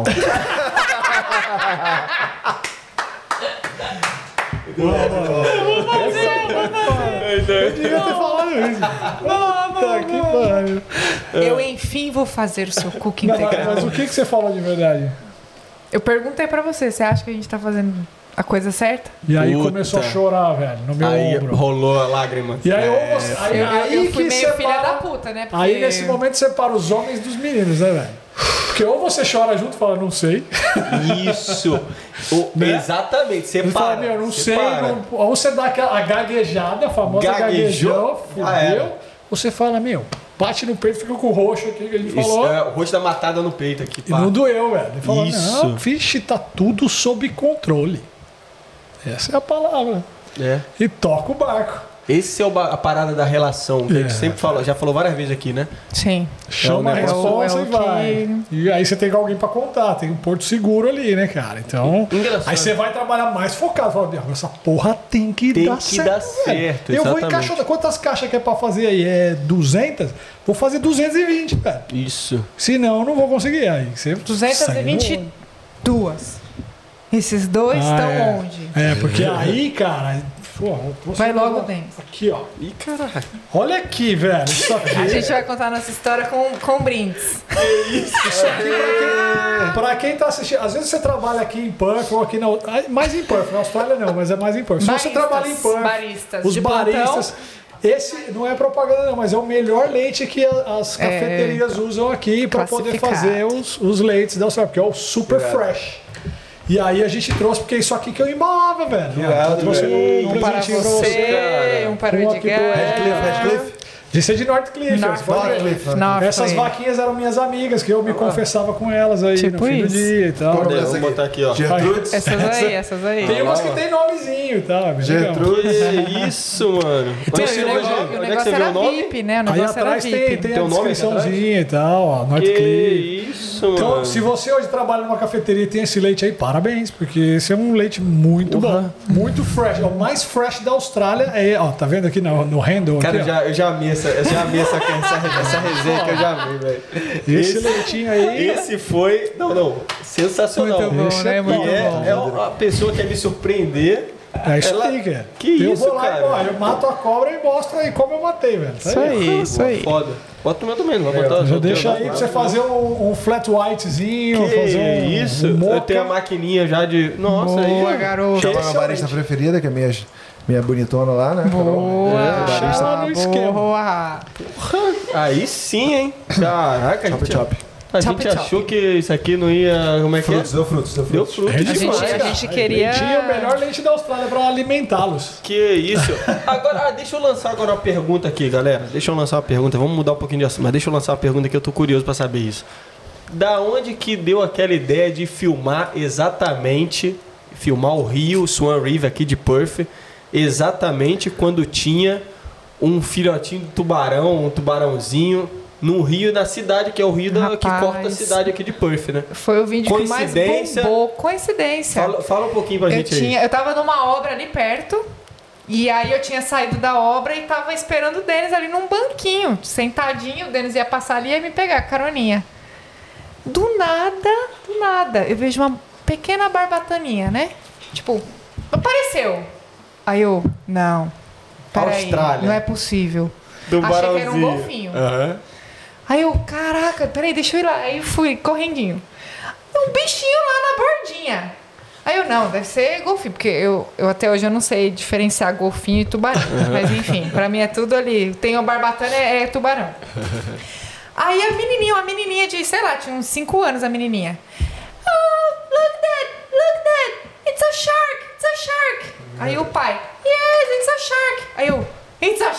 Eu devia ter falado isso. Puta que pariu.
Eu, enfim, vou fazer o seu cookie
Não,
integral.
mas o que, que você falou de verdade?
Eu perguntei pra você, você acha que a gente tá fazendo a coisa certa?
E aí
Puta.
começou a chorar, velho, no meu
Aí
ombro.
rolou a lágrima.
E aí, ou você, aí,
Eu, eu-
aí
eu fui
que
meio filha
separa-
da puta, né? Porque...
Aí nesse momento separa os homens dos meninos, né, velho? Porque ou você chora junto e fala, não sei.
Isso. O-
Né?
Exatamente. Você
Ele fala,
para.
meu, não
você
sei.
para.
Não, ou você dá aquela a gaguejada, a famosa
Gaguejou,
gaguejou,
já era.
fudeu. Ou você fala, meu, bate no peito, fica com o roxo aqui que a gente
Isso,
falou.
é, o rosto da matada no peito aqui,
E
pá.
não doeu, velho. Ele falou,
Isso.
não, vixe, tá tudo sob controle. Essa é a palavra.
É.
E toca o barco.
Esse é o ba- a parada da relação, que a gente
É.
sempre falou, já falou várias vezes aqui, né?
Sim.
Chama
É
a
o
negócio-
responsa
é o
e vai.
que-
E aí você tem alguém pra contar, tem um porto seguro ali, né, cara? Então.
Engraçado.
Aí você vai trabalhar mais focado. Fala, "Meu, essa porra tem que
Tem
dar
que
certo.
dar
velho.
certo,
Eu vou
exatamente.
encaixar. Quantas caixas que é pra fazer aí? É duzentas? Vou fazer duzentas e vinte, velho.
Isso.
Senão eu não vou conseguir. Aí você
duzentas e vinte e duas. Esses dois
Ah,
estão
é.
onde?
É, porque aí, cara. Porra, eu trouxe
Vai
um
logo
negócio-
dentro.
Aqui, ó.
Ih, caralho.
Olha aqui, velho. Isso aqui.
A gente vai contar nossa história com, com brindes.
Isso aqui, pra quem, pra quem tá assistindo, às vezes você trabalha aqui em Perth ou aqui na. ah, mais em Perth, na Austrália não, mas é mais em Perth. Se você
Baristas,
trabalha em Perth,
baristas
os
de
baristas. Esse não é propaganda, não, mas é o melhor leite que a- as cafeterias usam aqui para poder
classificado.
fazer os, os leites da Austrália, porque é o super fresh. E aí a gente trouxe, porque é isso aqui que eu embalava, velho.
Obrigado,
Eu trouxe
velho.
um,
Um para
presentinho pra
você,
você.
cara.
um para
Um
o
aqui pro
Edgar.
Redcliffe, Redcliffe.
Disse é de Northcliffe.
North-
você pode ver.
Northcliffe, né?
Não,
Essas
foi-
vaquinhas eram minhas amigas, que eu me confessava com elas aí
Tipo
no fim do
isso.
dia e tal.
Qual é
Vamos
essa
botar aqui, ó.
Gertrudes.
Essas aí, essas aí.
Tem umas que tem nomezinho e tal. é bem legal.
Que isso, mano. Onde é que
Não,
você
e o
viu
negócio, o
Onde é que
negócio
você viu
era
o nome?
V I P, né? O
Aí
negócio era
atrás tem,
V I P.
tem
Tem
a
o nome aqui
descriçãozinha e tal, ó,
Que
Northcliffe.
isso,
Então,
mano.
se você hoje trabalha numa cafeteria e tem esse leite aí, parabéns, porque esse é um leite muito bom,
Uhum.
muito fresh. É o mais fresh da Austrália. É, ó, tá vendo aqui no, no handle?
Cara, eu
aqui, ó?
já, eu já amei essa, eu já amei essa, essa, essa resenha que eu já amei, velho.
Esse, leitinho aí.
Esse foi. Não, não. Sensacional.
Muito bom,
Esse
né?
é
Muito
E é,
bom.
é uma pessoa que quer me surpreender.
É isso
Ela-
aí, cara.
Que
eu
isso,
vou lá
cara?
e ó, eu mato a cobra e mostro aí como eu matei, velho. Tá
Isso aí, isso aí.
Foda. Bota o meu também, não vai botar
Já
o
deixa
teu,
aí
não.
pra você fazer um, um flat whitezinho,
Que
fazer um,
isso?
um
Eu
mocha.
tenho a maquininha já de. Nossa, aí.
Boa,
ó.
garoto.
Chama a
Excelente.
barista preferida, que é minha, minha bonitona lá, né?
Boa,
É, barista.
no esquema.
boa.
Aí sim, hein? Caraca, a
Chop
gente,
chop.
a
Chop,
gente
chop.
achou que isso aqui não ia. Como é que
Frutos,
é?
deu frutos, deu
Deu
frutos.
fruto
É
demais.
demais,
a
cara.
gente queria-
Leitinho é o melhor leite da Austrália pra alimentá-los.
Que isso. Agora, ah, deixa eu lançar agora uma pergunta aqui, galera. Deixa eu lançar uma pergunta. Vamos mudar um pouquinho de assunto, mas deixa eu lançar uma pergunta que eu tô curioso pra saber isso. Da onde que deu aquela ideia de filmar exatamente, filmar o rio Swan River aqui de Perth, exatamente quando tinha um filhotinho de tubarão, um tubarãozinho, num rio da cidade, que é o rio da, que corta a cidade aqui de Perth, né?
Foi o vídeo que mais bombou. Coincidência.
Fala, fala um pouquinho pra
eu
gente
tinha,
aí.
Eu tava numa obra ali perto, e aí eu tinha saído da obra e tava esperando o Denis ali num banquinho, sentadinho. O Denis ia passar ali e ia me pegar, caroninha. Do nada, do nada, eu vejo uma pequena barbataninha, né? Tipo, apareceu. Aí eu, não, peraí, não é possível.
Do
Achei que era um golfinho.
Uhum.
Aí eu, caraca, peraí, deixa eu ir lá. Aí fui correndinho. Um bichinho lá na bordinha. Aí eu, não, deve ser golfinho, porque eu, eu até hoje eu não sei diferenciar golfinho e tubarão. Uhum. Mas enfim, pra mim é tudo ali. Tem a barbatana, é, é tubarão. Aí a menininha, uma menininha de, sei lá, tinha uns cinco anos a menininha. Oh, look that, look that, it's a shark, it's a shark. Aí o pai, yes, it's a shark. Aí eu, it's a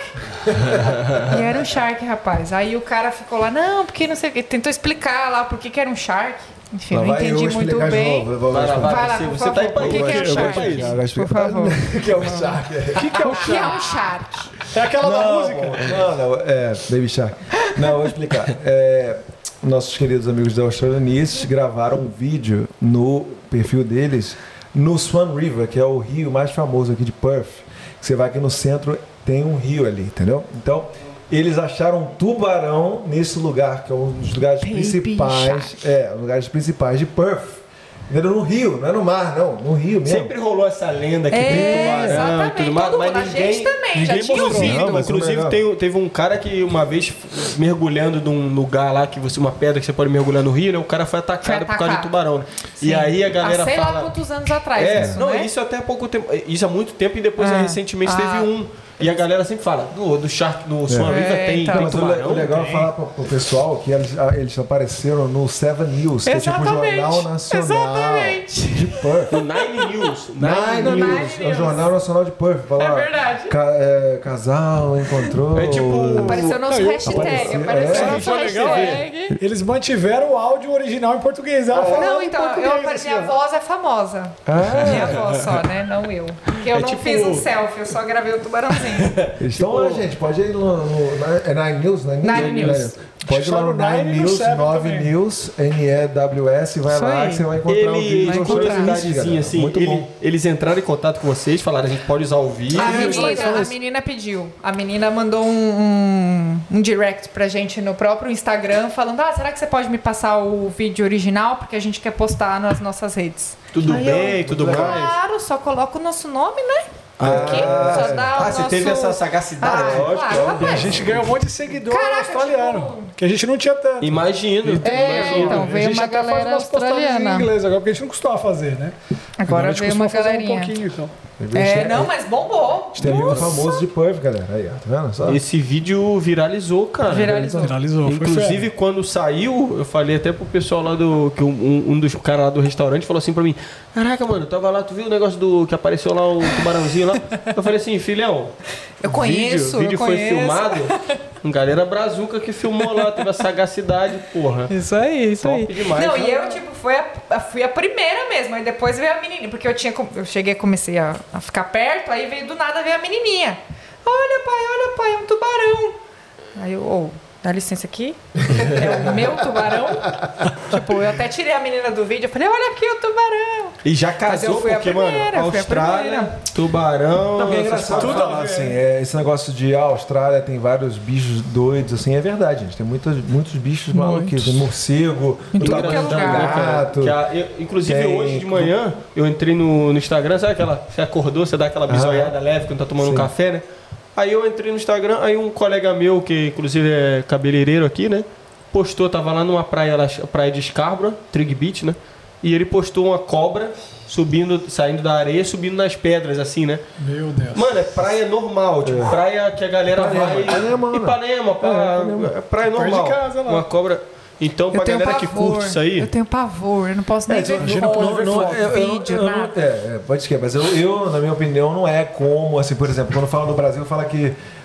shark? E era um shark, rapaz. Aí o cara ficou lá, não, porque não sei o que. Tentou explicar lá por que que era um shark. Enfim, eu não entendi muito bem.
Vai lá, vai lá, você tá aí pra
o que que é um shark? Por favor.
O que é um shark?
O que, que é um
O que é um
shark?
shark?
É aquela da
Não,
música.
bom, não, não, é Baby Shark. Não, eu vou explicar. É, nossos queridos amigos da Australianices gravaram um vídeo no perfil deles no Swan River, que é o rio mais famoso aqui de Perth. Você vai aqui no centro, tem um rio ali, entendeu? Então, eles acharam um tubarão nesse lugar, que é um dos lugares
Baby
principais,
Shark.
é, um dos lugares principais de Perth. Entendeu? No rio, não é no mar, não, no rio mesmo.
Sempre rolou essa lenda que
É,
tem tubarão e
exatamente,
tudo mais,
todo
mas
mundo, a
ninguém,
gente também, já
ninguém
tinha
mostrou.
ouvido.
Não, mas
Inclusive,
não é
tem, teve um cara que uma vez mergulhando num lugar lá, que você, uma pedra que você pode mergulhar no rio, né? O cara foi atacado,
Foi
por causa de
atacado.
tubarão, né? E
Sim.
aí a galera
Há sei
fala...
lá quantos anos atrás
É,
isso,
não,
né?
isso até há pouco tempo, isso há muito tempo e depois
Ah.
recentemente
Ah.
teve um. E a galera sempre fala, do, do Shark, no Swan
É,
River tem,
então.
tem
Mas o le-
tubarão.
o legal é
tem.
falar pro, pro pessoal que eles, ah, eles apareceram no Seven News, que é tipo o
Exatamente.
Jornal Nacional
Exatamente.
de Perth.
No Nine News.
Nine
No
News,
Nine
é o
News.
Jornal Nacional de Perth. Fala,
É
ó,
verdade.
ca- é, casal encontrou...
É tipo-
Apareceu nosso
Não, eu-
hashtag,
apareceu,
apareceu
é.
nosso
Foi legal
hashtag.
Eles mantiveram o áudio original em português. Ela falando
Não,
em
então,
português,
eu,
assim,
minha
ó.
voz é famosa.
Ah.
Minha voz só, né? Não eu. Porque eu
É
não
tipo-
fiz um selfie, eu só gravei o tubarãozinho.
Eles estão lá, gente. Pode ir no, no, na- é Nine News, né?
Nine News.
Pode ir lá no
Só no Nine
Nine
e no
News,
Seven
nove
também.
News, N E W S, vai
Isso
lá
aí.
que você vai encontrar o
Ele,
vídeo.
Vai
de
encontrar.
curiosidadezinha, assim,
Muito
ele-
bom.
eles entraram em contato com vocês, falaram, a gente pode usar o vídeo.
A
e eles
menina,
falaram
a
isso.
menina pediu. A menina mandou um, um, um direct pra gente no próprio Instagram, falando: ah, será que você pode me passar o vídeo original? Porque a gente quer postar nas nossas redes.
Tudo
Aí
bem,
eu-
tudo mais.
Claro, só coloca o nosso nome, né?
Ah,
Aqui, só dá o
Ah, você
nosso...
teve essa sagacidade.
Ah,
lógico.
claro,
E a
rapaz.
gente ganhou um monte de seguidor
Caraca,
australiano.
tipo-
Que a gente não tinha tanto.
Imagino.
É,
imagino.
então,
a
veio
gente
uma
até faz
galera
umas postagens
australiana.
em inglês agora, porque a gente não costuma fazer, né?
Agora
a gente
veio
costuma
uma
fazer
galerinha.
um pouquinho, então.
É, não, mas bombou.
A gente tem amigo famoso de Perth, galera. Aí, ó, tá vendo? Só.
Esse vídeo viralizou, cara.
Viralizou.
Viralizou. Foi
Inclusive,
fera.
quando saiu, eu falei até pro pessoal lá do. Que um, um dos caras lá do restaurante falou assim pra mim: caraca, mano, eu tava lá, tu viu o negócio do. Que apareceu lá o tubarãozinho lá? Eu falei assim, filhão.
Eu conheço,
O vídeo
eu
foi
conheço.
filmado. Um galera brazuca que filmou lá, teve a sagacidade, porra.
Isso aí, isso
Top demais.
Não,
né?
e eu, tipo, foi a, fui a primeira mesmo. Aí depois veio a menininha. Porque eu tinha. Eu cheguei, comecei a, a ficar perto, aí veio do nada veio a menininha. Olha, pai, olha, pai, é um tubarão. Aí eu, ô, dá licença aqui. É o meu tubarão. Tipo, eu até tirei a menina do vídeo. Eu falei, olha aqui o tubarão.
E já
Mas eu
casou,
fui a
porque,
primeira,
mano,
fui a
Austrália,
primeira.
tubarão.
Não, é
essas
engraçado
paradas.
falar assim, é, esse negócio de ah, Austrália tem vários bichos doidos, assim, é verdade, gente. Tem muitos, muitos bichos malucos, tem morcego,
Em
do
tudo
tamanho
que é
do
lugar.
né, cara?
gato.
Que a- eu- inclusive
Tem-
hoje de manhã eu entrei no, no Instagram, sabe aquela? Você acordou, você dá aquela bisoiada leve quando tá tomando
Sim.
um café, né? Aí eu entrei no Instagram, aí um colega meu, que inclusive é cabeleireiro aqui, né? Postou, tava lá numa praia, lá, praia de Scarborough, Trig Beach, né? E ele postou uma cobra subindo, saindo da areia, subindo nas pedras, assim, né?
Meu Deus.
Mano, é praia normal, tipo, praia que a galera
Ipanema,
vai.
Ipanema, né?
Ipanema, pra-
É, Ipanema.
é praia
Perto de
normal.
casa, lá.
Uma cobra. Então, pra
Eu tenho
galera que
pavor.
curte isso aí.
Eu tenho pavor, eu não posso nem
É,
ver
tipo,
foto,
não- não-
foto,
eu- eu-
vídeo,
eu não-
nada.
é, é, pode ser, mas eu, eu, na minha opinião, não é como, assim, por exemplo, quando fala no Brasil, fala que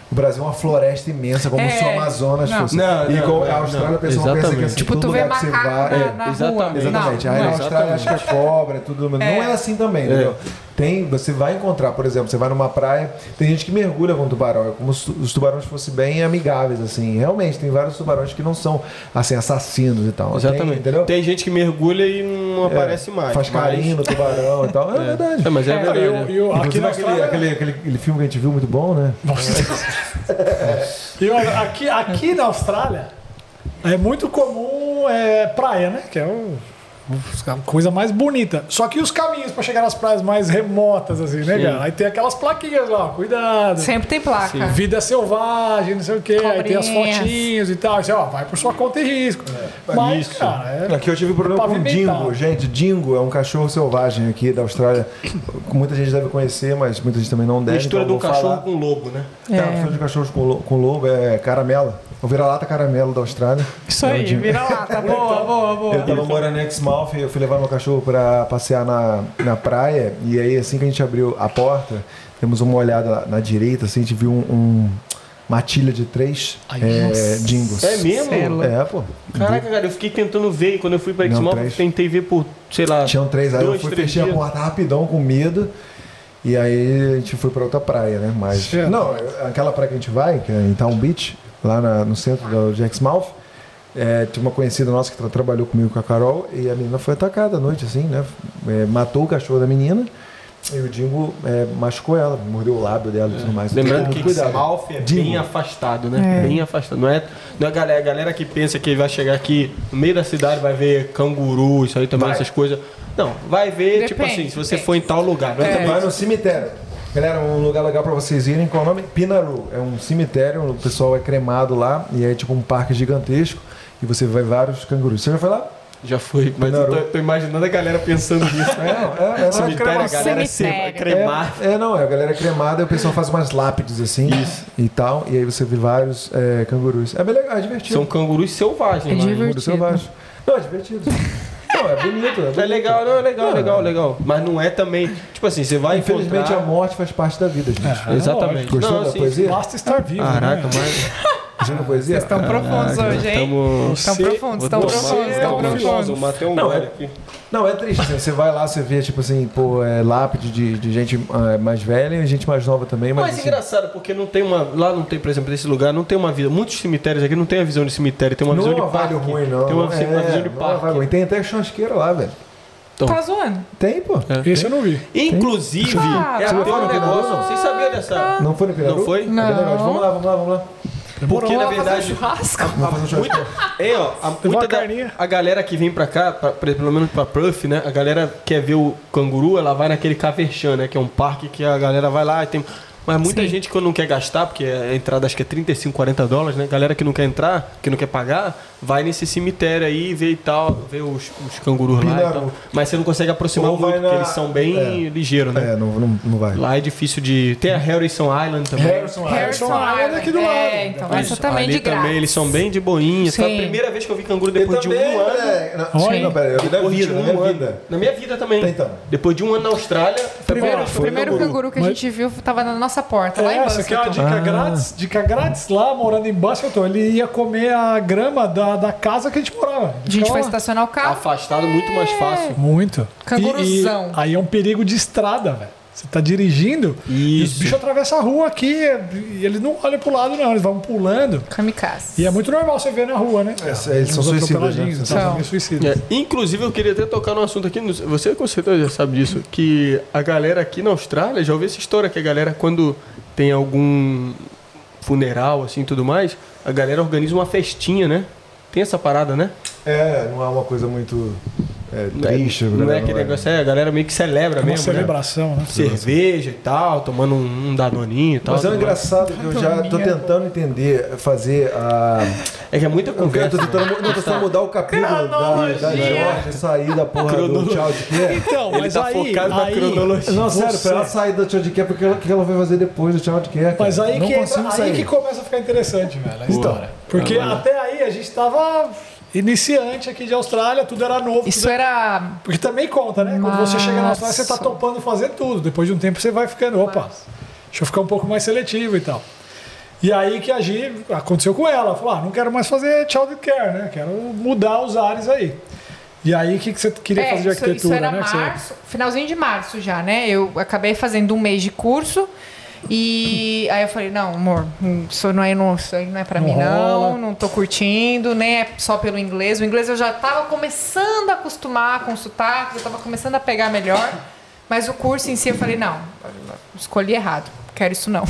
o Brasil é uma floresta imensa, como
É,
se o Amazonas
não.
fosse.
Não,
e
não,
com
não,
a Austrália,
não,
a pessoa pensa que
exatamente.
assim,
Tipo,
todo
tu vê
lugar que você
macaco
vai...
na,
É,
na
exatamente.
rua.
Exatamente.
Não,
Aí
não
na
é.
Austrália acho que é cobra, tudo, mas
É.
não é assim também, entendeu? Tem, você vai encontrar, por exemplo, você vai numa praia, tem gente que mergulha com tubarão, é como se os tubarões fossem bem amigáveis, assim. Realmente, tem vários tubarões que não são, assim, assassinos e tal.
Exatamente.
Tem, entendeu?
Tem gente que mergulha e não aparece mais.
Faz
mas-
carinho no tubarão e tal. É, verdade.
É, mas é,
É,
verdade.
E o- e o- aqui
Inclusive
na
aquele,
Austrália...
aquele, aquele, aquele filme que a gente viu muito bom, né?
E olha, aqui, aqui na Austrália é muito comum é, praia, né? Que é o, a coisa mais bonita. Só que os caminhos para chegar nas praias mais remotas, assim, né, cara? Aí tem aquelas plaquinhas lá, cuidado.
Sempre tem placa.
Vida selvagem, não sei o quê. Aí tem as
Cobrinhas.
fotinhos e tal. Aí você, ó, vai por sua conta e risco. Mas,
Isso.
cara, é...
Aqui eu tive problema com
pavimentado.
dingo. Gente, dingo é um cachorro selvagem aqui da Austrália. Muita gente deve conhecer, mas muita gente também não deve.
Mistura
então
de
eu
um
vou
cachorro
falar.
com lobo, né?
É, a mistura de cachorros com, lo- com lobo é caramelo. O vira-lata caramelo da Austrália.
Isso aí, vira lá, tá boa, boa, boa.
Eu tava morando em Exmouth e eu fui levar meu cachorro pra passear na, na praia. E aí, assim que a gente abriu a porta, temos uma olhada na direita, assim, a gente viu um, um- uma tilha de três
Ai,
é,
nossa.
dingos.
É mesmo?
Celo.
É, pô.
Caraca, cara, eu fiquei tentando ver. E quando eu fui pra
Não,
Exmouth, eu
três.
tentei ver por, sei lá.
Tinham três, aí
Dois,
eu fui,
três
fechei a
dias.
porta rapidão com medo. E aí a gente foi pra outra praia, né? Mas.
Certo.
Não, aquela praia que a gente vai, que é em Town Beach, lá na- no centro do de Exmouth, é, tinha uma conhecida nossa que tra- trabalhou comigo com a Carol e a menina foi atacada à noite, assim, né? É, matou o cachorro da menina e o Dingo é, machucou ela, mordeu o lábio dela e tudo mais.
Lembrando
Então,
que
cuidado.
Exmouth é
Dingo.
bem afastado, né? Bem afastado. Não é, não é a galera, a galera que pensa que vai chegar aqui no meio da cidade, vai ver canguru, isso aí também,
Vai.
essas coisas. Não, vai ver, tipo
Depende,
assim, se você
depende.
for em tal lugar. Não é também-
Vai no cemitério. Galera, um lugar legal pra vocês irem, qual é o nome? Pinaru. É um cemitério, o pessoal é cremado lá e é tipo um parque gigantesco e você vai vários cangurus. Você já foi lá?
Já foi, mas eu tô,
Pinaru.
tô imaginando a galera pensando nisso.
É, não, é, é,
Cemitério, a galera se
Cemitério.
cremar.
É, é, não, é a galera cremada e o pessoal faz umas lápides assim e tal, e aí você vê vários é, cangurus. É bem legal, é divertido.
São cangurus selvagens
É
lá. hein?
divertido.
Canguru selvagem. Não, é divertido. Não, é bonito. É, bonito.
É legal, não, é legal, legal, legal. Mas não é também. Tipo assim, você vai
Infelizmente
encontrar...
a morte faz parte da vida, gente.
É,
Exatamente.
Gostou
Não,
da
assim,
poesia?
Basta estar vivo.
Caraca,
né?
mas...
Gostou da poesia?
Vocês estão profundos hoje, hein?
Estamos...
Estão profundos, estão
Vou
profundos,
tomar-
estão
vou tomar um
profundos.
Vou matar um
Não,
gole
é-
aqui.
Não, é triste. Assim, você vai lá, você vê, tipo assim, pô, é, lápide de, de gente ah, mais velha e gente mais nova também. Mas,
Mas é
assim,
engraçado, porque não tem uma. Lá não tem, por exemplo, nesse lugar, não tem uma vida. Muitos cemitérios aqui não tem a visão de cemitério, tem uma
não
visão
é
de
uma vibe
parque.
ruim, não.
Tem uma,
é,
uma visão de
não é uma vibe
parque.
ruim. Tem até churrasqueira lá, velho.
Então.
Tá zoando?
Tem, pô.
Esse eu não vi.
Inclusive,
Ah,
é
você
até
foi
um
no
negócio.
Piraru?
Vocês sabiam dessa.
Não foi no Piraru?
Não foi?
É bem legal. Vamos lá, vamos lá, vamos lá.
Porque na
Vamos fazer
verdade.
um churrasco.
Vamos fazer um churrasco.
Muita, é, ó, a,
uma
muita da,
carninha.
a galera que vem pra cá, pra, pra- pelo menos pra Perth, né? A galera quer ver o canguru, ela vai naquele Caversham, né? Que é um parque que a galera vai lá e tem. Mas muita
Sim.
gente que não quer gastar, porque a entrada acho que é trinta e cinco, quarenta dólares, né? Galera que não quer entrar, que não quer pagar, vai nesse cemitério aí, vê e tal, vê os, os cangurus lá e
Pinaru.
tal. Mas você não consegue aproximar
Ou vai
muito,
na-
porque eles são bem ligeiros, né?
É, não, não, não vai.
Lá é difícil de. Tem a Harrison Island também.
Harrison
Harrison Island aqui do lado.
É, então essa
Isso,
também
ali
de graça.
também, eles são bem de boinha. Foi a
Sim.
primeira vez que eu vi canguru depois de um ano.
né? Não,
Olha.
não, pera aí, na
Depois de
vida, na
um
minha
ano.
vida.
Na minha vida também.
Então.
Depois de um ano na Austrália, foi a primeira
Primeiro-
vez que
O
eu vi
primeiro canguru que a
Mas-
gente viu tava na nossa porta, lá em
É, essa aqui é uma
Busselton.
dica
Ah.
grátis. Dica grátis lá, morando em Busselton. Ele ia comer a grama da, da casa que a gente morava.
A gente foi
Ficava
estacionar o carro.
Afastado muito mais fácil.
Muito.
Canguruzão.
E, e aí é um perigo de estrada, velho. Você tá dirigindo e os
Isso.
bichos atravessam a rua aqui e eles não olham pro lado, não. Eles vão pulando.
Kamikaze.
E é muito normal você ver na rua, né?
É, eles são
Uns
suicidas,
atropeladinhos,
né?
então,
São.
são suicidas.
É, inclusive, eu queria até tocar num assunto aqui. Você com certeza já sabe disso. Que a galera aqui na Austrália, já ouvi essa história, que a galera, quando tem algum funeral, assim, tudo mais, a galera organiza uma festinha, né? Tem essa parada, né?
É, não é uma coisa muito é, triste.
Não é,
né?
aquele negócio, é, a galera meio que celebra
É uma
mesmo, né?
celebração, né?
Cerveja e tal, tomando um, um danoninho e tal.
Mas é
tudo mais.
engraçado que eu já tô tentando entender, fazer a.
É que é muita
Eu tô
conversa.
tentando, não, tô tentando mudar o capítulo da, da
Cronologia.
Georgia, sair da porra do
Cronologia.
tchau de quê.
Então,
Ele
mas
tá
aí,
focado na
aí,
cronologia.
Não, sério,
Você-
pra ela sair do tchau de quê, porque ela, o que ela vai fazer depois do tchau de quê? cara?
Mas aí,
não
que,
consigo
entra- aí
sair.
que começa a ficar interessante, velho, a história. Porque
Ah,
até aí a gente tava iniciante aqui de Austrália, tudo era novo.
Isso
tudo
era.
Porque também conta, né? Quando você chega na Austrália, você tá
Massa.
topando fazer tudo. Depois de um tempo você vai ficando, opa, deixa eu ficar um pouco mais seletivo e tal. E aí que a Gi, aconteceu com ela, ela falou, ah, não quero mais fazer child care, né? Quero mudar os ares aí. E aí, o que, que você queria
É,
fazer de
isso,
arquitetura,
isso era
né? que você-
março, finalzinho de março já, né? Eu acabei fazendo um mês de curso e aí eu falei, não, amor, isso não é, não, isso aí não é pra
Não
mim
rola.
não, não tô curtindo, nem é só pelo inglês. O inglês eu já tava começando a acostumar com sotaque, eu tava começando a pegar melhor, mas o curso em si eu falei, não, escolhi errado, quero isso não.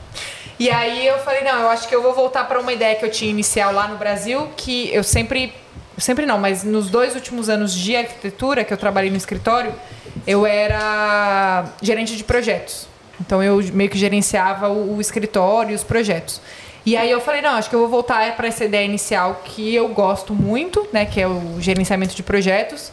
E aí eu falei, não, eu acho que eu vou voltar para uma ideia que eu tinha inicial lá no Brasil, que eu sempre, sempre não, mas nos dois últimos anos de arquitetura que eu trabalhei no escritório, eu era gerente de projetos. Então eu meio que gerenciava o, o escritório e os projetos. E aí eu falei, não, acho que eu vou voltar para essa ideia inicial que eu gosto muito, né, que é o gerenciamento de projetos,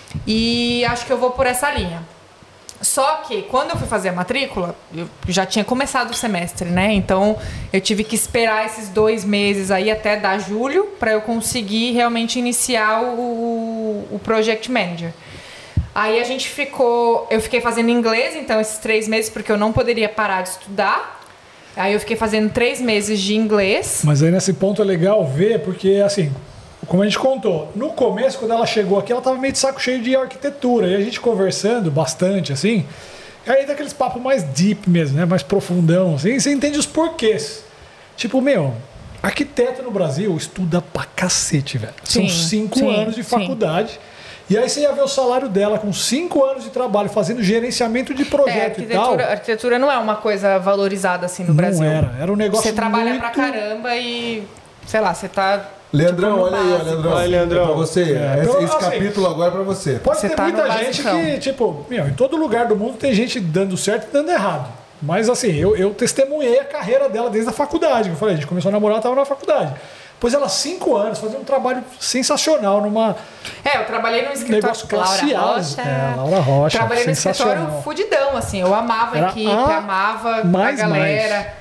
e acho que eu vou por essa linha. Só que, quando eu fui fazer a matrícula, eu já tinha começado o semestre, né? Então, eu tive que esperar esses dois meses aí até dar julho para eu conseguir realmente iniciar o, o Project Manager. Aí a gente ficou... Eu fiquei fazendo inglês, então, esses três meses, porque eu não poderia parar de estudar. Aí eu fiquei fazendo três meses de inglês.
Mas aí nesse ponto é legal ver, porque assim, como a gente contou, no começo, quando ela chegou aqui, ela tava meio de saco cheio de arquitetura. E a gente conversando bastante, assim, aí daqueles papos mais deep mesmo, né? Mais profundão, assim, você entende os porquês. Tipo, meu, arquiteto no Brasil estuda pra cacete, velho. São
Sim,
cinco
sim,
anos de
sim.
faculdade. E aí você ia ver o salário dela com cinco anos de trabalho, fazendo gerenciamento de
É,
projeto e tal.
arquitetura, arquitetura não é uma coisa valorizada assim no
Não
Brasil.
era, era um negócio
Você trabalha
muito...
pra caramba e, sei lá, você tá...
Leandrão,
tipo, no
olha aí, ó,
básico.
Leandrão.
Vai, Leandrão.
É pra você.
É,
esse
então,
esse
assim,
capítulo agora é pra você.
Pode
Você
ter
tá no
muita gente
basicão.
que, tipo, meu, em todo lugar do mundo tem gente dando certo e dando errado. Mas assim, eu, eu testemunhei a carreira dela desde a faculdade. Eu falei, a gente começou a namorar, estava na faculdade. Depois ela, cinco anos, fazia um trabalho sensacional numa
É, eu trabalhei num escritório
negócio classe A.
Laura Rocha.
É, Laura Rocha,
Trabalhei no
sensacional.
escritório fudidão, assim. Eu amava a
Era
equipe,
a
amava
mais,
a galera.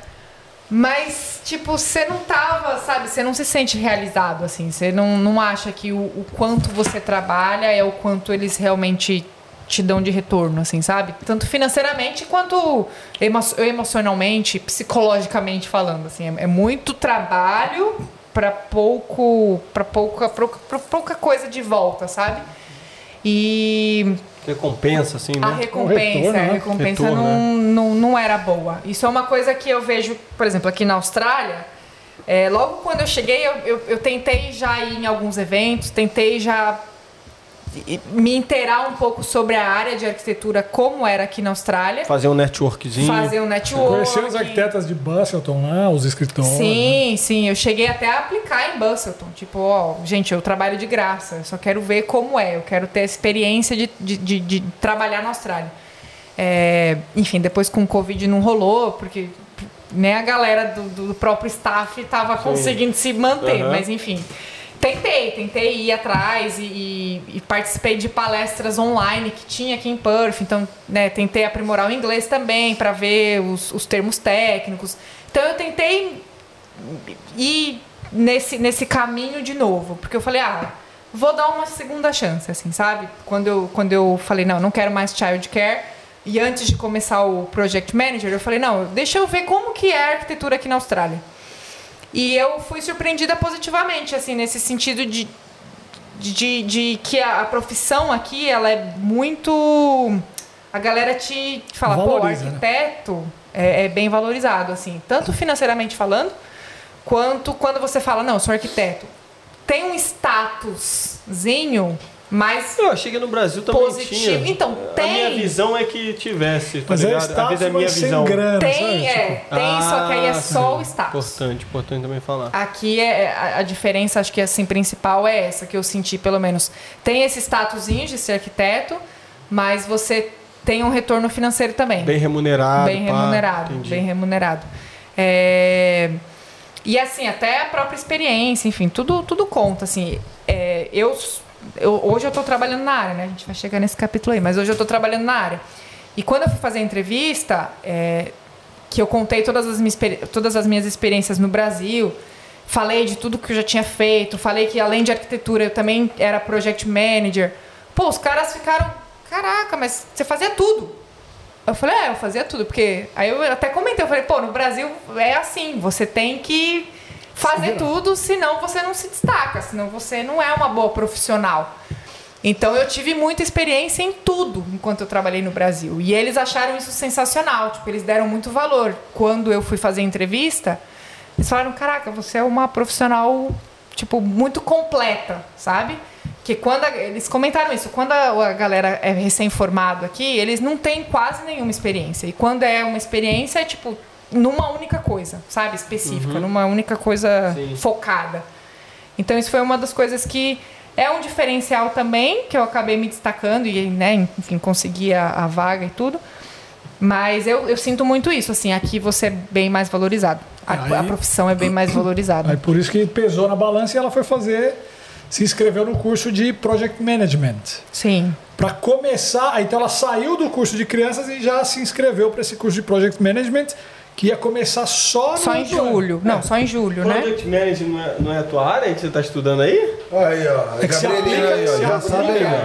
Mas, tipo, você não tava, sabe? Você não se sente realizado, assim. Você não, não acha que o, o quanto você trabalha é o quanto eles realmente te dão de retorno, assim, sabe? Tanto financeiramente quanto emo emocionalmente, psicologicamente falando, assim. É, é muito trabalho para pouco, para pouca, pra pouca coisa de volta, sabe? E
Recompensa, assim,
a
né?
recompensa,
retorno, né?
a recompensa
Retorno,
não, não, não era boa. Isso é uma coisa que eu vejo, por exemplo, aqui na Austrália. É, logo quando eu cheguei, eu, eu, eu tentei já ir em alguns eventos, tentei já me inteirar um pouco sobre a área de arquitetura, como era aqui na Austrália.
Fazer um networkzinho.
Fazer um network.
Conheceu os arquitetas de Busselton lá, os escritórios.
Sim, sim. Eu cheguei até a aplicar em Busselton. Tipo, ó, gente, eu trabalho de graça. Eu só quero ver como é. Eu quero ter a experiência de, de, de, de trabalhar na Austrália. É, enfim, depois com o Covid não rolou, porque nem a galera do, do próprio staff estava conseguindo se manter.
Uhum.
Mas, enfim... Tentei, tentei ir atrás e, e, e participei de palestras online que tinha aqui em Perth. Então, né, tentei aprimorar o inglês também para ver os, os termos técnicos. Então, eu tentei ir nesse, nesse caminho de novo. Porque eu falei, ah, vou dar uma segunda chance, assim, sabe? Quando eu, quando eu falei, não, não quero mais childcare. E antes de começar o Project Manager, eu falei, não, deixa eu ver como que é a arquitetura aqui na Austrália. E eu fui surpreendida positivamente, assim, nesse sentido de, de, de, de que a, a profissão aqui, ela é muito... A galera te fala,
Valoriza,
pô, arquiteto é, é bem valorizado, assim, tanto financeiramente falando, quanto quando você fala, não, eu sou arquiteto. Tem um statuszinho mais
Eu achei que no Brasil também
positivo.
tinha.
Então,
A
tem...
minha visão é que tivesse, tá
Mas é
ligado? Às
status,
vezes é a minha
mas sem
visão.
grana,
Tem,
sabe?
é,
Tipo,
tem, só que aí é
Ah,
só
sim.
o status.
Importante, importante também falar.
Aqui é a, a diferença, acho que assim, principal é essa que eu senti, pelo menos. Tem esse statusinho de ser arquiteto, mas você tem um retorno financeiro também.
Bem remunerado.
Bem
pá,
remunerado,
entendi.
bem remunerado. É, E assim, até a própria experiência, enfim, tudo, tudo conta, assim. É, eu, eu, hoje eu tô trabalhando na área, né? A gente vai chegar nesse capítulo aí, mas hoje eu tô trabalhando na área. E quando eu fui fazer a entrevista, é, que eu contei todas as, minhas, todas as minhas experiências no Brasil, falei de tudo que eu já tinha feito, falei que além de arquitetura eu também era project manager. Pô, os caras ficaram, caraca, mas você fazia tudo. Eu falei, é, eu fazia tudo, porque... Aí eu até comentei, eu falei, pô, no Brasil é assim, você tem que fazer tudo, senão você não se destaca, senão você não é uma boa profissional. Então eu tive muita experiência em tudo enquanto eu trabalhei no Brasil. E eles acharam isso sensacional, tipo, eles deram muito valor. Quando eu fui fazer entrevista, eles falaram, caraca, você é uma profissional, tipo, muito completa, sabe? Que quando a, eles comentaram isso, quando a, a galera é recém-formado aqui, eles não têm quase nenhuma experiência. E quando é uma experiência, é tipo, numa única coisa, sabe? Específica, uhum. numa única coisa Sim. focada. Então isso foi uma das coisas que é um diferencial também, que eu acabei me destacando e, né, enfim, consegui a, a vaga e tudo. Mas eu, eu sinto muito isso, assim, aqui você é bem mais valorizado. A, aí, a profissão é bem mais valorizada.
Aí por isso que pesou na balança e ela foi fazer, se inscreveu no curso de Project Management.
Sim. Para
começar, então ela saiu do curso de crianças e já se inscreveu para esse curso de Project Management, que ia começar só,
só em julho. É. Não, só em julho,
né? Project Management não é, não é a tua área que você está estudando aí?
Aí, ó. É Gabrielina aí, ó. Já sabe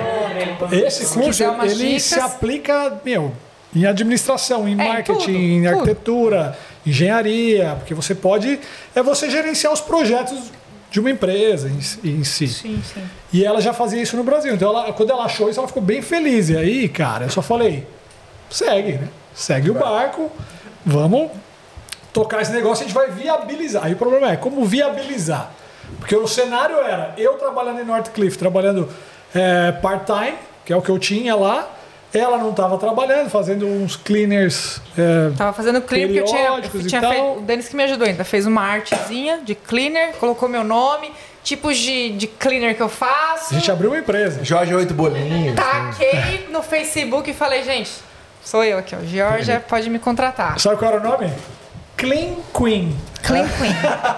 aí.
Esse curso, ele dicas... se aplica, meu, em administração, em é, marketing, tudo, em tudo. arquitetura, engenharia, porque você pode... É você gerenciar os projetos de uma empresa em, em si.
Sim, sim.
E ela já fazia isso no Brasil. Então, ela, quando ela achou isso, ela ficou bem feliz. E aí, cara, eu só falei, segue, né? Segue o barco, vamos tocar esse negócio, a gente vai viabilizar. Aí o problema é, como viabilizar? Porque o cenário era, eu trabalhando em Northcliffe, trabalhando é, part-time, que é o que eu tinha lá, ela não estava trabalhando, fazendo uns cleaners é,
Tava fazendo cleaner, porque eu tinha, eu tinha feito, o Denis que me ajudou ainda, fez uma artezinha de cleaner, colocou meu nome, tipos de, de cleaner que eu faço.
A gente abriu uma empresa.
Jorge Oito Bolinhos.
Taquei no Facebook e falei, gente, sou eu aqui, ó, Georgia, pode me contratar.
Sabe qual era o nome? Clean Queen.
Clean Queen.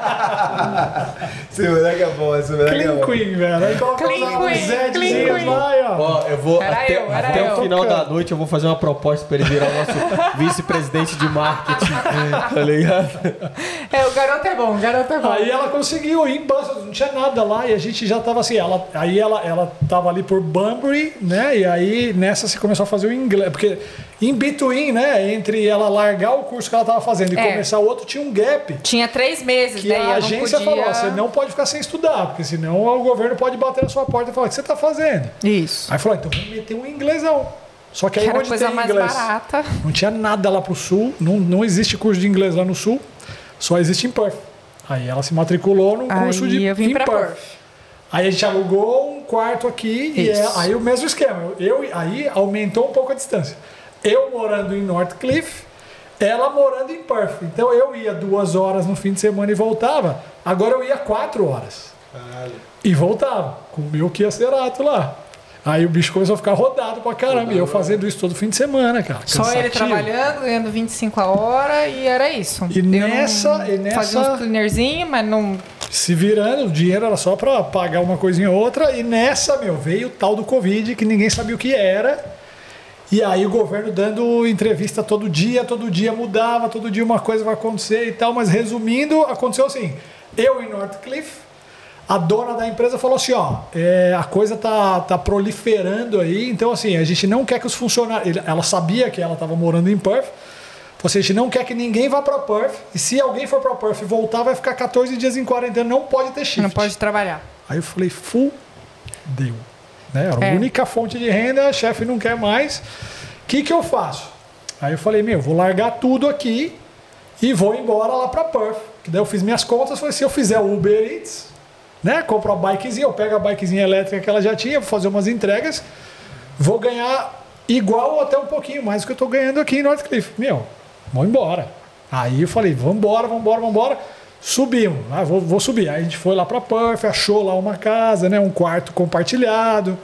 Esse moleque é bom, esse moleque
Clean
é bom.
Queen, velho. Aí
Clean Queen. Clean Queen.
Lá, ó.
Ó, eu vou
era
até,
eu, era
até
eu.
o final da noite eu vou fazer uma proposta para ele virar o nosso vice-presidente de marketing. Tá ligado?
É, o garoto é bom, o garoto é bom.
Aí ela conseguiu ir em Buzzard, não tinha nada lá e a gente já tava assim, ela, aí ela, ela tava ali por Bunbury, né? E aí nessa se começou a fazer o inglês, porque em between, né, entre ela largar o curso que ela tava fazendo e é. começar o outro, tinha um gap.
Tinha três meses,
que
né?
a agência
podia...
falou, você não pode ficar sem estudar, porque senão o governo pode bater na sua porta e falar, o que você tá fazendo?
Isso.
Aí falou, então vamos meter um inglesão. Só que aí
que era
onde
coisa
tem
mais
inglês?
Barata.
Não tinha nada lá pro sul, não, não existe curso de inglês lá no sul, só existe em Perth. Aí ela se matriculou num curso
aí
de
eu vim
em
pra
Perth.
Perth.
Aí a gente alugou um quarto aqui e é, aí o mesmo esquema. Eu, aí aumentou um pouco a distância. Eu morando em Northcliffe, ela morando em Perth. Então eu ia duas horas no fim de semana e voltava. Agora eu ia quatro horas. Caralho. E voltava. Com o meu Kia Cerato lá. Aí o bicho começou a ficar rodado pra caramba. E eu fazendo isso todo fim de semana, cara.
Só cansativo. Ele trabalhando, ganhando vinte e cinco a hora e era isso.
E nessa, e nessa...
Fazia uns cleanerzinhos, mas não...
Se virando, o dinheiro era só pra pagar uma coisinha ou outra. E nessa, meu, veio o tal do Covid, que ninguém sabia o que era. E aí o governo dando entrevista todo dia, todo dia mudava, todo dia uma coisa vai acontecer e tal. Mas resumindo, aconteceu assim. Eu em Northcliffe, a dona da empresa falou assim, ó, é, a coisa tá, tá proliferando aí, então assim, a gente não quer que os funcionários... Ela sabia que ela estava morando em Perth, então assim, a gente não quer que ninguém vá para Perth, e se alguém for para Perth e voltar, vai ficar quatorze dias em quarentena, não pode ter shift.
Não pode trabalhar.
Aí eu falei, full deu. Né? Era a é. única fonte de renda, a chefe não quer mais. O que, que eu faço? Aí eu falei, meu, vou largar tudo aqui e vou embora lá para Perth. Que daí eu fiz minhas contas, falei, se eu fizer o Uber Eats, né, compro a bikezinha, eu pego a bikezinha elétrica que ela já tinha, vou fazer umas entregas, vou ganhar igual ou até um pouquinho mais do que eu estou ganhando aqui em Northcliffe. Meu, vou embora. Aí eu falei, vambora, vambora, vambora. Subimos, ah, vou, vou subir. Aí a gente foi lá para Perth, achou lá uma casa, né, um quarto compartilhado.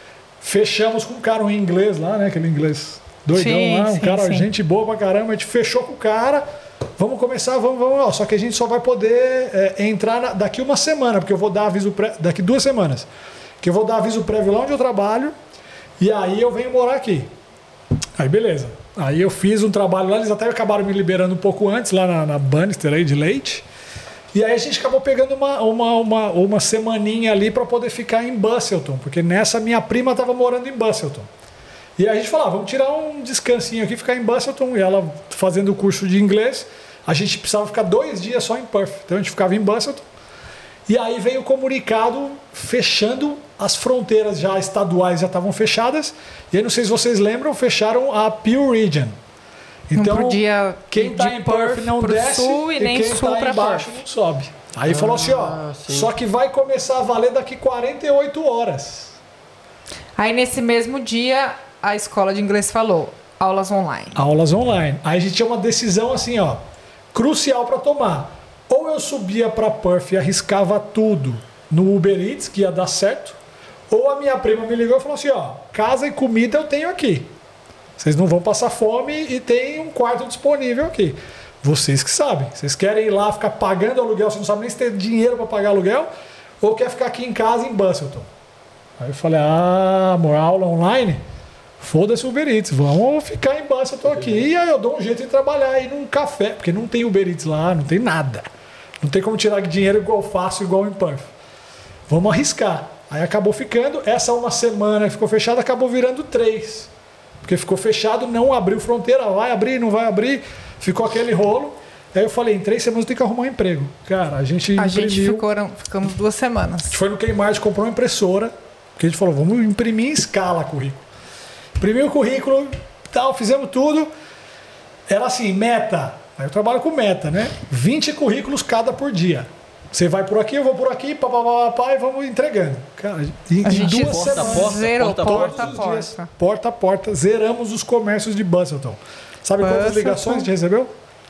Fechamos com um cara, um inglês lá, né, aquele inglês doidão sim, lá, um sim, cara, sim. gente boa pra caramba. A gente fechou com o cara, vamos começar, vamos, vamos. Ó, só que a gente só vai poder é, entrar na, daqui uma semana, porque eu vou dar aviso pré, daqui duas semanas, que eu vou dar aviso prévio lá onde eu trabalho, e aí eu venho morar aqui. Aí beleza. Aí eu fiz um trabalho lá, eles até acabaram me liberando um pouco antes, lá na, na Bannister aí de leite. E aí a gente acabou pegando uma, uma, uma, uma semaninha ali para poder ficar em Busselton, porque nessa minha prima estava morando em Busselton. E aí a gente falava, vamos tirar um descansinho aqui, ficar em Busselton. E ela fazendo o curso de inglês, a gente precisava ficar dois dias só em Perth. Então a gente ficava em Busselton. E aí veio o comunicado fechando as fronteiras já estaduais, já estavam fechadas. E aí, não sei se vocês lembram, fecharam a Peel Region. Então,
não podia
quem está em Perth não desce
sul, e,
e
nem
quem
sul
está
para
embaixo não sobe. Aí ah, falou assim, ó, sim. Só que vai começar a valer daqui quarenta e oito horas.
Aí nesse mesmo dia, a escola de inglês falou, aulas online.
Aulas online. Aí a gente tinha uma decisão assim, ó, crucial para tomar. Ou eu subia para Perth e arriscava tudo no Uber Eats, que ia dar certo, ou a minha prima me ligou e falou assim, ó, casa e comida eu tenho aqui. Vocês não vão passar fome e tem um quarto disponível aqui. Vocês que sabem. Vocês querem ir lá ficar pagando aluguel, você não sabe nem se tem dinheiro para pagar aluguel, ou quer ficar aqui em casa em Busselton. Aí eu falei, ah, amor, aula online? Foda-se o Uber Eats, vamos ficar em Busselton aqui. E aí eu dou um jeito de trabalhar aí num café, porque não tem Uber Eats lá, não tem nada. Não tem como tirar dinheiro igual faço, igual em Perth. Vamos arriscar. Aí acabou ficando, essa uma semana que ficou fechada, acabou virando três. Porque ficou fechado, não abriu fronteira, vai abrir, não vai abrir, ficou aquele rolo. Aí eu falei, em três semanas eu tenho que arrumar um emprego. Cara, a gente
A
imprimiu,
gente ficou, ficamos duas semanas.
A gente foi no Kmart, comprou uma impressora, porque a gente falou, vamos imprimir em escala currículo. Imprimiu o currículo, tal, fizemos tudo. Era assim, meta. Aí eu trabalho com meta, né? vinte currículos cada por dia. Você vai por aqui, eu vou por aqui, papapá, e vamos entregando. Cara, em,
a gente
em duas
porta,
semanas,
porta, zerou,
porta,
porta,
todos
porta,
os dias, porta a porta, zeramos os comércios de Busselton. Sabe Busselton. Quantas ligações a gente recebeu?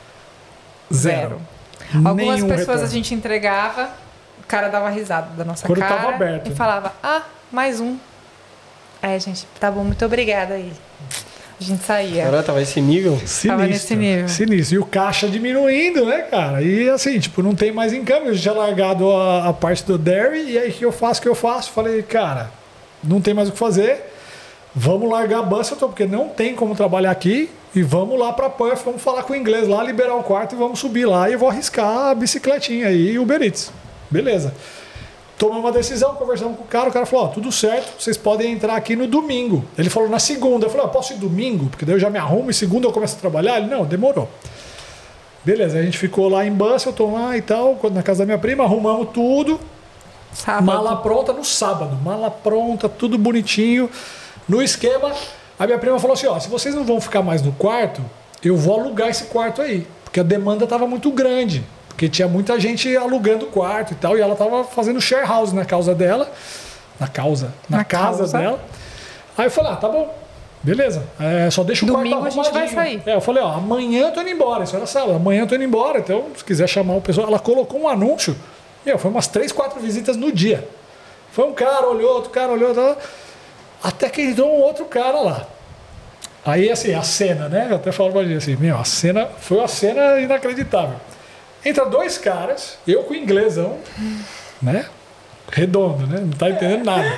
Zero. Algumas
Nenhum
pessoas
retorno.
A gente entregava, o cara dava risada da nossa
Quando
cara
tava aberto,
e
né?
falava, ah, mais um. Aí a gente, tá bom, muito obrigada aí. A gente saía.
Caramba, tava esse nível?
Sinistro,
Tava nesse nível.
Sinistro. E o caixa diminuindo, né, cara? E assim, tipo, não tem mais encâmbio. Eu já tinha largado a, a parte do dairy. E aí, o que eu faço? O que eu faço? Falei, cara, não tem mais o que fazer. Vamos largar a Busselton, porque não tem como trabalhar aqui. E vamos lá pra Perth, vamos falar com o inglês lá, liberar o quarto e vamos subir lá. E eu vou arriscar a bicicletinha aí e o Uber Eats. Beleza. Tomamos uma decisão, conversamos com o cara, o cara falou, ó, tudo certo, vocês podem entrar aqui no domingo. Ele falou na segunda, eu falei, ó, posso ir domingo? Porque daí eu já me arrumo e segunda eu começo a trabalhar? Ele, não, demorou. Beleza, a gente ficou lá em Busselton lá e tal, na casa da minha prima, arrumamos tudo.
Sábado.
Mala pronta no sábado, mala pronta, tudo bonitinho. No esquema, a minha prima falou assim, ó, se vocês não vão ficar mais no quarto, eu vou alugar esse quarto aí. Porque a demanda estava muito grande. Porque tinha muita gente alugando o quarto e tal, e ela tava fazendo share house na causa dela. Na causa? Na,
Na
casa
causa.
dela. Aí eu falei, ah, tá bom. Beleza. É, só deixa o
Domingo
quarto
a gente vai
arrumadinho.
sair.
É, eu falei, ó, amanhã eu tô indo embora. Isso era sábado. Amanhã eu tô indo embora. Então, se quiser chamar o pessoal. Ela colocou um anúncio. Meu, foi umas três, quatro visitas no dia. Foi um cara, olhou, outro cara, olhou. Tal, até que entrou um outro cara lá. Aí, assim, a cena, né? Eu até falo pra gente assim, meu, a cena foi uma cena inacreditável. Entra dois caras, eu com inglesão, né? Redondo, né? Não tá entendendo nada.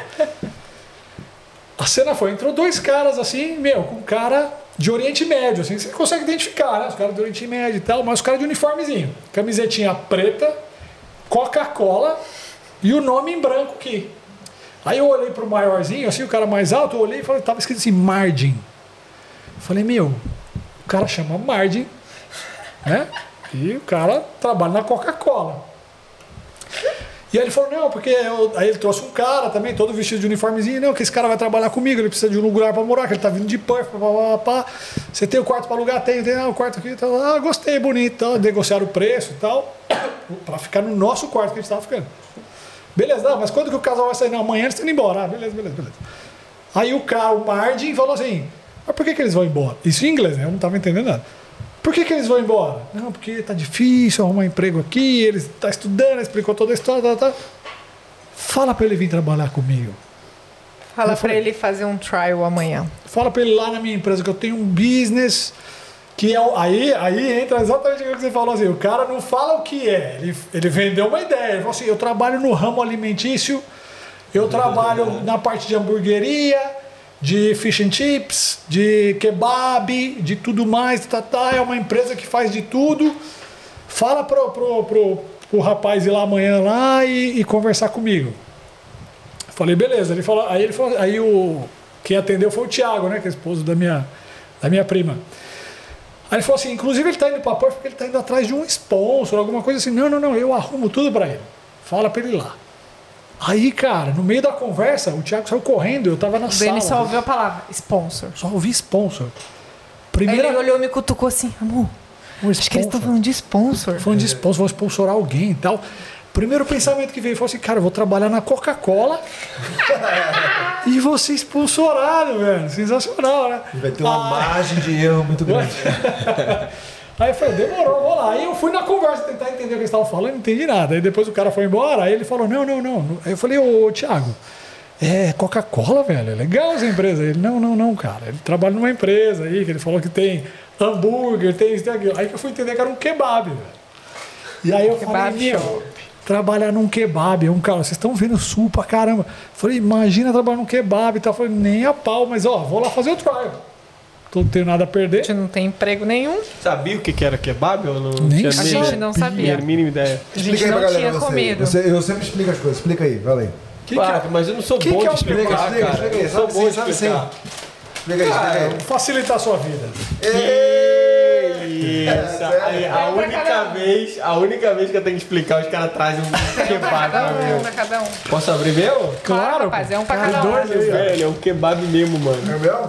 A cena foi, entrou dois caras assim, meu, com cara de Oriente Médio, assim, você consegue identificar, né? Os caras do Oriente Médio e tal, mas os caras de uniformezinho. Camisetinha preta, Coca-Cola e o nome em branco aqui. Aí eu olhei pro maiorzinho, assim, o cara mais alto, eu olhei e falei, tava escrito assim, Margin. Eu falei, meu, o cara chama Margin, né? E o cara trabalha na Coca-Cola. E aí ele falou, não, porque eu... aí ele trouxe um cara também, todo vestido de uniformezinho, não, que esse cara vai trabalhar comigo, ele precisa de um lugar para morar, que ele tá vindo de Perth, pá, pá, pá. Você tem o quarto para alugar? Tem, tem, ah, o quarto aqui, tal. Ah, gostei, bonito, tal. Negociaram o preço e tal, para ficar no nosso quarto que a gente tava ficando. Beleza, não, mas quando que o casal vai sair? Não, amanhã eles estão indo embora. Ah, beleza, beleza, beleza. Aí o cara, o Margin, falou assim, mas por que que eles vão embora? Isso em inglês, né? Eu não tava entendendo nada. Por que que eles vão embora? Não, porque tá difícil arrumar emprego aqui, ele tá estudando, explicou toda a história, tá, tá. Fala pra ele vir trabalhar comigo.
Fala
Eu
pra
falei,
ele fazer um trial amanhã.
Fala pra ele lá na minha empresa que eu tenho um business que é o... aí, aí entra exatamente o que você falou assim, o cara não fala o que é, ele, ele vendeu uma ideia, ele falou assim, eu trabalho no ramo alimentício, eu trabalho na parte de hamburgueria, de fish and chips, de kebab, de tudo mais, tá, tá, é uma empresa que faz de tudo. Fala pro, pro, pro, pro rapaz ir lá amanhã lá e, e conversar comigo. Falei, beleza. Ele falou, aí ele falou, aí o, quem atendeu foi o Thiago, né? Que é esposo da minha, da minha prima. Aí ele falou assim, inclusive ele tá indo pra Perth porque ele tá indo atrás de um sponsor, alguma coisa assim. Não, não, não, eu arrumo tudo pra ele. Fala pra ele ir lá. Aí, cara, no meio da conversa, o Thiago saiu correndo, eu tava na
O
sala.
Denis só ouviu a palavra sponsor.
Só ouvi sponsor.
Aí
Primeira...
ele olhou e me cutucou assim, amor,
um
acho que eles estão
sponsor.
falando de sponsor.
Falando de sponsor, vou sponsorar alguém e tal. Primeiro pensamento que veio foi assim, cara, eu vou trabalhar na Coca-Cola e vou ser sponsorado, velho. Sensacional, né?
Vai ter uma
Ah.
margem de erro muito grande.
Aí eu falei, demorou, vou lá. Aí eu fui na conversa tentar entender o que eles estavam falando, não entendi nada. Aí depois o cara foi embora, aí ele falou, não, não, não. Aí eu falei, ô, Thiago, é Coca-Cola, velho, é legal essa empresa. Ele, não, não, não, cara. Ele trabalha numa empresa aí, que ele falou que tem hambúrguer, tem isso, tem aquilo. Aí que eu fui entender que era um kebab, velho. E aí eu
Kebab
falei, meu,
shop.
trabalhar num kebab, é um cara, vocês estão vendo sul pra caramba. Falei, imagina trabalhar num kebab e tal. Falei, nem a pau, mas ó, vou lá fazer o trial. Não tenho nada a
A
perder.
gente não tem emprego nenhum,
Sabia o que que era kebab? Eu não
Nem
tinha
a
sei.
gente não sabia.
a mínima ideia.
A gente
Explica aí
não
pra
tinha
galera você.
comido.
Você- Eu sempre explico as coisas. Explica aí, vai lá aí.
Que
Claro,
que é-
mas eu não sou
que
bom
que é
de
o
explicar,
Explica, explica,
cara.
explica aí.
Eu sou
Sabe
bom
sim,
de
sabe sim.
explicar.
Explica aí, explica aí.
facilitar a sua vida.
Isso, aí, a
Um pra
única
cada um.
vez, a única vez que eu tenho que explicar, os caras trazem um kebab pra
Cada um, um
mim.
pra cada um.
Posso abrir mesmo?
Claro,
rapaz,
pô.
é um pra
Cara,
cada um.
dois aí, ó.
Velho, é um kebab mesmo, mano.
É meu?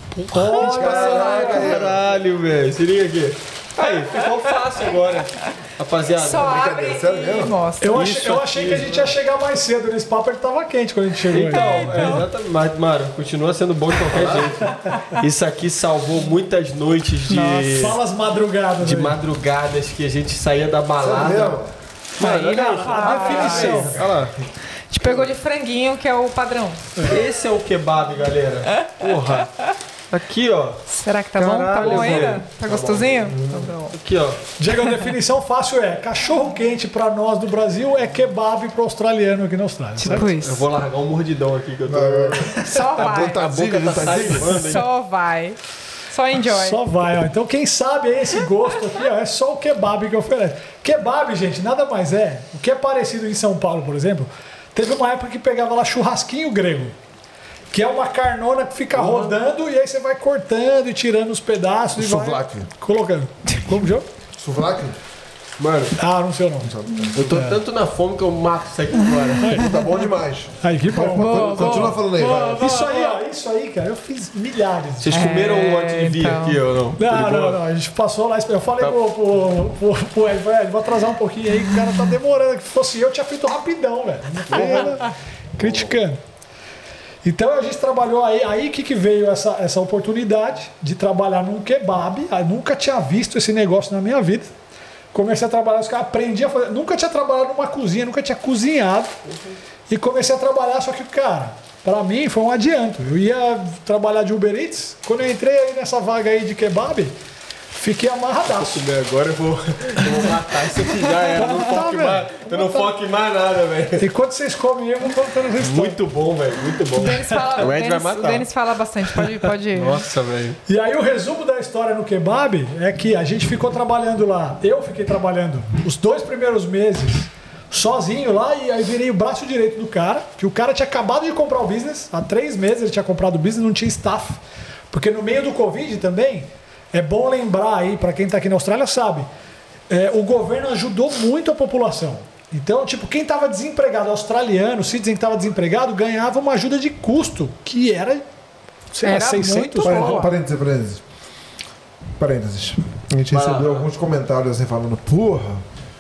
Caraca, caralho, velho. Se liga aqui. Aí, ficou fácil agora. Rapaziada,
Só abre
sério
e
mesmo?
mostra.
Eu, achei,
Isso
eu achei
aqui,
que a gente ia chegar mais cedo nesse papo, ele tava quente quando a gente chegou
Então,
aí.
é exatamente. Mas, Mário, continua sendo bom de qualquer jeito. Isso aqui salvou muitas noites de,
Fala as madrugadas.
de
aí.
madrugadas que a gente saía da
Sério
balada.
mesmo?
Mano, olha
Cara,
isso.
a definição.
Olha lá.
A gente pegou de franguinho, que é o padrão.
Esse é o kebab, galera. Porra. Aqui, ó.
Será que tá bom? Tá
Caralho,
bom ainda?
velho.
Tá gostosinho? Tá bom.
Aqui, ó.
Diego, a definição fácil é: cachorro quente pra nós do Brasil é kebab pro australiano aqui na Austrália. certo?
Tipo
Eu
isso.
vou largar um mordidão aqui que eu tô.
Só vai.
A boca tá salivando, hein?
Só vai. Só enjoy.
Só vai, ó. Então quem sabe é esse gosto aqui, ó, é só o kebab que oferece. Kebab, gente, nada mais é. O que é parecido em São Paulo, por exemplo, teve uma época que pegava lá churrasquinho grego. Que é uma carnona que fica rodando e aí você vai cortando e tirando os pedaços e vai
Souvlaki.
colocando. Como jogo?
Souvlaki?
Mano,
Ah, não sei o nome.
eu tô tanto na fome que eu mato isso aqui agora.
Tá bom demais.
Aí, que bom.
Boa,
Continua
boa.
falando aí, vai.
Isso aí, ó, isso aí, cara, eu fiz milhares.
Vocês comeram um antes de vir
então.
aqui ou não?
Não, não, não, a gente passou lá, eu falei
Tá.
pro, pro, pro, pro Ed, velho, vou atrasar um pouquinho aí, que o cara tá demorando, que fosse eu, tinha feito rapidão, velho. Não foi ela criticando. Então a gente trabalhou aí, aí que, que veio essa, essa oportunidade de trabalhar num kebab. Eu nunca tinha visto esse negócio na minha vida. Comecei a trabalhar, os caras aprendi a fazer. Nunca tinha trabalhado numa cozinha, nunca tinha cozinhado. E comecei a trabalhar, só que, cara, pra mim foi um adianto. Eu ia trabalhar de Uber Eats. Quando eu entrei aí nessa vaga aí de kebab, fiquei amarradaço.
Agora eu vou, eu vou matar isso aqui já era. Eu não
Tá,
foco
velho.
mais, eu não foco em mais nada, velho.
Enquanto vocês comem, eu vou contando essa história.
Muito bom, velho. Muito bom.
O Denis fala,
O
o
Ed vai
Denis,
matar.
o Denis fala bastante. Pode, pode ir.
Nossa, velho.
E aí o resumo da história no kebab é que a gente ficou trabalhando lá. Eu fiquei trabalhando os dois primeiros meses sozinho lá e aí virei o braço direito do cara, que o cara tinha acabado de comprar o business, há três meses ele tinha comprado o business, não tinha staff. Porque no meio do Covid também, é bom lembrar aí, para quem está aqui na Austrália sabe, é, o governo ajudou muito a população. Então, tipo, quem estava desempregado, australiano, citizen que estava desempregado, ganhava uma ajuda de custo, que era, sei lá,
Era
seiscentos
muito
dólares.
Parênteses, parênteses. Parênteses. A gente
Vai lá.
recebeu alguns comentários assim falando, porra,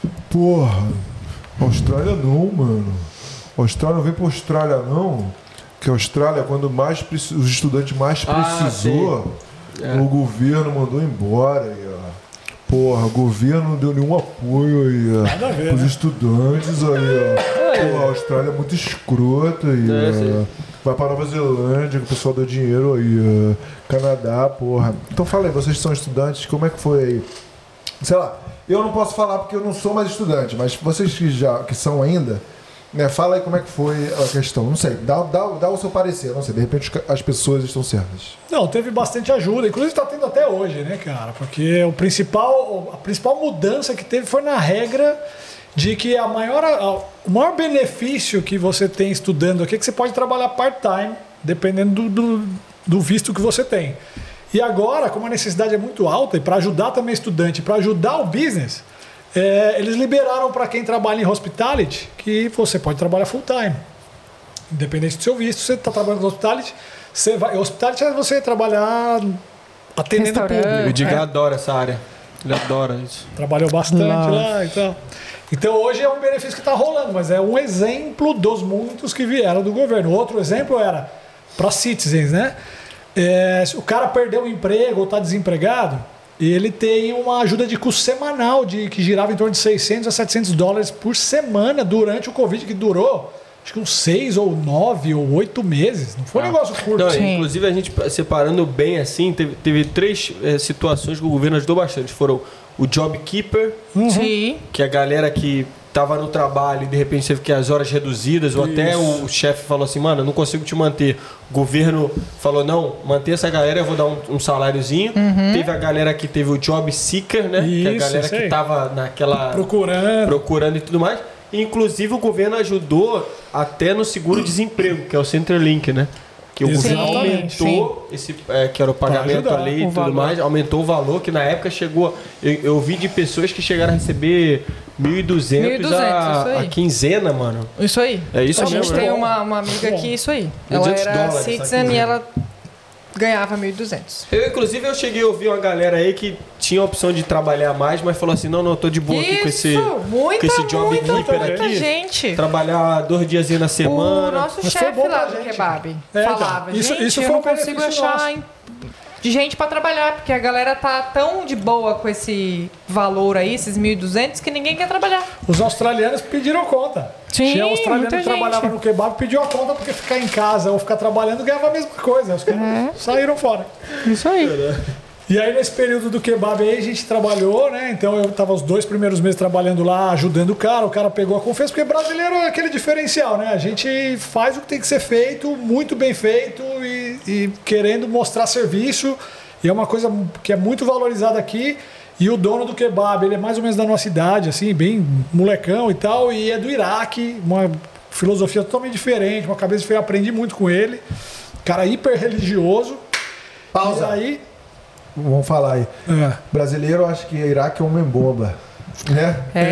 porra, Austrália não, mano. Austrália não vem pra Austrália não. Que a Austrália, quando mais preci- os estudantes mais
Ah,
precisou,
É.
o governo mandou embora. E, ó. Porra, o governo não deu nenhum apoio aí, ó,
Nada a ver,
pros
né?
estudantes aí, ó. Porra, a Austrália é muito escrota aí,
É,
ó.
sim.
Vai pra Nova Zelândia, que o pessoal deu dinheiro aí, ó. Canadá, porra. Então fala aí, vocês são estudantes, como é que foi aí? Sei lá, eu não posso falar porque eu não sou mais estudante, mas vocês que já que são ainda, né, fala aí como é que foi a questão. Não sei, dá, dá, dá o seu parecer, não sei, de repente as pessoas estão certas.
Não, teve bastante ajuda, inclusive está tendo até hoje, né, cara? Porque o principal, a principal mudança que teve foi na regra de que a maior, a- o maior benefício que você tem estudando aqui é que você pode trabalhar part-time dependendo do, do, do visto que você tem. E agora, como a necessidade é muito alta, e para ajudar também estudante, para ajudar o business, é, eles liberaram para quem trabalha em hospitality que você pode trabalhar full time. Independente do seu visto, você está trabalhando no hospitality, você vai. Hospitality é você trabalhar atendendo o público.
O Edgar
é.
adora essa área. Ele adora isso.
Trabalhou bastante
Nossa.
lá e tal. Então hoje é um benefício que está rolando, mas é um exemplo dos muitos que vieram do governo. Outro exemplo era para citizens, né? É, se o cara perdeu o emprego ou está desempregado, ele tem uma ajuda de custo semanal de, que girava em torno de seiscentos a setecentos dólares por semana durante o Covid, que durou acho que uns seis ou nove ou oito meses. Não foi um
Ah.
negócio curto.
Não,
Sim.
inclusive, a gente separando bem assim, teve, teve três é, situações que o governo ajudou bastante. Foram o Job Keeper,
Sim.
que a galera que estava no trabalho e de repente teve que as horas reduzidas, ou até o, o chefe falou assim, mano, eu não consigo te manter. O governo falou, não, manter essa galera, eu vou dar um, um saláriozinho. Teve a galera que teve o Job Seeker, né? que é a
Isso,
galera
isso
que
aí.
tava naquela...
Procurando.
procurando e tudo mais. Inclusive o governo ajudou até no seguro-desemprego, que é o Centrelink, né? Que o
Sim,
governo aumentou esse, é, que era o pagamento
ajudar,
ali e
o
tudo
valor.
mais, aumentou o valor, que na época chegou. Eu, eu vi de pessoas que chegaram a receber mil e duzentos
mil e duzentos, isso
a,
aí.
a quinzena, mano.
Isso aí.
É isso
A gente
mesmo,
tem
né?
uma, uma amiga
Bom.
que isso aí. Ela
duzentos
era
dólares,
citizen
sabe?
e ela ganhava mil e duzentos.
Eu, inclusive, eu cheguei a ouvir uma galera aí que tinha a opção de trabalhar mais, mas falou assim: não, não, eu tô de boa aqui com esse,
muita,
com esse job
muita,
keeper
muita
aqui.
gente.
Trabalhar dois dias na
O
semana.
nosso
Mas foi
chefe
bom
lá
pra
do
gente.
kebab
É, então,
falava,
isso-
gente,
isso
eu
foi
não
um
consigo
benefício
achar
nosso.
em- de gente pra trabalhar, porque a galera tá tão de boa com esse valor aí, esses mil e duzentos, que ninguém quer trabalhar.
Os australianos pediram conta.
Sim,
Tinha australiano
muita
que trabalhava
gente.
no kebab e pediu a conta porque ficar em casa ou ficar trabalhando ganhava a mesma coisa. Os caras
É.
saíram fora.
Isso aí.
E aí, nesse período do kebab aí, a gente trabalhou, né? Então, eu tava os dois primeiros meses trabalhando lá, ajudando o cara. O cara pegou a confiança, porque brasileiro é aquele diferencial, né? A gente faz o que tem que ser feito, muito bem feito e, e querendo mostrar serviço. E é uma coisa que é muito valorizada aqui. E o dono do kebab, ele é mais ou menos da nossa idade, assim, bem molecão e tal. E é do Iraque, uma filosofia totalmente diferente, uma cabeça diferente. Aprendi muito com ele. Cara hiper religioso.
Pausa.
E aí...
Vamos falar aí.
É.
Brasileiro, acho que Iraque é um bomba, né?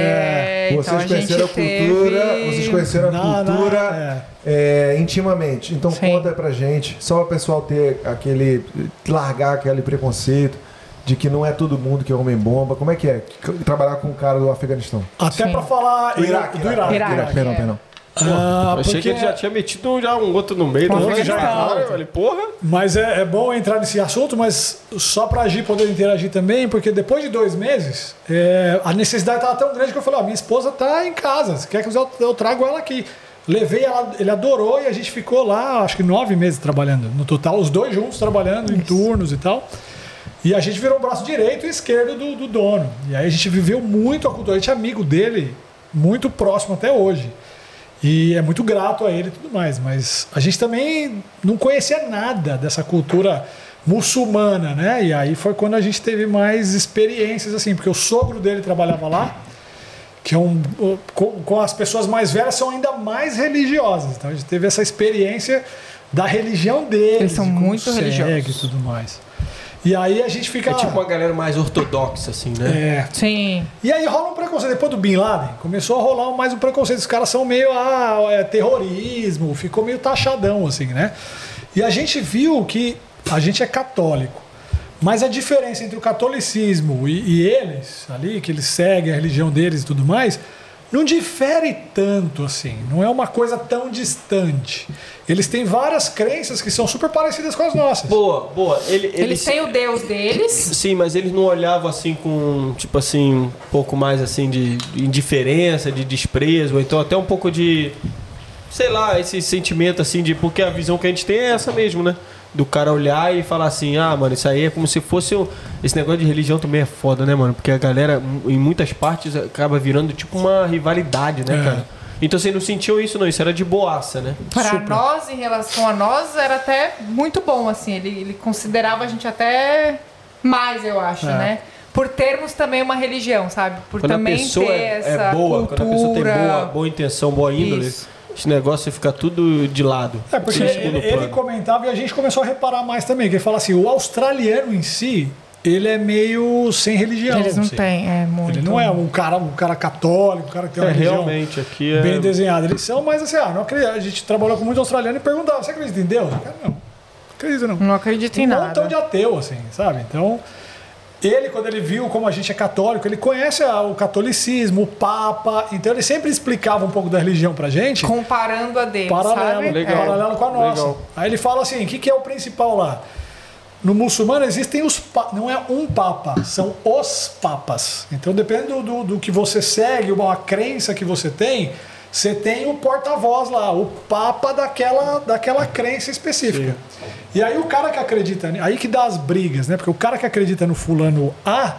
É, então
Vocês
a gente
conheceram a cultura,
teve...
vocês conheceram a
Não, não,
cultura é, intimamente. Então
Sim.
conta pra gente, só o pessoal ter aquele, largar aquele preconceito de que não é todo mundo que é homem bomba. Como é que é trabalhar com um cara do Afeganistão?
Até
Sim.
pra falar
Do Iraque,
do Iraque.
Iraque.
Iraque, perdão,
é.
perdão.
Ah,
Eu achei
porque-
que ele já tinha metido já um outro no meio.
Pronto,
Então,
já
já,
tá.
eu falei, porra.
Mas é, é bom entrar nesse assunto, mas só pra agir poder interagir também, porque depois de dois meses, é, a necessidade estava tão grande que eu falei, ó, minha esposa tá em casa, você quer que eu, eu trago ela aqui. Levei ela, ele adorou e a gente ficou lá, acho que nove meses trabalhando. No total, os dois juntos trabalhando em turnos e tal. E a gente virou o braço direito e esquerdo do, do dono. E aí a gente viveu muito a cultura. A gente é amigo dele, muito próximo até hoje. E é muito grato a ele e tudo mais. Mas a gente também não conhecia nada dessa cultura muçulmana, né? E aí foi quando a gente teve mais experiências, assim. Porque o sogro dele trabalhava lá, que é um... Com, com as pessoas mais velhas são ainda mais religiosas. Então a gente teve essa experiência da religião deles.
Eles são
de como
muito
segue
religiosos.
e tudo mais. E aí a gente fica...
É tipo uma galera mais ortodoxa, assim, né?
É.
Sim.
E aí rola um preconceito. Depois do Bin Laden, começou a rolar mais um preconceito. Os caras são meio ah, é, terrorismo, ficou meio taxadão, assim, né? E a gente viu que a gente é católico. Mas a diferença entre o catolicismo e, e eles, ali, que eles seguem a religião deles e tudo mais, não difere tanto assim. Não é uma coisa tão distante. Eles têm várias crenças que são super parecidas com as nossas.
Boa, boa. Ele,
Eles,
eles
têm o Deus deles.
Sim, mas eles não olhavam assim com, tipo assim, um pouco mais assim de, de indiferença, de desprezo, ou então até um pouco de, sei lá, esse sentimento assim de, porque a visão que a gente tem é essa mesmo, né? Do cara olhar e falar assim, ah, mano, isso aí é como se fosse um... Esse negócio de religião também é foda, né, mano? Porque a galera, em muitas partes, acaba virando tipo uma rivalidade, né,
É.
cara? Então vocês não sentiam isso, não? Isso era de boaça, né?
Para
Super.
nós, em relação a nós, era até muito bom, assim. Ele, ele considerava a gente até mais, eu acho,
É.
né? Por termos também uma religião, sabe? Por
Quando a
também
pessoa
ter
é,
essa
é boa,
cultura.
quando a pessoa tem boa, boa intenção, boa índole,
Isso.
esse negócio fica tudo de lado.
É, porque ele, ele comentava e a gente começou a reparar mais também, que ele fala assim, o australiano em si, ele é meio sem religião.
Eles não
assim.
têm, é muito.
Ele não é um cara, um cara católico, um cara que tem uma
É,
religião
realmente, aqui é...
bem desenhada. Eles são, mas assim, ah, não acredito. A gente trabalhou com muito australiano e perguntava, você acredita em Deus? O cara, não, não acredito não.
Não acredito em
um
nada.
Um montão de ateu, assim, sabe? Então, ele, quando ele viu como a gente é católico, ele conhece o catolicismo, o Papa, então ele sempre explicava um pouco da religião pra gente.
Comparando a dele,
paralelo,
sabe?
Legal.
Paralelo com a nossa.
Legal.
Aí ele fala assim, o que, que é o principal lá? No muçulmano existem os papas, não é um papa, são os papas. Então, dependendo do, do que você segue, uma crença que você tem, você tem o porta-voz lá, o papa daquela, daquela crença específica. Sim. E aí o cara que acredita, aí que dá as brigas, né? Porque o cara que acredita no fulano A,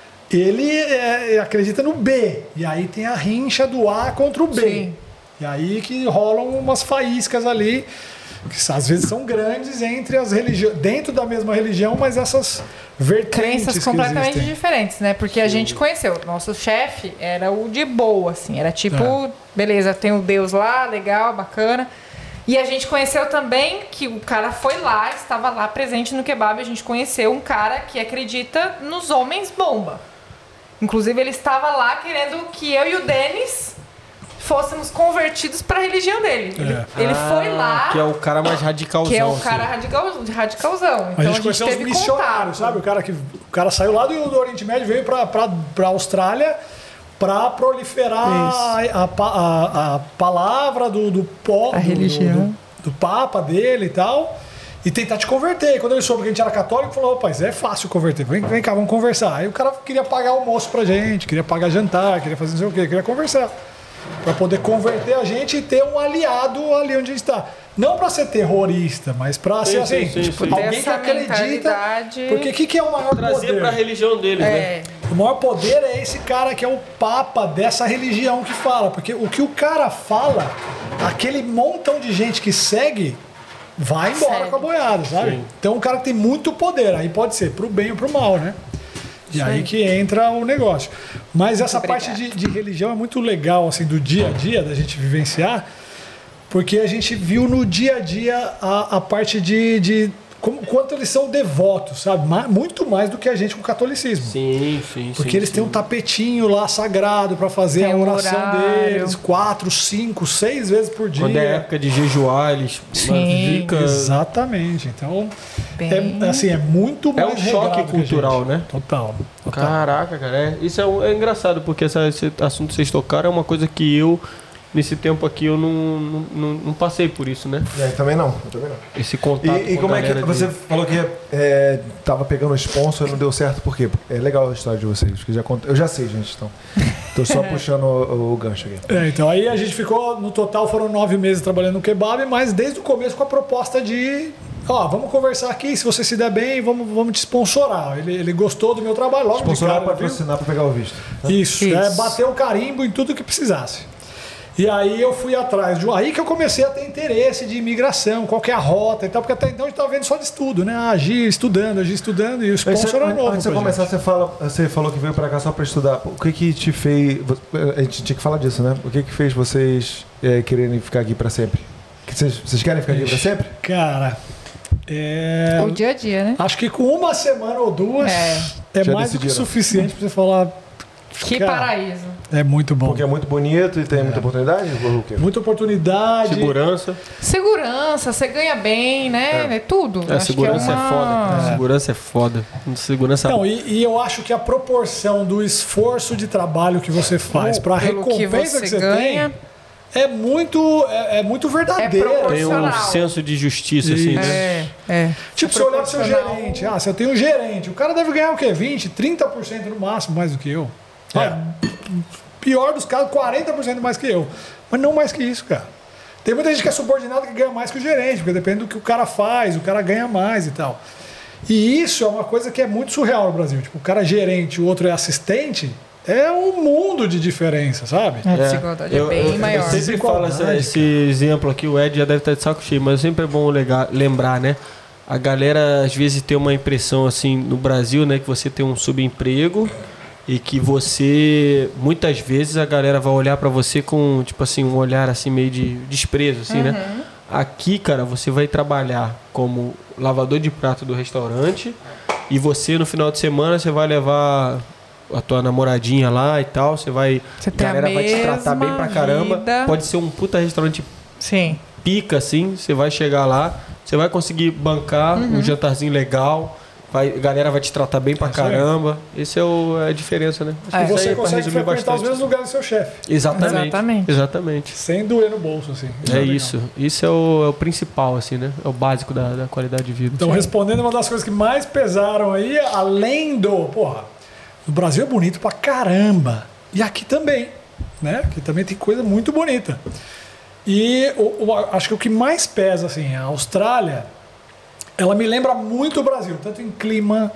ele é, acredita no B. E aí tem a rincha do A contra o B. Sim. E aí que rolam umas faíscas ali, que às vezes são grandes entre as religiões, dentro da mesma religião, mas essas vertentes
crenças completamente diferentes, né? Porque Sim. a gente conheceu, nosso chefe era o de boa, assim, era tipo, é. beleza, tem o Deus lá, legal, bacana. E a gente conheceu também que o cara foi lá, estava lá presente no kebab, a gente conheceu um cara que acredita nos homens bomba. Inclusive ele estava lá querendo que eu e o Denis fôssemos convertidos para a religião dele. Ele,
é.
ele
ah,
foi lá...
Que é o cara mais radicalzão.
Que é o cara radical, radicalzão. Então
a gente conheceu os missionários, sabe? O cara, que, o cara saiu lá do, do Oriente Médio, veio para a Austrália para proliferar a, a, a, a palavra do, do, do,
a religião.
Do, do, do Papa dele e tal. E tentar te converter. E quando ele soube que a gente era católico, falou, opa, é fácil converter. Vem, vem cá, vamos conversar. Aí o cara queria pagar almoço pra gente, queria pagar jantar, queria fazer não sei o quê, queria conversar. Para poder converter a gente e ter um aliado ali onde a gente está. Não para ser terrorista, mas para ser assim,
sim,
tipo,
sim.
alguém que acredita. Porque o que, que é o maior
Trazer
poder?
Trazer para a religião deles,
é.
né?
O maior poder é esse cara que é o papa dessa religião que fala. Porque o que o cara fala, aquele montão de gente que segue, vai embora Sério? com a boiada, sabe? Sim. Então um cara que tem muito poder, aí pode ser pro bem ou pro mal, né? E aí que entra o negócio. Mas essa
muito
parte de, de religião é muito legal, assim, do dia a dia, da gente vivenciar, porque a gente viu no dia a dia a, a parte de, de como, quanto eles são devotos, sabe? Muito mais do que a gente com o catolicismo.
Sim, sim,
Porque
sim,
eles
sim.
têm um tapetinho lá sagrado para fazer
Tem
a
um
oração
horário.
deles, quatro, cinco, seis vezes por dia.
Quando é época de jejuar, eles
Sim.
fica...
Exatamente. Então,
Bem...
é, assim, é muito
É
mais
um choque
regrado que a
cultural,
gente.
né?
Total. total.
Caraca, cara. É, isso é, um- é engraçado, porque essa- esse assunto que vocês tocaram é uma coisa que eu, nesse tempo aqui, eu não, não, não- não passei por isso, né?
É, também não, eu também não.
Esse contato
E, e
com
como
a
é que
galera
você
de-
falou que é, tava pegando sponsor e não deu certo, por quê? É legal a história de vocês, que já cont... eu já sei, gente, então. Tô só puxando o, o gancho aqui.
É, então aí a gente ficou, no total foram nove meses trabalhando no kebab, mas desde o começo com a proposta de, ó, vamos conversar aqui, se você se der bem, vamos, vamos te sponsorar. Ele, ele gostou do meu trabalho, logo
Sponsorar
de
para
cara, viu?
patrocinar para pegar o visto.
Isso,
Isso.
É, bateu o carimbo em tudo que precisasse. E aí eu fui atrás de um. Aí que eu comecei a ter interesse de imigração, qual que é a rota e tal, porque até então a gente estava vendo só de estudo, né? Ah, agir estudando, agir estudando, e o
Antes
sponsor é novo.
antes de você
pra
começar,
gente.
você, fala, você falou que veio para cá só para estudar. O que que te fez... A gente tinha que falar disso, né? O que que fez vocês é, quererem ficar aqui para sempre? Que vocês, vocês querem ficar aqui para sempre?
Cara, é.
O dia a dia, né?
Acho que com uma semana ou duas
É.
é,
Já
mais do que
decidiram.
suficiente para você falar.
Que
Cara,
paraíso.
É muito bom.
Porque é muito bonito e tem muita oportunidade? Ou o quê?
Muita oportunidade.
Segurança.
Segurança, você ganha bem, né? É, tudo.
É,
Acho
segurança
que
é,
uma...
foda, cara. Segurança é foda. Segurança
Não, e, e eu acho que a proporção do esforço de trabalho que você faz para a
Pelo que
recompensa
você
que você
ganha.
tem é muito, é, é muito verdadeira.
É
tem um
profissional.
senso de justiça, assim, né?
É, é.
Tipo,
É
você olhar pro seu
proporcional.
gerente. Ah, se eu tenho um gerente, o cara deve ganhar o quê? vinte, trinta por cento no máximo mais do que eu. Ah, pior dos casos, quarenta por cento mais que eu. Mas não mais que isso, cara. Tem muita gente que é subordinada que ganha mais que o gerente, porque depende do que o cara faz, o cara ganha mais e tal. E isso é uma coisa que é muito surreal no Brasil. Tipo, o cara é gerente, o outro é assistente, é um mundo de diferença, sabe?
A desigualdade é,
Eu-
bem
eu, eu
maior.
sempre falo essa- esse exemplo aqui, o Ed já deve estar de saco cheio, mas sempre é bom legar- lembrar, né? A galera às vezes tem uma impressão assim no Brasil, né? Que você tem um subemprego e que você, muitas vezes a galera vai olhar pra você com, tipo assim, um olhar assim meio de desprezo, assim,
Uhum.
né? Aqui, cara, você vai trabalhar como lavador de prato do restaurante e você, no final de semana, você vai levar a tua namoradinha lá e tal, você vai...
Você
a
tem a
galera vai te tratar bem
mesma
pra caramba.
vida.
Pode ser um puta restaurante
Sim.
pica, assim, você vai chegar lá, você vai conseguir bancar
Uhum.
um jantarzinho legal, vai, a galera vai te tratar bem pra
Isso aí.
caramba. Esse é o, é a diferença, né? Acho
É.
que
E
isso
você
aí é pra
consegue
resumir
frequentar os
bastante.
mesmos lugares do seu chefe,
Exatamente.
Exatamente.
Exatamente.
sem doer no bolso, assim.
É
legal.
isso. Isso é o, é o principal, assim, né? É o básico da, da qualidade de vida.
Então, respondendo uma das coisas que mais pesaram aí, além do... Porra, o Brasil é bonito pra caramba. E aqui também, né? Aqui também tem coisa muito bonita. E o, o- acho que o que mais pesa, assim, a Austrália, ela me lembra muito o Brasil, tanto em clima...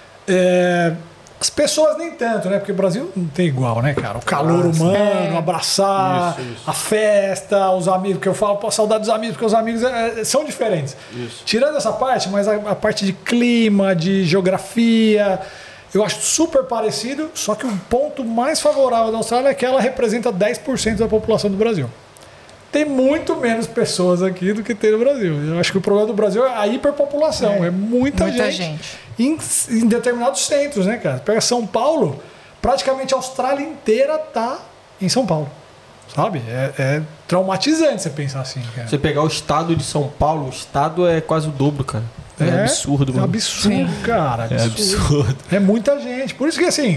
é, as pessoas nem tanto, né? Porque o Brasil não tem igual, né, cara? O calor humano,
É.
abraçar,
Isso, isso.
a festa, os amigos, que eu falo, pô, saudade dos amigos, porque os amigos é, é, são diferentes.
Isso.
Tirando essa parte, mas a, a parte de clima, de geografia, eu acho super parecido, só que o ponto mais favorável da Austrália é que ela representa dez por cento da população do Brasil. Tem muito menos pessoas aqui do que tem no Brasil. Eu acho que o problema do Brasil é a hiperpopulação. É, muita,
Muita
gente,
gente.
Em, em determinados centros, né, cara? Pega São Paulo, praticamente a Austrália inteira tá em São Paulo. Sabe? É, é traumatizante você pensar assim, cara.
Você pegar o estado de São Paulo, o estado é quase o dobro, cara. É, absurdo,
É
mano.
absurdo,
Sim.
cara.
É absurdo.
É muita gente. Por isso que, assim,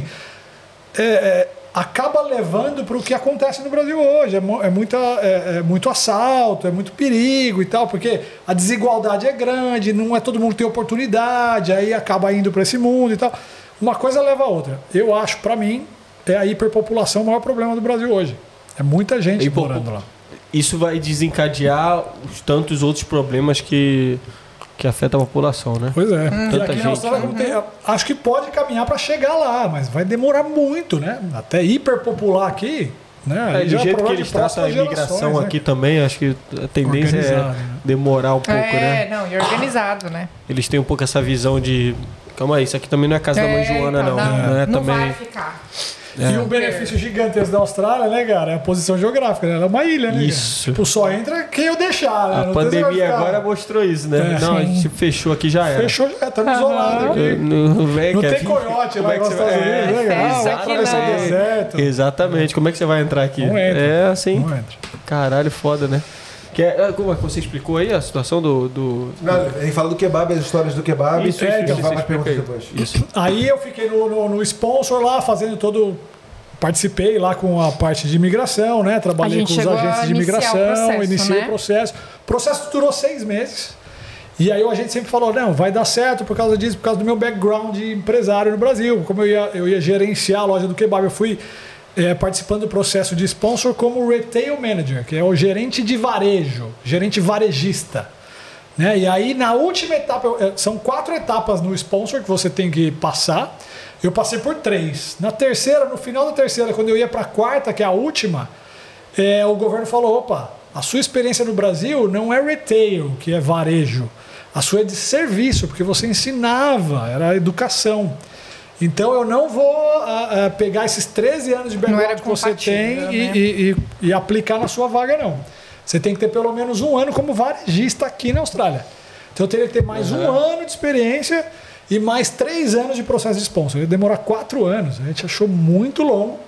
é, é, acaba levando para o que acontece no Brasil hoje. É, mu- é muita, é, é muito assalto, é muito perigo e tal, porque a desigualdade é grande, não é todo mundo que tem oportunidade, aí acaba indo para esse mundo e tal. Uma coisa leva a outra. Eu acho, para mim, é a hiperpopulação o maior problema do Brasil hoje. É muita gente
E, pô,
morando lá.
Isso vai desencadear os tantos outros problemas que, que afetam a população, né?
Pois é. E
Tanta
aqui
gente.
na Austrália, como tem- acho que pode caminhar para chegar lá, mas vai demorar muito, né? Até hiperpopular aqui, né?
É,
Aí
do
já é
jeito que
problema
eles
de
tratam a
próximas
imigração
gerações, né?
aqui também, acho que a tendência
Organizado,
é
né?
demorar um pouco, né?
É, não, e organizado, né?
Eles têm um pouco essa visão de... Calma aí, isso aqui também não é casa da mãe
É,
Joana,
então,
não.
não,
Não é
não
também...
vai ficar.
É.
E um benefício gigantesco da Austrália, né, cara? É a posição geográfica, né? Ela é uma ilha, né?
Isso.
Cara? Tipo, só entra quem eu deixar, né?
A
Não tem esse negócio de
pandemia
ficar-
agora mostrou isso, né?
É.
Não, a
Sim.
gente fechou aqui, já era.
Fechou, já estamos isolados aqui.
Não, vem,
Não
quer
tem
vir?
coiote
Como
lá
é que
nos
você
Estados
vai-
Unidos, né, cara? Ah, vai
Exatamente.
atravessar o deserto.
Exatamente. Como é que você vai entrar aqui?
Não entra.
É assim.
Não entra.
Caralho, foda, né? Que é, como é que você explicou aí a situação do... do...
Não, ele fala do kebab, as histórias do kebab.
Isso,
e
isso,
então
isso,
vai mais
explica
perguntas
aí.
depois.
Isso.
Aí eu fiquei no, no, no sponsor lá, fazendo todo. Participei lá com a parte de imigração, né? Trabalhei
A gente
com os
chegou a
agentes de
iniciar o
imigração,
processo,
iniciei
né?
o processo. O processo durou seis meses. E aí o agente sempre falou: não, vai dar certo por causa disso, por causa do meu background de empresário no Brasil. Como eu ia, eu ia gerenciar a loja do kebab, eu fui é, participando do processo de sponsor como retail manager, que é o gerente de varejo, gerente varejista. Né? E aí, na última etapa, eu- são quatro etapas no sponsor que você tem que passar. Eu passei por três. Na terceira, no final da terceira, quando eu ia para a quarta, que é a última, é, o governo falou: opa, a sua experiência no Brasil não é retail, que é varejo. A sua é de serviço, porque você ensinava, era educação. Então eu não vou ah, ah, pegar esses treze anos de
Não era
background que você tem
compatível,
e,
né?
e- e- e aplicar na sua vaga, não. Você tem que ter pelo menos um ano como varejista aqui na Austrália. Então eu teria que ter mais um ano de experiência e mais três anos de processo de sponsor. Ia demorar quatro anos. A gente achou muito longo.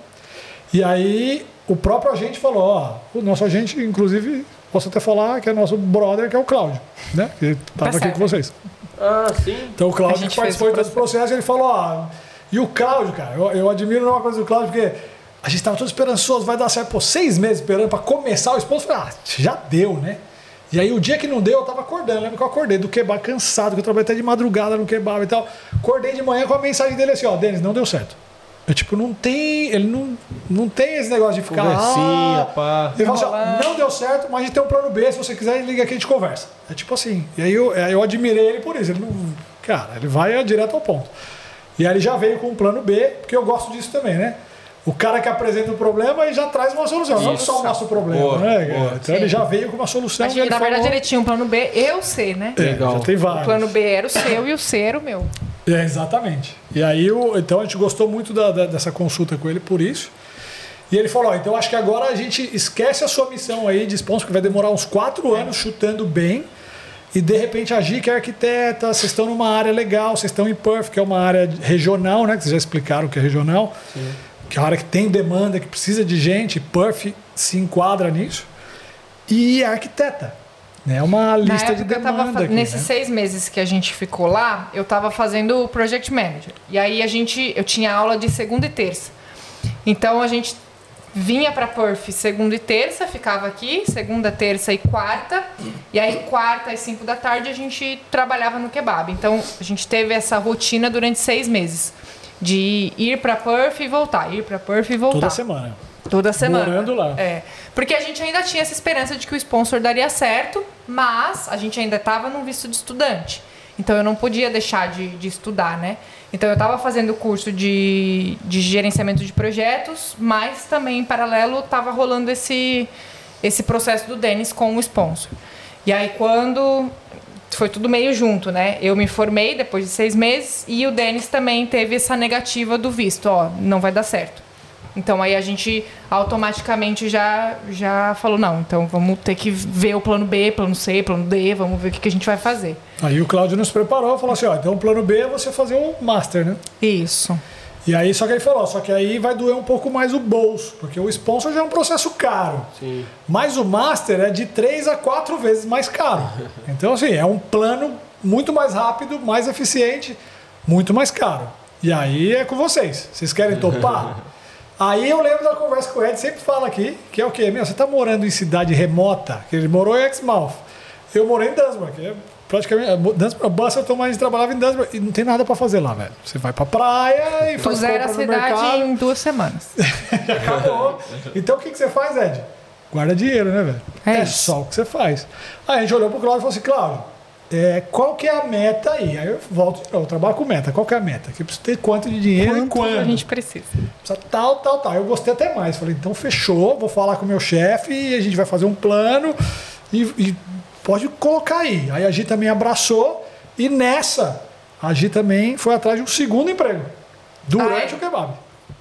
E aí o próprio agente falou: ó, o nosso agente, inclusive, posso até falar que é nosso brother, que é o Cláudio, né? Que estava aqui
Percebe.
com vocês.
Ah, sim.
Então o
A
Cláudio
gente
que participou
fez
de
o
todo o processo, ele falou: ó, e o Cláudio, cara, eu, eu admiro uma coisa do Cláudio, porque a gente estava todo esperançoso, vai dar certo, pô, seis meses esperando para começar o sponsor. Eu falei: ah, já deu, né? E aí o dia que não deu, eu tava acordando. Eu lembro que eu acordei do kebab cansado, que eu trabalhei até de madrugada no kebab e tal. Acordei de manhã com a mensagem dele assim: ó, Denis, não deu certo. Eu, tipo, não tem. Ele não, não tem esse negócio de ficar.
Conversinha,
ah,
pá.
Ele falou assim: ó, não deu certo, mas a gente tem um plano B. Se você quiser, liga aqui e a gente conversa. É tipo assim. E aí eu, aí eu admirei ele por isso. Ele não, cara, ele vai direto ao ponto. E aí ele já veio com um plano B, porque eu gosto disso também, né? O cara que apresenta o problema e já traz uma solução, não
Isso.
só o nosso problema,
Boa,
né?
boa.
Cara? Então ele já veio com uma solução.
Acho
e
que,
ele
na verdade,
falou,
ele tinha um plano B, eu sei, né?
É,
Legal.
já tem
O
vários.
plano B era o seu e o C era o meu.
É, exatamente. E aí, o, então a gente gostou muito da, da, dessa consulta com ele por isso. E ele falou, ó, então acho que agora a gente esquece a sua missão aí de sponsor, que vai demorar uns quatro anos chutando bem. E de repente a Gi, que é arquiteta, vocês estão numa área legal, vocês estão em Perth, que é uma área regional, né? Que vocês já explicaram que é regional. Sim. Que é uma área que tem demanda, que precisa de gente. Perth se enquadra nisso. E é arquiteta. É uma lista de demanda.
Tava,
aqui,
nesses
né?
seis meses que a gente ficou lá, eu estava fazendo o Project Manager. E aí a gente, eu tinha aula de segunda e terça. Então a gente vinha para Perth segunda e terça, ficava aqui, segunda, terça e quarta. E aí quarta às cinco da tarde a gente trabalhava no kebab. Então a gente teve essa rotina durante seis meses. De ir para Perth e voltar, ir para Perth e voltar.
Toda semana.
Toda semana.
Morando lá.
É. Porque a gente ainda tinha essa esperança de que o sponsor daria certo, mas a gente ainda estava num visto de estudante. Então eu não podia deixar de, de estudar, né? Então eu estava fazendo o curso de, de gerenciamento de projetos, mas também em paralelo estava rolando esse, esse processo do Denis com o sponsor. E aí quando... Foi tudo meio junto, né? Eu me formei depois de seis meses e o Denis também teve essa negativa do visto. Ó, não vai dar certo. Então aí a gente automaticamente já, já falou, não, então vamos ter que ver o plano B, plano C, plano D, vamos ver o que, que a gente vai fazer.
Aí o Cláudio nos preparou e falou assim, ó, então o plano B é você fazer um master, né?
Isso.
E aí, só que ele falou, só que aí vai doer um pouco mais o bolso, porque o sponsor já é um processo caro.
Sim.
Mas o master é de três a quatro vezes mais caro. Então, assim, é um plano muito mais rápido, mais eficiente, muito mais caro. E aí é com vocês. Vocês querem topar? Aí eu lembro da conversa com o Ed, sempre fala aqui, que é o quê? Meu, você tá morando em cidade remota, que ele morou em Exmouth. Eu morei em Dunsmore, que é praticamente... Dunsmore, Busselton, mas a gente trabalhava em Dunsmore e não tem nada pra fazer lá, velho. Você vai pra praia e faz
Puseram
compra
a
no
cidade
mercado.
em duas semanas.
Acabou. Então o que, que você faz, Ed? Guarda dinheiro, né, velho?
É
É,
isso.
só o que você faz. Aí a gente olhou pro Cláudio e falou assim, Cláudio, é, qual que é a meta aí? Aí eu volto de novo, eu trabalho com meta. Qual que é a meta? Que eu preciso ter quanto de dinheiro e
Quanto
quando?
a gente precisa.
Precisa tal, tal, tal. Eu gostei até mais. Falei, então fechou, vou falar com o meu chefe e a gente vai fazer um plano e, e pode colocar aí. Aí a Gi também abraçou e nessa, a Gi também foi atrás de um segundo emprego durante
Ah, é?
o kebab.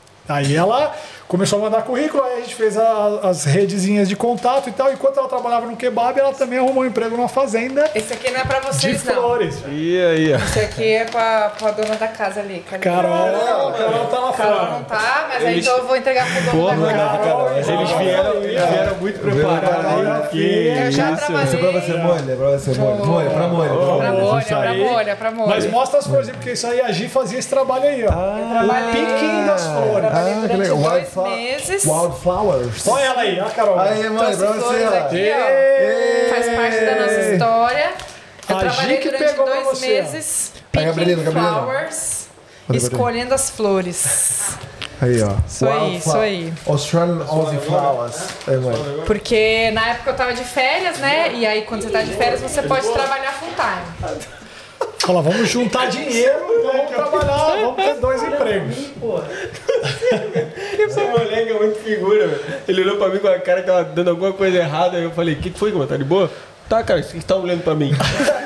Aí ela começou a mandar currículo, aí a gente fez a- as redezinhas de contato e tal. Enquanto ela trabalhava no kebab, ela também arrumou um emprego numa fazenda
Esse aqui não é pra
de
vocês, não.
flores.
E aí, ó.
Esse aqui é pra, pra dona da casa ali. Cadê?
Carol, a Carol tá lá
Carol
fora.
não tá, mas aí
Eles-
então eu vou entregar pro dono
Porra,
da casa.
Carol,
Mas eles vieram, eles vieram muito preparados.
Carol,
Que
eu já
isso.
trabalhei.
Esse é pra você, molha, é pra você, molha. Molha, pra molha.
Pra molha,
Isso
pra
aí.
molha, pra molha.
Mas mostra as flores, porque isso aí a Gi fazia esse trabalho aí, ó.
trabalhei-
Piquinho das flores.
Trabalhei
Ah, que
durante
legal.
dois
Wildflower-
meses.
Wildflowers.
Olha ela aí, a Carol.
Aí, mãe,
Trouxe
pra você,
flores
ó.
aqui, ó. Faz parte da nossa história. Eu
A
trabalhei
Gi que
durante
pegou pra
dois
você, ó.
meses
Aí, Gabrielina,
picking
Gabrielina.
flowers,
Gabrielina.
escolhendo as flores.
Aí, ó.
Isso aí, isso aí.
Australian Aussie Flowers. Aí, mãe.
Porque na época eu tava de férias, né? E aí quando você tá de férias, você pode trabalhar full time.
Fala, vamos juntar dinheiro, vamos trabalhar, vamos ter dois empregos.
Esse moleque é muito figura, velho. Ele olhou pra mim com a cara que tava dando alguma coisa errada. Aí eu falei, o que, que foi, mano? Tá de boa? Tá, cara, vocês estão olhando pra mim.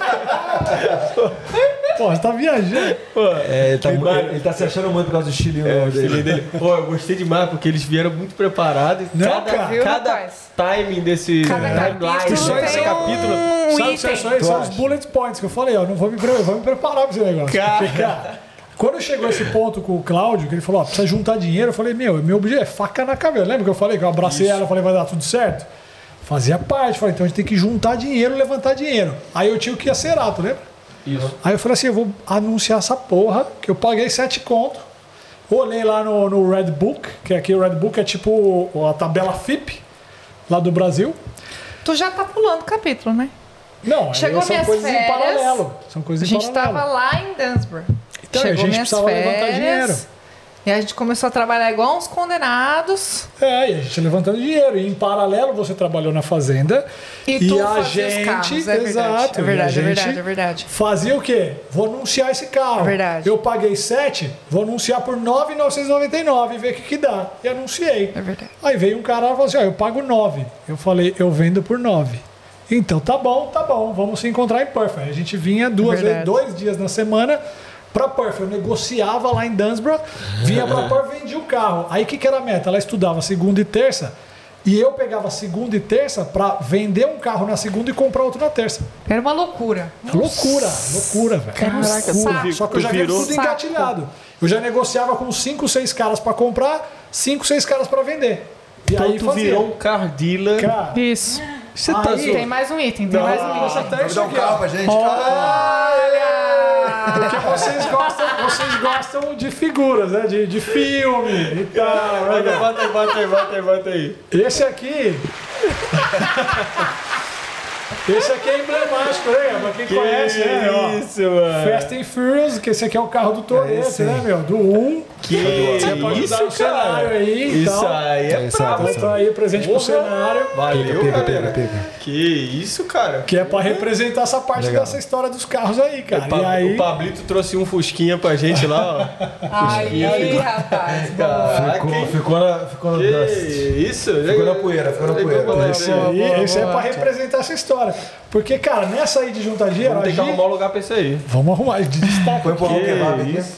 Pô, você tá viajando.
Pô,
É, ele tá,
que
mu-
bar-
ele tá se achando muito por causa do estilinho
É, o
dele.
filho dele. Pô, eu gostei demais porque eles vieram muito preparados.
Não,
cada
cara.
Viu,
cada
rapaz?
timing desse
Cada
timeline,
capítulo
Isso aí,
desse
tem
capítulo.
um
Sabe o que
item.
isso aí?
Tu
São os
acha?
bullet points que eu falei, ó. Não vou me, pre- eu vou me preparar pra esse negócio.
Cara.
Porque, cara, quando chegou esse ponto com o Cláudio, que ele falou, ó, precisa juntar dinheiro, eu falei, meu, meu objetivo é faca na cabeça. Lembra que eu falei que eu abracei ela e falei, vai dar tudo certo? Fazia parte. Falei, então a gente tem que juntar dinheiro, levantar dinheiro. Aí eu tinha o que ia ser tu lembra?
Isso.
Aí eu falei assim, eu vou anunciar essa porra, que eu paguei sete conto. Olhei lá no, no Red Book, que aqui o Red Book é tipo a tabela F I P lá do Brasil.
Tu já tá pulando o capítulo, né?
Não, aí
Chegou
são
minhas
coisas em
férias,
paralelo. São
A
coisas em
gente
paralelo.
tava lá em Dunsborough.
Então, a
Chegou
gente
minhas
precisava levantar dinheiro.
férias. E a gente começou a trabalhar igual uns condenados.
É, e a gente levantando dinheiro. E em paralelo você trabalhou na fazenda.
E, tu
a
fazia
gente,
os carros, é verdade.
exato.
É
e a
verdade, é
gente
verdade, é verdade.
Fazia o quê? Vou anunciar esse carro.
É verdade.
Eu paguei sete, vou anunciar por nove mil novecentos e noventa e nove e ver o que, que dá. E anunciei.
É verdade.
Aí veio um cara e falou assim: ó, eu pago nove. Eu falei, eu vendo por nove. Então tá bom, tá bom, vamos se encontrar em Perth. Aí a gente vinha duas
Verdade.
vezes, dois dias na semana Pra Perth, eu negociava lá em Dunsborough, vinha pra Perth, vendia o carro. Aí o que, que era a meta? Ela estudava segunda e terça, e eu pegava segunda e terça pra vender um carro na segunda e comprar outro na terça.
Era uma loucura.
Loucura, loucura, velho.
Caraca,
Loucura.
saco.
Só que eu já
Virou
tinha tudo
saco.
engatilhado. Eu já negociava com cinco, seis caras pra comprar, cinco, seis caras pra vender. E
Então
aí
tu
fazia.
virou um car dealer.
Cara,
Isso.
Você tá
aí-
zoando.
Tem mais um item, tem mais um
nossa,
item.
até
Vai
isso
dar um
aqui,
carro
ó.
pra gente.
Olha!
Porque vocês gostam, vocês gostam de figuras, né? De, de filme e tal.
Bota,
né?
bota aí, bota aí, bota aí, bota aí.
Esse aqui. Esse aqui é emblemático, né? Pra quem conhece, né? Ó,
isso, mano.
Fast and Furious, que esse aqui é o carro do
É
Toretto,
esse
né,
aí.
meu? Do um.
Que
Você pode
isso,
usar no cenário
cara.
aí e
Isso
tal.
aí é
Isso
brabo.
aí.
Então aí, presente pro
Porra.
cenário.
Valeu,
Pega, pega,
galera.
pega, pega.
Que isso, cara.
Que é pra representar essa parte
Legal.
dessa história dos carros aí, cara.
O, Pa-
E aí.
o Pablito trouxe um fusquinha pra gente lá, ó.
Aí, rapaz.
Caraca,
Ficou,
hein?
ficou na, ficou no
Que
dust.
isso?
Ficou na poeira, ficou na poeira.
Esse
Boa,
aí,
boa,
esse é
boa.
pra representar essa história. Porque, cara, nessa aí de juntar dinheiro,
Vamos
a
ter que
gente-
arrumar um lugar pra isso aí.
Vamos arrumar, de destaque.
Foi empurrar um kebab
Que
aqui.
isso?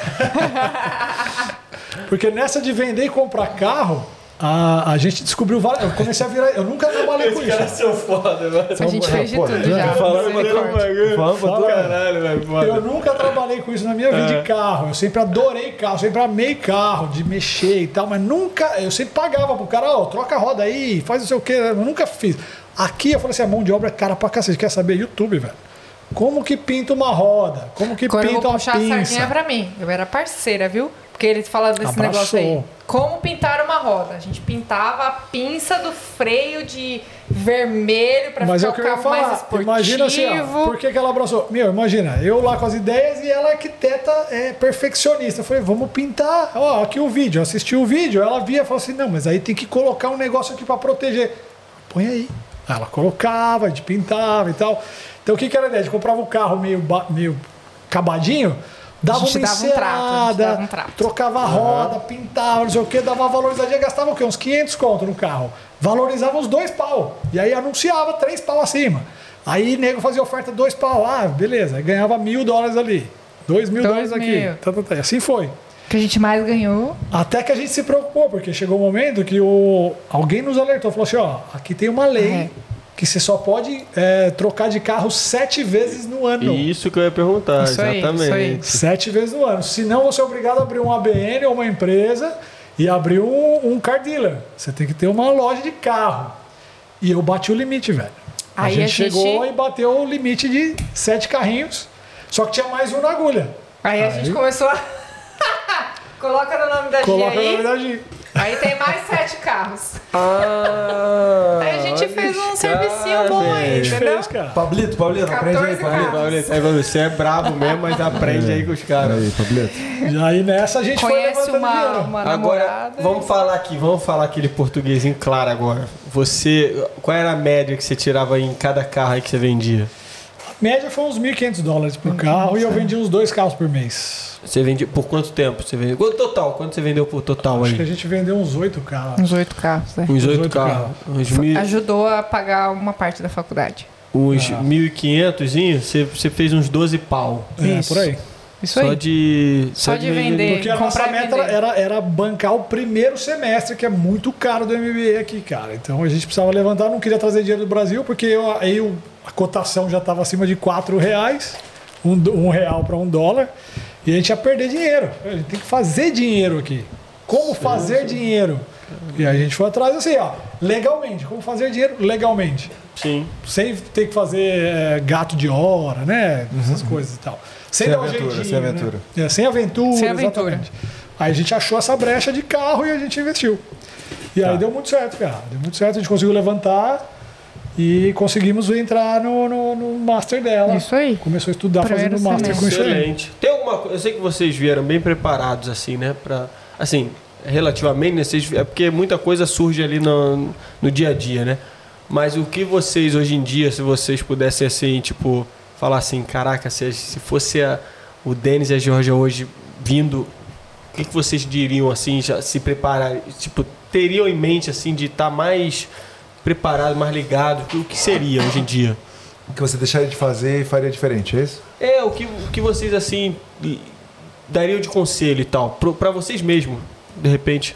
Porque nessa de vender e comprar carro, a, a gente descobriu várias. Eu comecei a virar. Eu nunca trabalhei com
Esse cara é
isso.
seu foda, mano.
A gente fez de
Pô,
tudo já.
Falando pra todo
Misericórdia.
bagulho.
Falando pra todo-
Caralho, velho.
Eu
Foda.
nunca trabalhei com isso na minha vida
É.
de carro. Eu sempre adorei carro, sempre amei carro, de mexer e tal, mas nunca. Eu sempre pagava pro cara, ó, troca a roda aí, faz não sei o quê. Eu nunca fiz. Aqui eu falei assim: a mão de obra é cara pra cacete. Quer saber? YouTube, velho. Como que pinta uma roda? Como que
Agora eu
pinta
vou
uma
puxar a sardinha
pinça?
pra mim. Eu era parceira, viu? Porque ele fala desse
Abraçou.
negócio aí. Como pintar uma roda? A gente pintava a pinça do freio de vermelho pra
Mas é
ficar
o que
o
eu ia
carro mais
falar.
esportivo.
Imagina assim, ó, por que, que ela abraçou? Meu, imagina, eu lá com as ideias e ela arquiteta é, perfeccionista. Eu falei, vamos pintar. Ó, aqui o vídeo. Eu assisti o vídeo, ela via e falou assim: não, mas aí tem que colocar um negócio aqui pra proteger. Põe aí. Ela colocava, a gente pintava e tal. Então o que, que era a ideia? A gente comprava o carro meio, ba- meio acabadinho, dava
A gente
uma
dava um trato, a gente
encerada,
dava um trato.
trocava a roda, pintava, não sei o que, dava uma valorizadinha, gastava o quê? Uns quinhentos conto no carro. Valorizava uns dois pau. E aí anunciava três pau acima. Aí nego fazia oferta dois pau. Ah, beleza. Aí ganhava mil dólares ali. Dois mil
Dois
dólares aqui.
mil.
Tá, tá, tá. E assim foi.
O que a gente mais ganhou.
Até que a gente se preocupou, porque chegou um momento que o... alguém nos alertou. Falou assim, ó, aqui tem uma lei
É.
que você só pode é, trocar de carro sete vezes no ano.
Isso que eu ia perguntar,
Isso aí,
exatamente.
isso aí.
Sete vezes no ano. Senão você é obrigado a abrir um A B N ou uma empresa e abrir um, um car dealer. Você tem que ter uma loja de carro. E eu bati o limite, velho. A
Aí
gente
a gente-
chegou e bateu o limite de sete carrinhos. Só que tinha mais um na agulha.
Aí a
Aí-
gente começou a. Coloca no nome da Gia
Coloca
aí.
na verdade.
Aí tem mais sete carros.
Ah,
Aí a gente
olha
fez um
esse
servicinho
cara,
bom aí,
velho.
entendeu?
Fez, cara.
Pablito, Pablito, aprende aí,
quatorze
Pablito.
carros.
Pablito, aí, Pablito, você é brabo mesmo, mas aprende aí com os caras.
Aí, Pablito.
E aí nessa a gente foi
Conhece
levantando
uma,
dinheiro.
uma
Agora,
namorada.
vamos falar aqui, vamos falar aquele portuguesinho claro agora. Você, qual era a média que você tirava aí em cada carro aí que você vendia?
Média foi uns mil e quinhentos dólares por carro e eu vendi uns dois carros por mês.
Você vendia por quanto tempo? Você vendeu? Quanto total? Quanto você vendeu por total
Acho que a
aí?
gente vendeu uns oito carros.
Uns oito carros, né?
Uns oito
oito
carros.
carros.
Uns mil,
Ajudou a pagar uma parte da faculdade.
uns
Ah.
mil e quinhentos, você, você fez uns doze pau.
É,
Isso.
por aí.
Isso
Só
aí.
de...
Só de vender.
Porque a
comprar
nossa
e
meta
vender.
era, era bancar o primeiro semestre, que é muito caro do M B A aqui, cara. Então a gente precisava levantar, não queria trazer dinheiro do Brasil, porque eu- aí o- a cotação já estava acima de quatro reais, um, do- um real para um dólar, e a gente ia perder dinheiro. A gente tem que fazer dinheiro aqui. Como fazer dinheiro? E aí a gente foi atrás assim, ó, legalmente. Como fazer dinheiro legalmente.
Sim.
Sem ter que fazer é, gato de hora, né? Essas coisas e tal.
Sem
dar um
aventura,
jeitinho,
sem
né?
aventura.
É, sem aventura,
Sem aventura.
exatamente. Aí a gente achou essa brecha de carro e a gente investiu. E
Tá.
aí deu muito certo, cara. Deu muito certo, a gente conseguiu levantar e conseguimos entrar no, no, no master dela.
Isso aí.
Começou a estudar
Primeiro
fazendo master com isso aí.
Excelente. Tem alguma coisa... Eu sei que vocês vieram bem preparados, assim, né? Pra, assim, relativamente, né? Vocês, é porque muita coisa surge ali no, no dia a dia, né? Mas o que vocês, hoje em dia, se vocês pudessem, assim, tipo... Falar assim, caraca, se, se fosse a, o Denis e a Georgia hoje vindo... O que, que vocês diriam, assim, já se preparar? Tipo, teriam em mente, assim, de estar mais preparado, mais ligado? O que seria hoje em dia?
O que você deixaria de fazer e faria diferente, é isso?
É, o que, o que vocês, assim, dariam de conselho e tal, pro, pra vocês mesmos, de repente?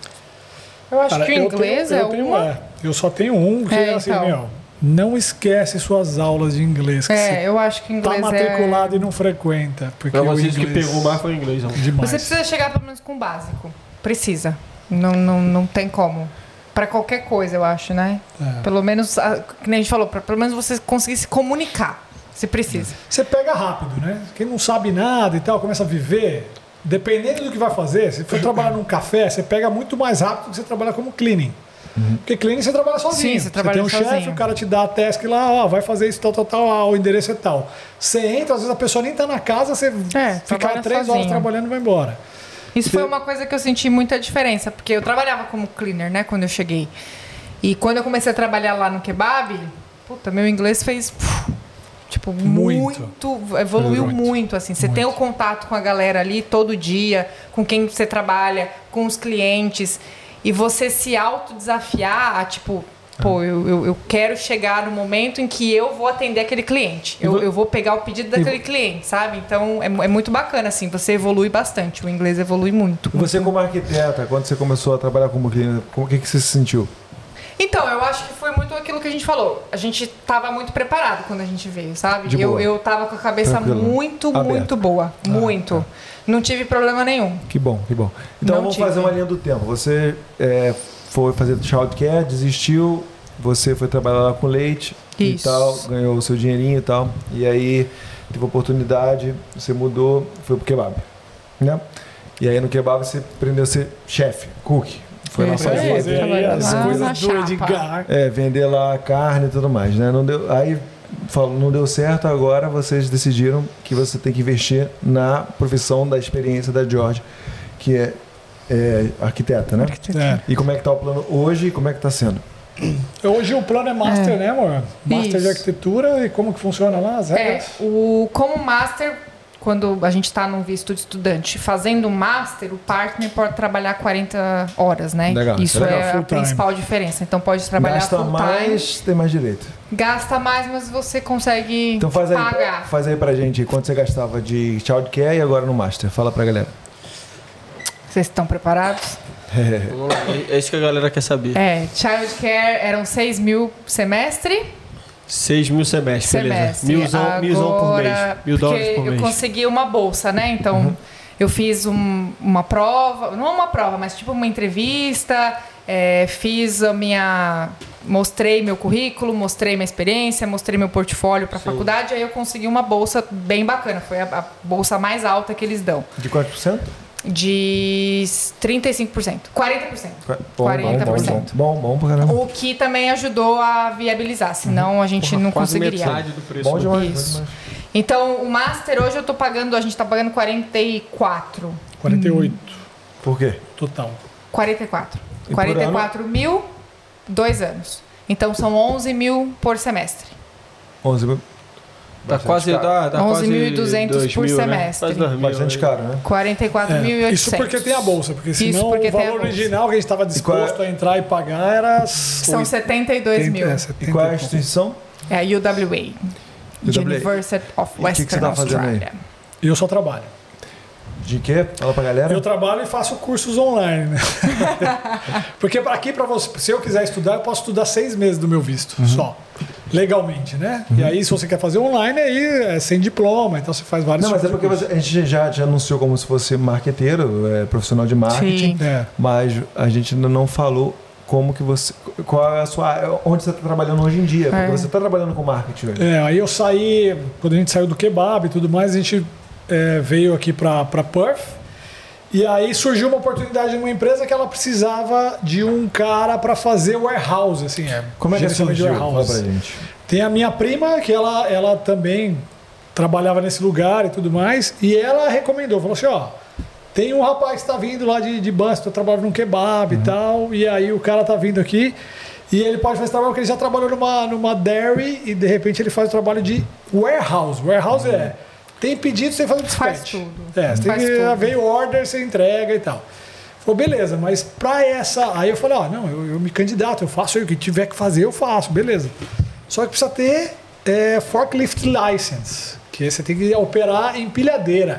Eu acho
Cara,
que o
eu
inglês
tenho-
é
eu tenho,
uma...
é, eu só tenho um que é,
É,
assim,
então.
meu, não esquece suas aulas de inglês. Que
É, eu acho que o
você tá
inglês é...
matriculado e não frequenta. Porque
Pra
o
vocês, o que
inglês
pegou mais foi o inglês. Não.
demais.
Você precisa chegar pelo menos com o básico. Precisa. Não, não, não tem como. Pra qualquer coisa, eu acho, né?
É.
Pelo menos, a- que nem a gente falou, pra pelo menos você conseguir se comunicar. Se precisa.
Você pega rápido, né? Quem não sabe nada e tal, começa a viver. Dependendo do que vai fazer, se for trabalhar num café, você pega muito mais rápido do que você trabalhar como cleaning. Porque cleaning você trabalha sozinho.
Sim, você trabalha
tem um chefe,
sozinho.
o cara te dá a task lá, ó, vai fazer isso, tal, tal, tal, ah, o endereço é tal. Você entra, às vezes a pessoa nem tá na casa, você
É,
fica
trabalha
três horas
sozinho.
trabalhando e vai embora.
Isso foi uma coisa que eu senti muita diferença, porque eu trabalhava como cleaner, né, quando eu cheguei. E quando eu comecei a trabalhar lá no kebab, puta, meu inglês fez puf, tipo
Muito.
muito, evoluiu
Muito.
muito, assim. Você tem o contato com a galera ali todo dia, com quem você trabalha, com os clientes, e você se autodesafiar a tipo, pô, eu, eu, eu quero chegar no momento em que eu vou atender aquele cliente. Eu, eu vou pegar o pedido daquele cliente, sabe? Então é, mu- é muito bacana, assim, você evolui bastante. O inglês evolui muito.
E você como arquiteta, quando você começou a trabalhar como cleaner, como que, que você se sentiu?
Então, eu acho que foi muito aquilo que a gente falou. A gente tava muito preparado quando a gente veio, sabe?
De
eu,
boa.
eu tava com a cabeça
Tranquilo.
muito,
Aberto.
muito boa. Muito. Não tive problema nenhum.
Que bom, que bom. Então
Não
vamos
tive.
fazer uma linha do tempo. Você é, foi fazer childcare, desistiu, você foi trabalhar lá com leite e
Isso.
tal, ganhou o seu dinheirinho e tal. E aí teve oportunidade, você mudou, foi pro kebab, né? E aí no kebab você aprendeu a ser chefe, cook. Foi lá
Isso
fazer,
aí,
fazer aí
trabalhando
as
lá na
coisas do
chapa.
Edgar.
é, vender lá a carne e tudo mais, né? Não deu, aí falou, não deu certo, agora vocês decidiram que você tem que investir na profissão da experiência da George, que é, é arquiteta, né?
É.
E como é que tá o plano hoje e como é que tá sendo?
Hoje o plano é master,
É.
né, amor? Master
Isso.
de arquitetura e como que funciona lá as
É,
regras?
o, como master, quando a gente tá num visto de estudante fazendo master, o partner pode trabalhar quarenta horas, né?
Legal,
Isso
isso é
é,
legal.
a
Full time.
principal diferença. Então pode trabalhar
Gasta
full time.
mais, tem mais direito.
Gasta mais, mas você consegue
Então faz aí,
pagar.
faz aí pra gente quanto você gastava de childcare e agora no Master. Fala pra galera.
Vocês estão preparados?
Vamos lá, é- é isso que a galera quer saber.
É, childcare eram seis mil semestre.
seis mil semestres, beleza.
semestre.
Milzão, milzão por mês.
Agora,
Mil dólares
porque
por
eu
mês.
consegui uma bolsa, né? Então, eu fiz um- uma prova, não uma prova, mas tipo uma entrevista, é, fiz a minha... Mostrei meu currículo, mostrei minha experiência, mostrei meu portfólio para a faculdade, aí eu consegui uma bolsa bem bacana. Foi a, a bolsa mais alta que eles dão.
De quantos por cento?
De trinta e cinco por cento. quarenta por cento.
Bom,
quarenta por
bom,
cento.
bom, bom, bom pra caramba.
O que também ajudou a viabilizar, senão a gente não
Quase
conseguiria.
metade do preço.
Bom demais, bom
Isso.
demais.
Então, o Master hoje eu tô pagando, a gente tá pagando quarenta e quatro.
quarenta e oito
Por quê?
total.
quarenta e quatro.
E por
quarenta e quatro mil, dois anos. Então são onze mil por semestre.
onze mil.
Tá
Bastante
quase,
caro.
dá, dá
onze
quase
mil e duzentos
dois
por
mil, né?
semestre.
Quase dois mil,
Bastante
né?
caro, né?
quarenta e quatro mil e
É,
oitocentos.
isso porque tem a bolsa, porque senão
porque
o
tem a
valor
bolsa.
original que a gente estava disposto
qual é-
a entrar e pagar era...
São setenta e dois mil.
É,
E
setenta
qual é a
pouco.
instituição?
É a U W A.
U W A.
University of
E o que que você
Western
tá fazendo aí?
Australia.
E eu só trabalho.
De quê? Fala pra galera.
Eu trabalho e faço cursos online, né? Porque para aqui, para você, se eu quiser estudar, eu posso estudar seis meses do meu visto, só. Legalmente, né? E aí, se você quer fazer online, aí é sem diploma, então você faz vários
Não, mas é
tipos
porque
de
você- a gente já, já anunciou como se fosse marqueteiro, é, profissional de marketing,
Sim.
É.
mas a gente ainda não falou como que você. Qual é a sua. Onde você está trabalhando hoje em dia? Porque
É.
você está trabalhando com marketing hoje.
É, aí eu saí, quando a gente saiu do kebab e tudo mais, a gente é, veio aqui para Perth. E aí surgiu uma oportunidade em uma empresa que ela precisava de um cara para fazer warehouse, assim, é.
Como é que
gerenciamento de
surgiu? Fala
warehouse.
pra gente.
Tem a minha prima, que ela, ela também trabalhava nesse lugar e tudo mais, e ela recomendou, falou assim, ó, tem um rapaz que tá vindo lá de, de Boston, trabalhava num kebab e tal, e aí o cara tá vindo aqui, e ele pode fazer trabalho, porque ele já trabalhou numa, numa dairy, e de repente ele faz o trabalho de warehouse. Warehouse é, tem pedido, você faz o
Faz
dispatch.
tudo.
É, você tem
Faz
que,
tudo.
veio order, você entrega e tal. Falou, beleza, mas pra essa... Aí eu falei, ó, não, eu, eu me candidato, eu faço aí, o que tiver que fazer, eu faço, beleza. Só que precisa ter é, forklift license. O porque você tem que operar empilhadeira.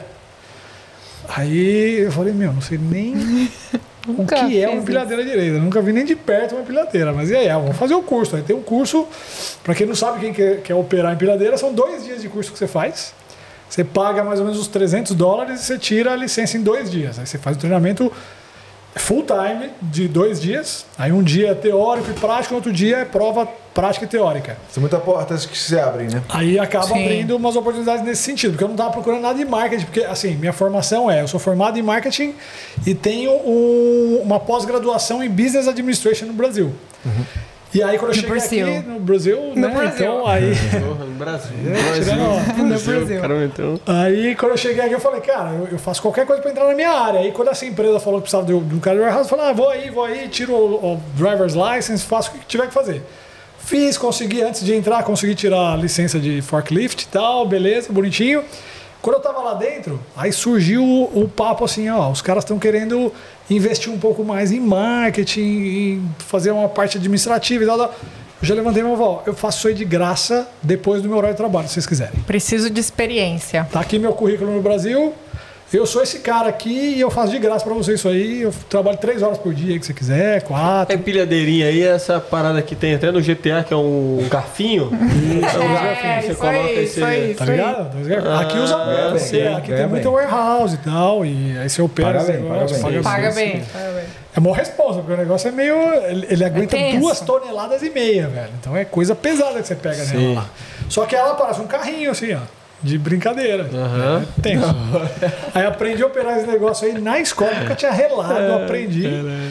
Aí eu falei, meu, não sei nem o que é uma empilhadeira direita. Eu nunca vi nem de perto uma empilhadeira. Mas e aí, vamos fazer o curso. Aí tem um curso, para quem não sabe quem quer, quer operar empilhadeira, são dois dias de curso que você faz. Você paga mais ou menos uns trezentos dólares e você tira a licença em dois dias. Aí você faz o treinamento full time de dois dias. Aí um dia é teórico e prático, outro dia é prova prática e teórica.
São muitas portas que se abrem, né?
Aí acaba
Sim.
abrindo umas oportunidades nesse sentido, porque eu não estava procurando nada de marketing, porque assim, minha formação é, eu sou formado em marketing e tenho um, uma pós-graduação em Business Administration no Brasil. Uhum. E aí quando eu cheguei
Brasil.
aqui no Brasil,
No
né,
Brasil.
então aí...
Porra, no Brasil.
É, tirando-
No Brasil.
Caramba, então...
Aí quando eu cheguei aqui eu falei, cara, eu, eu faço qualquer coisa para entrar na minha área. Aí quando essa empresa falou que precisava de, de um cara de warehouse, eu falei, ah, vou aí, vou aí, tiro o, o driver's license, faço o que tiver que fazer. Fiz, consegui, antes de entrar, consegui tirar a licença de forklift e tal, beleza, bonitinho. Quando eu tava lá dentro, aí surgiu o, o papo assim, ó, os caras estão querendo investir um pouco mais em marketing, em fazer uma parte administrativa e tal, tal. Eu já levantei meu voz, eu faço isso aí de graça depois do meu horário de trabalho, se vocês quiserem.
Preciso de experiência.
Tá aqui meu currículo no Brasil. Eu sou esse cara aqui e eu faço de graça pra você isso aí. Eu trabalho três horas por dia, que você quiser,
É
quatro.
empilhadeirinha aí, essa parada que tem até no G T A, que é um garfinho. Então, os garfinhos, você
isso
coloca
aí,
esse...
isso aí.
Tá ligado? Aqui usa
Ah,
muito,
sim,
porque aqui
ganha
tem muito
bem.
warehouse e tal. E aí você opera
Paga
esse
bem,
negócio,
paga bem.
Paga
sim,
bem. Paga bem.
É mó responsa, porque o negócio é meio. Ele, ele aguenta
tenso.
duas toneladas e meia, velho. Então é coisa pesada que você pega
Sim.
nela lá. Só que ela parece um carrinho, assim, ó. De brincadeira.
Aham.
É tenso. Aí aprendi a operar esse negócio aí na escola, nunca tinha relado, aprendi.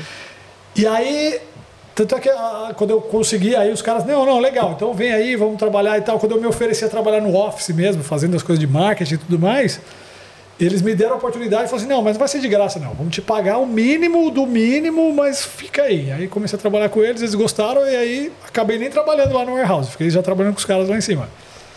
E aí, tanto é que ah, quando eu consegui, aí os caras, não, não, legal, então vem aí, vamos trabalhar e tal. Quando eu me ofereci a trabalhar no office mesmo, fazendo as coisas de marketing e tudo mais, eles me deram a oportunidade e falaram assim, não, mas não vai ser de graça não, vamos te pagar o mínimo do mínimo, mas fica aí. Aí comecei a trabalhar com eles, eles gostaram e aí acabei nem trabalhando lá no warehouse, fiquei já trabalhando com os caras lá em cima.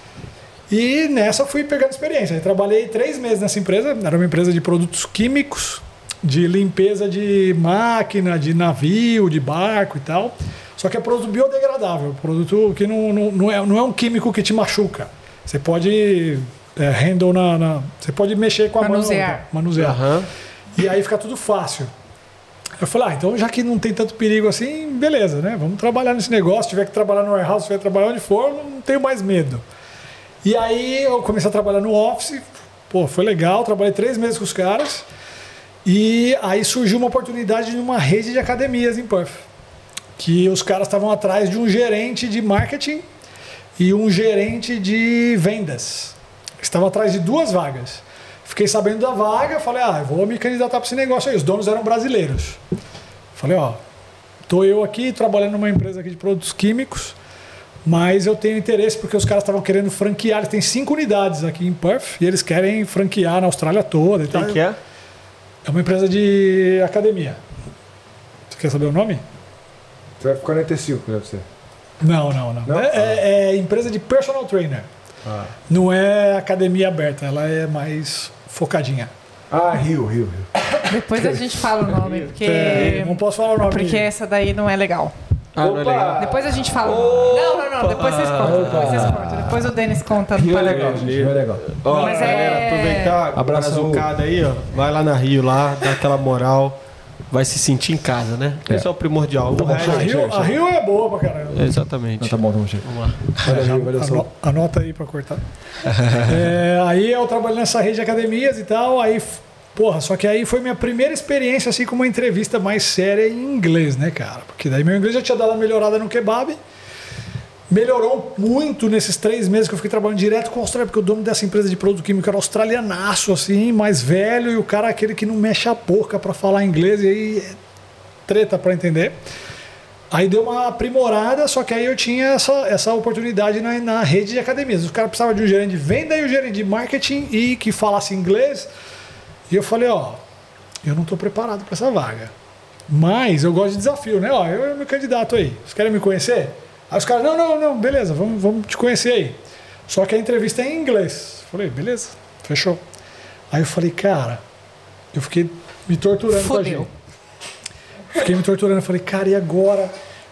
E nessa fui pegando experiência. Aí trabalhei três meses nessa empresa, era uma empresa de produtos químicos, de limpeza de máquina, de navio, de barco e tal. Só que é produto biodegradável, produto que não, não, não, é, não é um químico que te machuca. Você pode é, handle na, na. Você pode mexer com a
Manusear.
mão. Manusear.
Aham.
E aí fica tudo fácil. Eu falei, ah, então já que não tem tanto perigo assim, beleza, né? Vamos trabalhar nesse negócio. Se tiver que trabalhar no warehouse, se tiver que trabalhar onde for, não tenho mais medo. E aí eu comecei a trabalhar no office, pô, foi legal, trabalhei três meses com os caras. E aí surgiu uma oportunidade de uma rede de academias em Perth. Que os caras estavam atrás de um gerente de marketing e um gerente de vendas. Estavam atrás de duas vagas. Fiquei sabendo da vaga, falei, ah, eu vou me candidatar para esse negócio aí. Os donos eram brasileiros. Falei, ó, tô eu aqui trabalhando numa empresa aqui de produtos químicos, mas eu tenho interesse porque os caras estavam querendo franquear. Eles têm cinco unidades aqui em Perth e eles querem franquear na Austrália toda. E tal.
Quem que é?
É uma empresa de academia. Você quer saber o nome?
Traffic quarenta e cinco, deve ser.
Não, não, não.
Não?
É, é- é empresa de personal trainer.
Ah,
Não é academia aberta, ela é mais focadinha.
ah Rio, Rio, Rio.
Depois a gente fala o nome, porque.
É, não posso falar o nome.
Porque essa daí não é legal.
Ah, não é legal.
Depois a gente fala. o nome. Não, não, não. Depois vocês contam. Depois vocês contam. Depois o Denis conta.
Rio é
para-
legal, gente, Rio é legal.
Ó,
Mas
galera,
é-
aproveitar a
Abraço.
brazucada aí, ó. Vai lá na Rio lá, dá aquela moral. Vai se sentir em casa, né? Esse é o primordial. O
A
resto,
Rio, a Rio é boa pra caramba.
exatamente.
Não, tá bom, vamos ver.
Vamos lá.
Valeu, Rio, valeu,
Ano-
Saul.
Anota aí pra cortar. É, aí eu trabalhei nessa rede de academias e tal, aí, f- porra, só que aí foi minha primeira experiência assim com uma entrevista mais séria em inglês, né, cara? Porque daí meu inglês já tinha dado uma melhorada no kebab. Melhorou muito nesses três meses que eu fiquei trabalhando direto com a Austrália, porque o dono dessa empresa de produto químico era australianaço, assim, mais velho, e o cara é aquele que não mexe a boca pra falar inglês, e aí é treta pra entender. Aí deu uma aprimorada, só que aí eu tinha essa, essa oportunidade na, na rede de academias. Os caras precisavam de um gerente de venda e um gerente de marketing e que falasse inglês. E eu falei, ó, eu não estou preparado para essa vaga. Mas eu gosto de desafio, né? Ó, eu, eu me candidato aí. Vocês querem me conhecer? Aí os caras, não, não, não, beleza, vamos, vamos te conhecer aí. Só que a entrevista é em inglês. Falei, beleza, fechou. Aí eu falei, cara, eu fiquei me torturando com a
Fudeu.
gente. Fiquei me torturando, falei, cara, e agora?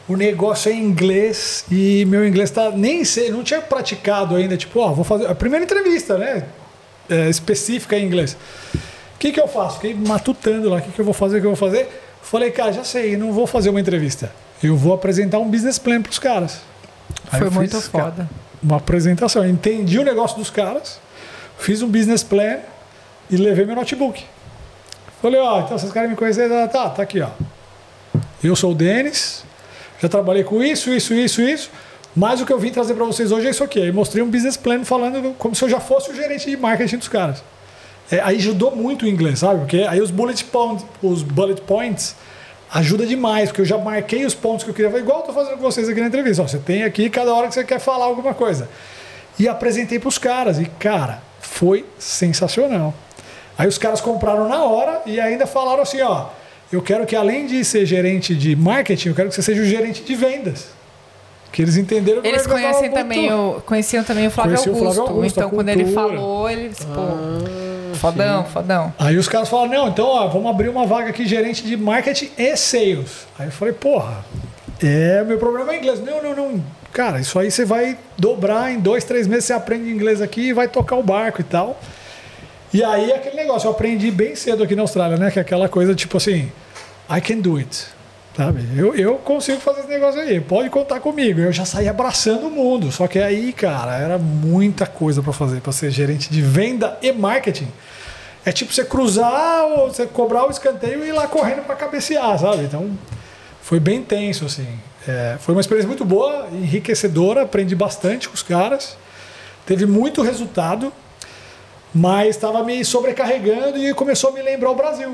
o negócio é em inglês e meu inglês tá nem sei, não tinha praticado ainda, tipo, ó, vou fazer a primeira entrevista, né, é, específica em inglês. O que que eu faço? Fiquei matutando lá, o que que eu vou fazer, o que eu vou fazer? Falei, cara, já sei, não vou fazer uma entrevista. Eu vou apresentar um business plan pros caras. Aí
Foi
eu
muito
fiz,
foda.
cara, uma apresentação, eu entendi o negócio dos caras, fiz um business plan e levei meu notebook. Falei, ó, então vocês querem me conhecer? Tá, tá aqui, ó. Eu sou o Denis, já trabalhei com isso, isso, isso, isso, mas o que eu vim trazer para vocês hoje é isso aqui. Aí mostrei um business plan falando como se eu já fosse o gerente de marketing dos caras. É, aí ajudou muito o inglês, sabe? Porque aí os bullet points, os bullet points ajuda demais, porque eu já marquei os pontos que eu queria fazer, igual eu tô fazendo com vocês aqui na entrevista. Ó, você tem aqui cada hora que você quer falar alguma coisa. E apresentei para os caras, e cara, foi sensacional. Aí os caras compraram na hora e ainda falaram assim, ó, eu quero que além de ser gerente de marketing, eu quero que você seja o gerente de vendas. Que eles entenderam que
Eles
o negócio
conhecem
tava
também
muito-
o, conheciam também o Flávio,
Conheci o
Augusto.
Flávio Augusto,
Então,
a
quando ele
cultura.
falou, eles, pô, fodão, fodão.
Aí os caras falaram, não, então ó, vamos abrir uma vaga aqui, gerente de marketing e sales. Aí eu falei, porra, é, meu problema é inglês. Não, não, não. Cara, isso aí você vai dobrar em dois, três meses, você aprende inglês aqui e vai tocar o barco e tal. E aí aquele negócio, eu aprendi bem cedo aqui na Austrália, né? Que é aquela coisa tipo assim, I can do it. Sabe? Eu, eu consigo fazer esse negócio aí, pode contar comigo. Eu já saí abraçando o mundo. Só que aí, cara, era muita coisa para fazer, para ser gerente de venda e marketing. É tipo você cruzar ou você cobrar o escanteio e ir lá correndo para cabecear, sabe? Então, foi bem tenso, assim. É, foi uma experiência muito boa, enriquecedora, aprendi bastante com os caras. Teve muito resultado, mas estava me sobrecarregando e começou a me lembrar o Brasil.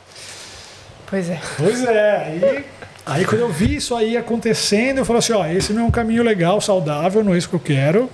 Pois é.
Pois é, aí, aí quando eu vi isso aí acontecendo, eu falei assim, ó, esse não é um caminho legal, saudável, não é isso que eu quero.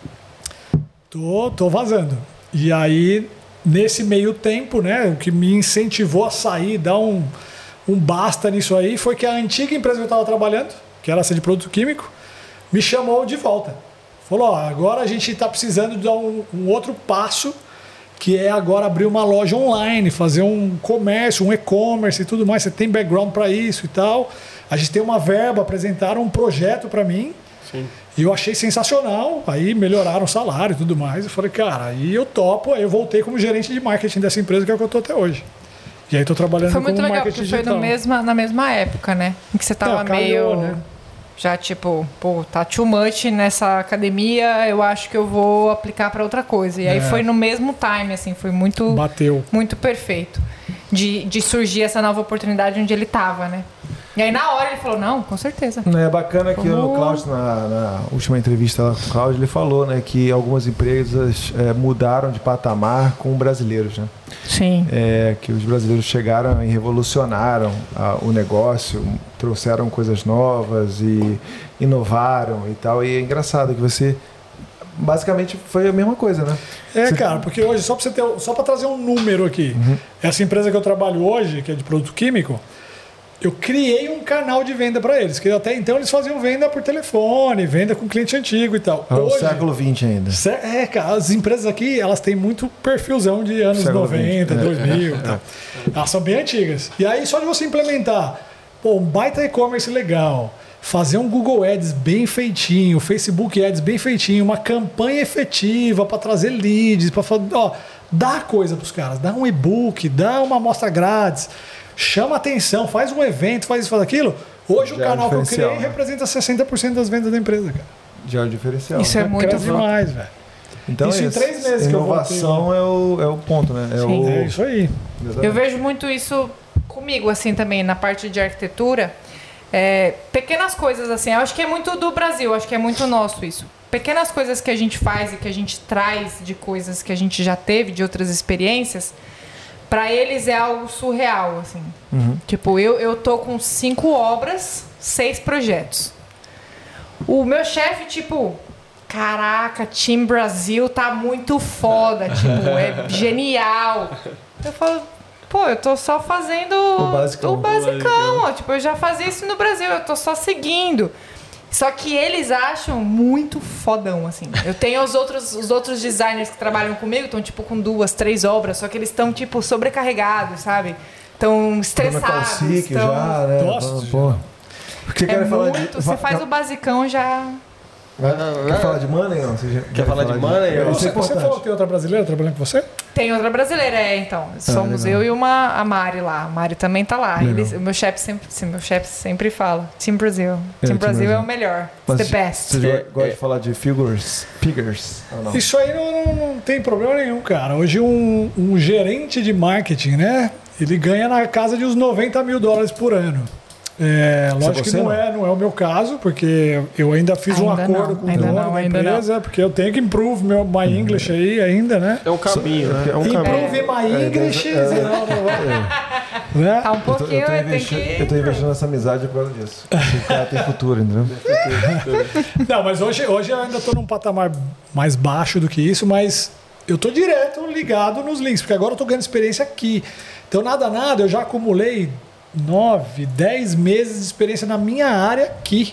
Tô, tô vazando. E aí, nesse meio tempo, né, o que me incentivou a sair, dar um, um basta nisso aí, foi que a antiga empresa que eu estava trabalhando, que era essa de produto químico, me chamou de volta. Falou, ó, agora a gente está precisando de dar um, um outro passo, que é agora abrir uma loja online, fazer um comércio, um e-commerce e tudo mais. Você tem background para isso e tal. A gente tem uma verba, apresentaram um projeto para mim.
Sim.
E eu achei sensacional. Aí melhoraram o salário e tudo mais. Eu falei, cara, aí eu topo. Aí eu voltei como gerente de marketing dessa empresa, que é o que eu estou até hoje. E aí estou trabalhando
Foi muito
com
legal,
marketing
porque foi
digital.
no mesma, na mesma época, né? Em que você tava
É, calhou,
meio...
né?
Já tipo, pô, tá too much nessa academia, eu acho que eu vou aplicar pra outra coisa. E aí
É.
foi no mesmo time, assim, foi muito,
Bateu.
muito perfeito. De, de surgir essa nova oportunidade onde ele tava, né? E aí na hora ele falou, não, com certeza.
É bacana que o
Como-
Cláudio, na, na última entrevista lá com o Cláudio, ele falou, né, que algumas empresas é, mudaram de patamar com brasileiros, né?
Sim.
É, que os brasileiros chegaram e revolucionaram ah, o negócio, trouxeram coisas novas e inovaram e tal. E é engraçado que você basicamente foi a mesma coisa, né?
É,
Você-
cara, porque hoje, só para você ter, só para trazer um número aqui, essa empresa que eu trabalho hoje, que é de produto químico, eu criei um canal de venda para eles, que até então eles faziam venda por telefone, venda com cliente antigo e tal.
É o
Hoje,
século vinte ainda.
sé- é, cara, as empresas aqui, elas têm muito perfilzão de anos
Século
noventa,
vinte, é.
dois mil e tal. Elas são bem antigas. E aí, só de você implementar, pô, um baita e-commerce legal, fazer um Google Ads bem feitinho, Facebook Ads bem feitinho, uma campanha efetiva para trazer leads, para ó, dá coisa para os caras, dá um e-book, dá uma amostra grátis, chama atenção, faz um evento, faz isso, faz aquilo. Hoje o
Já é um
canal que eu
diferencial,
criei
né?
representa sessenta por cento das vendas da empresa, cara.
Já é o diferencial.
Isso é muito
Cresce
foda.
demais, velho.
Então,
Isso em
esse-
três meses que eu
inovação é o, é o ponto, né? É,
Sim.
o,
É isso aí.
Eu vejo muito isso comigo, assim, também, na parte de arquitetura. É, pequenas coisas, assim, eu acho que é muito do Brasil, acho que é muito nosso isso. Pequenas coisas que a gente faz e que a gente traz de coisas que a gente já teve, de outras experiências, pra eles é algo surreal, assim. Tipo, eu, eu tô com cinco obras, seis projetos. O meu chefe, tipo, caraca, Team Brasil tá muito foda, tipo, é genial. Eu falo, pô, eu tô só fazendo
O basicão.
o basicão, ó, tipo, eu já fazia isso no Brasil, eu tô só seguindo. Só que eles acham muito fodão, assim. Eu tenho os outros, os outros designers que trabalham comigo, estão, tipo, com duas, três obras, só que eles estão, tipo, sobrecarregados, sabe? Estão estressados.
Calcique
tão...
já, né?
Nossa,
Pô. Porque
É
quer falar
muito,
de,
você faz o basicão já...
Quer falar de money, não? Você já-
Quer falar de money?
Isso é
Você, você
importante.
falou que tem outra brasileira trabalhando com você?
Tem outra brasileira, é, então. Somos
legal.
eu e uma, a Mari lá. A Mari também tá lá.
Legal.
Eles, o meu chefe sempre, sim, meu chefe sempre fala: Team Brasil.
É,
Team
Team
Brasil é
Brasil.
o melhor.
Mas
It's the best.
Você
É,
gosta
é.
de falar de figures? Figures? Ou não?
Isso aí não, não- não tem problema nenhum, cara. Hoje um, um gerente de marketing, né? Ele ganha na casa de uns noventa mil dólares por ano. É, lógico que
você
não
não?
é, não é o meu caso, porque eu ainda fiz um
Ainda
acordo
não,
com o
ainda
dono
não,
da
ainda
empresa, porque eu tenho que improve meu, my English aí ainda, né?
É um caminho, né? É um caminho.
Improve my English,
é,
senão não vai. Né?
Tá um
Eu tô,
pouquinho,
eu, tô
eu tenho
investindo,
que.
eu tô investindo nessa amizade por causa disso. Esse cara tem futuro, entendeu?
Não, mas hoje, hoje eu ainda estou num patamar mais baixo do que isso, mas eu estou direto ligado nos links, porque agora eu estou ganhando experiência aqui. Então, nada, nada, eu já acumulei nove, dez meses de experiência na minha área aqui.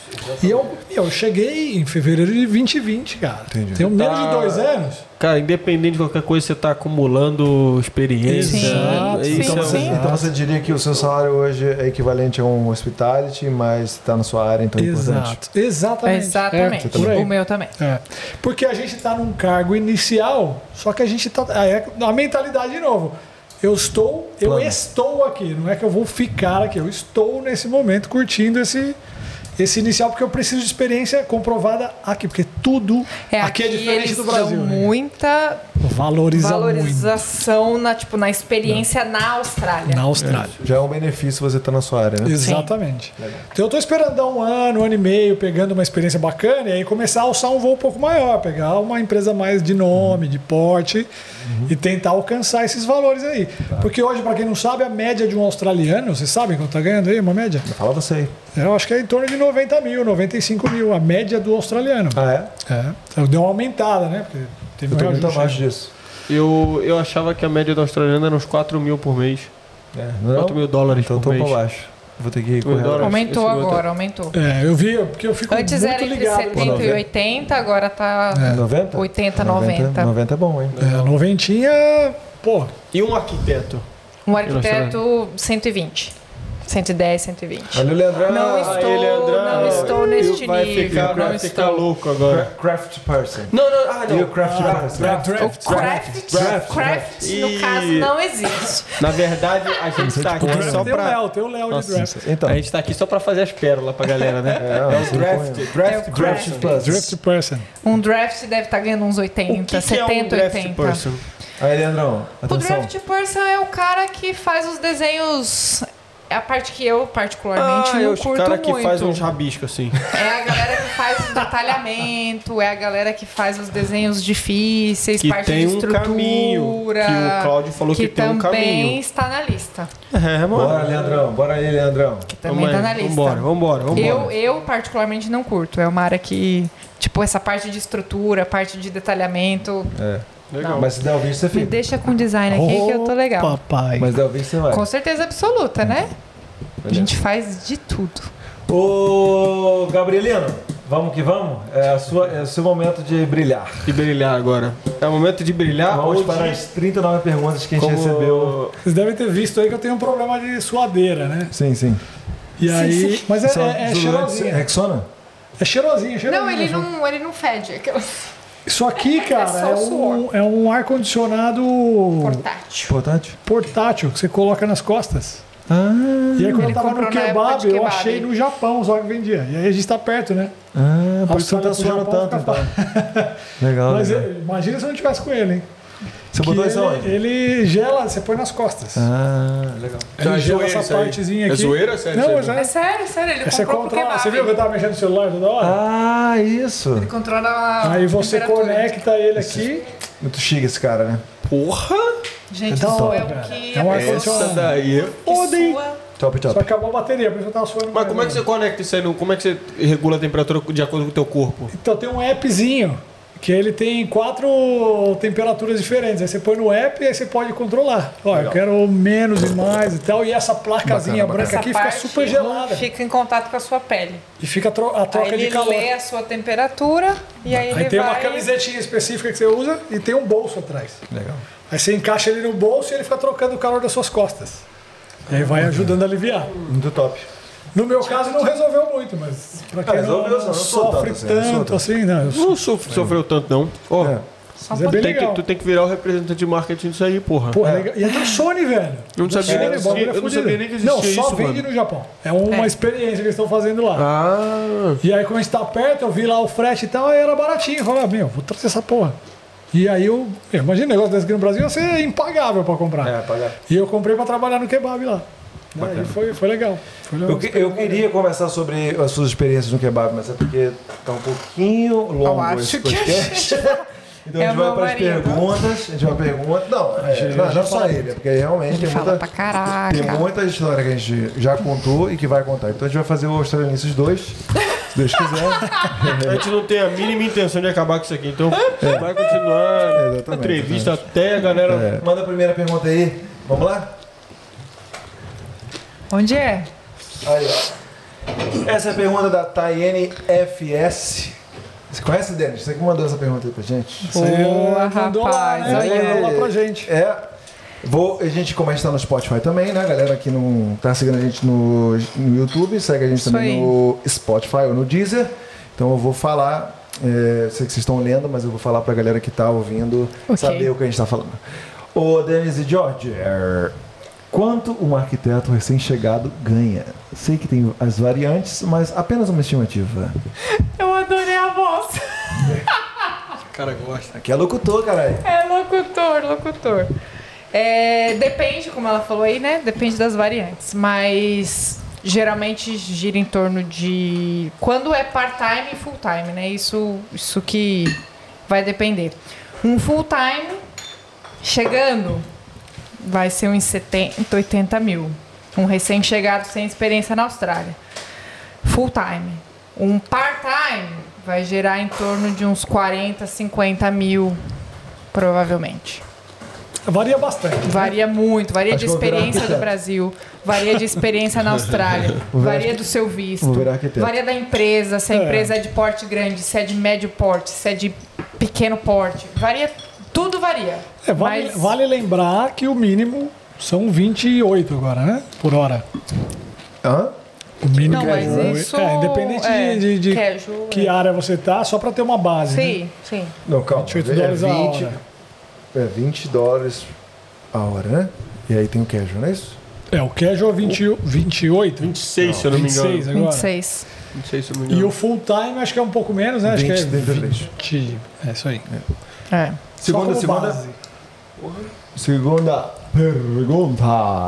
E eu, eu cheguei em fevereiro de vinte e vinte, cara.
Entendi.
Tenho menos de
Tá.
dois anos.
Cara, independente de qualquer coisa, você tá acumulando experiência.
Sim.
né?
Sim,
Isso
Então
é
você,
um-
então você diria que o seu salário hoje é equivalente a um hospitality, mas está na sua área, então é importante.
Exato. Exatamente.
Exatamente.
É, por aí.
O meu também.
É. Porque a gente está num cargo inicial, só que a gente está. É a mentalidade de novo. Eu estou, eu
Plano.
estou aqui, não é que eu vou ficar aqui, eu estou nesse momento curtindo esse, esse inicial, porque eu preciso de experiência comprovada aqui, porque tudo
É,
aqui, é diferente
eles
do Brasil.
dão
né?
muita
Valoriza muito
valorização na, tipo, na experiência na Austrália.
na Austrália.
Já é um benefício você estar na sua área, né?
Exatamente. Então eu estou esperando dar um ano, um ano e meio, pegando uma experiência bacana e aí começar a alçar um voo um pouco maior, pegar uma empresa mais de nome, de porte e tentar alcançar esses valores aí. Porque hoje, para quem não sabe, a média de um australiano, vocês sabem quanto está ganhando aí, uma média?
Fala você aí.
Eu acho que é em torno de noventa mil, noventa e cinco mil, a média do australiano.
Ah, é?
É. Então deu uma aumentada, né? Porque teve
Eu
um
tô muito
reajuste.
abaixo disso.
Eu, eu achava que a média da australiana era uns quatro mil por mês.
É, não?
quatro mil dólares
Então eu
por
tô
mês.
pra baixo. Vou ter que correr.
dólares.
Aumentou
Esse outro-
agora, aumentou.
É, eu vi, porque eu fico
Antes
muito
era entre
ligado.
setenta e oitenta, agora tá
noventa?
oitenta, noventa.
noventa é bom, hein?
É, noventinha, pô,
E um arquiteto?
Um arquiteto, cento e vinte. cento e dez, cento e vinte.
Olha o Leandrão.
Não
Ah,
estou,
Aí, Leandrão,
não estou neste
vai
nível.
Ficar,
não
vai
estou.
ficar louco agora.
cra- Craft person.
Não, não, ah,
E o
não.
craft person?
draft.
O craft,
Draft,
craft, no
E-
caso, não existe.
Na verdade, a gente tá aqui
Draft
só
tem o
pra...
Léo, tem o Léo de
Nossa,
draft.
Então,
A gente tá aqui só pra fazer as pérolas pra galera, né?
É,
É,
você
o draft,
põe-
draft,
É o
draft.
craft.
person.
Draft person.
Um draft deve estar ganhando uns
O
oitenta,
que, que é um
setenta,
draft
oitenta.
person?
Aí, Leandrão,
O
atenção.
draft person é o cara que faz os desenhos. É a parte que eu, particularmente,
Ah, é
não
os
curto
caras que
muito.
faz uns rabiscos assim.
É a galera que faz o detalhamento, é a galera que faz os desenhos difíceis,
Que
parte
tem
de
um
estrutura.
caminho, que o Cláudio falou que tem um
também
caminho.
está na lista.
É,
Bora, Leandrão. Bora aí, Leandrão.
Que também está na lista.
Vambora, vambora, vambora.
Eu, eu, particularmente, não curto. É uma área que, tipo, essa parte de estrutura, parte de detalhamento.
É.
Legal.
Mas se der o vídeo, você
Me
fica.
deixa com design aqui que eu tô legal.
Papai.
Mas se der o vídeo, você vai.
Com certeza absoluta, né? A gente faz de tudo.
Ô, Gabrielino, vamos que vamos? É, a sua, é o seu momento de brilhar.
De brilhar agora. É o momento de brilhar.
Vamos
ou
para
de-
as trinta e nove perguntas que a gente
como-
recebeu.
Vocês devem ter visto aí que eu tenho um problema de suadeira, né?
Sim, sim.
E aí. Mas é,
São
é, é
desodorantes
cheirosinha.
Rexona?
É cheirosinho, cheirosinho.
Não, ele não, ele não fede. Aquelas
Isso aqui, cara,
só
é,
o
um, é um ar-condicionado
portátil.
Importante?
portátil que você coloca nas costas.
Ah,
E aí, quando
Ele
eu tava
comprou
no
na época
kebab,
de
eu
kebab.
achei no Japão só que vendia. E aí a gente tá perto, né?
ah por isso que não tá
Austrália
suando
pro
tanto,
Japão
então. Legal,
Mas
legal.
é, imagina se eu não tivesse com ele, hein?
Você
Que
botou isso
ele,
aonde?
ele gela, você põe nas costas.
Ah, legal.
Ele
é
gela
zoeira
essa
isso aí.
partezinha
É
aqui.
zoeira, sério,
Não,
sério?
mas
É
é.
sério, sério. Ele
Você
comprou pro
controla.
kebab.
Você viu que eu tava mexendo no celular toda hora?
Ah, isso.
Ele controla a
Aí você
temperatura.
conecta ele aqui.
Muito chique esse cara, né?
Porra!
Gente,
É da
isso
hora,
é o
cara.
que
É um
a
ar-condicionado.
pessoa
Essa daí é
que
foda, hein?
sua...
Top,
Só
top.
acabou a bateria, por isso eu tava suando.
Mas
mais
como é que
agora.
você conecta isso aí? no- Como é que você regula a temperatura de acordo com o teu corpo?
Então tem um appzinho que ele tem quatro temperaturas diferentes. Aí você põe no app e aí você pode controlar. Ó, eu quero menos e mais e tal. E essa placazinha
Bacana,
branca
Essa
aqui fica
parte
super gelada.
Fica em contato com a sua pele.
E fica a tro- a
Aí
troca
ele
de calor.
lê a sua temperatura e aí,
Aí
ele
tem
vai...
uma camisetinha específica que você usa e tem um bolso atrás.
Legal.
Aí você encaixa ele no bolso e ele fica trocando o calor das suas costas. E aí vai ajudando a aliviar.
Muito top.
No meu caso não resolveu muito, mas pra quem
Ah,
não,
resolveu,
não
não sou
sofre
tanto assim, não sou
tanto
tanto.
assim, não. eu-
Não sof- sofreu tanto, não. Ó,
É.
Só um
Mas é bem
pouquinho.
tem que,
legal.
tu tem que virar o representante de marketing disso aí, porra.
Pô, é legal. E é da Sony, velho.
Eu não
Da
sabia
Sony,
nem
o bagulho
que-
é
eu não
fudido.
sabia nem que existia
Não, só
isso,
vende
mano.
no Japão. É uma
É.
experiência que eles estão fazendo lá.
Ah,
E aí, quando a gente tá perto, eu vi lá o frete e tal, aí era baratinho. Eu falei, ah, meu, vou trazer essa porra. E aí eu, eu imagina, um negócio desse aqui no Brasil ia ser impagável pra comprar.
É, pagar.
E eu comprei pra trabalhar no kebab lá. Aí foi, foi legal. Foi legal.
Eu, que- eu queria conversar sobre as suas experiências no kebab, mas é porque tá um pouquinho longo
Eu acho
esse
que a
podcast. Então a
É
gente vai
meu
para as
marido.
perguntas. A gente vai perguntas. Não, é, não, não só ele, é porque realmente
Ele
tem
fala
muita,
pra caraca.
tem muita história que a gente já contou e que vai contar. Então a gente vai fazer o Australianices dois, se Deus quiser.
a gente não tem a mínima intenção de acabar com isso aqui, então vai continuar
É,
a
exatamente,
entrevista até a galera.
É, manda a primeira pergunta aí. Vamos lá?
Onde é?
Aí, ó. Essa é a pergunta da Tayene F S. Você conhece, Denis? Você que mandou essa pergunta aí pra gente?
Isso aí,
Boa,
mandou lá,
rapaz,
né?
olha.
Mandou lá pra gente.
É. Vou, a gente, como a gente tá no Spotify também, né? A galera que não tá seguindo a gente no, no YouTube, segue a gente
Isso
também
aí.
no Spotify ou no Deezer. Então eu vou falar, é, sei que vocês estão lendo, mas eu vou falar pra galera que tá ouvindo
Ok.
saber o que a gente tá falando. Ô, Denis e George, é, quanto um arquiteto recém-chegado ganha? Sei que tem as variantes, mas apenas uma estimativa.
Eu adorei a voz.
O cara gosta.
Aqui é locutor, caralho.
É locutor, locutor. É, depende, como ela falou aí, né? Depende das variantes. Mas geralmente gira em torno de. Quando é part-time e full-time, né? Isso, isso que vai depender. Um full-time chegando vai ser uns setenta, oitenta mil. Um recém-chegado sem experiência na Austrália. Full-time. Um part-time vai gerar em torno de uns quarenta, cinquenta mil, provavelmente.
Varia bastante.
Varia muito, varia
Acho
de
que vou virar
experiência do
arquiteto.
Brasil, varia de experiência na Austrália,
Vou virar
varia do seu visto,
vou virar arquiteto.
varia da empresa, se a
É.
empresa é de porte grande, se é de médio porte, se é de pequeno porte, varia, tudo varia.
É, vale,
Mas-
vale lembrar que o mínimo são vinte e oito agora, né? Por hora.
Hã?
O mínimo
Não, mas
é,
isso
é, independente
é,
de, de
casual,
que
é.
área você tá, só pra ter uma base. Né?
Sim, sim.
Não, calma.
vinte e oito
É
dólares a
vinte,
hora.
é vinte dólares a hora, né? E aí tem o casual, não é isso?
É, o casual é vinte, vinte e oito,
vinte e seis, se eu não me
vinte e seis
engano.
agora.
vinte e seis.
vinte e seis, se eu não me
E
engano.
o full time acho que é um pouco menos, né? Acho
vinte,
que é
trinta e três.
vinte. É isso aí.
É.
Só
Segunda,
como
segunda.
base.
Segunda pergunta.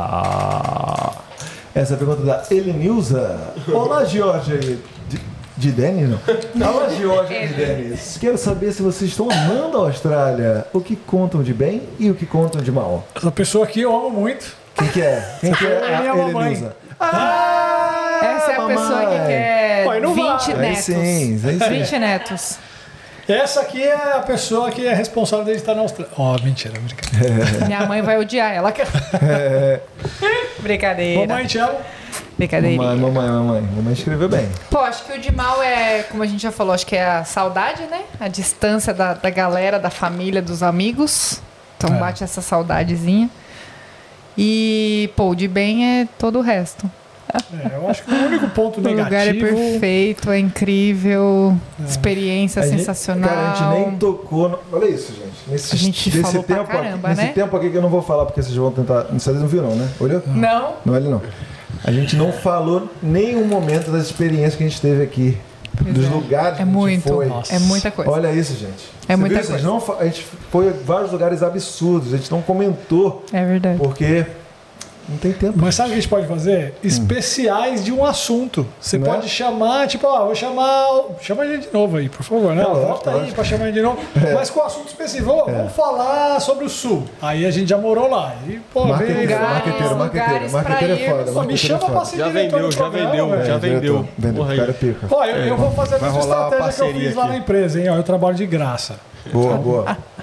Essa é a pergunta da Elenilza. Olá, Georgia. De, de Denis, não? Olá, Georgia e Denis. Quero saber se vocês estão amando a Austrália. O que contam de bem e o que contam de mal.
Essa pessoa aqui eu amo muito.
Quem que é? Quem que é
é
a
minha mamãe.
Elenilza? Ah,
Essa é a
mamãe.
pessoa que quer
Pai, não
vinte
vai.
Aí
netos.
sim, aí sim.
vinte netos.
Essa aqui é a pessoa que é responsável de estar na Austrália. Ó, mentira, brincadeira.
Minha mãe vai odiar ela. Brincadeira.
Mamãe, te amo.
Brincadeira.
Mamãe, mamãe, mamãe. Mamãe escreveu bem.
Pô, acho que o de mal é, como a gente já falou, acho que é a saudade, né? A distância da, da galera, da família, dos amigos. Então
É.
bate essa saudadezinha. E, pô, o de bem é todo o resto.
É, eu acho que o único ponto
O lugar é
negativo.
perfeito, é incrível, experiência
A gente-
sensacional.
Cara, a gente nem tocou. No... Olha isso, gente. Nesse,
A gente
nesse
falou pra
tempo
caramba,
aqui,
né?
Nesse tempo aqui que eu não vou falar porque vocês vão tentar. Vocês não viram, né? Olhou?
Não?
Não, olha não. A gente não falou nenhum momento das experiências que a gente teve aqui.
Pois
dos
é.
lugares que
É
a gente
muito,
foi.
Nossa.
é muita coisa.
Olha isso, gente.
É
Você
muita
viu isso? A gente
coisa.
não fa- A gente foi a vários lugares absurdos. A gente não comentou
É verdade.
porque não tem tempo.
Mas sabe o que a gente pode fazer? Especiais de um assunto. Você
Né?
pode chamar, tipo, ó, vou chamar. Chama a gente de novo aí, por favor, né?
É, lógico,
Volta aí
lógico.
pra chamar a gente de novo. Mas com o assunto específico, ó, vamos falar sobre o Sul. Aí a gente já morou lá. E, pô,
Marqueteiro,
vem.
Lugares,
marqueteiro, marqueteiro.
lugares
Marqueteiro é
pra ir.
foda.
Pô, me
marqueteiro
chama
é
pra
foda.
ser
Já
diretor
vendeu,
do
já
programa,
vendeu,
velho.
já
É,
vendeu.
diretor. Vendeu.
Porra
O
aí.
cara é pica.
Ó, eu, eu vou fazer a
Vai
mesma
rolar uma
estratégia que eu
parceria
fiz lá
aqui.
na empresa, hein? Ó, eu trabalho de graça.
Boa, boa.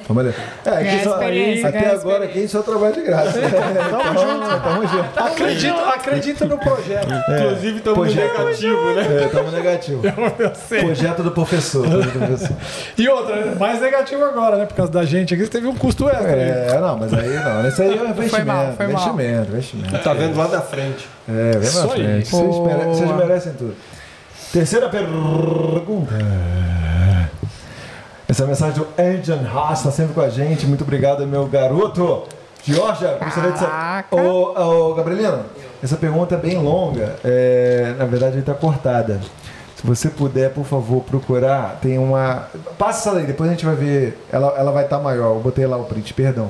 Vamos é, aqui
Ganha
só,
experiência,
até
ganha
agora aqui só trabalho de graça. Tamo junto, tamo junto.
Acredita, acredita no projeto.
Inclusive, estamos
projeto.
negativo, né?
É, tamo negativo.
Eu sei.
Projeto do professor. projeto do professor.
E outra, mais negativo agora, né? Por causa da gente aqui, teve um custo extra.
É, não, mas aí não. Isso aí é um investimento.
Foi mal, foi mal.
investimento, investimento.
Tá vendo lá da frente.
É, vem
Isso
na
aí.
frente. Vocês, mere- vocês merecem tudo. Terceira pergunta. Essa mensagem do Angel Haas está sempre com a gente. Muito obrigado, meu garoto. Georgia, gostaria de saber.
Caraca.
Ô, ô, Gabrielino, essa pergunta é bem longa. É, na verdade, está cortada. Se você puder, por favor, procurar, tem uma. Passa essa daí, depois a gente vai ver. Ela, ela vai estar maior. Eu botei lá o print, perdão.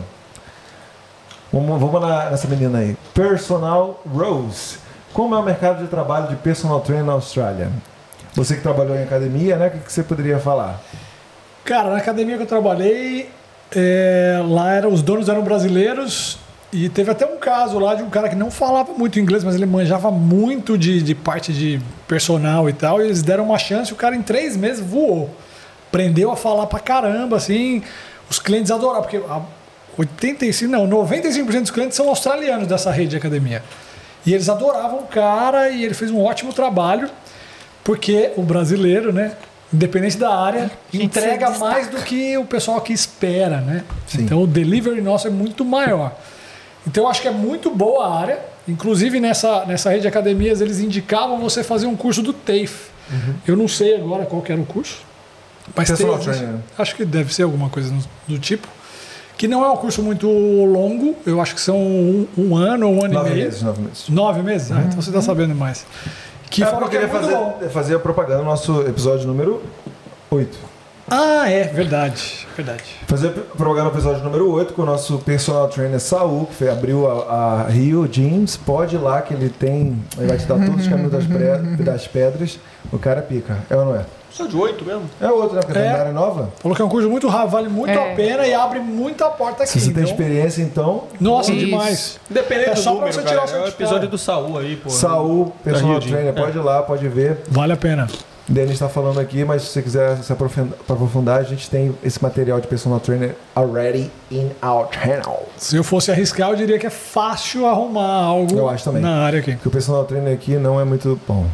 Vamos, vamos na, nessa menina aí. Personal Rose. Como é o mercado de trabalho de personal trainer na Austrália? Você que trabalhou em academia, né? O que, que você poderia falar?
Cara, na academia que eu trabalhei, é, lá era, os donos eram brasileiros e teve até um caso lá de um cara que não falava muito inglês, mas ele manjava muito de, de parte de personal e tal, e eles deram uma chance, o cara em três meses voou. Aprendeu a falar pra caramba, assim, os clientes adoraram, porque a oitenta e cinco, não, noventa e cinco por cento dos clientes são australianos dessa rede de academia. E eles adoravam o cara e ele fez um ótimo trabalho, porque o brasileiro, né? Independente da área,
Gente,
entrega
se
mais do que o pessoal aqui espera, né?
Sim.
Então o delivery nosso é muito maior. Então eu acho que é muito boa a área. Inclusive nessa, nessa rede de academias eles indicavam você fazer um curso do T A F E. Uhum. Eu não sei agora qual que era o curso. Mas
Personal
tem,
trainer.
acho que deve ser alguma coisa do tipo. Que não é um curso muito longo. Eu acho que são um, um ano ou um ano
Nove
e meio.
meses, nove meses.
Nove meses? Ah, então você está sabendo mais. Que
É,
fala
porque eu
que é
queria
muito bom.
fazer, fazer a propaganda do nosso episódio número oito.
Ah, é, verdade, verdade.
Fazer a propaganda do episódio número oito com o nosso personal trainer Saul, que foi- abriu a, a Rio Gyms. Pode ir lá que ele tem. Ele vai te dar todos os caminhos das, pre- das pedras. O cara pica. É ou não é?
Só de oito mesmo.
É outro, né? Porque
É.
tá na área nova.
Falou que é um curso muito rápido, vale muito
É.
a pena e abre muita porta aqui.
Se você tem
então-
experiência, então.
Nossa,
Isso.
demais.
Dependendo
É
do
só pra
número,
você
cara.
tirar o
É o
certificado.
episódio do Saul aí, pô.
Saul, personal
Rio Gym.
trainer,
É.
pode ir lá, pode ver.
Vale a pena.
Denis está falando aqui, mas se você quiser se aprofundar, aprofundar, a gente tem esse material de personal trainer already in our channel.
Se eu fosse arriscar, eu diria que é fácil arrumar algo
Eu acho também.
na área aqui.
Porque o personal trainer aqui não é muito bom.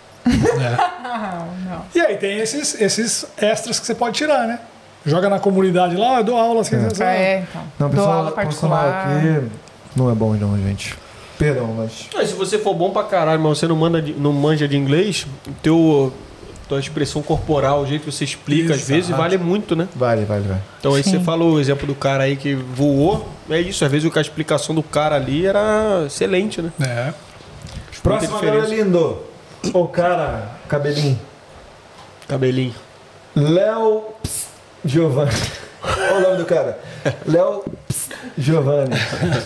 Não, não.
E aí tem esses, esses extras que você pode tirar, né? Joga na comunidade lá, eu dou aula assim. assim,
É, então.
Não,
Dou
personal,
aula
personal
particular.
aqui não é bom não, gente. Perdão, mas...
Mas se você for bom pra caralho, mas você não, manda de- não manja de inglês, teu, tua expressão corporal, o jeito que você explica, às
Exato.
vezes, vale muito, né?
Vale, vale, vale.
Então aí
Sim.
você falou o exemplo do cara aí que voou. É isso, às vezes a explicação do cara ali era excelente, né?
É.
Próximo
diferença.
agora, lindo. O cara, cabelinho.
Cabelinho.
Léo Pss, Giovanni. Olha o nome do cara. Léo Pss, Giovanni.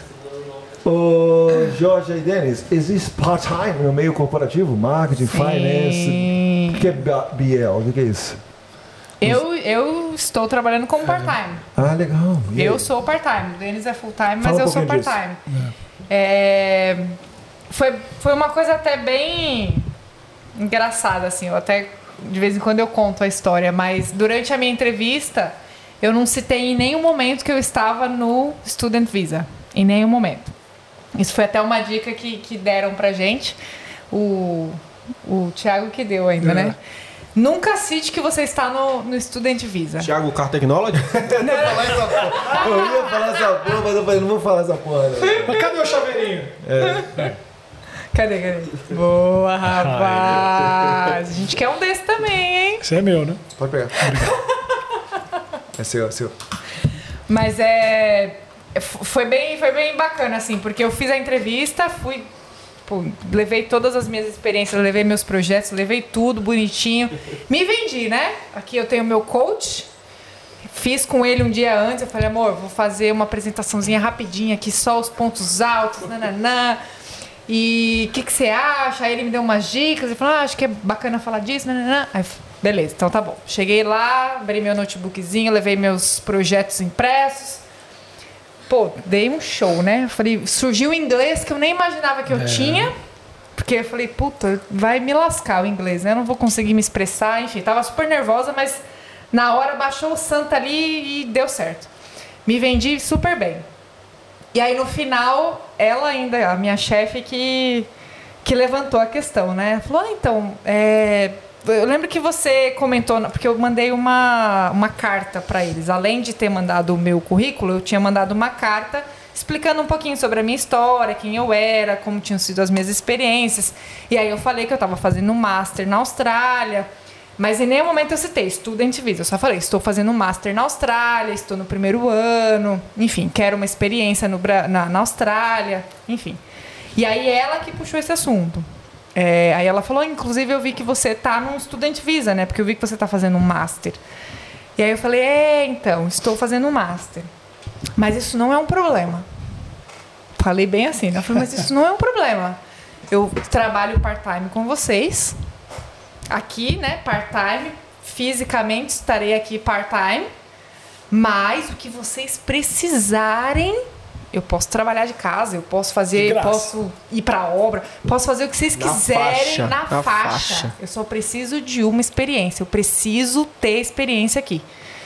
Ô, Jorge e Denis, existe part-time no meio corporativo? Marketing, finance? O que é B L? O que é isso?
Eu, eu estou trabalhando como part-time.
Ah, legal. E aí?
Eu sou part-time. O Denis é full-time, mas
Fala um
eu sou
pouquinho disso.
part-time. É, foi, foi uma coisa até bem engraçada, assim. Eu até, de vez em quando, eu conto a história. Mas durante a minha entrevista, eu não citei em nenhum momento que eu estava no Student Visa. Em nenhum momento. Isso foi até uma dica que, que deram pra gente. O, o Thiago que deu ainda,
É.
né? Nunca cite que você está no, no Student Visa.
Thiago Car Technology?
Eu ia falar essa porra, mas eu falei, não vou falar essa porra. Não.
Mas cadê o chaveirinho?
Cadê, cadê? Boa, rapaz! A gente quer um desse também, hein?
Esse é meu, né?
Pode pegar. É seu, é seu.
Mas é. f- Foi bem, foi bem bacana, assim, porque eu fiz a entrevista, fui. Pô, levei todas as minhas experiências, levei meus projetos, levei tudo bonitinho. Me vendi, né? Aqui eu tenho meu coach. Fiz com ele um dia antes. Eu falei, amor, vou fazer uma apresentaçãozinha rapidinha aqui, só os pontos altos, nananã. E o que, que você acha? Aí ele me deu umas dicas. Ele falou, ah, acho que é bacana falar disso, nananã. Aí, beleza, então tá bom. Cheguei lá, abri meu notebookzinho, levei meus projetos impressos. Pô, dei um show, né? Eu falei, surgiu o inglês que eu nem imaginava que eu tinha. Porque eu falei, puta, vai me lascar o inglês, né? Eu não vou conseguir me expressar, enfim. Tava super nervosa, mas na hora baixou o santo ali e deu certo. Me vendi super bem. E aí, no final, ela ainda, a minha chefe, que, que levantou a questão, né? Falou, ah, então, é, eu lembro que você comentou, porque eu mandei uma, uma carta para eles. Além de ter mandado o meu currículo, eu tinha mandado uma carta explicando um pouquinho sobre a minha história, quem eu era, como tinham sido as minhas experiências. E aí eu falei que eu estava fazendo um master na Austrália, mas em nenhum momento eu citei Student Visa. Eu só falei, estou fazendo um master na Austrália, estou no primeiro ano, enfim, quero uma experiência no, na, na Austrália, enfim. E aí ela que puxou esse assunto. É, aí ela falou, inclusive eu vi que você está num Student Visa, né? Porque eu vi que você está fazendo um master. E aí eu falei, é, então, estou fazendo um master. Mas isso não é um problema. Falei bem assim, né? Eu falei, mas isso não é um problema. Eu trabalho part-time com vocês, aqui, né, part-time, fisicamente estarei aqui part-time, mas o que vocês precisarem, eu posso trabalhar de casa, eu posso fazer, posso ir pra obra, posso fazer o que vocês
na
quiserem
faixa,
na,
na
faixa.
faixa.
Eu só preciso de uma experiência, eu preciso ter experiência aqui.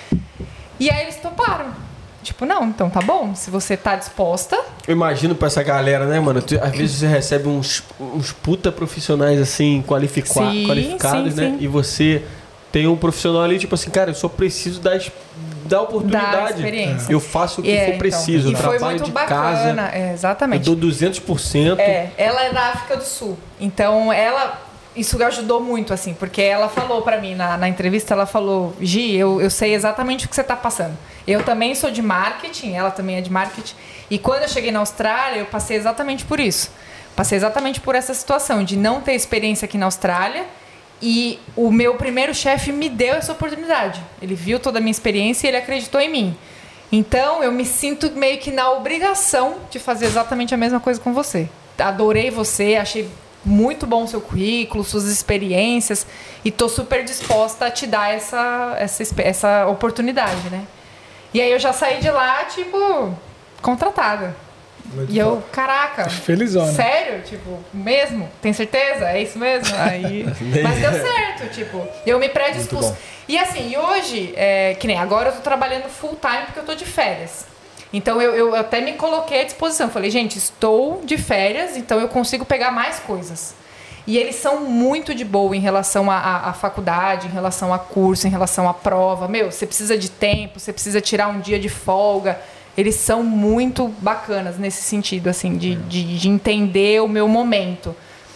E aí eles toparam. Tipo, não, então tá bom, se você tá disposta...
Eu imagino pra essa galera, né, mano? Tu, às vezes você recebe uns, uns puta profissionais, assim, qualifica-
sim,
qualificados,
sim,
né?
sim.
E você tem um profissional ali, tipo assim, cara, eu só preciso da, da oportunidade.
Da experiência.
Eu faço o que
É,
for
então.
preciso, eu
E foi
trabalho
muito
de
bacana,
casa.
é, exatamente.
Eu dou duzentos por cento.
É, ela é da África do Sul. Então, ela... Isso ajudou muito, assim, porque ela falou pra mim na, na entrevista, ela falou, Gi, eu, eu sei exatamente o que você tá passando. Eu também sou de marketing, ela também é de marketing. E quando eu cheguei na Austrália, eu passei exatamente por isso. Passei exatamente por essa situação de não ter experiência aqui na Austrália. E o meu primeiro chefe me deu essa oportunidade. Ele viu toda a minha experiência e ele acreditou em mim. Então, eu me sinto meio que na obrigação de fazer exatamente a mesma coisa com você. Adorei você, achei muito bom o seu currículo, suas experiências, e tô super disposta a te dar essa, essa, essa oportunidade, né? E aí eu já saí de lá, tipo, contratada. Muito e eu, bom. Caraca,
felizona.
Sério? Tipo, mesmo? Tem certeza? É isso mesmo? Aí, mas deu certo, tipo, eu me predispus. E assim, e hoje, é, que nem agora eu tô trabalhando full time porque eu tô de férias. Então eu, eu até me coloquei à disposição. Falei, gente, estou de férias, então eu consigo pegar mais coisas. E eles são muito de boa em relação à faculdade, em relação a curso, em relação à prova. Meu, você precisa de tempo, você precisa tirar um dia de folga. Eles são muito bacanas nesse sentido, assim, de, de, de entender o meu momento.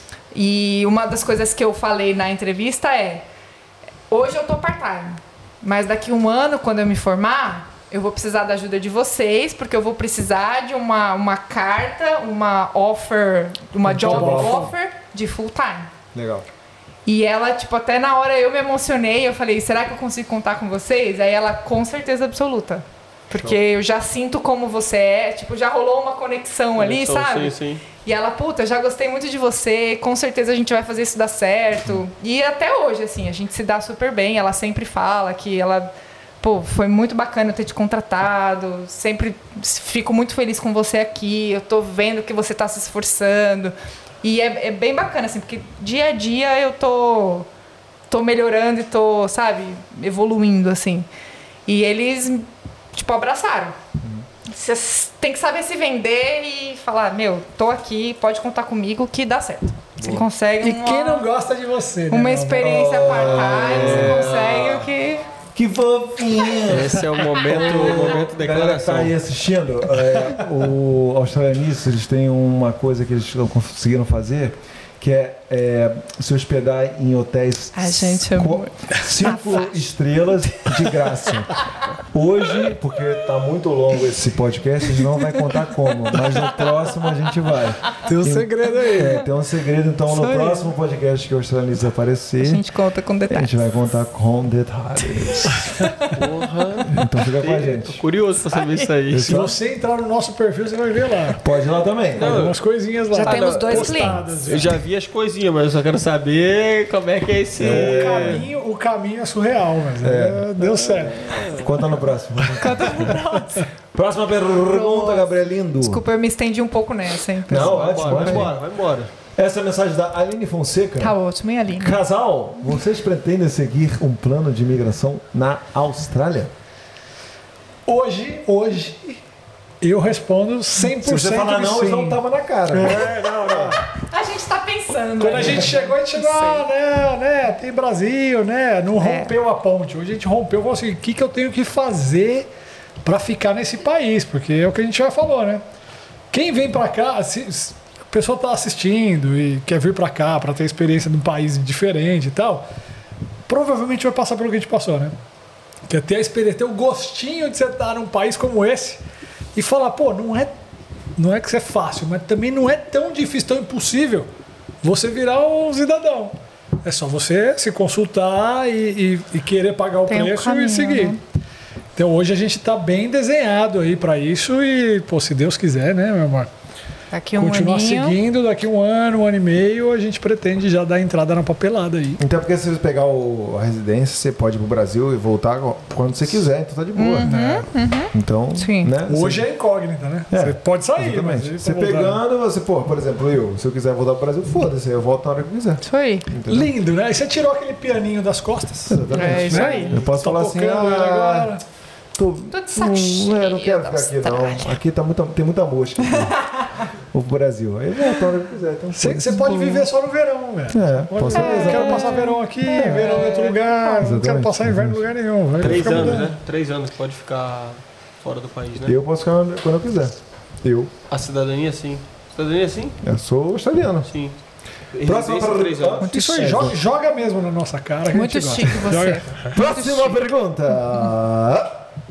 E uma das coisas que eu falei na entrevista é, hoje eu tô part-time, mas daqui a um ano, quando eu me formar, eu vou precisar da ajuda de vocês, porque eu vou precisar de uma, uma carta, uma offer, uma um job, job offer. offer de full time.
Legal.
E ela, tipo, até na hora eu me emocionei, eu falei, será que eu consigo contar com vocês? Aí ela, com certeza absoluta. Porque eu já sinto como você é, tipo, já rolou uma conexão ali,
Conexão,
sabe?
Sim, sim.
E ela, puta, eu já gostei muito de você, com certeza a gente vai fazer isso dar certo. E até hoje, assim, a gente se dá super bem, ela sempre fala que ela, pô, foi muito bacana ter te contratado, sempre fico muito feliz com você aqui, eu tô vendo que você tá se esforçando. E é, é bem bacana, assim, porque dia a dia eu tô, tô melhorando e tô, sabe, evoluindo, assim. E eles, tipo, abraçaram. Você tem que saber se vender e falar, meu, tô aqui, pode contar comigo que dá certo. Você Boa. consegue uma...
E quem não gosta de você, né?
Uma experiência
oh,
part-time, você consegue o que...
Que fofinho!
Esse é o momento, o momento de declaração.
Galera que tá aí assistindo, é, o Australianices, eles têm uma coisa que eles não conseguiram fazer, que é, é se hospedar em hotéis
A gente é
co- cinco estrelas de graça. Hoje, porque tá muito longo esse podcast, a gente não vai contar como, mas no próximo a gente vai.
Tem um segredo aí.
É, tem um segredo, então
Isso
no
aí.
próximo podcast que o Australianices aparecer,
A gente conta com
a
detalhes.
gente vai contar com detalhes.
Porra.
Então fica com a
Tô
gente.
curioso pra saber isso aí.
Se você entrar no nosso perfil, você vai ver lá.
Pode ir lá também.
Tem algumas coisinhas lá.
Já temos dois
postadas,
Eu já vi as coisinhas, mas eu só quero saber como é que é esse...
O caminho, o caminho é surreal, mas é, deu certo.
Conta no próximo. Próxima pergunta, Gabrielindo.
Desculpa, eu me estendi um pouco nessa, hein?
Não,
Vai
antes,
embora, vai
pode.
embora, vai embora.
Essa é a mensagem da Aline Fonseca.
Tá ótimo, hein, Aline?
Casal, vocês pretendem seguir um plano de imigração na Austrália?
Hoje, hoje, eu respondo cem por cento.
Se você falar não,
sim.
eu não tava na cara.
É, não, não.
A gente tá pensando.
Quando
né?
a gente chegou, a gente chegou, ah, né, né, tem Brasil, né? Não
É.
rompeu a ponte. Hoje a gente rompeu, falou assim, o que, que eu tenho que fazer para ficar nesse país? Porque é o que a gente já falou, né? Quem vem para cá, se, se a pessoa tá assistindo e quer vir para cá para ter experiência de um país diferente e tal, provavelmente vai passar pelo que a gente passou, né? Quer ter a experiência, ter o gostinho de você estar num país como esse e falar, pô, não é, não é que isso é fácil, mas também não é tão difícil, tão impossível você virar um cidadão. É só você se consultar e, e, e querer pagar o
Tem um
preço
caminho,
e seguir.
né?
Então hoje a gente está bem desenhado aí para isso e, pô, se Deus quiser, né, meu amor?
Daqui um
Continuar
aninho.
seguindo, daqui um ano, um ano e meio, a gente pretende já dar entrada na papelada aí.
Então, porque se você pegar o, a residência, você pode ir pro Brasil e voltar quando você quiser, então tá de boa. né? Então,
Sim.
né?
Hoje
você,
é incógnita, né?
É,
Você pode sair,
exatamente.
mas
Você
tá voltando.
pegando, você, pô, por exemplo, eu, se eu quiser voltar pro Brasil, foda-se, eu volto na hora que eu quiser.
Isso aí.
Entendeu?
Lindo, né? Aí você tirou aquele pianinho das costas.
Exatamente.
É isso
né?
aí.
Eu posso
Tá
falar assim,
tocando ele
ah,
agora.
tô,
Tô de saco
não,
cheio
é, não quero
da
ficar aqui
Austrália.
não. Aqui tá muita, tem muita mosca. Aqui. Vou pro Brasil. Aí eu volto na hora que eu quiser. Então,
Você,
foda-se.
você pode viver só no verão, velho.
É,
Pode
posso
viver,
fazer.
quero passar verão aqui, verão em outro lugar, não quero
Exatamente.
passar inverno em lugar nenhum. Vai
Três
ficar
anos,
mudando.
né? Três anos pode ficar fora do país, né?
Eu posso ficar quando eu quiser. Eu.
A cidadania, sim. Cidadania, sim?
Eu sou australiano.
Sim.
Próxima
Residência, três
pergunta.
anos.
Muito
Isso aí,
chique.
joga, joga mesmo na nossa cara. que a
Muito
gente gosta.
chique você.
Joga.
Próxima pergunta.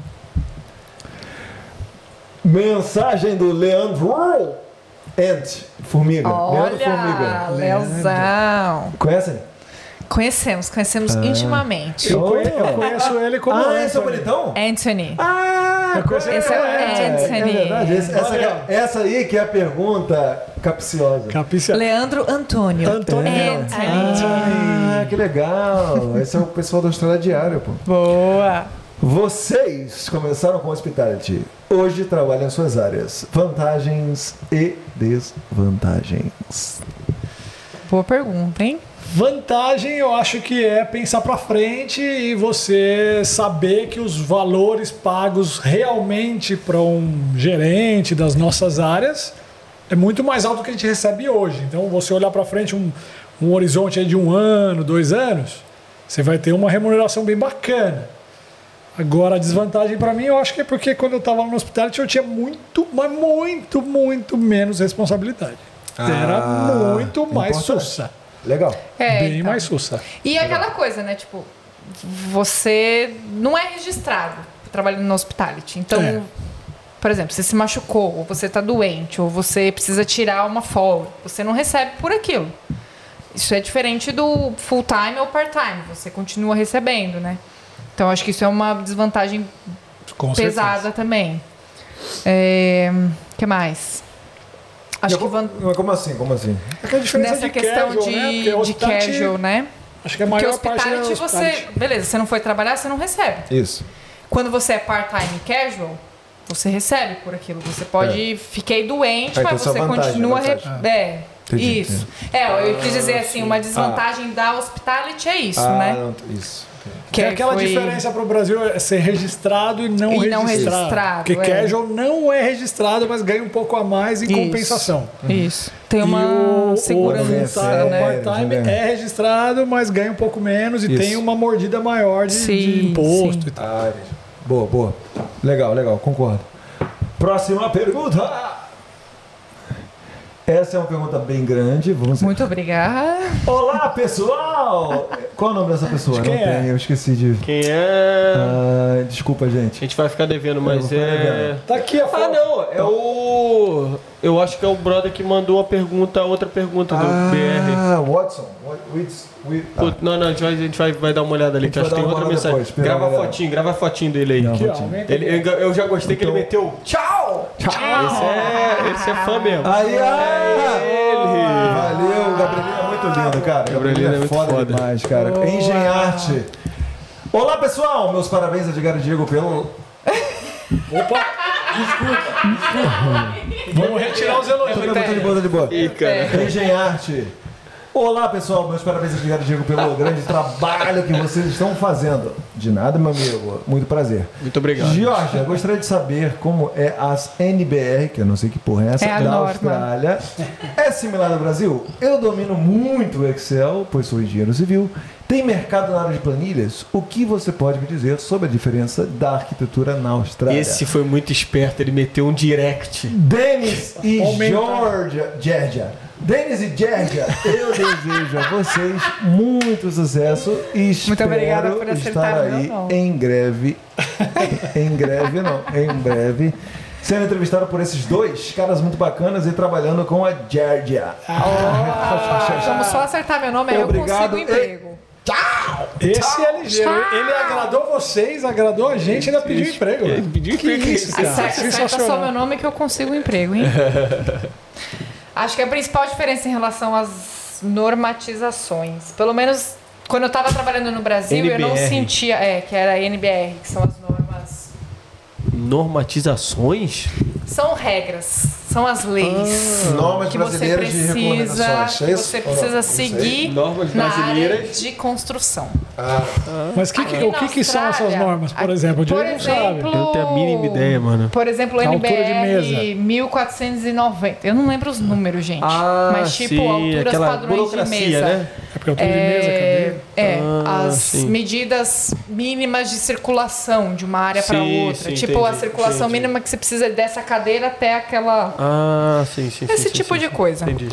Mensagem do Leandro Ant, formiga. Leandro Formiga.
Olha, Leozão.
Conhecem?
Conhecemos, conhecemos intimamente.
Eu, conhe- eu conheço ele como
Ah, esse é o
Anthony.
bonitão?
Anthony.
Ah,
Eu conheço ele
Esse é
como
o
é,
Anthony.
é verdade. Esse- essa,
Olha.
essa aí que é a pergunta capciosa.
Capícia.
Leandro Antônio.
Antônio.
Ah, que legal. Esse é o pessoal da Austrália Diário, pô.
Boa.
Vocês começaram com Hospitality. Hoje trabalham em suas áreas. Vantagens e desvantagens.
Boa pergunta, hein?
Vantagem, eu acho que é pensar pra frente e você saber que os valores pagos realmente para um gerente das nossas áreas é muito mais alto do que a gente recebe hoje. Então, você olhar pra frente um, um horizonte aí de um ano, dois anos, você vai ter uma remuneração bem bacana. Agora, a desvantagem para mim, eu acho que é porque quando eu estava no hospital eu tinha muito, mas muito, muito menos responsabilidade. Era
Ah,
muito mais
importante.
sussa.
Legal.
É,
Bem
então.
mais sussa.
E aquela coisa, né? Tipo, você não é registrado trabalhando no hospitality. Então,
É.
por exemplo, você se machucou, ou você tá doente, ou você precisa tirar uma folga, você não recebe por aquilo. Isso é diferente do full time ou part time. Você continua recebendo, né? Então, acho que isso é uma desvantagem
Com
pesada
certeza.
também. É, que mais? Acho
Mas
que
como,
van...
mas como assim? Como assim?
Aquela diferença
nessa
de
questão
casual,
de,
né? Porque
de
hospitality,
casual, né?
Acho que a
Porque
maior parte é
hospitality você...
hospitality.
Beleza, você não foi trabalhar, você não recebe.
Isso.
Quando você é part-time casual, você recebe por aquilo. Você pode... Fiquei doente,
Ah,
mas
então isso é
você
vantagem,
continua...
é
re-
vantagem.
É,
Entendi,
isso. É, eu quis dizer assim, uma desvantagem da hospitality é isso,
ah,
né?
não, isso.
Que é aquela
foi-
diferença para o Brasil é ser registrado e não
E
registrado.
não registrado,
Porque
é.
casual não é registrado, mas ganha um pouco a mais em
Isso.
compensação.
Isso. Tem
E
uma
o,
segurança,
o,
voluntário,
o
né?
part-time
né?
é registrado, mas ganha um pouco menos e
Isso.
tem uma mordida maior de,
Sim,
de imposto
sim.
e tal.
Ah, boa, boa. Legal, legal, concordo. Próxima pergunta. Essa é uma pergunta bem grande. Vamos ver.
Muito obrigada.
Olá, pessoal! Qual é o nome dessa pessoa?
De quem
Não
é?
tem, eu esqueci de.
Quem é...
Ah, desculpa,
A
gente.
gente vai ficar devendo, mas
vou ficar
é...
devendo.
Tá aqui a foto.
Ah, não, é o... Eu acho que é o brother que mandou a pergunta, a outra pergunta do B R.
Ah, Watson. What- Which, which, ah,
Putz, Não, não, a gente vai, a gente vai, vai dar uma olhada ali,
A gente
que eu acho que
vai
tem
dar uma
outra
olhada
mensagem.
depois,
grava a
espera,
fotinho, grava a fotinho dele aí.
Não,
Aqui, ó,
Fotinho.
aumenta
Ele,
aqui.
eu, eu já gostei que ele
Então-
meteu tchau! Tchau! Esse é, esse é fã mesmo.
Aí, ah!
É ele!
Valeu, o Gabrielino é muito lindo, cara.
Gabrielino é muito
foda,
foda.
demais, cara.
Boa.
Engenharte. Olá, pessoal. Meus parabéns a Edgar e Diego pelo...
Opa! Desculpa. Vamos retirar os elogios.
Tô de boa, tô de boa.
Ih, cara.
Engenharte. Olá, pessoal. Meus parabéns e obrigado, Diego, pelo grande trabalho que vocês estão fazendo. De nada, meu amigo. Muito prazer.
Muito obrigado.
Jorge, eu gostaria de saber como é as N B R, que eu não sei que porra é essa,
É a
da
norma.
Austrália. É similar ao Brasil? Eu domino muito o Excel, pois sou engenheiro civil. Tem mercado na área de planilhas? O que você pode me dizer sobre a diferença da arquitetura na Austrália?
Esse foi muito esperto, ele meteu um direct.
Denis e
Aumenta.
Georgia, Georgia. Denis e Georgia, eu desejo a vocês muito sucesso e espero
obrigada por acertar
estar
meu
aí
nome.
em breve. Em breve, não, em breve. Sendo entrevistado por esses dois caras muito bacanas e trabalhando com a Georgia.
Ah, vamos só acertar meu nome, aí eu
Obrigado.
consigo emprego.
Esse é ligeiro. Ele agradou vocês, agradou a gente e ainda pediu emprego.
Ele pediu
Que
emprego.
isso, cara.
Acerta, acerta só
Sensacional.
meu nome que eu consigo um emprego, hein? Acho que a principal diferença em relação às normatizações, pelo menos quando eu estava trabalhando no Brasil,
N B R.
eu não sentia, é, que era N B R, que são as normas,
Normatizações?
são regras, são as leis.
Normas
que você
brasileiras de
precisa,
recomendações, é
que
isso?
você
Ou não?
precisa
Não sei.
seguir
Normas
na área
brasileiras.
de construção.
Mas que,
Aqui
o
na
que, que são essas
Austrália,
normas, por exemplo? O
Por
Diego não sabe.
exemplo,
Eu não tenho a mínima ideia, mano.
Por exemplo, o
A
N B
altura de mesa.
R mil quatrocentos e noventa. Eu não lembro os números, gente.
Ah,
mas tipo,
sim,
alturas
aquela
padrões de
burocracia,
mesa.
né?
É porque a altura de mesa,
É,
cadeira.
é,
Ah,
as
sim.
medidas mínimas de circulação de uma área para
Sim,
outra.
sim,
Tipo, a
entendi,
circulação
entendi.
mínima que você precisa dessa cadeira até aquela.
Ah, sim, sim.
Esse
sim,
tipo
sim,
de
sim.
coisa.
Entendi.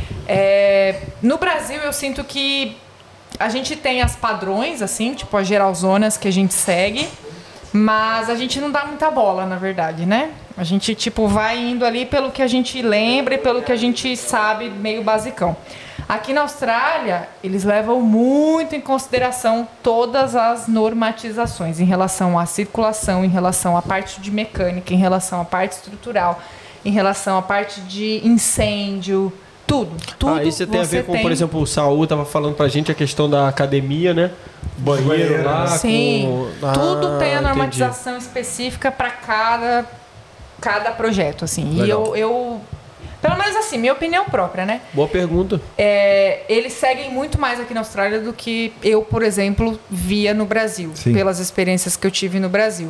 É, no Brasil, eu sinto que a gente tem as padrões, assim, tipo as geralzonas que a gente segue, mas a gente não dá muita bola, na verdade, né? A gente, tipo, vai indo ali pelo que a gente lembra e pelo que a gente sabe, meio basicão. Aqui na Austrália, eles levam muito em consideração todas as normatizações em relação à circulação, em relação à parte de mecânica, em relação à parte estrutural, em relação à parte de incêndio, tudo. Tudo
Ah, isso tem a ver com, por exemplo, o Saul tava falando pra gente a questão da academia, né? Banheiro
Banheiro,
lá.
Sim,
com... Ah,
tudo tem a
entendi.
normatização específica para cada, cada projeto, assim. E
Legal.
eu, eu, pelo menos assim, minha opinião própria, né?
Boa pergunta.
É, eles seguem muito mais aqui na Austrália do que eu, por exemplo, via no Brasil,
Sim.
pelas experiências que eu tive no Brasil.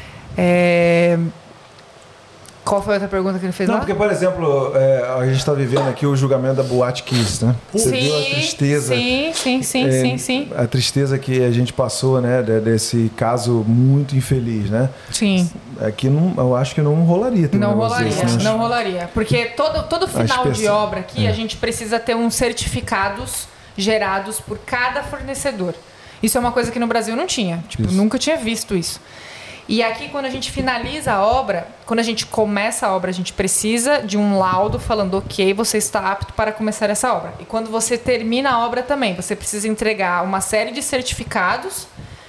É, Qual foi a outra pergunta que ele fez
Não,
lá?
porque, por exemplo, é, a gente está vivendo aqui o julgamento da Boate Kiss, né? Você
sim,
viu a tristeza.
sim, sim, sim,
é,
sim, sim,
A tristeza que a gente passou, né? de- Desse caso muito infeliz, né?
sim.
Aqui não, eu acho que não rolaria. ter um
Não
negócio
rolaria,
desse, né?
não rolaria. Porque todo, todo final de
pessoas-
obra aqui,
é.
a gente precisa ter uns certificados gerados por cada fornecedor. Isso é uma coisa que no Brasil não tinha. Tipo,
Isso.
nunca tinha visto isso. E aqui, quando a gente finaliza a obra, quando a gente começa a obra, a gente precisa de um laudo falando, ok, você está apto para começar essa obra. E quando você termina a obra também, você precisa entregar uma série de certificados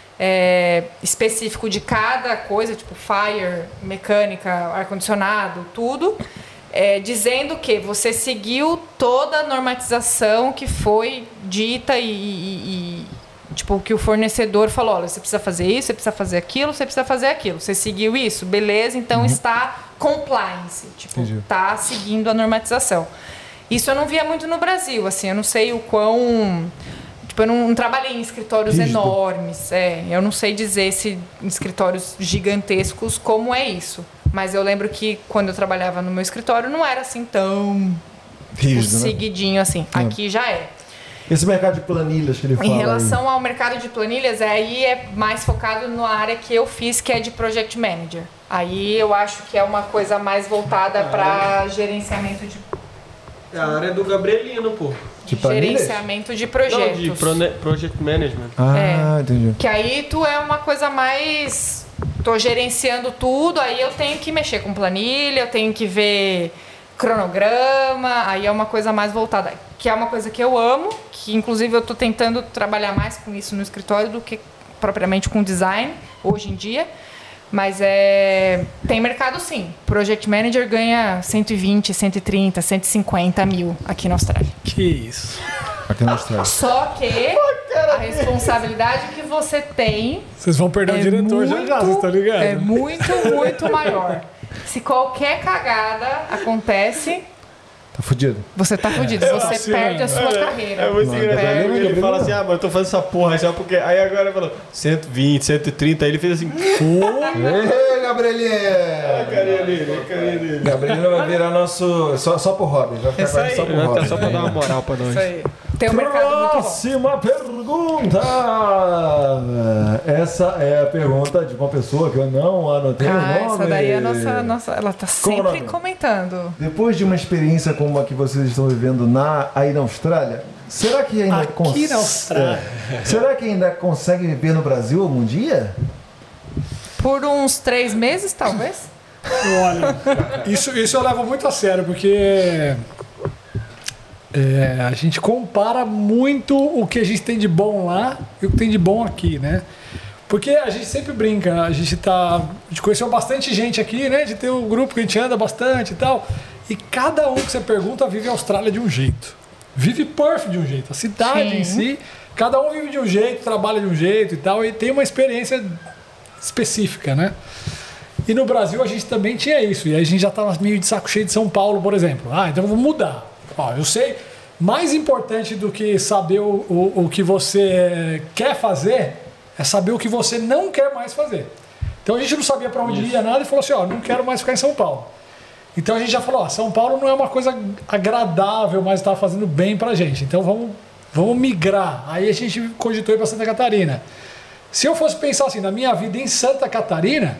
é, específico de cada coisa, tipo fire, mecânica, ar-condicionado, tudo, é, dizendo que você seguiu toda a normatização que foi dita e, e- e, tipo, que o fornecedor falou, olha, você precisa fazer isso, você precisa fazer aquilo, você precisa fazer aquilo. Você seguiu isso? Beleza, então está compliance, tipo,
Entendi.
está seguindo a normatização. Isso eu não via muito no Brasil, assim, eu não sei o quão... Tipo, eu não, não trabalhei em escritórios
Rígido.
enormes, é, eu não sei dizer se em escritórios gigantescos como é isso. Mas eu lembro que quando eu trabalhava no meu escritório não era assim tão
Rígido, né?
seguidinho assim.
É.
Aqui já é.
Esse mercado de planilhas que ele fala
Em relação
aí.
ao mercado de planilhas, aí é mais focado na área que eu fiz, que é de Project Manager. Aí eu acho que é uma coisa mais voltada para gerenciamento de,
É a área do Gabrielino, pô.
De
de
planilhas?
gerenciamento de
Não,
projetos.
de prone- project management.
Ah, entendi.
Que aí tu é uma coisa mais... Tô gerenciando tudo, aí eu tenho que mexer com planilha, eu tenho que ver cronograma, aí é uma coisa mais voltada. Que é uma coisa que eu amo, que inclusive eu tô tentando trabalhar mais com isso no escritório do que propriamente com design, hoje em dia. Mas é... tem mercado sim. Project Manager ganha cento e vinte, cento e trinta, cento e cinquenta mil aqui na Austrália.
Que isso.
Aqui na Austrália.
Só que a responsabilidade que você tem
Vocês vão perder o diretor já já, vocês estão ligados?
é muito, muito maior. Se qualquer cagada acontece,
Tá fudido.
Você tá fudido, você
assim,
perde a sua
é,
carreira.
É muito
Não,
engraçado.
Gabriel,
Ele
Gabriel.
fala assim, ah, mas eu tô fazendo essa porra já porque... Aí agora ele falou cento e vinte, cento e trinta, aí ele fez assim...
Ei, Gabrielinha!
carinha dele, carinha dele.
Gabrielinha vai virar nosso... Só, só por hobby. Vai ficar
Isso
agora
aí.
só por
Tá
hobby.
só pra dar uma moral pra nós.
Isso aí. Tem um mercado muito bom.
Próxima pergunta! Essa é a pergunta de uma pessoa que eu não anotei o
Ah,
nome.
essa daí é a nossa, nossa. Ela tá
Qual o
sempre
nome?
comentando.
Depois de uma experiência como a que vocês estão vivendo na, aí na Austrália, será que ainda
Aqui
cons-
na Austrália.
É. Será que ainda consegue viver no Brasil algum dia?
Por uns três meses, talvez?
Olha, isso, isso eu levo muito a sério, porque é, a gente compara muito o que a gente tem de bom lá e o que tem de bom aqui, né? Porque a gente sempre brinca, a gente tá. A gente conheceu bastante gente aqui, né? De ter um grupo que a gente anda bastante e tal. E cada um que você pergunta vive a Austrália de um jeito. Vive Perth de um jeito. A cidade
Sim.
em si, cada um vive de um jeito, trabalha de um jeito e tal, e tem uma experiência específica, né? E no Brasil a gente também tinha isso. E aí a gente já estava meio de saco cheio de São Paulo, por exemplo. Ah, então vamos mudar. Ó, eu sei, mais importante do que saber o, o, o que você quer fazer é saber o que você não quer mais fazer. Então a gente não sabia para onde ia nada e falou assim, ó, não quero mais ficar em São Paulo. Então a gente já falou, ó, São Paulo não é uma coisa agradável, mas está fazendo bem pra gente. Então vamos, vamos migrar. Aí a gente cogitou ir para Santa Catarina. Se eu fosse pensar assim, na minha vida em Santa Catarina,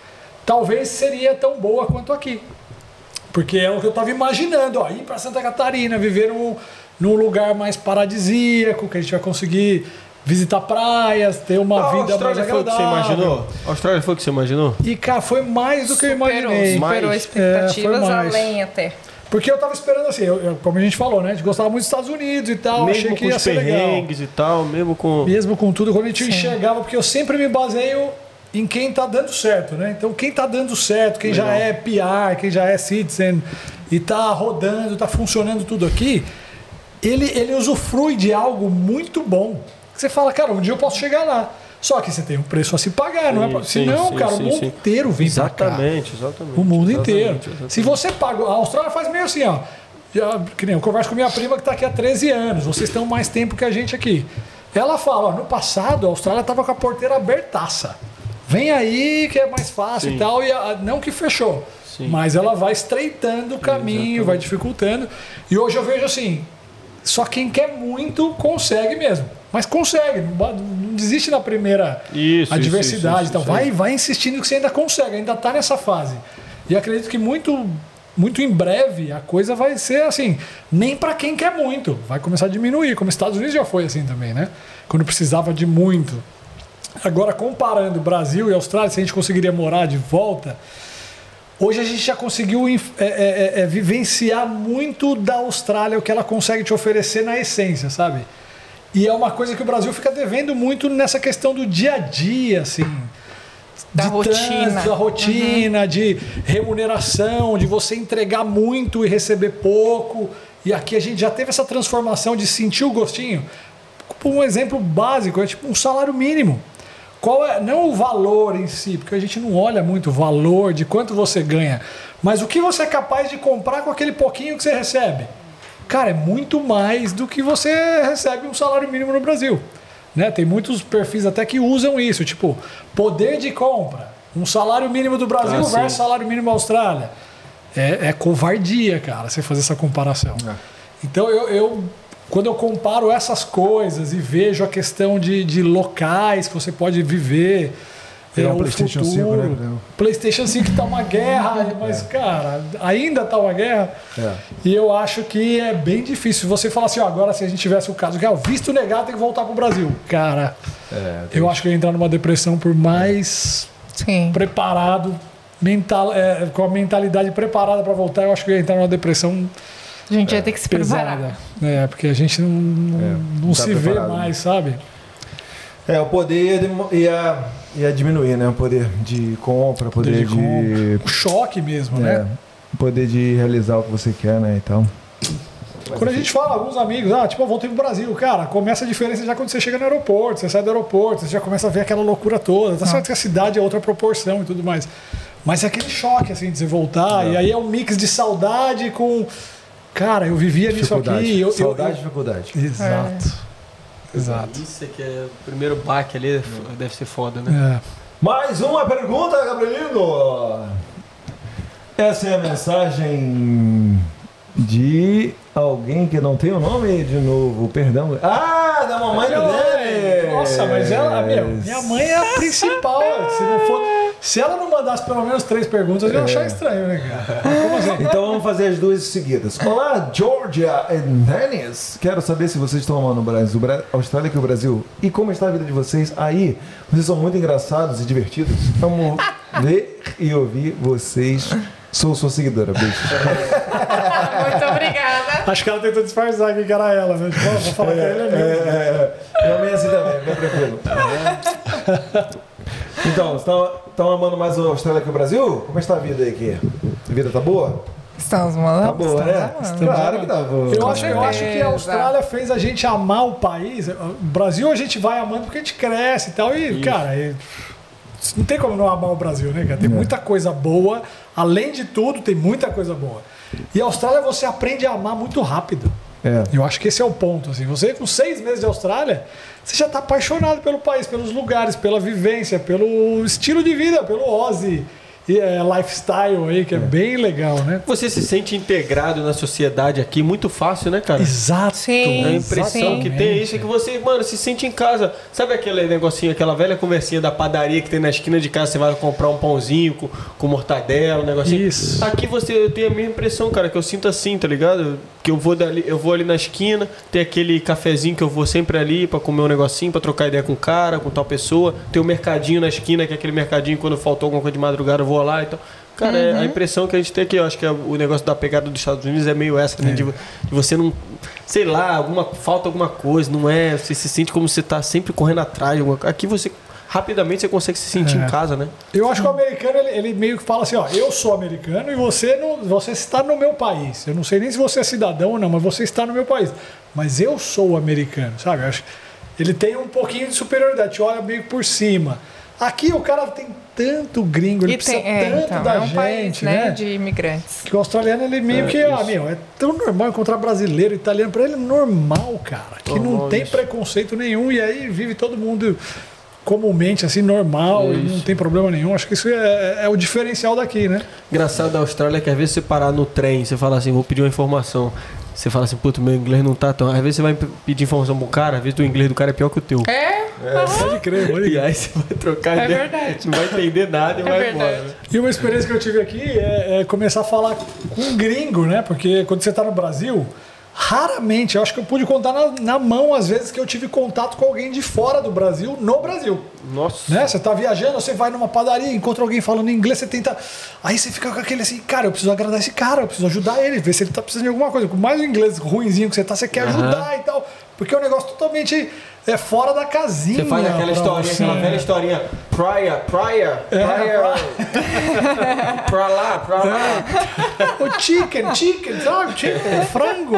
talvez seria tão boa quanto aqui. Porque é o que eu estava imaginando, ó, ir para Santa Catarina, viver num, num lugar mais paradisíaco, que a gente vai conseguir visitar praias, ter uma
A
vida mais
Austrália foi o que você
agradável.
imaginou? A Austrália foi o que você imaginou?
E, cara, foi mais do que eu imaginei.
Superou
Mais.
expectativas,
É, foi mais.
além até.
Porque eu tava esperando assim, eu- eu- como a gente falou, né? A gente gostava muito dos Estados Unidos e tal, achei
Mesmo
que
com
ia
os
ser legal.
perrengues e tal, mesmo com...
Mesmo com tudo, quando a gente
Sim.
enxergava, porque eu sempre me baseio em quem tá dando certo, né? Então, quem tá dando certo, quem já é P R, quem já é citizen e tá rodando, tá funcionando tudo aqui, ele, ele usufrui de algo muito bom. Você fala, cara, um dia eu posso chegar lá. Só que você tem um preço a se pagar, não é? Pra...
Sim,
Senão,
sim,
cara,
sim,
o mundo
sim.
inteiro vem pra cá.
Exatamente, exatamente.
O mundo
exatamente,
inteiro.
exatamente.
Se você paga. A Austrália faz meio assim, ó. Já, que nem eu converso com minha prima que está aqui há treze anos. Vocês estão mais tempo que a gente aqui. Ela fala: ó, no passado a Austrália estava com a porteira abertaça. Vem aí que é mais fácil
Sim.
e tal. E a, não que fechou.
Sim.
Mas ela vai estreitando o caminho,
Exatamente.
vai dificultando. E hoje eu vejo assim: só quem quer muito consegue mesmo. Mas consegue, não, não desiste na primeira
Isso,
adversidade.
isso,
Então,
isso,
vai,
isso.
vai insistindo que você ainda consegue, ainda está nessa fase. E acredito que muito, muito em breve a coisa vai ser assim, nem para quem quer muito, vai começar a diminuir, como os Estados Unidos já foi assim também, né? Quando precisava de muito. Agora, comparando Brasil e Austrália, se a gente conseguiria morar de volta, hoje a gente já conseguiu é, é, é, vivenciar muito da Austrália, o que ela consegue te oferecer na essência, sabe? E é uma coisa que o Brasil fica devendo muito nessa questão do dia a dia, assim.
Da
de
rotina.
trânsito, da rotina, de remuneração, de você entregar muito e receber pouco. E aqui a gente já teve essa transformação de sentir o gostinho. Um exemplo básico é tipo um salário mínimo. Qual é, não o valor em si, porque a gente não olha muito o valor de quanto você ganha, mas o que você é capaz de comprar com aquele pouquinho que você recebe. Cara, é muito mais do que você recebe um salário mínimo no Brasil. Né? Tem muitos perfis até que usam isso, tipo, poder de compra. Um salário mínimo do Brasil
Ah,
versus
sim.
salário mínimo da Austrália. É, é covardia, cara, você fazer essa comparação.
É.
Então, eu, eu, quando eu comparo essas coisas e vejo a questão de, de locais que você pode viver,
Pegar
é,
um
o
PlayStation
futuro,
cinco, né, Gabriel?
PlayStation cinco tá uma guerra, mas, cara, ainda tá uma guerra.
É.
E eu acho que é bem difícil você falar assim, ó, agora se a gente tivesse o caso que é o visto negado tem que voltar pro Brasil. Cara,
É,
eu acho que eu ia entrar numa depressão por mais
Sim.
preparado, mental, é, com a mentalidade preparada para voltar, eu acho que eu ia entrar numa depressão
A gente ia ter que se preparar.
pesada. É, porque a gente não, não,
É,
não
não
se
tá
vê
preparado,
mais, sabe?
É, o poder ia, demo- ia, ia diminuir, né? O poder de compra, poder,
Poder de
de.
Um choque mesmo,
é,
né?
o poder de realizar o que você quer, né? Então.
Quando a gente fala, alguns amigos, ah, tipo, eu voltei pro Brasil, cara, começa a diferença já quando você chega no aeroporto, você sai do aeroporto, você já começa a ver aquela loucura toda. Tá certo que a cidade é outra proporção e tudo mais. Mas é aquele choque, assim, de você voltar, e aí é um mix de saudade com. Cara, eu vivia nisso
Dificuldade.
aqui. Eu,
Saudade e
eu,
dificuldade.
eu, exato. Exato.
Isso aqui é o primeiro baque ali, deve ser foda, né?
É.
Mais uma pergunta, Gabrielino. Essa é a mensagem de alguém que não tem o nome de novo, perdão. Ah, da mamãe dele.
Nossa, mas ela, meu, minha mãe é a principal. Se, não for, se ela não mandasse pelo menos três perguntas, eu ia achar estranho, né, cara? Como assim?
Então vamos fazer as duas seguidas. Olá, Georgia e Dennis. Quero saber se vocês estão amando o Brasil, a Austrália que o Brasil. E como está a vida de vocês aí? Vocês são muito engraçados e divertidos. Vamos ver e ouvir vocês. Sou sua seguidora, beijo.
Muito obrigada.
Acho que ela tentou disfarçar aqui que era ela, né? Tipo, ó, vou falar que ele é meu.
É, é, minha mãe é assim também, bem tranquilo. Então, estão amando mais a Austrália que o Brasil? Como está a vida aí aqui? A vida tá boa?
Estamos mandando.
Tá boa, né? Claro que tá boa.
Eu acho, eu acho que a Austrália fez a gente amar o país. O Brasil a gente vai amando porque a gente cresce e tal. E, Isso. cara, e, não tem como não amar o Brasil, né, cara? Tem é. muita coisa boa. Além de tudo, tem muita coisa boa. E a Austrália você aprende a amar muito rápido. É. Eu acho que esse é o ponto. Assim. Você, com seis meses de Austrália, você já está apaixonado pelo país, pelos lugares, pela vivência, pelo estilo de vida, pelo Aussie e, é, lifestyle aí, que é, é bem legal, né?
Você se sente integrado na sociedade aqui muito fácil, né, cara?
Exato.
Sim,
a impressão
sim.
que tem é isso, é que você, mano, se sente em casa. Sabe aquele negocinho, aquela velha conversinha da padaria que tem na esquina de casa, você vai comprar um pãozinho com, com mortadela, um negocinho.
Isso.
Aqui você, eu tenho a mesma impressão, cara, que eu sinto assim, tá ligado? Que eu vou, dali, eu vou ali na esquina, tem aquele cafezinho que eu vou sempre ali pra comer um negocinho, pra trocar ideia com o cara, com tal pessoa. Tem o mercadinho na esquina, que é aquele mercadinho quando faltou alguma coisa de madrugada, eu vou lá e tal. Cara, uhum. é a impressão que a gente tem aqui, eu acho que é o negócio da pegada dos Estados Unidos é meio essa, né? É. De, de você não, sei lá, alguma, falta alguma coisa, não é? Você se sente como se você tá sempre correndo atrás de alguma coisa. Aqui você, rapidamente, você consegue se sentir é. em casa, né?
Eu acho que o americano, ele, ele meio que fala assim, ó, eu sou americano e você, não, você está no meu país. Eu não sei nem se você é cidadão ou não, mas você está no meu país. Mas eu sou americano, sabe? Eu acho que ele tem um pouquinho de superioridade, te olha meio por cima. Aqui o cara tem tanto gringo, ele e precisa tem, é, tanto então, da
é um
gente,
país, né,
né?
de imigrantes.
Que o australiano, ele meio é, que, ah, meu, é tão normal encontrar brasileiro, italiano, pra ele é normal, cara. Que normal, não tem isso. preconceito nenhum e aí vive todo mundo comumente, assim, normal isso. e não tem problema nenhum. Acho que isso é, é o diferencial daqui, né?
Engraçado da Austrália é que às vezes você parar no trem, você fala assim, vou pedir uma informação. Você fala assim, puto, meu inglês não tá tão... Às vezes você vai pedir informação pro cara, às vezes o inglês do cara é pior que o teu.
É?
É, pode crer, pode crer.
E aí você vai trocar
é
ideia,
verdade.
não vai entender nada e é vai verdade. embora.
E uma experiência que eu tive aqui é, é começar a falar com um gringo, né? Porque quando você tá no Brasil, raramente, eu acho que eu pude contar na, na mão às vezes que eu tive contato com alguém de fora do Brasil, no Brasil.
Nossa.
Né? Você tá viajando, você vai numa padaria, encontra alguém falando inglês, você tenta... Aí você fica com aquele assim, cara, eu preciso agradar esse cara, eu preciso ajudar ele, ver se ele tá precisando de alguma coisa. Com mais o inglês ruinzinho que você tá, você quer ajudar uhum. e tal. Porque é um negócio totalmente é, fora da casinha.
Você faz aquela historinha,
você.
aquela velha historinha. Praia, praia, praia. É, pra lá, pra lá.
O chicken, chicken, sabe? Chicken, frango.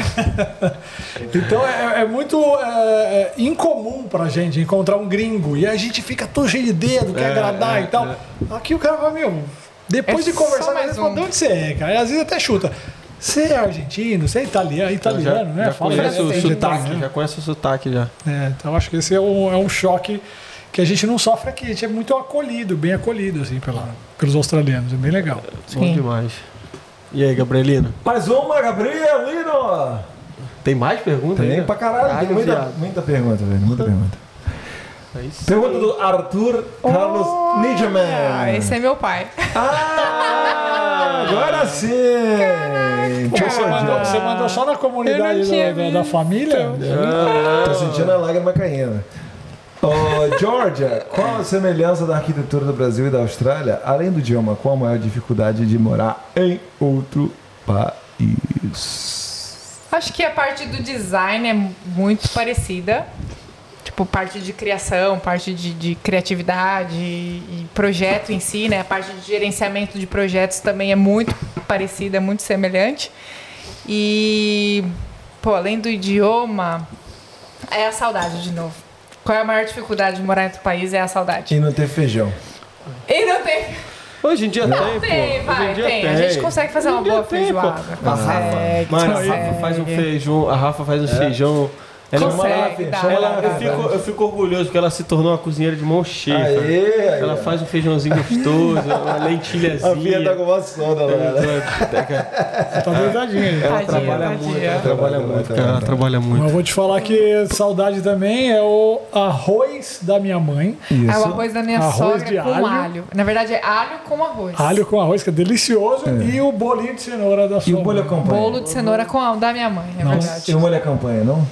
Então é, é muito é, é incomum pra gente encontrar um gringo. E a gente fica todo cheio de dedo, quer é, agradar é, e tal. É. Aqui o cara fala, meu, depois é de conversar, mais um. de onde você é, cara? E às vezes até chuta. Você é argentino, você é italiano, italiano
já,
né?
Já
Fala
conhece o sotaque,
italiano.
já conhece o sotaque já.
É, então acho que esse é um, é um choque que a gente não sofre aqui. A gente é muito acolhido, bem acolhido, assim, pela, pelos australianos. É bem legal.
Bom Sim. demais. E aí, Gabrielino?
Mais uma, Gabrielino!
Tem mais perguntas?
Tem
ainda?
pra caralho, tem muita, muita pergunta, velho. Muita pergunta. Pergunta do Arthur Carlos oh, Niederman.
Ah, esse é meu pai.
Ah, agora sim!
Caraca, você, mandou, você mandou só na comunidade da, da, da família?
Ah, tô sentindo a lágrima caindo. Oh, Georgia, qual a semelhança da arquitetura do Brasil e da Austrália? Além do idioma, qual a maior dificuldade de morar em outro país?
Acho que a parte do design é muito parecida. Tipo, parte de criação, parte de, de criatividade e projeto em si, né? A parte de gerenciamento de projetos também é muito parecida, é muito semelhante. E, pô, além do idioma, é a saudade de novo. Qual é a maior dificuldade de morar em outro país? É a saudade.
E não ter feijão.
E não ter...
Hoje em dia
Não
tem,
tem,
pô.
vai,
Hoje em dia
tem. A gente consegue fazer
Hoje
uma
em dia
boa
tem, pô.
feijoada.
A Rafa,
Consegue,
mano, a
consegue.
Rafa faz um feijão, a Rafa faz um feijão. Ela,
Consegue,
ela,
dá.
ela- eu, fico, eu fico orgulhoso porque ela se tornou uma cozinheira de mão cheia.
Aê, aí,
Ela
ó.
faz um feijãozinho gostoso, uma lentilhazinha.
A Bia tá com uma soda lá.
Tá doidadinha. aí.
Ela
Tadinha,
trabalha
tadinha.
muito, ela trabalha
Vai,
muito,
vai,
cara, ela
vai.
trabalha muito.
Mas eu vou te falar que saudade também é o arroz da minha mãe.
É o arroz da minha
Arroz
sogra
de
com
alho.
alho. Na verdade, é alho com arroz.
Alho com arroz, que é delicioso. E o bolinho de cenoura da
E
sua
o molho à
mãe.
campanha?
Bolo de cenoura com alho da minha mãe, é
Nossa.
E
verdade.
o molho à campanha, não?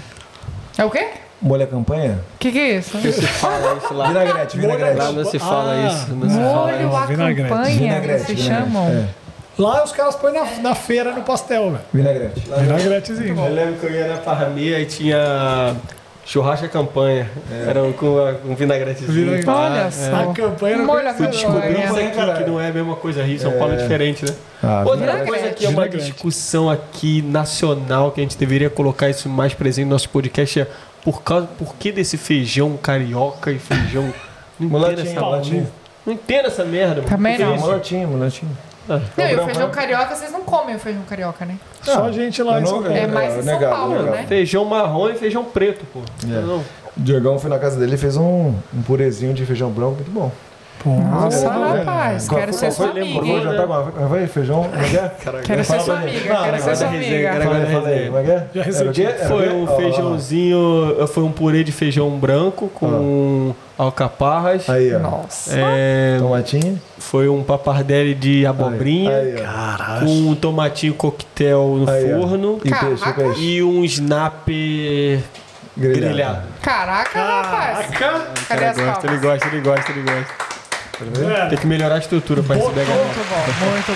É o quê?
Molho à campanha?
O que, que é isso?
Se fala isso lá.
Vinagrete, vinagrete.
Lá não se fala
Ah,
isso. Não se fala
Molho
isso.
à
Vinagrete.
campanha,
Vinagrete,
vocês
vinagrete,
chamam?
é.
Lá os caras põem na, na feira no pastel, velho.
Vinagrete.
Vinagretezinho.
Eu lembro que eu ia na Parmeia e tinha churrasco à campanha. Era um com um vinagretezinho.
Vinagrete.
Olha
Ah,
só.
A campanha não
Molho à
conhecia,
Descobri
campanha.
isso
Campanha,
aqui,
caralho.
que não é a mesma coisa. Rio e São Paulo é diferente, né?
Ah,
Outra
vinagrete.
coisa que é uma
Vinagrete.
discussão aqui nacional, que a gente deveria colocar isso mais presente no nosso podcast, é por, causa, por que desse feijão carioca e feijão... Não entendo
Mulatinho,
essa,
mulatinho.
não entendo essa merda. mano.
Também
Por que
não.
isso?
Mulatinho, mulatinho.
Ah,
Não, e o
branco,
feijão
né?
carioca, vocês não comem o feijão carioca, né?
Só a gente lá
Eu
em
não-
São Paulo.
É mais em São
negado,
Paulo,
negado.
né?
Feijão marrom e feijão preto, pô.
É.
Não.
O Diegão foi na casa dele e fez um, um purezinho de feijão branco muito bom.
Nossa,
é,
rapaz,
Qual-
quero
qual
ser
foi?
sua amiga,
Vou
hein?
jantar com a... Vai, feijão... Como é que é?
Quero ser
Fala
sua
pra mim.
amiga,
Não,
quero
não,
ser sua
da resenha,
amiga.
cara.
Fala aí, fala aí. Como é que é?
Já
Era o quê? Era o
Foi
quê?
um
Ó, ó, ó.
feijãozinho, foi um purê de feijão branco com alcaparras.
Aí, ó.
Nossa.
É,
Tomatinho.
foi um papardelli de abobrinha
Aí, ó.
com um tomatinho coquetel no
Aí, ó.
forno
E peixe,
Caraca.
peixe.
e um snap
Grelhado.
grelhado.
Caraca, rapaz. Cadê
Ele
as
gosta, ele
palmas?
gosta, ele gosta, ele gosta.
É,
Tem que melhorar a estrutura pra receber a galera.
Muito bom, muito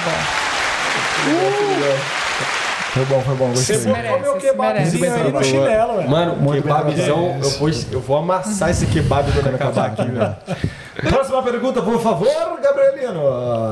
bom.
Foi bom, foi bom. Gostei.
Você pode comer o
merece,
kebabzinho
merece.
aí no chinelo, velho.
Mano,
Muito bem
kebabzão,
trabalhado.
eu vou, eu vou amassar esse kebab quando acabar aqui, velho.
Próxima pergunta, por favor, Gabrielino.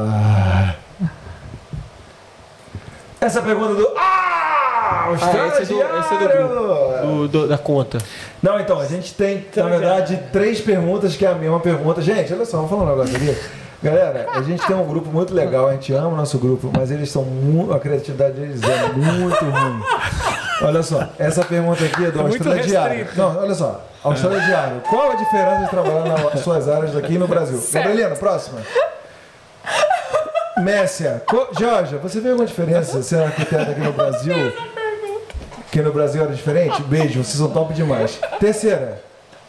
Essa pergunta do... Ah! O
esse é do- esse é do
estagiário!
Do- do- da conta.
Não, então, a gente tem, na verdade, três perguntas que é a mesma pergunta. Gente, olha só, vou falar um negócio aqui. Galera, a gente tem um grupo muito legal, a gente ama o nosso grupo, mas eles são muito. A criatividade deles é muito ruim. Olha só, essa pergunta aqui é do
É muito
Austrália Diário.
restrito.
Não, olha só, Austrália Diário. Qual a diferença de trabalhar nas suas áreas aqui no Brasil? Gabrielino, próxima. Messia, co- Georgia, você vê alguma diferença sendo arquiteta aqui no Brasil? Que no Brasil era diferente? Beijo, vocês são top demais. Terceira.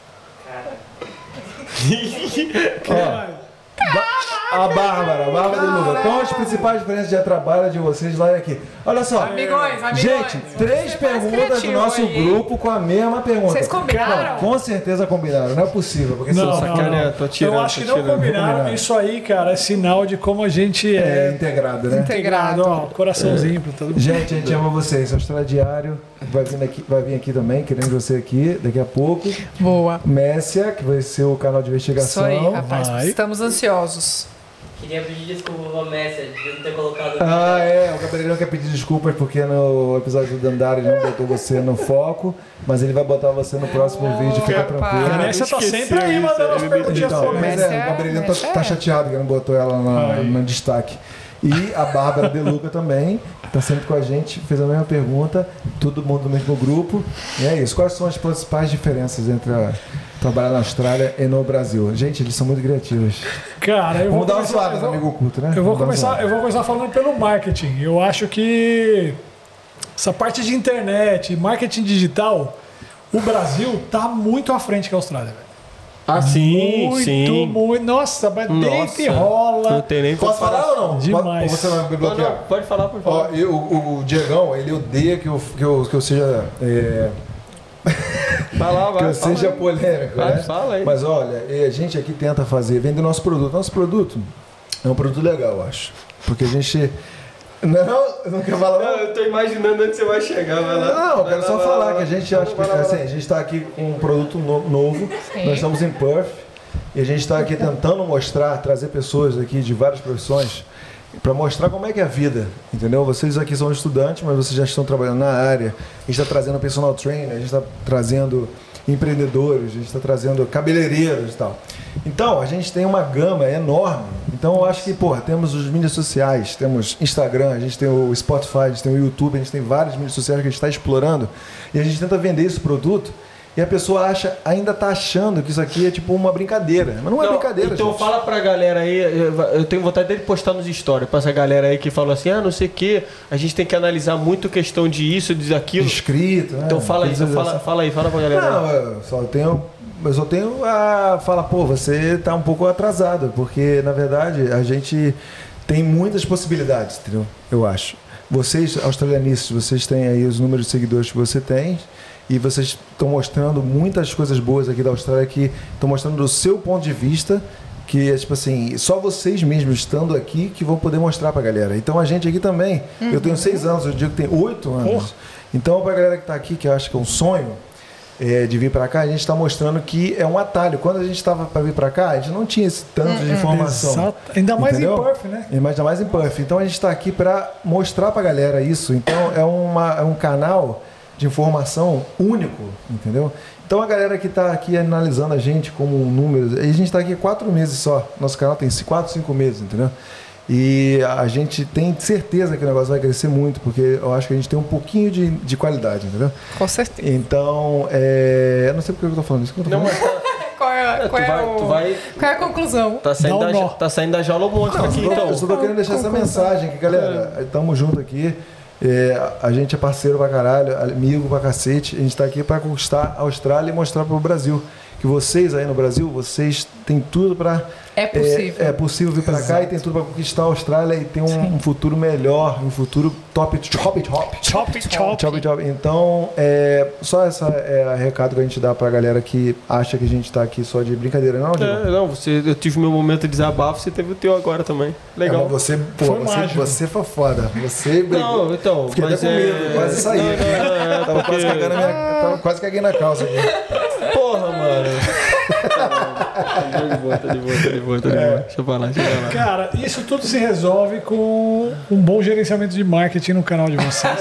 Ó, Ba- a Bárbara, a Bárbara de Luga. Qual as principais diferenças de trabalho de vocês lá e aqui? Olha só.
Amigões, amigões.
Gente, três
Você faz
perguntas do
criativo
nosso
aí.
grupo com a mesma pergunta.
Vocês combinaram?
Não, com certeza combinaram, não é possível. Porque
Não,
se
não,
sacaneia,
não.
tô tirando,
Eu acho
tô
que não
tirando.
combinaram.
Combinaram.
Isso aí, cara, é sinal de como a gente
é
é,
integrado, né?
Integrado.
ó, coraçãozinho pra todo mundo.
Gente, a gente ama vocês. Austrália Diário vai vir aqui, vai vir aqui também, querendo você aqui daqui a pouco.
Boa.
Messia, que vai ser o canal de
Isso
investigação.
aí, rapaz.
vai.
Estamos ansiosos.
Queria pedir desculpa ao Messi de não ter colocado.
Ah, é, o Gabrielão quer pedir desculpas porque no episódio do Dandara ele não botou você no foco, mas ele vai botar você no próximo vídeo, fica
rapaz.
tranquilo.
A Messia tá
esqueci
sempre aí
isso,
mandando as
ele me-
perguntinhas
Então, mas
polêmicas.
é, o Gabrielão tá,
Messia é.
tá chateado que não botou ela na, no destaque. E a Bárbara De Luca também, tá sempre com a gente, fez a mesma pergunta, todo mundo do mesmo grupo. E é isso. Quais são as principais diferenças entre a, trabalhar na Austrália e no Brasil? Gente, eles são muito criativos.
Cara, eu vou
Vamos dar uma
começar,
suave
eu
no
vou-
amigo oculto, né?
Eu vou,
Vamos dar uma
começar,
suave.
eu vou começar falando pelo marketing. Eu acho que essa parte de internet, marketing digital, o Brasil tá muito à frente que a Austrália, velho.
Ah, sim,
muito,
sim.
muito. Nossa, mas deita e
Não
rola.
tem nem
Posso falar ou não?
Demais.
Ou você vai me
Não,
bloquear?
não, pode falar, pode
Ó,
falar.
eu, o, o Diegão, ele odeia que eu, que eu, que eu seja. É,
Vai lá,
que
vai.
eu
fala
seja
aí.
polêmico,
Vai,
né?
fala aí.
Mas olha, eh, a gente aqui tenta fazer, vender nosso produto. Nosso produto é um produto legal, eu acho. Porque a gente. Não, não, não quer falar
Não,
não?
eu tô imaginando onde você vai chegar, vai lá.
Não, eu
Vai
quero
lá,
só
vai
falar
lá,
que a
vai
gente
lá.
acha que
Vai lá, vai lá.
assim, a gente está aqui com um produto no- novo.
Sim.
Nós estamos em Perth e a gente está aqui tentando mostrar, trazer pessoas aqui de várias profissões para mostrar como é que é a vida, entendeu? Vocês aqui são estudantes, mas vocês já estão trabalhando na área. A gente está trazendo personal trainer, a gente está trazendo empreendedores, a gente está trazendo cabeleireiros e tal. Então, a gente tem uma gama enorme. Então, eu acho que, porra, temos os mídias sociais, temos Instagram, a gente tem o Spotify, a gente tem o YouTube, a gente tem várias mídias sociais que a gente está explorando e a gente tenta vender esse produto. E a pessoa acha, ainda tá achando que isso aqui é tipo uma brincadeira. Mas não é
Não,
brincadeira,
Então
gente.
fala pra galera aí, eu tenho vontade de postar nos stories, pra essa galera aí que fala assim, ah, não sei o que, a gente tem que analisar muito questão de isso, de aquilo.
Inscrito, né?
Então fala aí, então fala, fala aí, fala pra galera.
Não,
aí.
eu só tenho, eu só tenho a falar, pô, você tá um pouco atrasado, porque na verdade a gente tem muitas possibilidades, entendeu? Eu acho. Vocês, australianistas, vocês têm aí os números de seguidores que você tem. E vocês estão mostrando muitas coisas boas aqui da Austrália que estão mostrando do seu ponto de vista, que é tipo assim, só vocês mesmos estando aqui que vão poder mostrar pra galera. Então a gente aqui também, uhum. eu tenho seis anos, eu digo que tem oito anos. Porra. Então pra galera que tá aqui, que eu acho que é um sonho é, de vir pra cá, a gente está mostrando que é um atalho. Quando a gente estava para vir pra cá, a gente não tinha esse tanto uhum. de informação.
Exato. Ainda mais
entendeu?
em Perth, né?
Ainda mais em Perth. Então a gente está aqui para mostrar pra galera isso. Então é, uma, é um canal de informação único, entendeu? Então a galera que está aqui analisando a gente como um número, a gente está aqui quatro meses só, nosso canal tem quatro, cinco meses, entendeu? E a gente tem certeza que o negócio vai crescer muito, porque eu acho que a gente tem um pouquinho de, de qualidade, entendeu?
Com certeza.
Então, é... eu não sei porque eu estou falando isso. Que eu tô
não,
falando.
mas tá...
Qual é, qual,
tu
é
vai,
o...
tu vai...
qual é a conclusão?
Tá saindo, da, tá saindo da jaula um monte
não,
aqui,
eu
então.
Eu só tô querendo deixar essa mensagem, que galera, estamos juntos aqui. É, a gente é parceiro pra caralho, amigo pra cacete. A gente tá aqui pra conquistar a Austrália e mostrar pro Brasil que vocês aí no Brasil, vocês têm tudo pra...
É possível.
É, é possível vir pra Exato. Cá e tem tudo pra conquistar a Austrália e ter um, um futuro melhor, um futuro top, top, top.
Top, top.
Top, top. Então, é, só esse é recado que a gente dá pra galera que acha que a gente tá aqui só de brincadeira. Não,
é, não, você, eu tive meu momento de desabafo, você teve o teu agora também. Legal.
É, você, pô, foi você, você foi foda. Você brigou.
Não, então,
fiquei
mas
até com
é...
medo, quase saí.
Não, não, não, é,
tava,
porque...
quase cagando minha, tava quase caguei na calça aqui.
Porra, mano. Tá de boa, tá de boa, tá de boa, tá de boa. Deixa eu falar, deixa eu falar.
Cara, isso tudo se resolve com um bom gerenciamento de marketing no canal de vocês.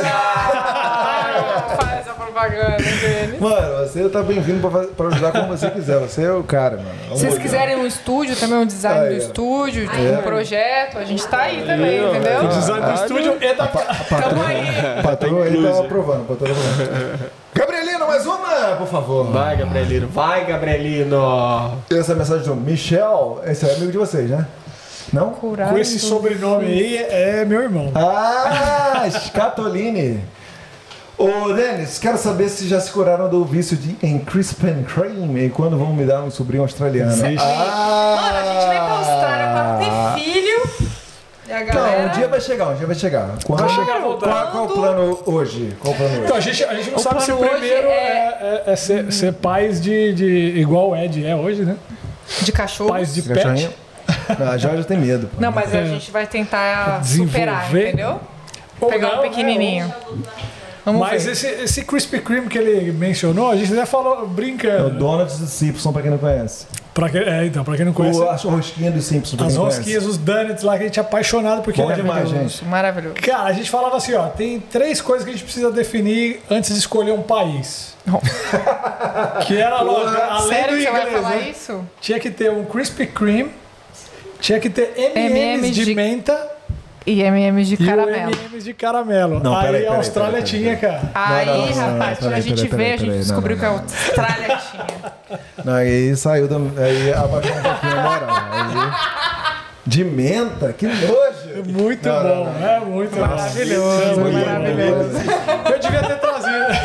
Faz a propaganda dele.
Mano, você tá bem-vindo pra, pra ajudar como você quiser. Você é o cara, mano.
Se vocês quiserem um estúdio, também um design
aí,
do estúdio,
é.
um projeto, a gente tá aí também, aí, entendeu?
O design do estúdio é da...
Tamo aí.
O patrão aí tá aprovando, o patrão aprovando. Gabrielino, mais uma, por favor.
Vai, Gabrielino. Vai, Gabrielino.
Essa é a mensagem do Michel. Esse é amigo de vocês, né? Não?
Curado.
Com esse sobrenome aí, é meu irmão.
Ah, Scatolini. Ô, Denis, quero saber se já se curaram do vício de em Crispin Cream e quando vão me dar um sobrinho australiano.
Ah, mano, a gente vai pra Austrália pra ter filho. E a galera...
Não, um dia vai chegar, um dia vai chegar. Quando
Claro,
chegar, qual, qual o plano hoje? Qual o plano hoje?
Então, a gente, a gente não
O
sabe se o
plano
primeiro
hoje
é, é, é ser, ser pais de, de... igual o Ed é hoje, né?
De cachorro.
Pais de
Cachorrinho?
pet.
Não, a Jorge tem medo. Pô.
Não, mas a
É.
gente vai tentar
Desenvolver.
superar, entendeu?
Ou
Pegar
não,
um pequenininho. Vamos
Mas
ver.
esse, esse Krispy Kreme que ele mencionou, a gente já falou
É o
brincando.
Donuts do Simpson, pra quem não conhece.
Pra que, é, então, pra quem não conhece,
O, a rosquinha do Simpson, pra quem
as
não
rosquinhas,
conhece.
os donuts lá que a gente é apaixonado porque
Bom
ele é
demais,
maravilhoso.
gente.
Maravilhoso.
Cara, a gente falava assim, ó, tem três coisas que a gente precisa definir antes de escolher um país. Que era logo, além
Sério
do
que você vai
inglês,
falar
né?
isso?
Tinha que ter um Krispy Kreme, tinha que ter M e M's
M e M's
de,
de
menta
E M e M's de
e
caramelo.
o M e M's de caramelo.
Não,
aí
peraí,
a
peraí,
Austrália
peraí,
tinha, cara.
Aí,
Não, não, não, não,
rapaz, quando a
peraí,
gente
peraí,
veio, a
peraí,
gente
não,
descobriu
não,
que a
não.
Austrália tinha.
Não, aí saiu da. Aí abaixou um pouquinho a moral. Aí, de menta? Que nojo!
Muito
Não,
bom,
não, não.
é muito bom.
Maravilhoso,
É muito
maravilhoso.
bom. Eu devia ter trazido.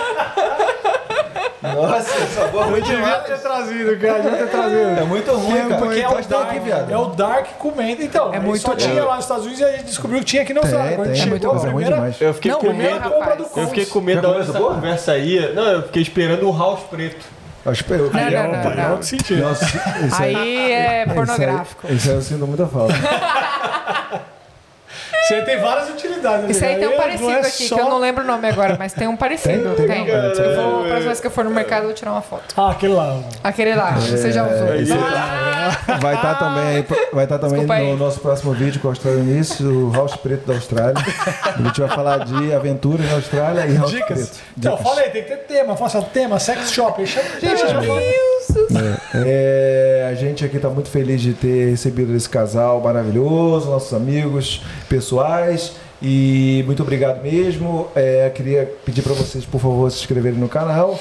Nossa, essa boa
Eu
foi
devia
demais.
ter trazido, cara. Devia ter trazido.
É muito ruim, cara.
Porque é o,
Encosta
dark,
aqui, viado.
é o Dark comendo. Então,
É
é
muito
só
bom.
tinha lá nos Estados Unidos e a gente descobriu que tinha aqui na Austrália.
Tem,
Quando a
tem.
gente
É muito
chegou,
bom.
a
É ruim
primeira,
demais.
Eu fiquei
Não,
com
primeira
medo.
compra do
Eu
Coles.
fiquei com medo
Já
da hora
começou
dessa
boa?
conversa aí. Não, eu fiquei esperando o house preto.
Acho que eu.
Não,
aí,
não,
opa,
não,
é
não.
outro sentido.
Nossa, isso
Aí é pornográfico.
Isso aí, isso aí eu sinto muita falta.
Você tem várias utilidades.
Isso aí tem um
Não
parecido
é
aqui,
só-
que eu não lembro o nome agora, mas tem um parecido.
Tem?
Tem.
Tem?
Eu vou, a próxima vez que eu for no mercado, eu vou tirar uma foto.
Ah, aquele lá.
Aquele lá, você já usou.
É isso aí.
Ah,
Vai estar também, aí, vai estar também
Desculpa aí.
no nosso próximo vídeo com o Australianice, o House Preto da Austrália. A gente vai falar de aventuras na Austrália e House
Dicas.
Preto.
Então,
Dicas.
fala aí, tem que ter tema. Faça tema, sex shop. Chama a gente. a gente vai-
É, a gente aqui está muito feliz de ter recebido esse casal maravilhoso, nossos amigos pessoais. E muito obrigado mesmo. É, queria pedir para vocês, por favor, se inscreverem no canal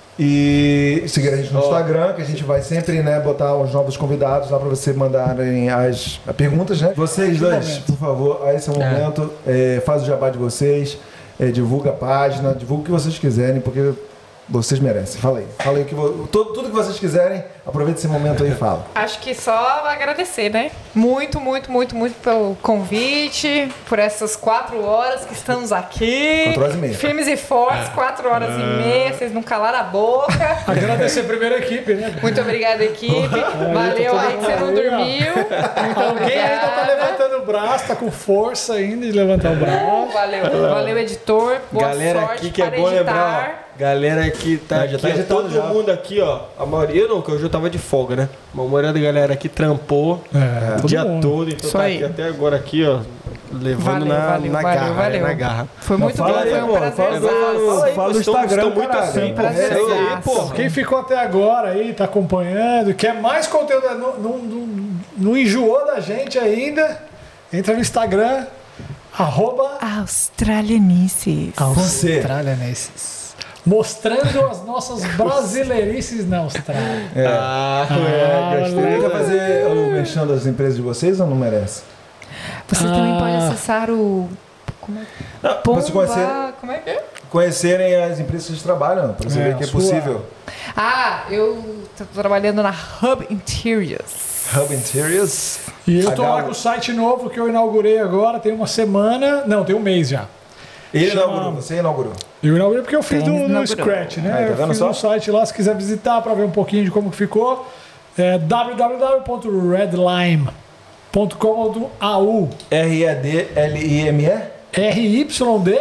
e seguir a gente no Instagram, que a gente vai sempre, né, botar os novos convidados lá para vocês mandarem as, as perguntas, né? Vocês dois, por favor, a esse é o momento, é, faz o jabá de vocês, é, divulga a página, divulga o que vocês quiserem, porque vocês merecem. Fala aí. Fala aí que vo- tudo, tudo que vocês quiserem, aproveita esse momento aí e fala.
Acho que só agradecer, né? Muito, muito, muito, muito pelo convite, por essas quatro horas que estamos aqui.
Quatro horas e meia.
Firmes e fortes, quatro horas e meia, vocês não calaram a boca.
Agradecer primeiro a equipe, né?
Muito obrigada, equipe. Valeu aí que você não dormiu. Muito
Alguém ainda tá
obrigada.
levantando o braço, tá com força ainda de levantar o braço.
Valeu, valeu, editor. Boa
Galera
sorte
aqui que é
para
bom
editar.
lembrar, ó. Galera aqui tá
É, já
aqui,
tá
ó,
editado
todo
já.
mundo aqui, ó. A maioria, eu não, que hoje eu tava de folga, né? Mas a maioria da galera aqui trampou
É,
o
todo
dia
mundo.
todo, então
Isso
tá
aí.
aqui até agora aqui, ó. Levando
Valeu,
na,
valeu,
na
valeu,
garra,
valeu.
né, na garra.
Foi muito
Fala
bom,
aí,
foi um
pô,
prazer.
fala do-
Fala aí,
fala do
vocês tão-
Instagram,
estão muito
caralho.
assim,
Prazer,
Isso aí,
exato.
pô.
Quem ficou até agora aí, tá acompanhando, quer mais conteúdo, não, não, não, não enjoou da gente ainda, entra no Instagram, arroba
Australianices.
Você.
Australianeses. Mostrando as nossas brasileirices na Austrália.
É.
Ah,
Ah,
é, gostei.
Você quer fazer o merchan das empresas de vocês ou não merece?
Você
Ah.
também pode acessar o... Como é?
Pra vocês conhecerem,
Pomba... Como é que é?
conhecerem as empresas que vocês trabalham, para você
É,
ver que é
sua-
possível.
Ah, eu tô trabalhando na Hub Interiors.
Hub Interiors.
E eu tô
H-
lá com o site novo que eu inaugurei agora, tem uma semana, não, tem um mês já.
Ele
Chama-
inaugurou, você inaugurou.
Eu inaugurei porque eu fiz
Tem,
do, do
inaugurou.
Scratch, né?
Aí, tá
eu
vendo
fiz
só?
no site lá, se quiser visitar para ver um pouquinho de como que ficou. É w w w ponto redlime ponto com ponto a u.
R E D L I M E?
R Y D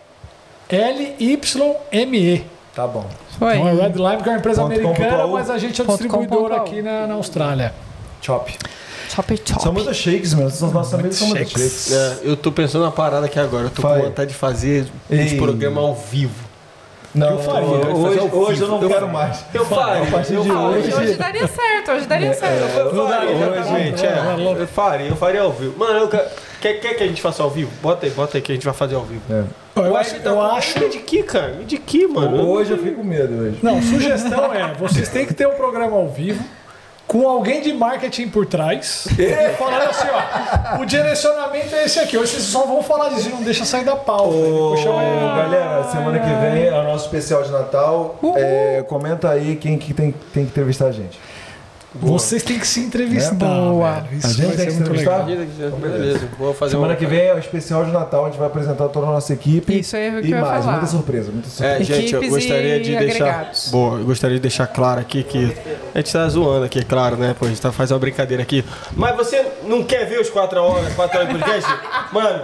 L Y M E.
Tá bom.
Foi.
Então é Redlime, que é uma empresa
Ponto com ponto
americana,
a u.
mas a gente é
Ponto com
distribuidora
ponto a u.
aqui na, na Austrália.
Chop.
Chop chop.
São muito shakes, meu. São nossos amigos são muito
shakes.
shakes.
É, eu tô pensando uma parada aqui agora. Eu tô
Fala aí.
com vontade de fazer uns
Ei.
programas ao vivo.
Não,
Eu faria.
hoje,
Fazer ao
hoje eu
vivo.
não
Eu
quero
faria.
mais.
Eu faria.
A partir
eu
de
Ah,
faria.
hoje, hoje daria certo, hoje daria certo.
Eu faria,
Hoje,
gente, é, eu faria, eu faria ao vivo. Mano, eu quero- quer, quer que a gente faça ao vivo? Bota aí, bota aí que a gente vai fazer ao vivo.
É.
Eu
Ué,
acho,
ele tá
eu
com
acho
medo de que, cara? Me de que, mano?
Hoje eu fico com medo hoje.
Não, sugestão é, vocês têm que ter um programa ao vivo com alguém de marketing por trás, falando assim, ó, o direcionamento é esse aqui. Hoje vocês só vão falar disso, não deixa sair da pauta.
Ô,
Depois chama ele.
galera, semana que vem é o nosso especial de Natal. É, comenta aí quem que tem, tem que entrevistar a gente.
Vocês têm que se entrevistar,
Boa.
velho. Isso
A gente
vai
tem
ser
que
muito
entrevistar?
legal.
Beleza, vou fazer
Semana
um...
que vem é o especial de Natal, a gente vai apresentar toda a nossa equipe.
Isso aí é o que
e
eu ia
mais,
falar.
muita surpresa, muita surpresa.
É, gente, eu
Equipes
gostaria
e
de deixar.
agregados.
Boa, eu gostaria de deixar claro aqui que. A gente tá zoando aqui, claro, né? Pô, a gente tá fazendo uma brincadeira aqui. Mas você não quer ver os quatro horas, quatro horas de podcast? Mano,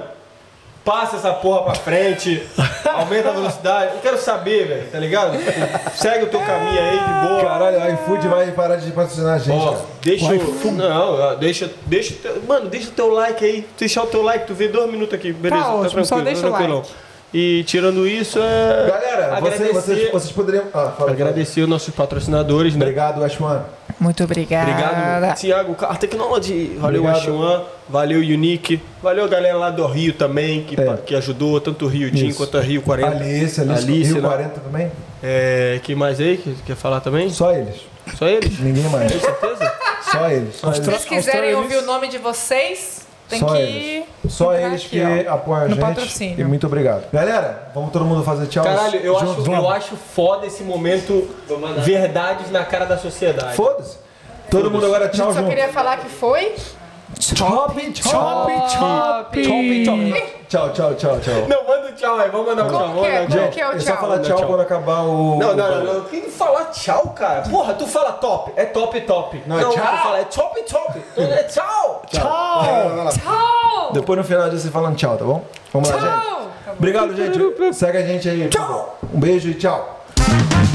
passa essa porra pra frente, aumenta a velocidade. Eu quero saber, velho, tá ligado? Segue o teu caminho aí de boa.
Caralho, o iFood vai parar de patrocinar a gente,
Ó,
cara.
deixa o. Não, deixa. deixa teu- mano, deixa o teu like aí. Deixar o teu like, tu vê dois minutos aqui, beleza?
Tá ótimo,
tranquilo,
só deixa o
tranquilão.
like.
E tirando isso, é.
Galera, você,
agradecer,
vocês, vocês poderiam... Ah, fala,
agradecer os nossos patrocinadores, né?
Obrigado, Ashwan.
Muito obrigada.
Obrigado, Thiago, a Technology. Valeu,
Obrigado.
Ashuan. Valeu, Unique. Valeu a galera lá do Rio também, que,
É.
que ajudou, tanto o Rio Team
Isso.
quanto a Rio quarenta.
Alice, Alice,
Alice,
Rio
né?
quarenta também?
É, quem mais aí que quer falar também?
Só eles.
Só eles?
Ninguém mais.
Tem certeza?
Só eles.
Se vocês quiserem
Australianos-
ouvir o nome de vocês, tem
Só
que...
eles. Só
entrar
eles
aqui,
que
ó,
apoiam a
no
gente.
patrocínio.
E muito obrigado. Galera, vamos todo mundo fazer tchau.
Caralho, eu
Junto,
acho,
vamos.
eu acho foda esse momento verdades na cara da sociedade.
Foda-se. Todo mundo agora
A gente
tchau
só
junto.
queria falar que foi...
Chop, chop, chop, chop, chop. Tchau, tchau, tchau, tchau.
Não, manda um tchau aí, vamos mandar um tchau.
Como
Vamos
que é?
mandar um
Como
tchau.
que é o
É só
tchau?
falar tchau
Tchau.
quando acabar o...
Não, não, não, não. Quem fala tchau, cara? Porra, tu fala top. É top, top.
Não, é tchau.
tu fala é top, top. É tchau.
Tchau!
Vai lá.
Tchau!
Depois no final disso você falando tchau, tá bom? Vamos lá, gente.
Tchau! Tá bom.
Obrigado, gente. Segue a gente aí. Tchau. Um beijo e tchau.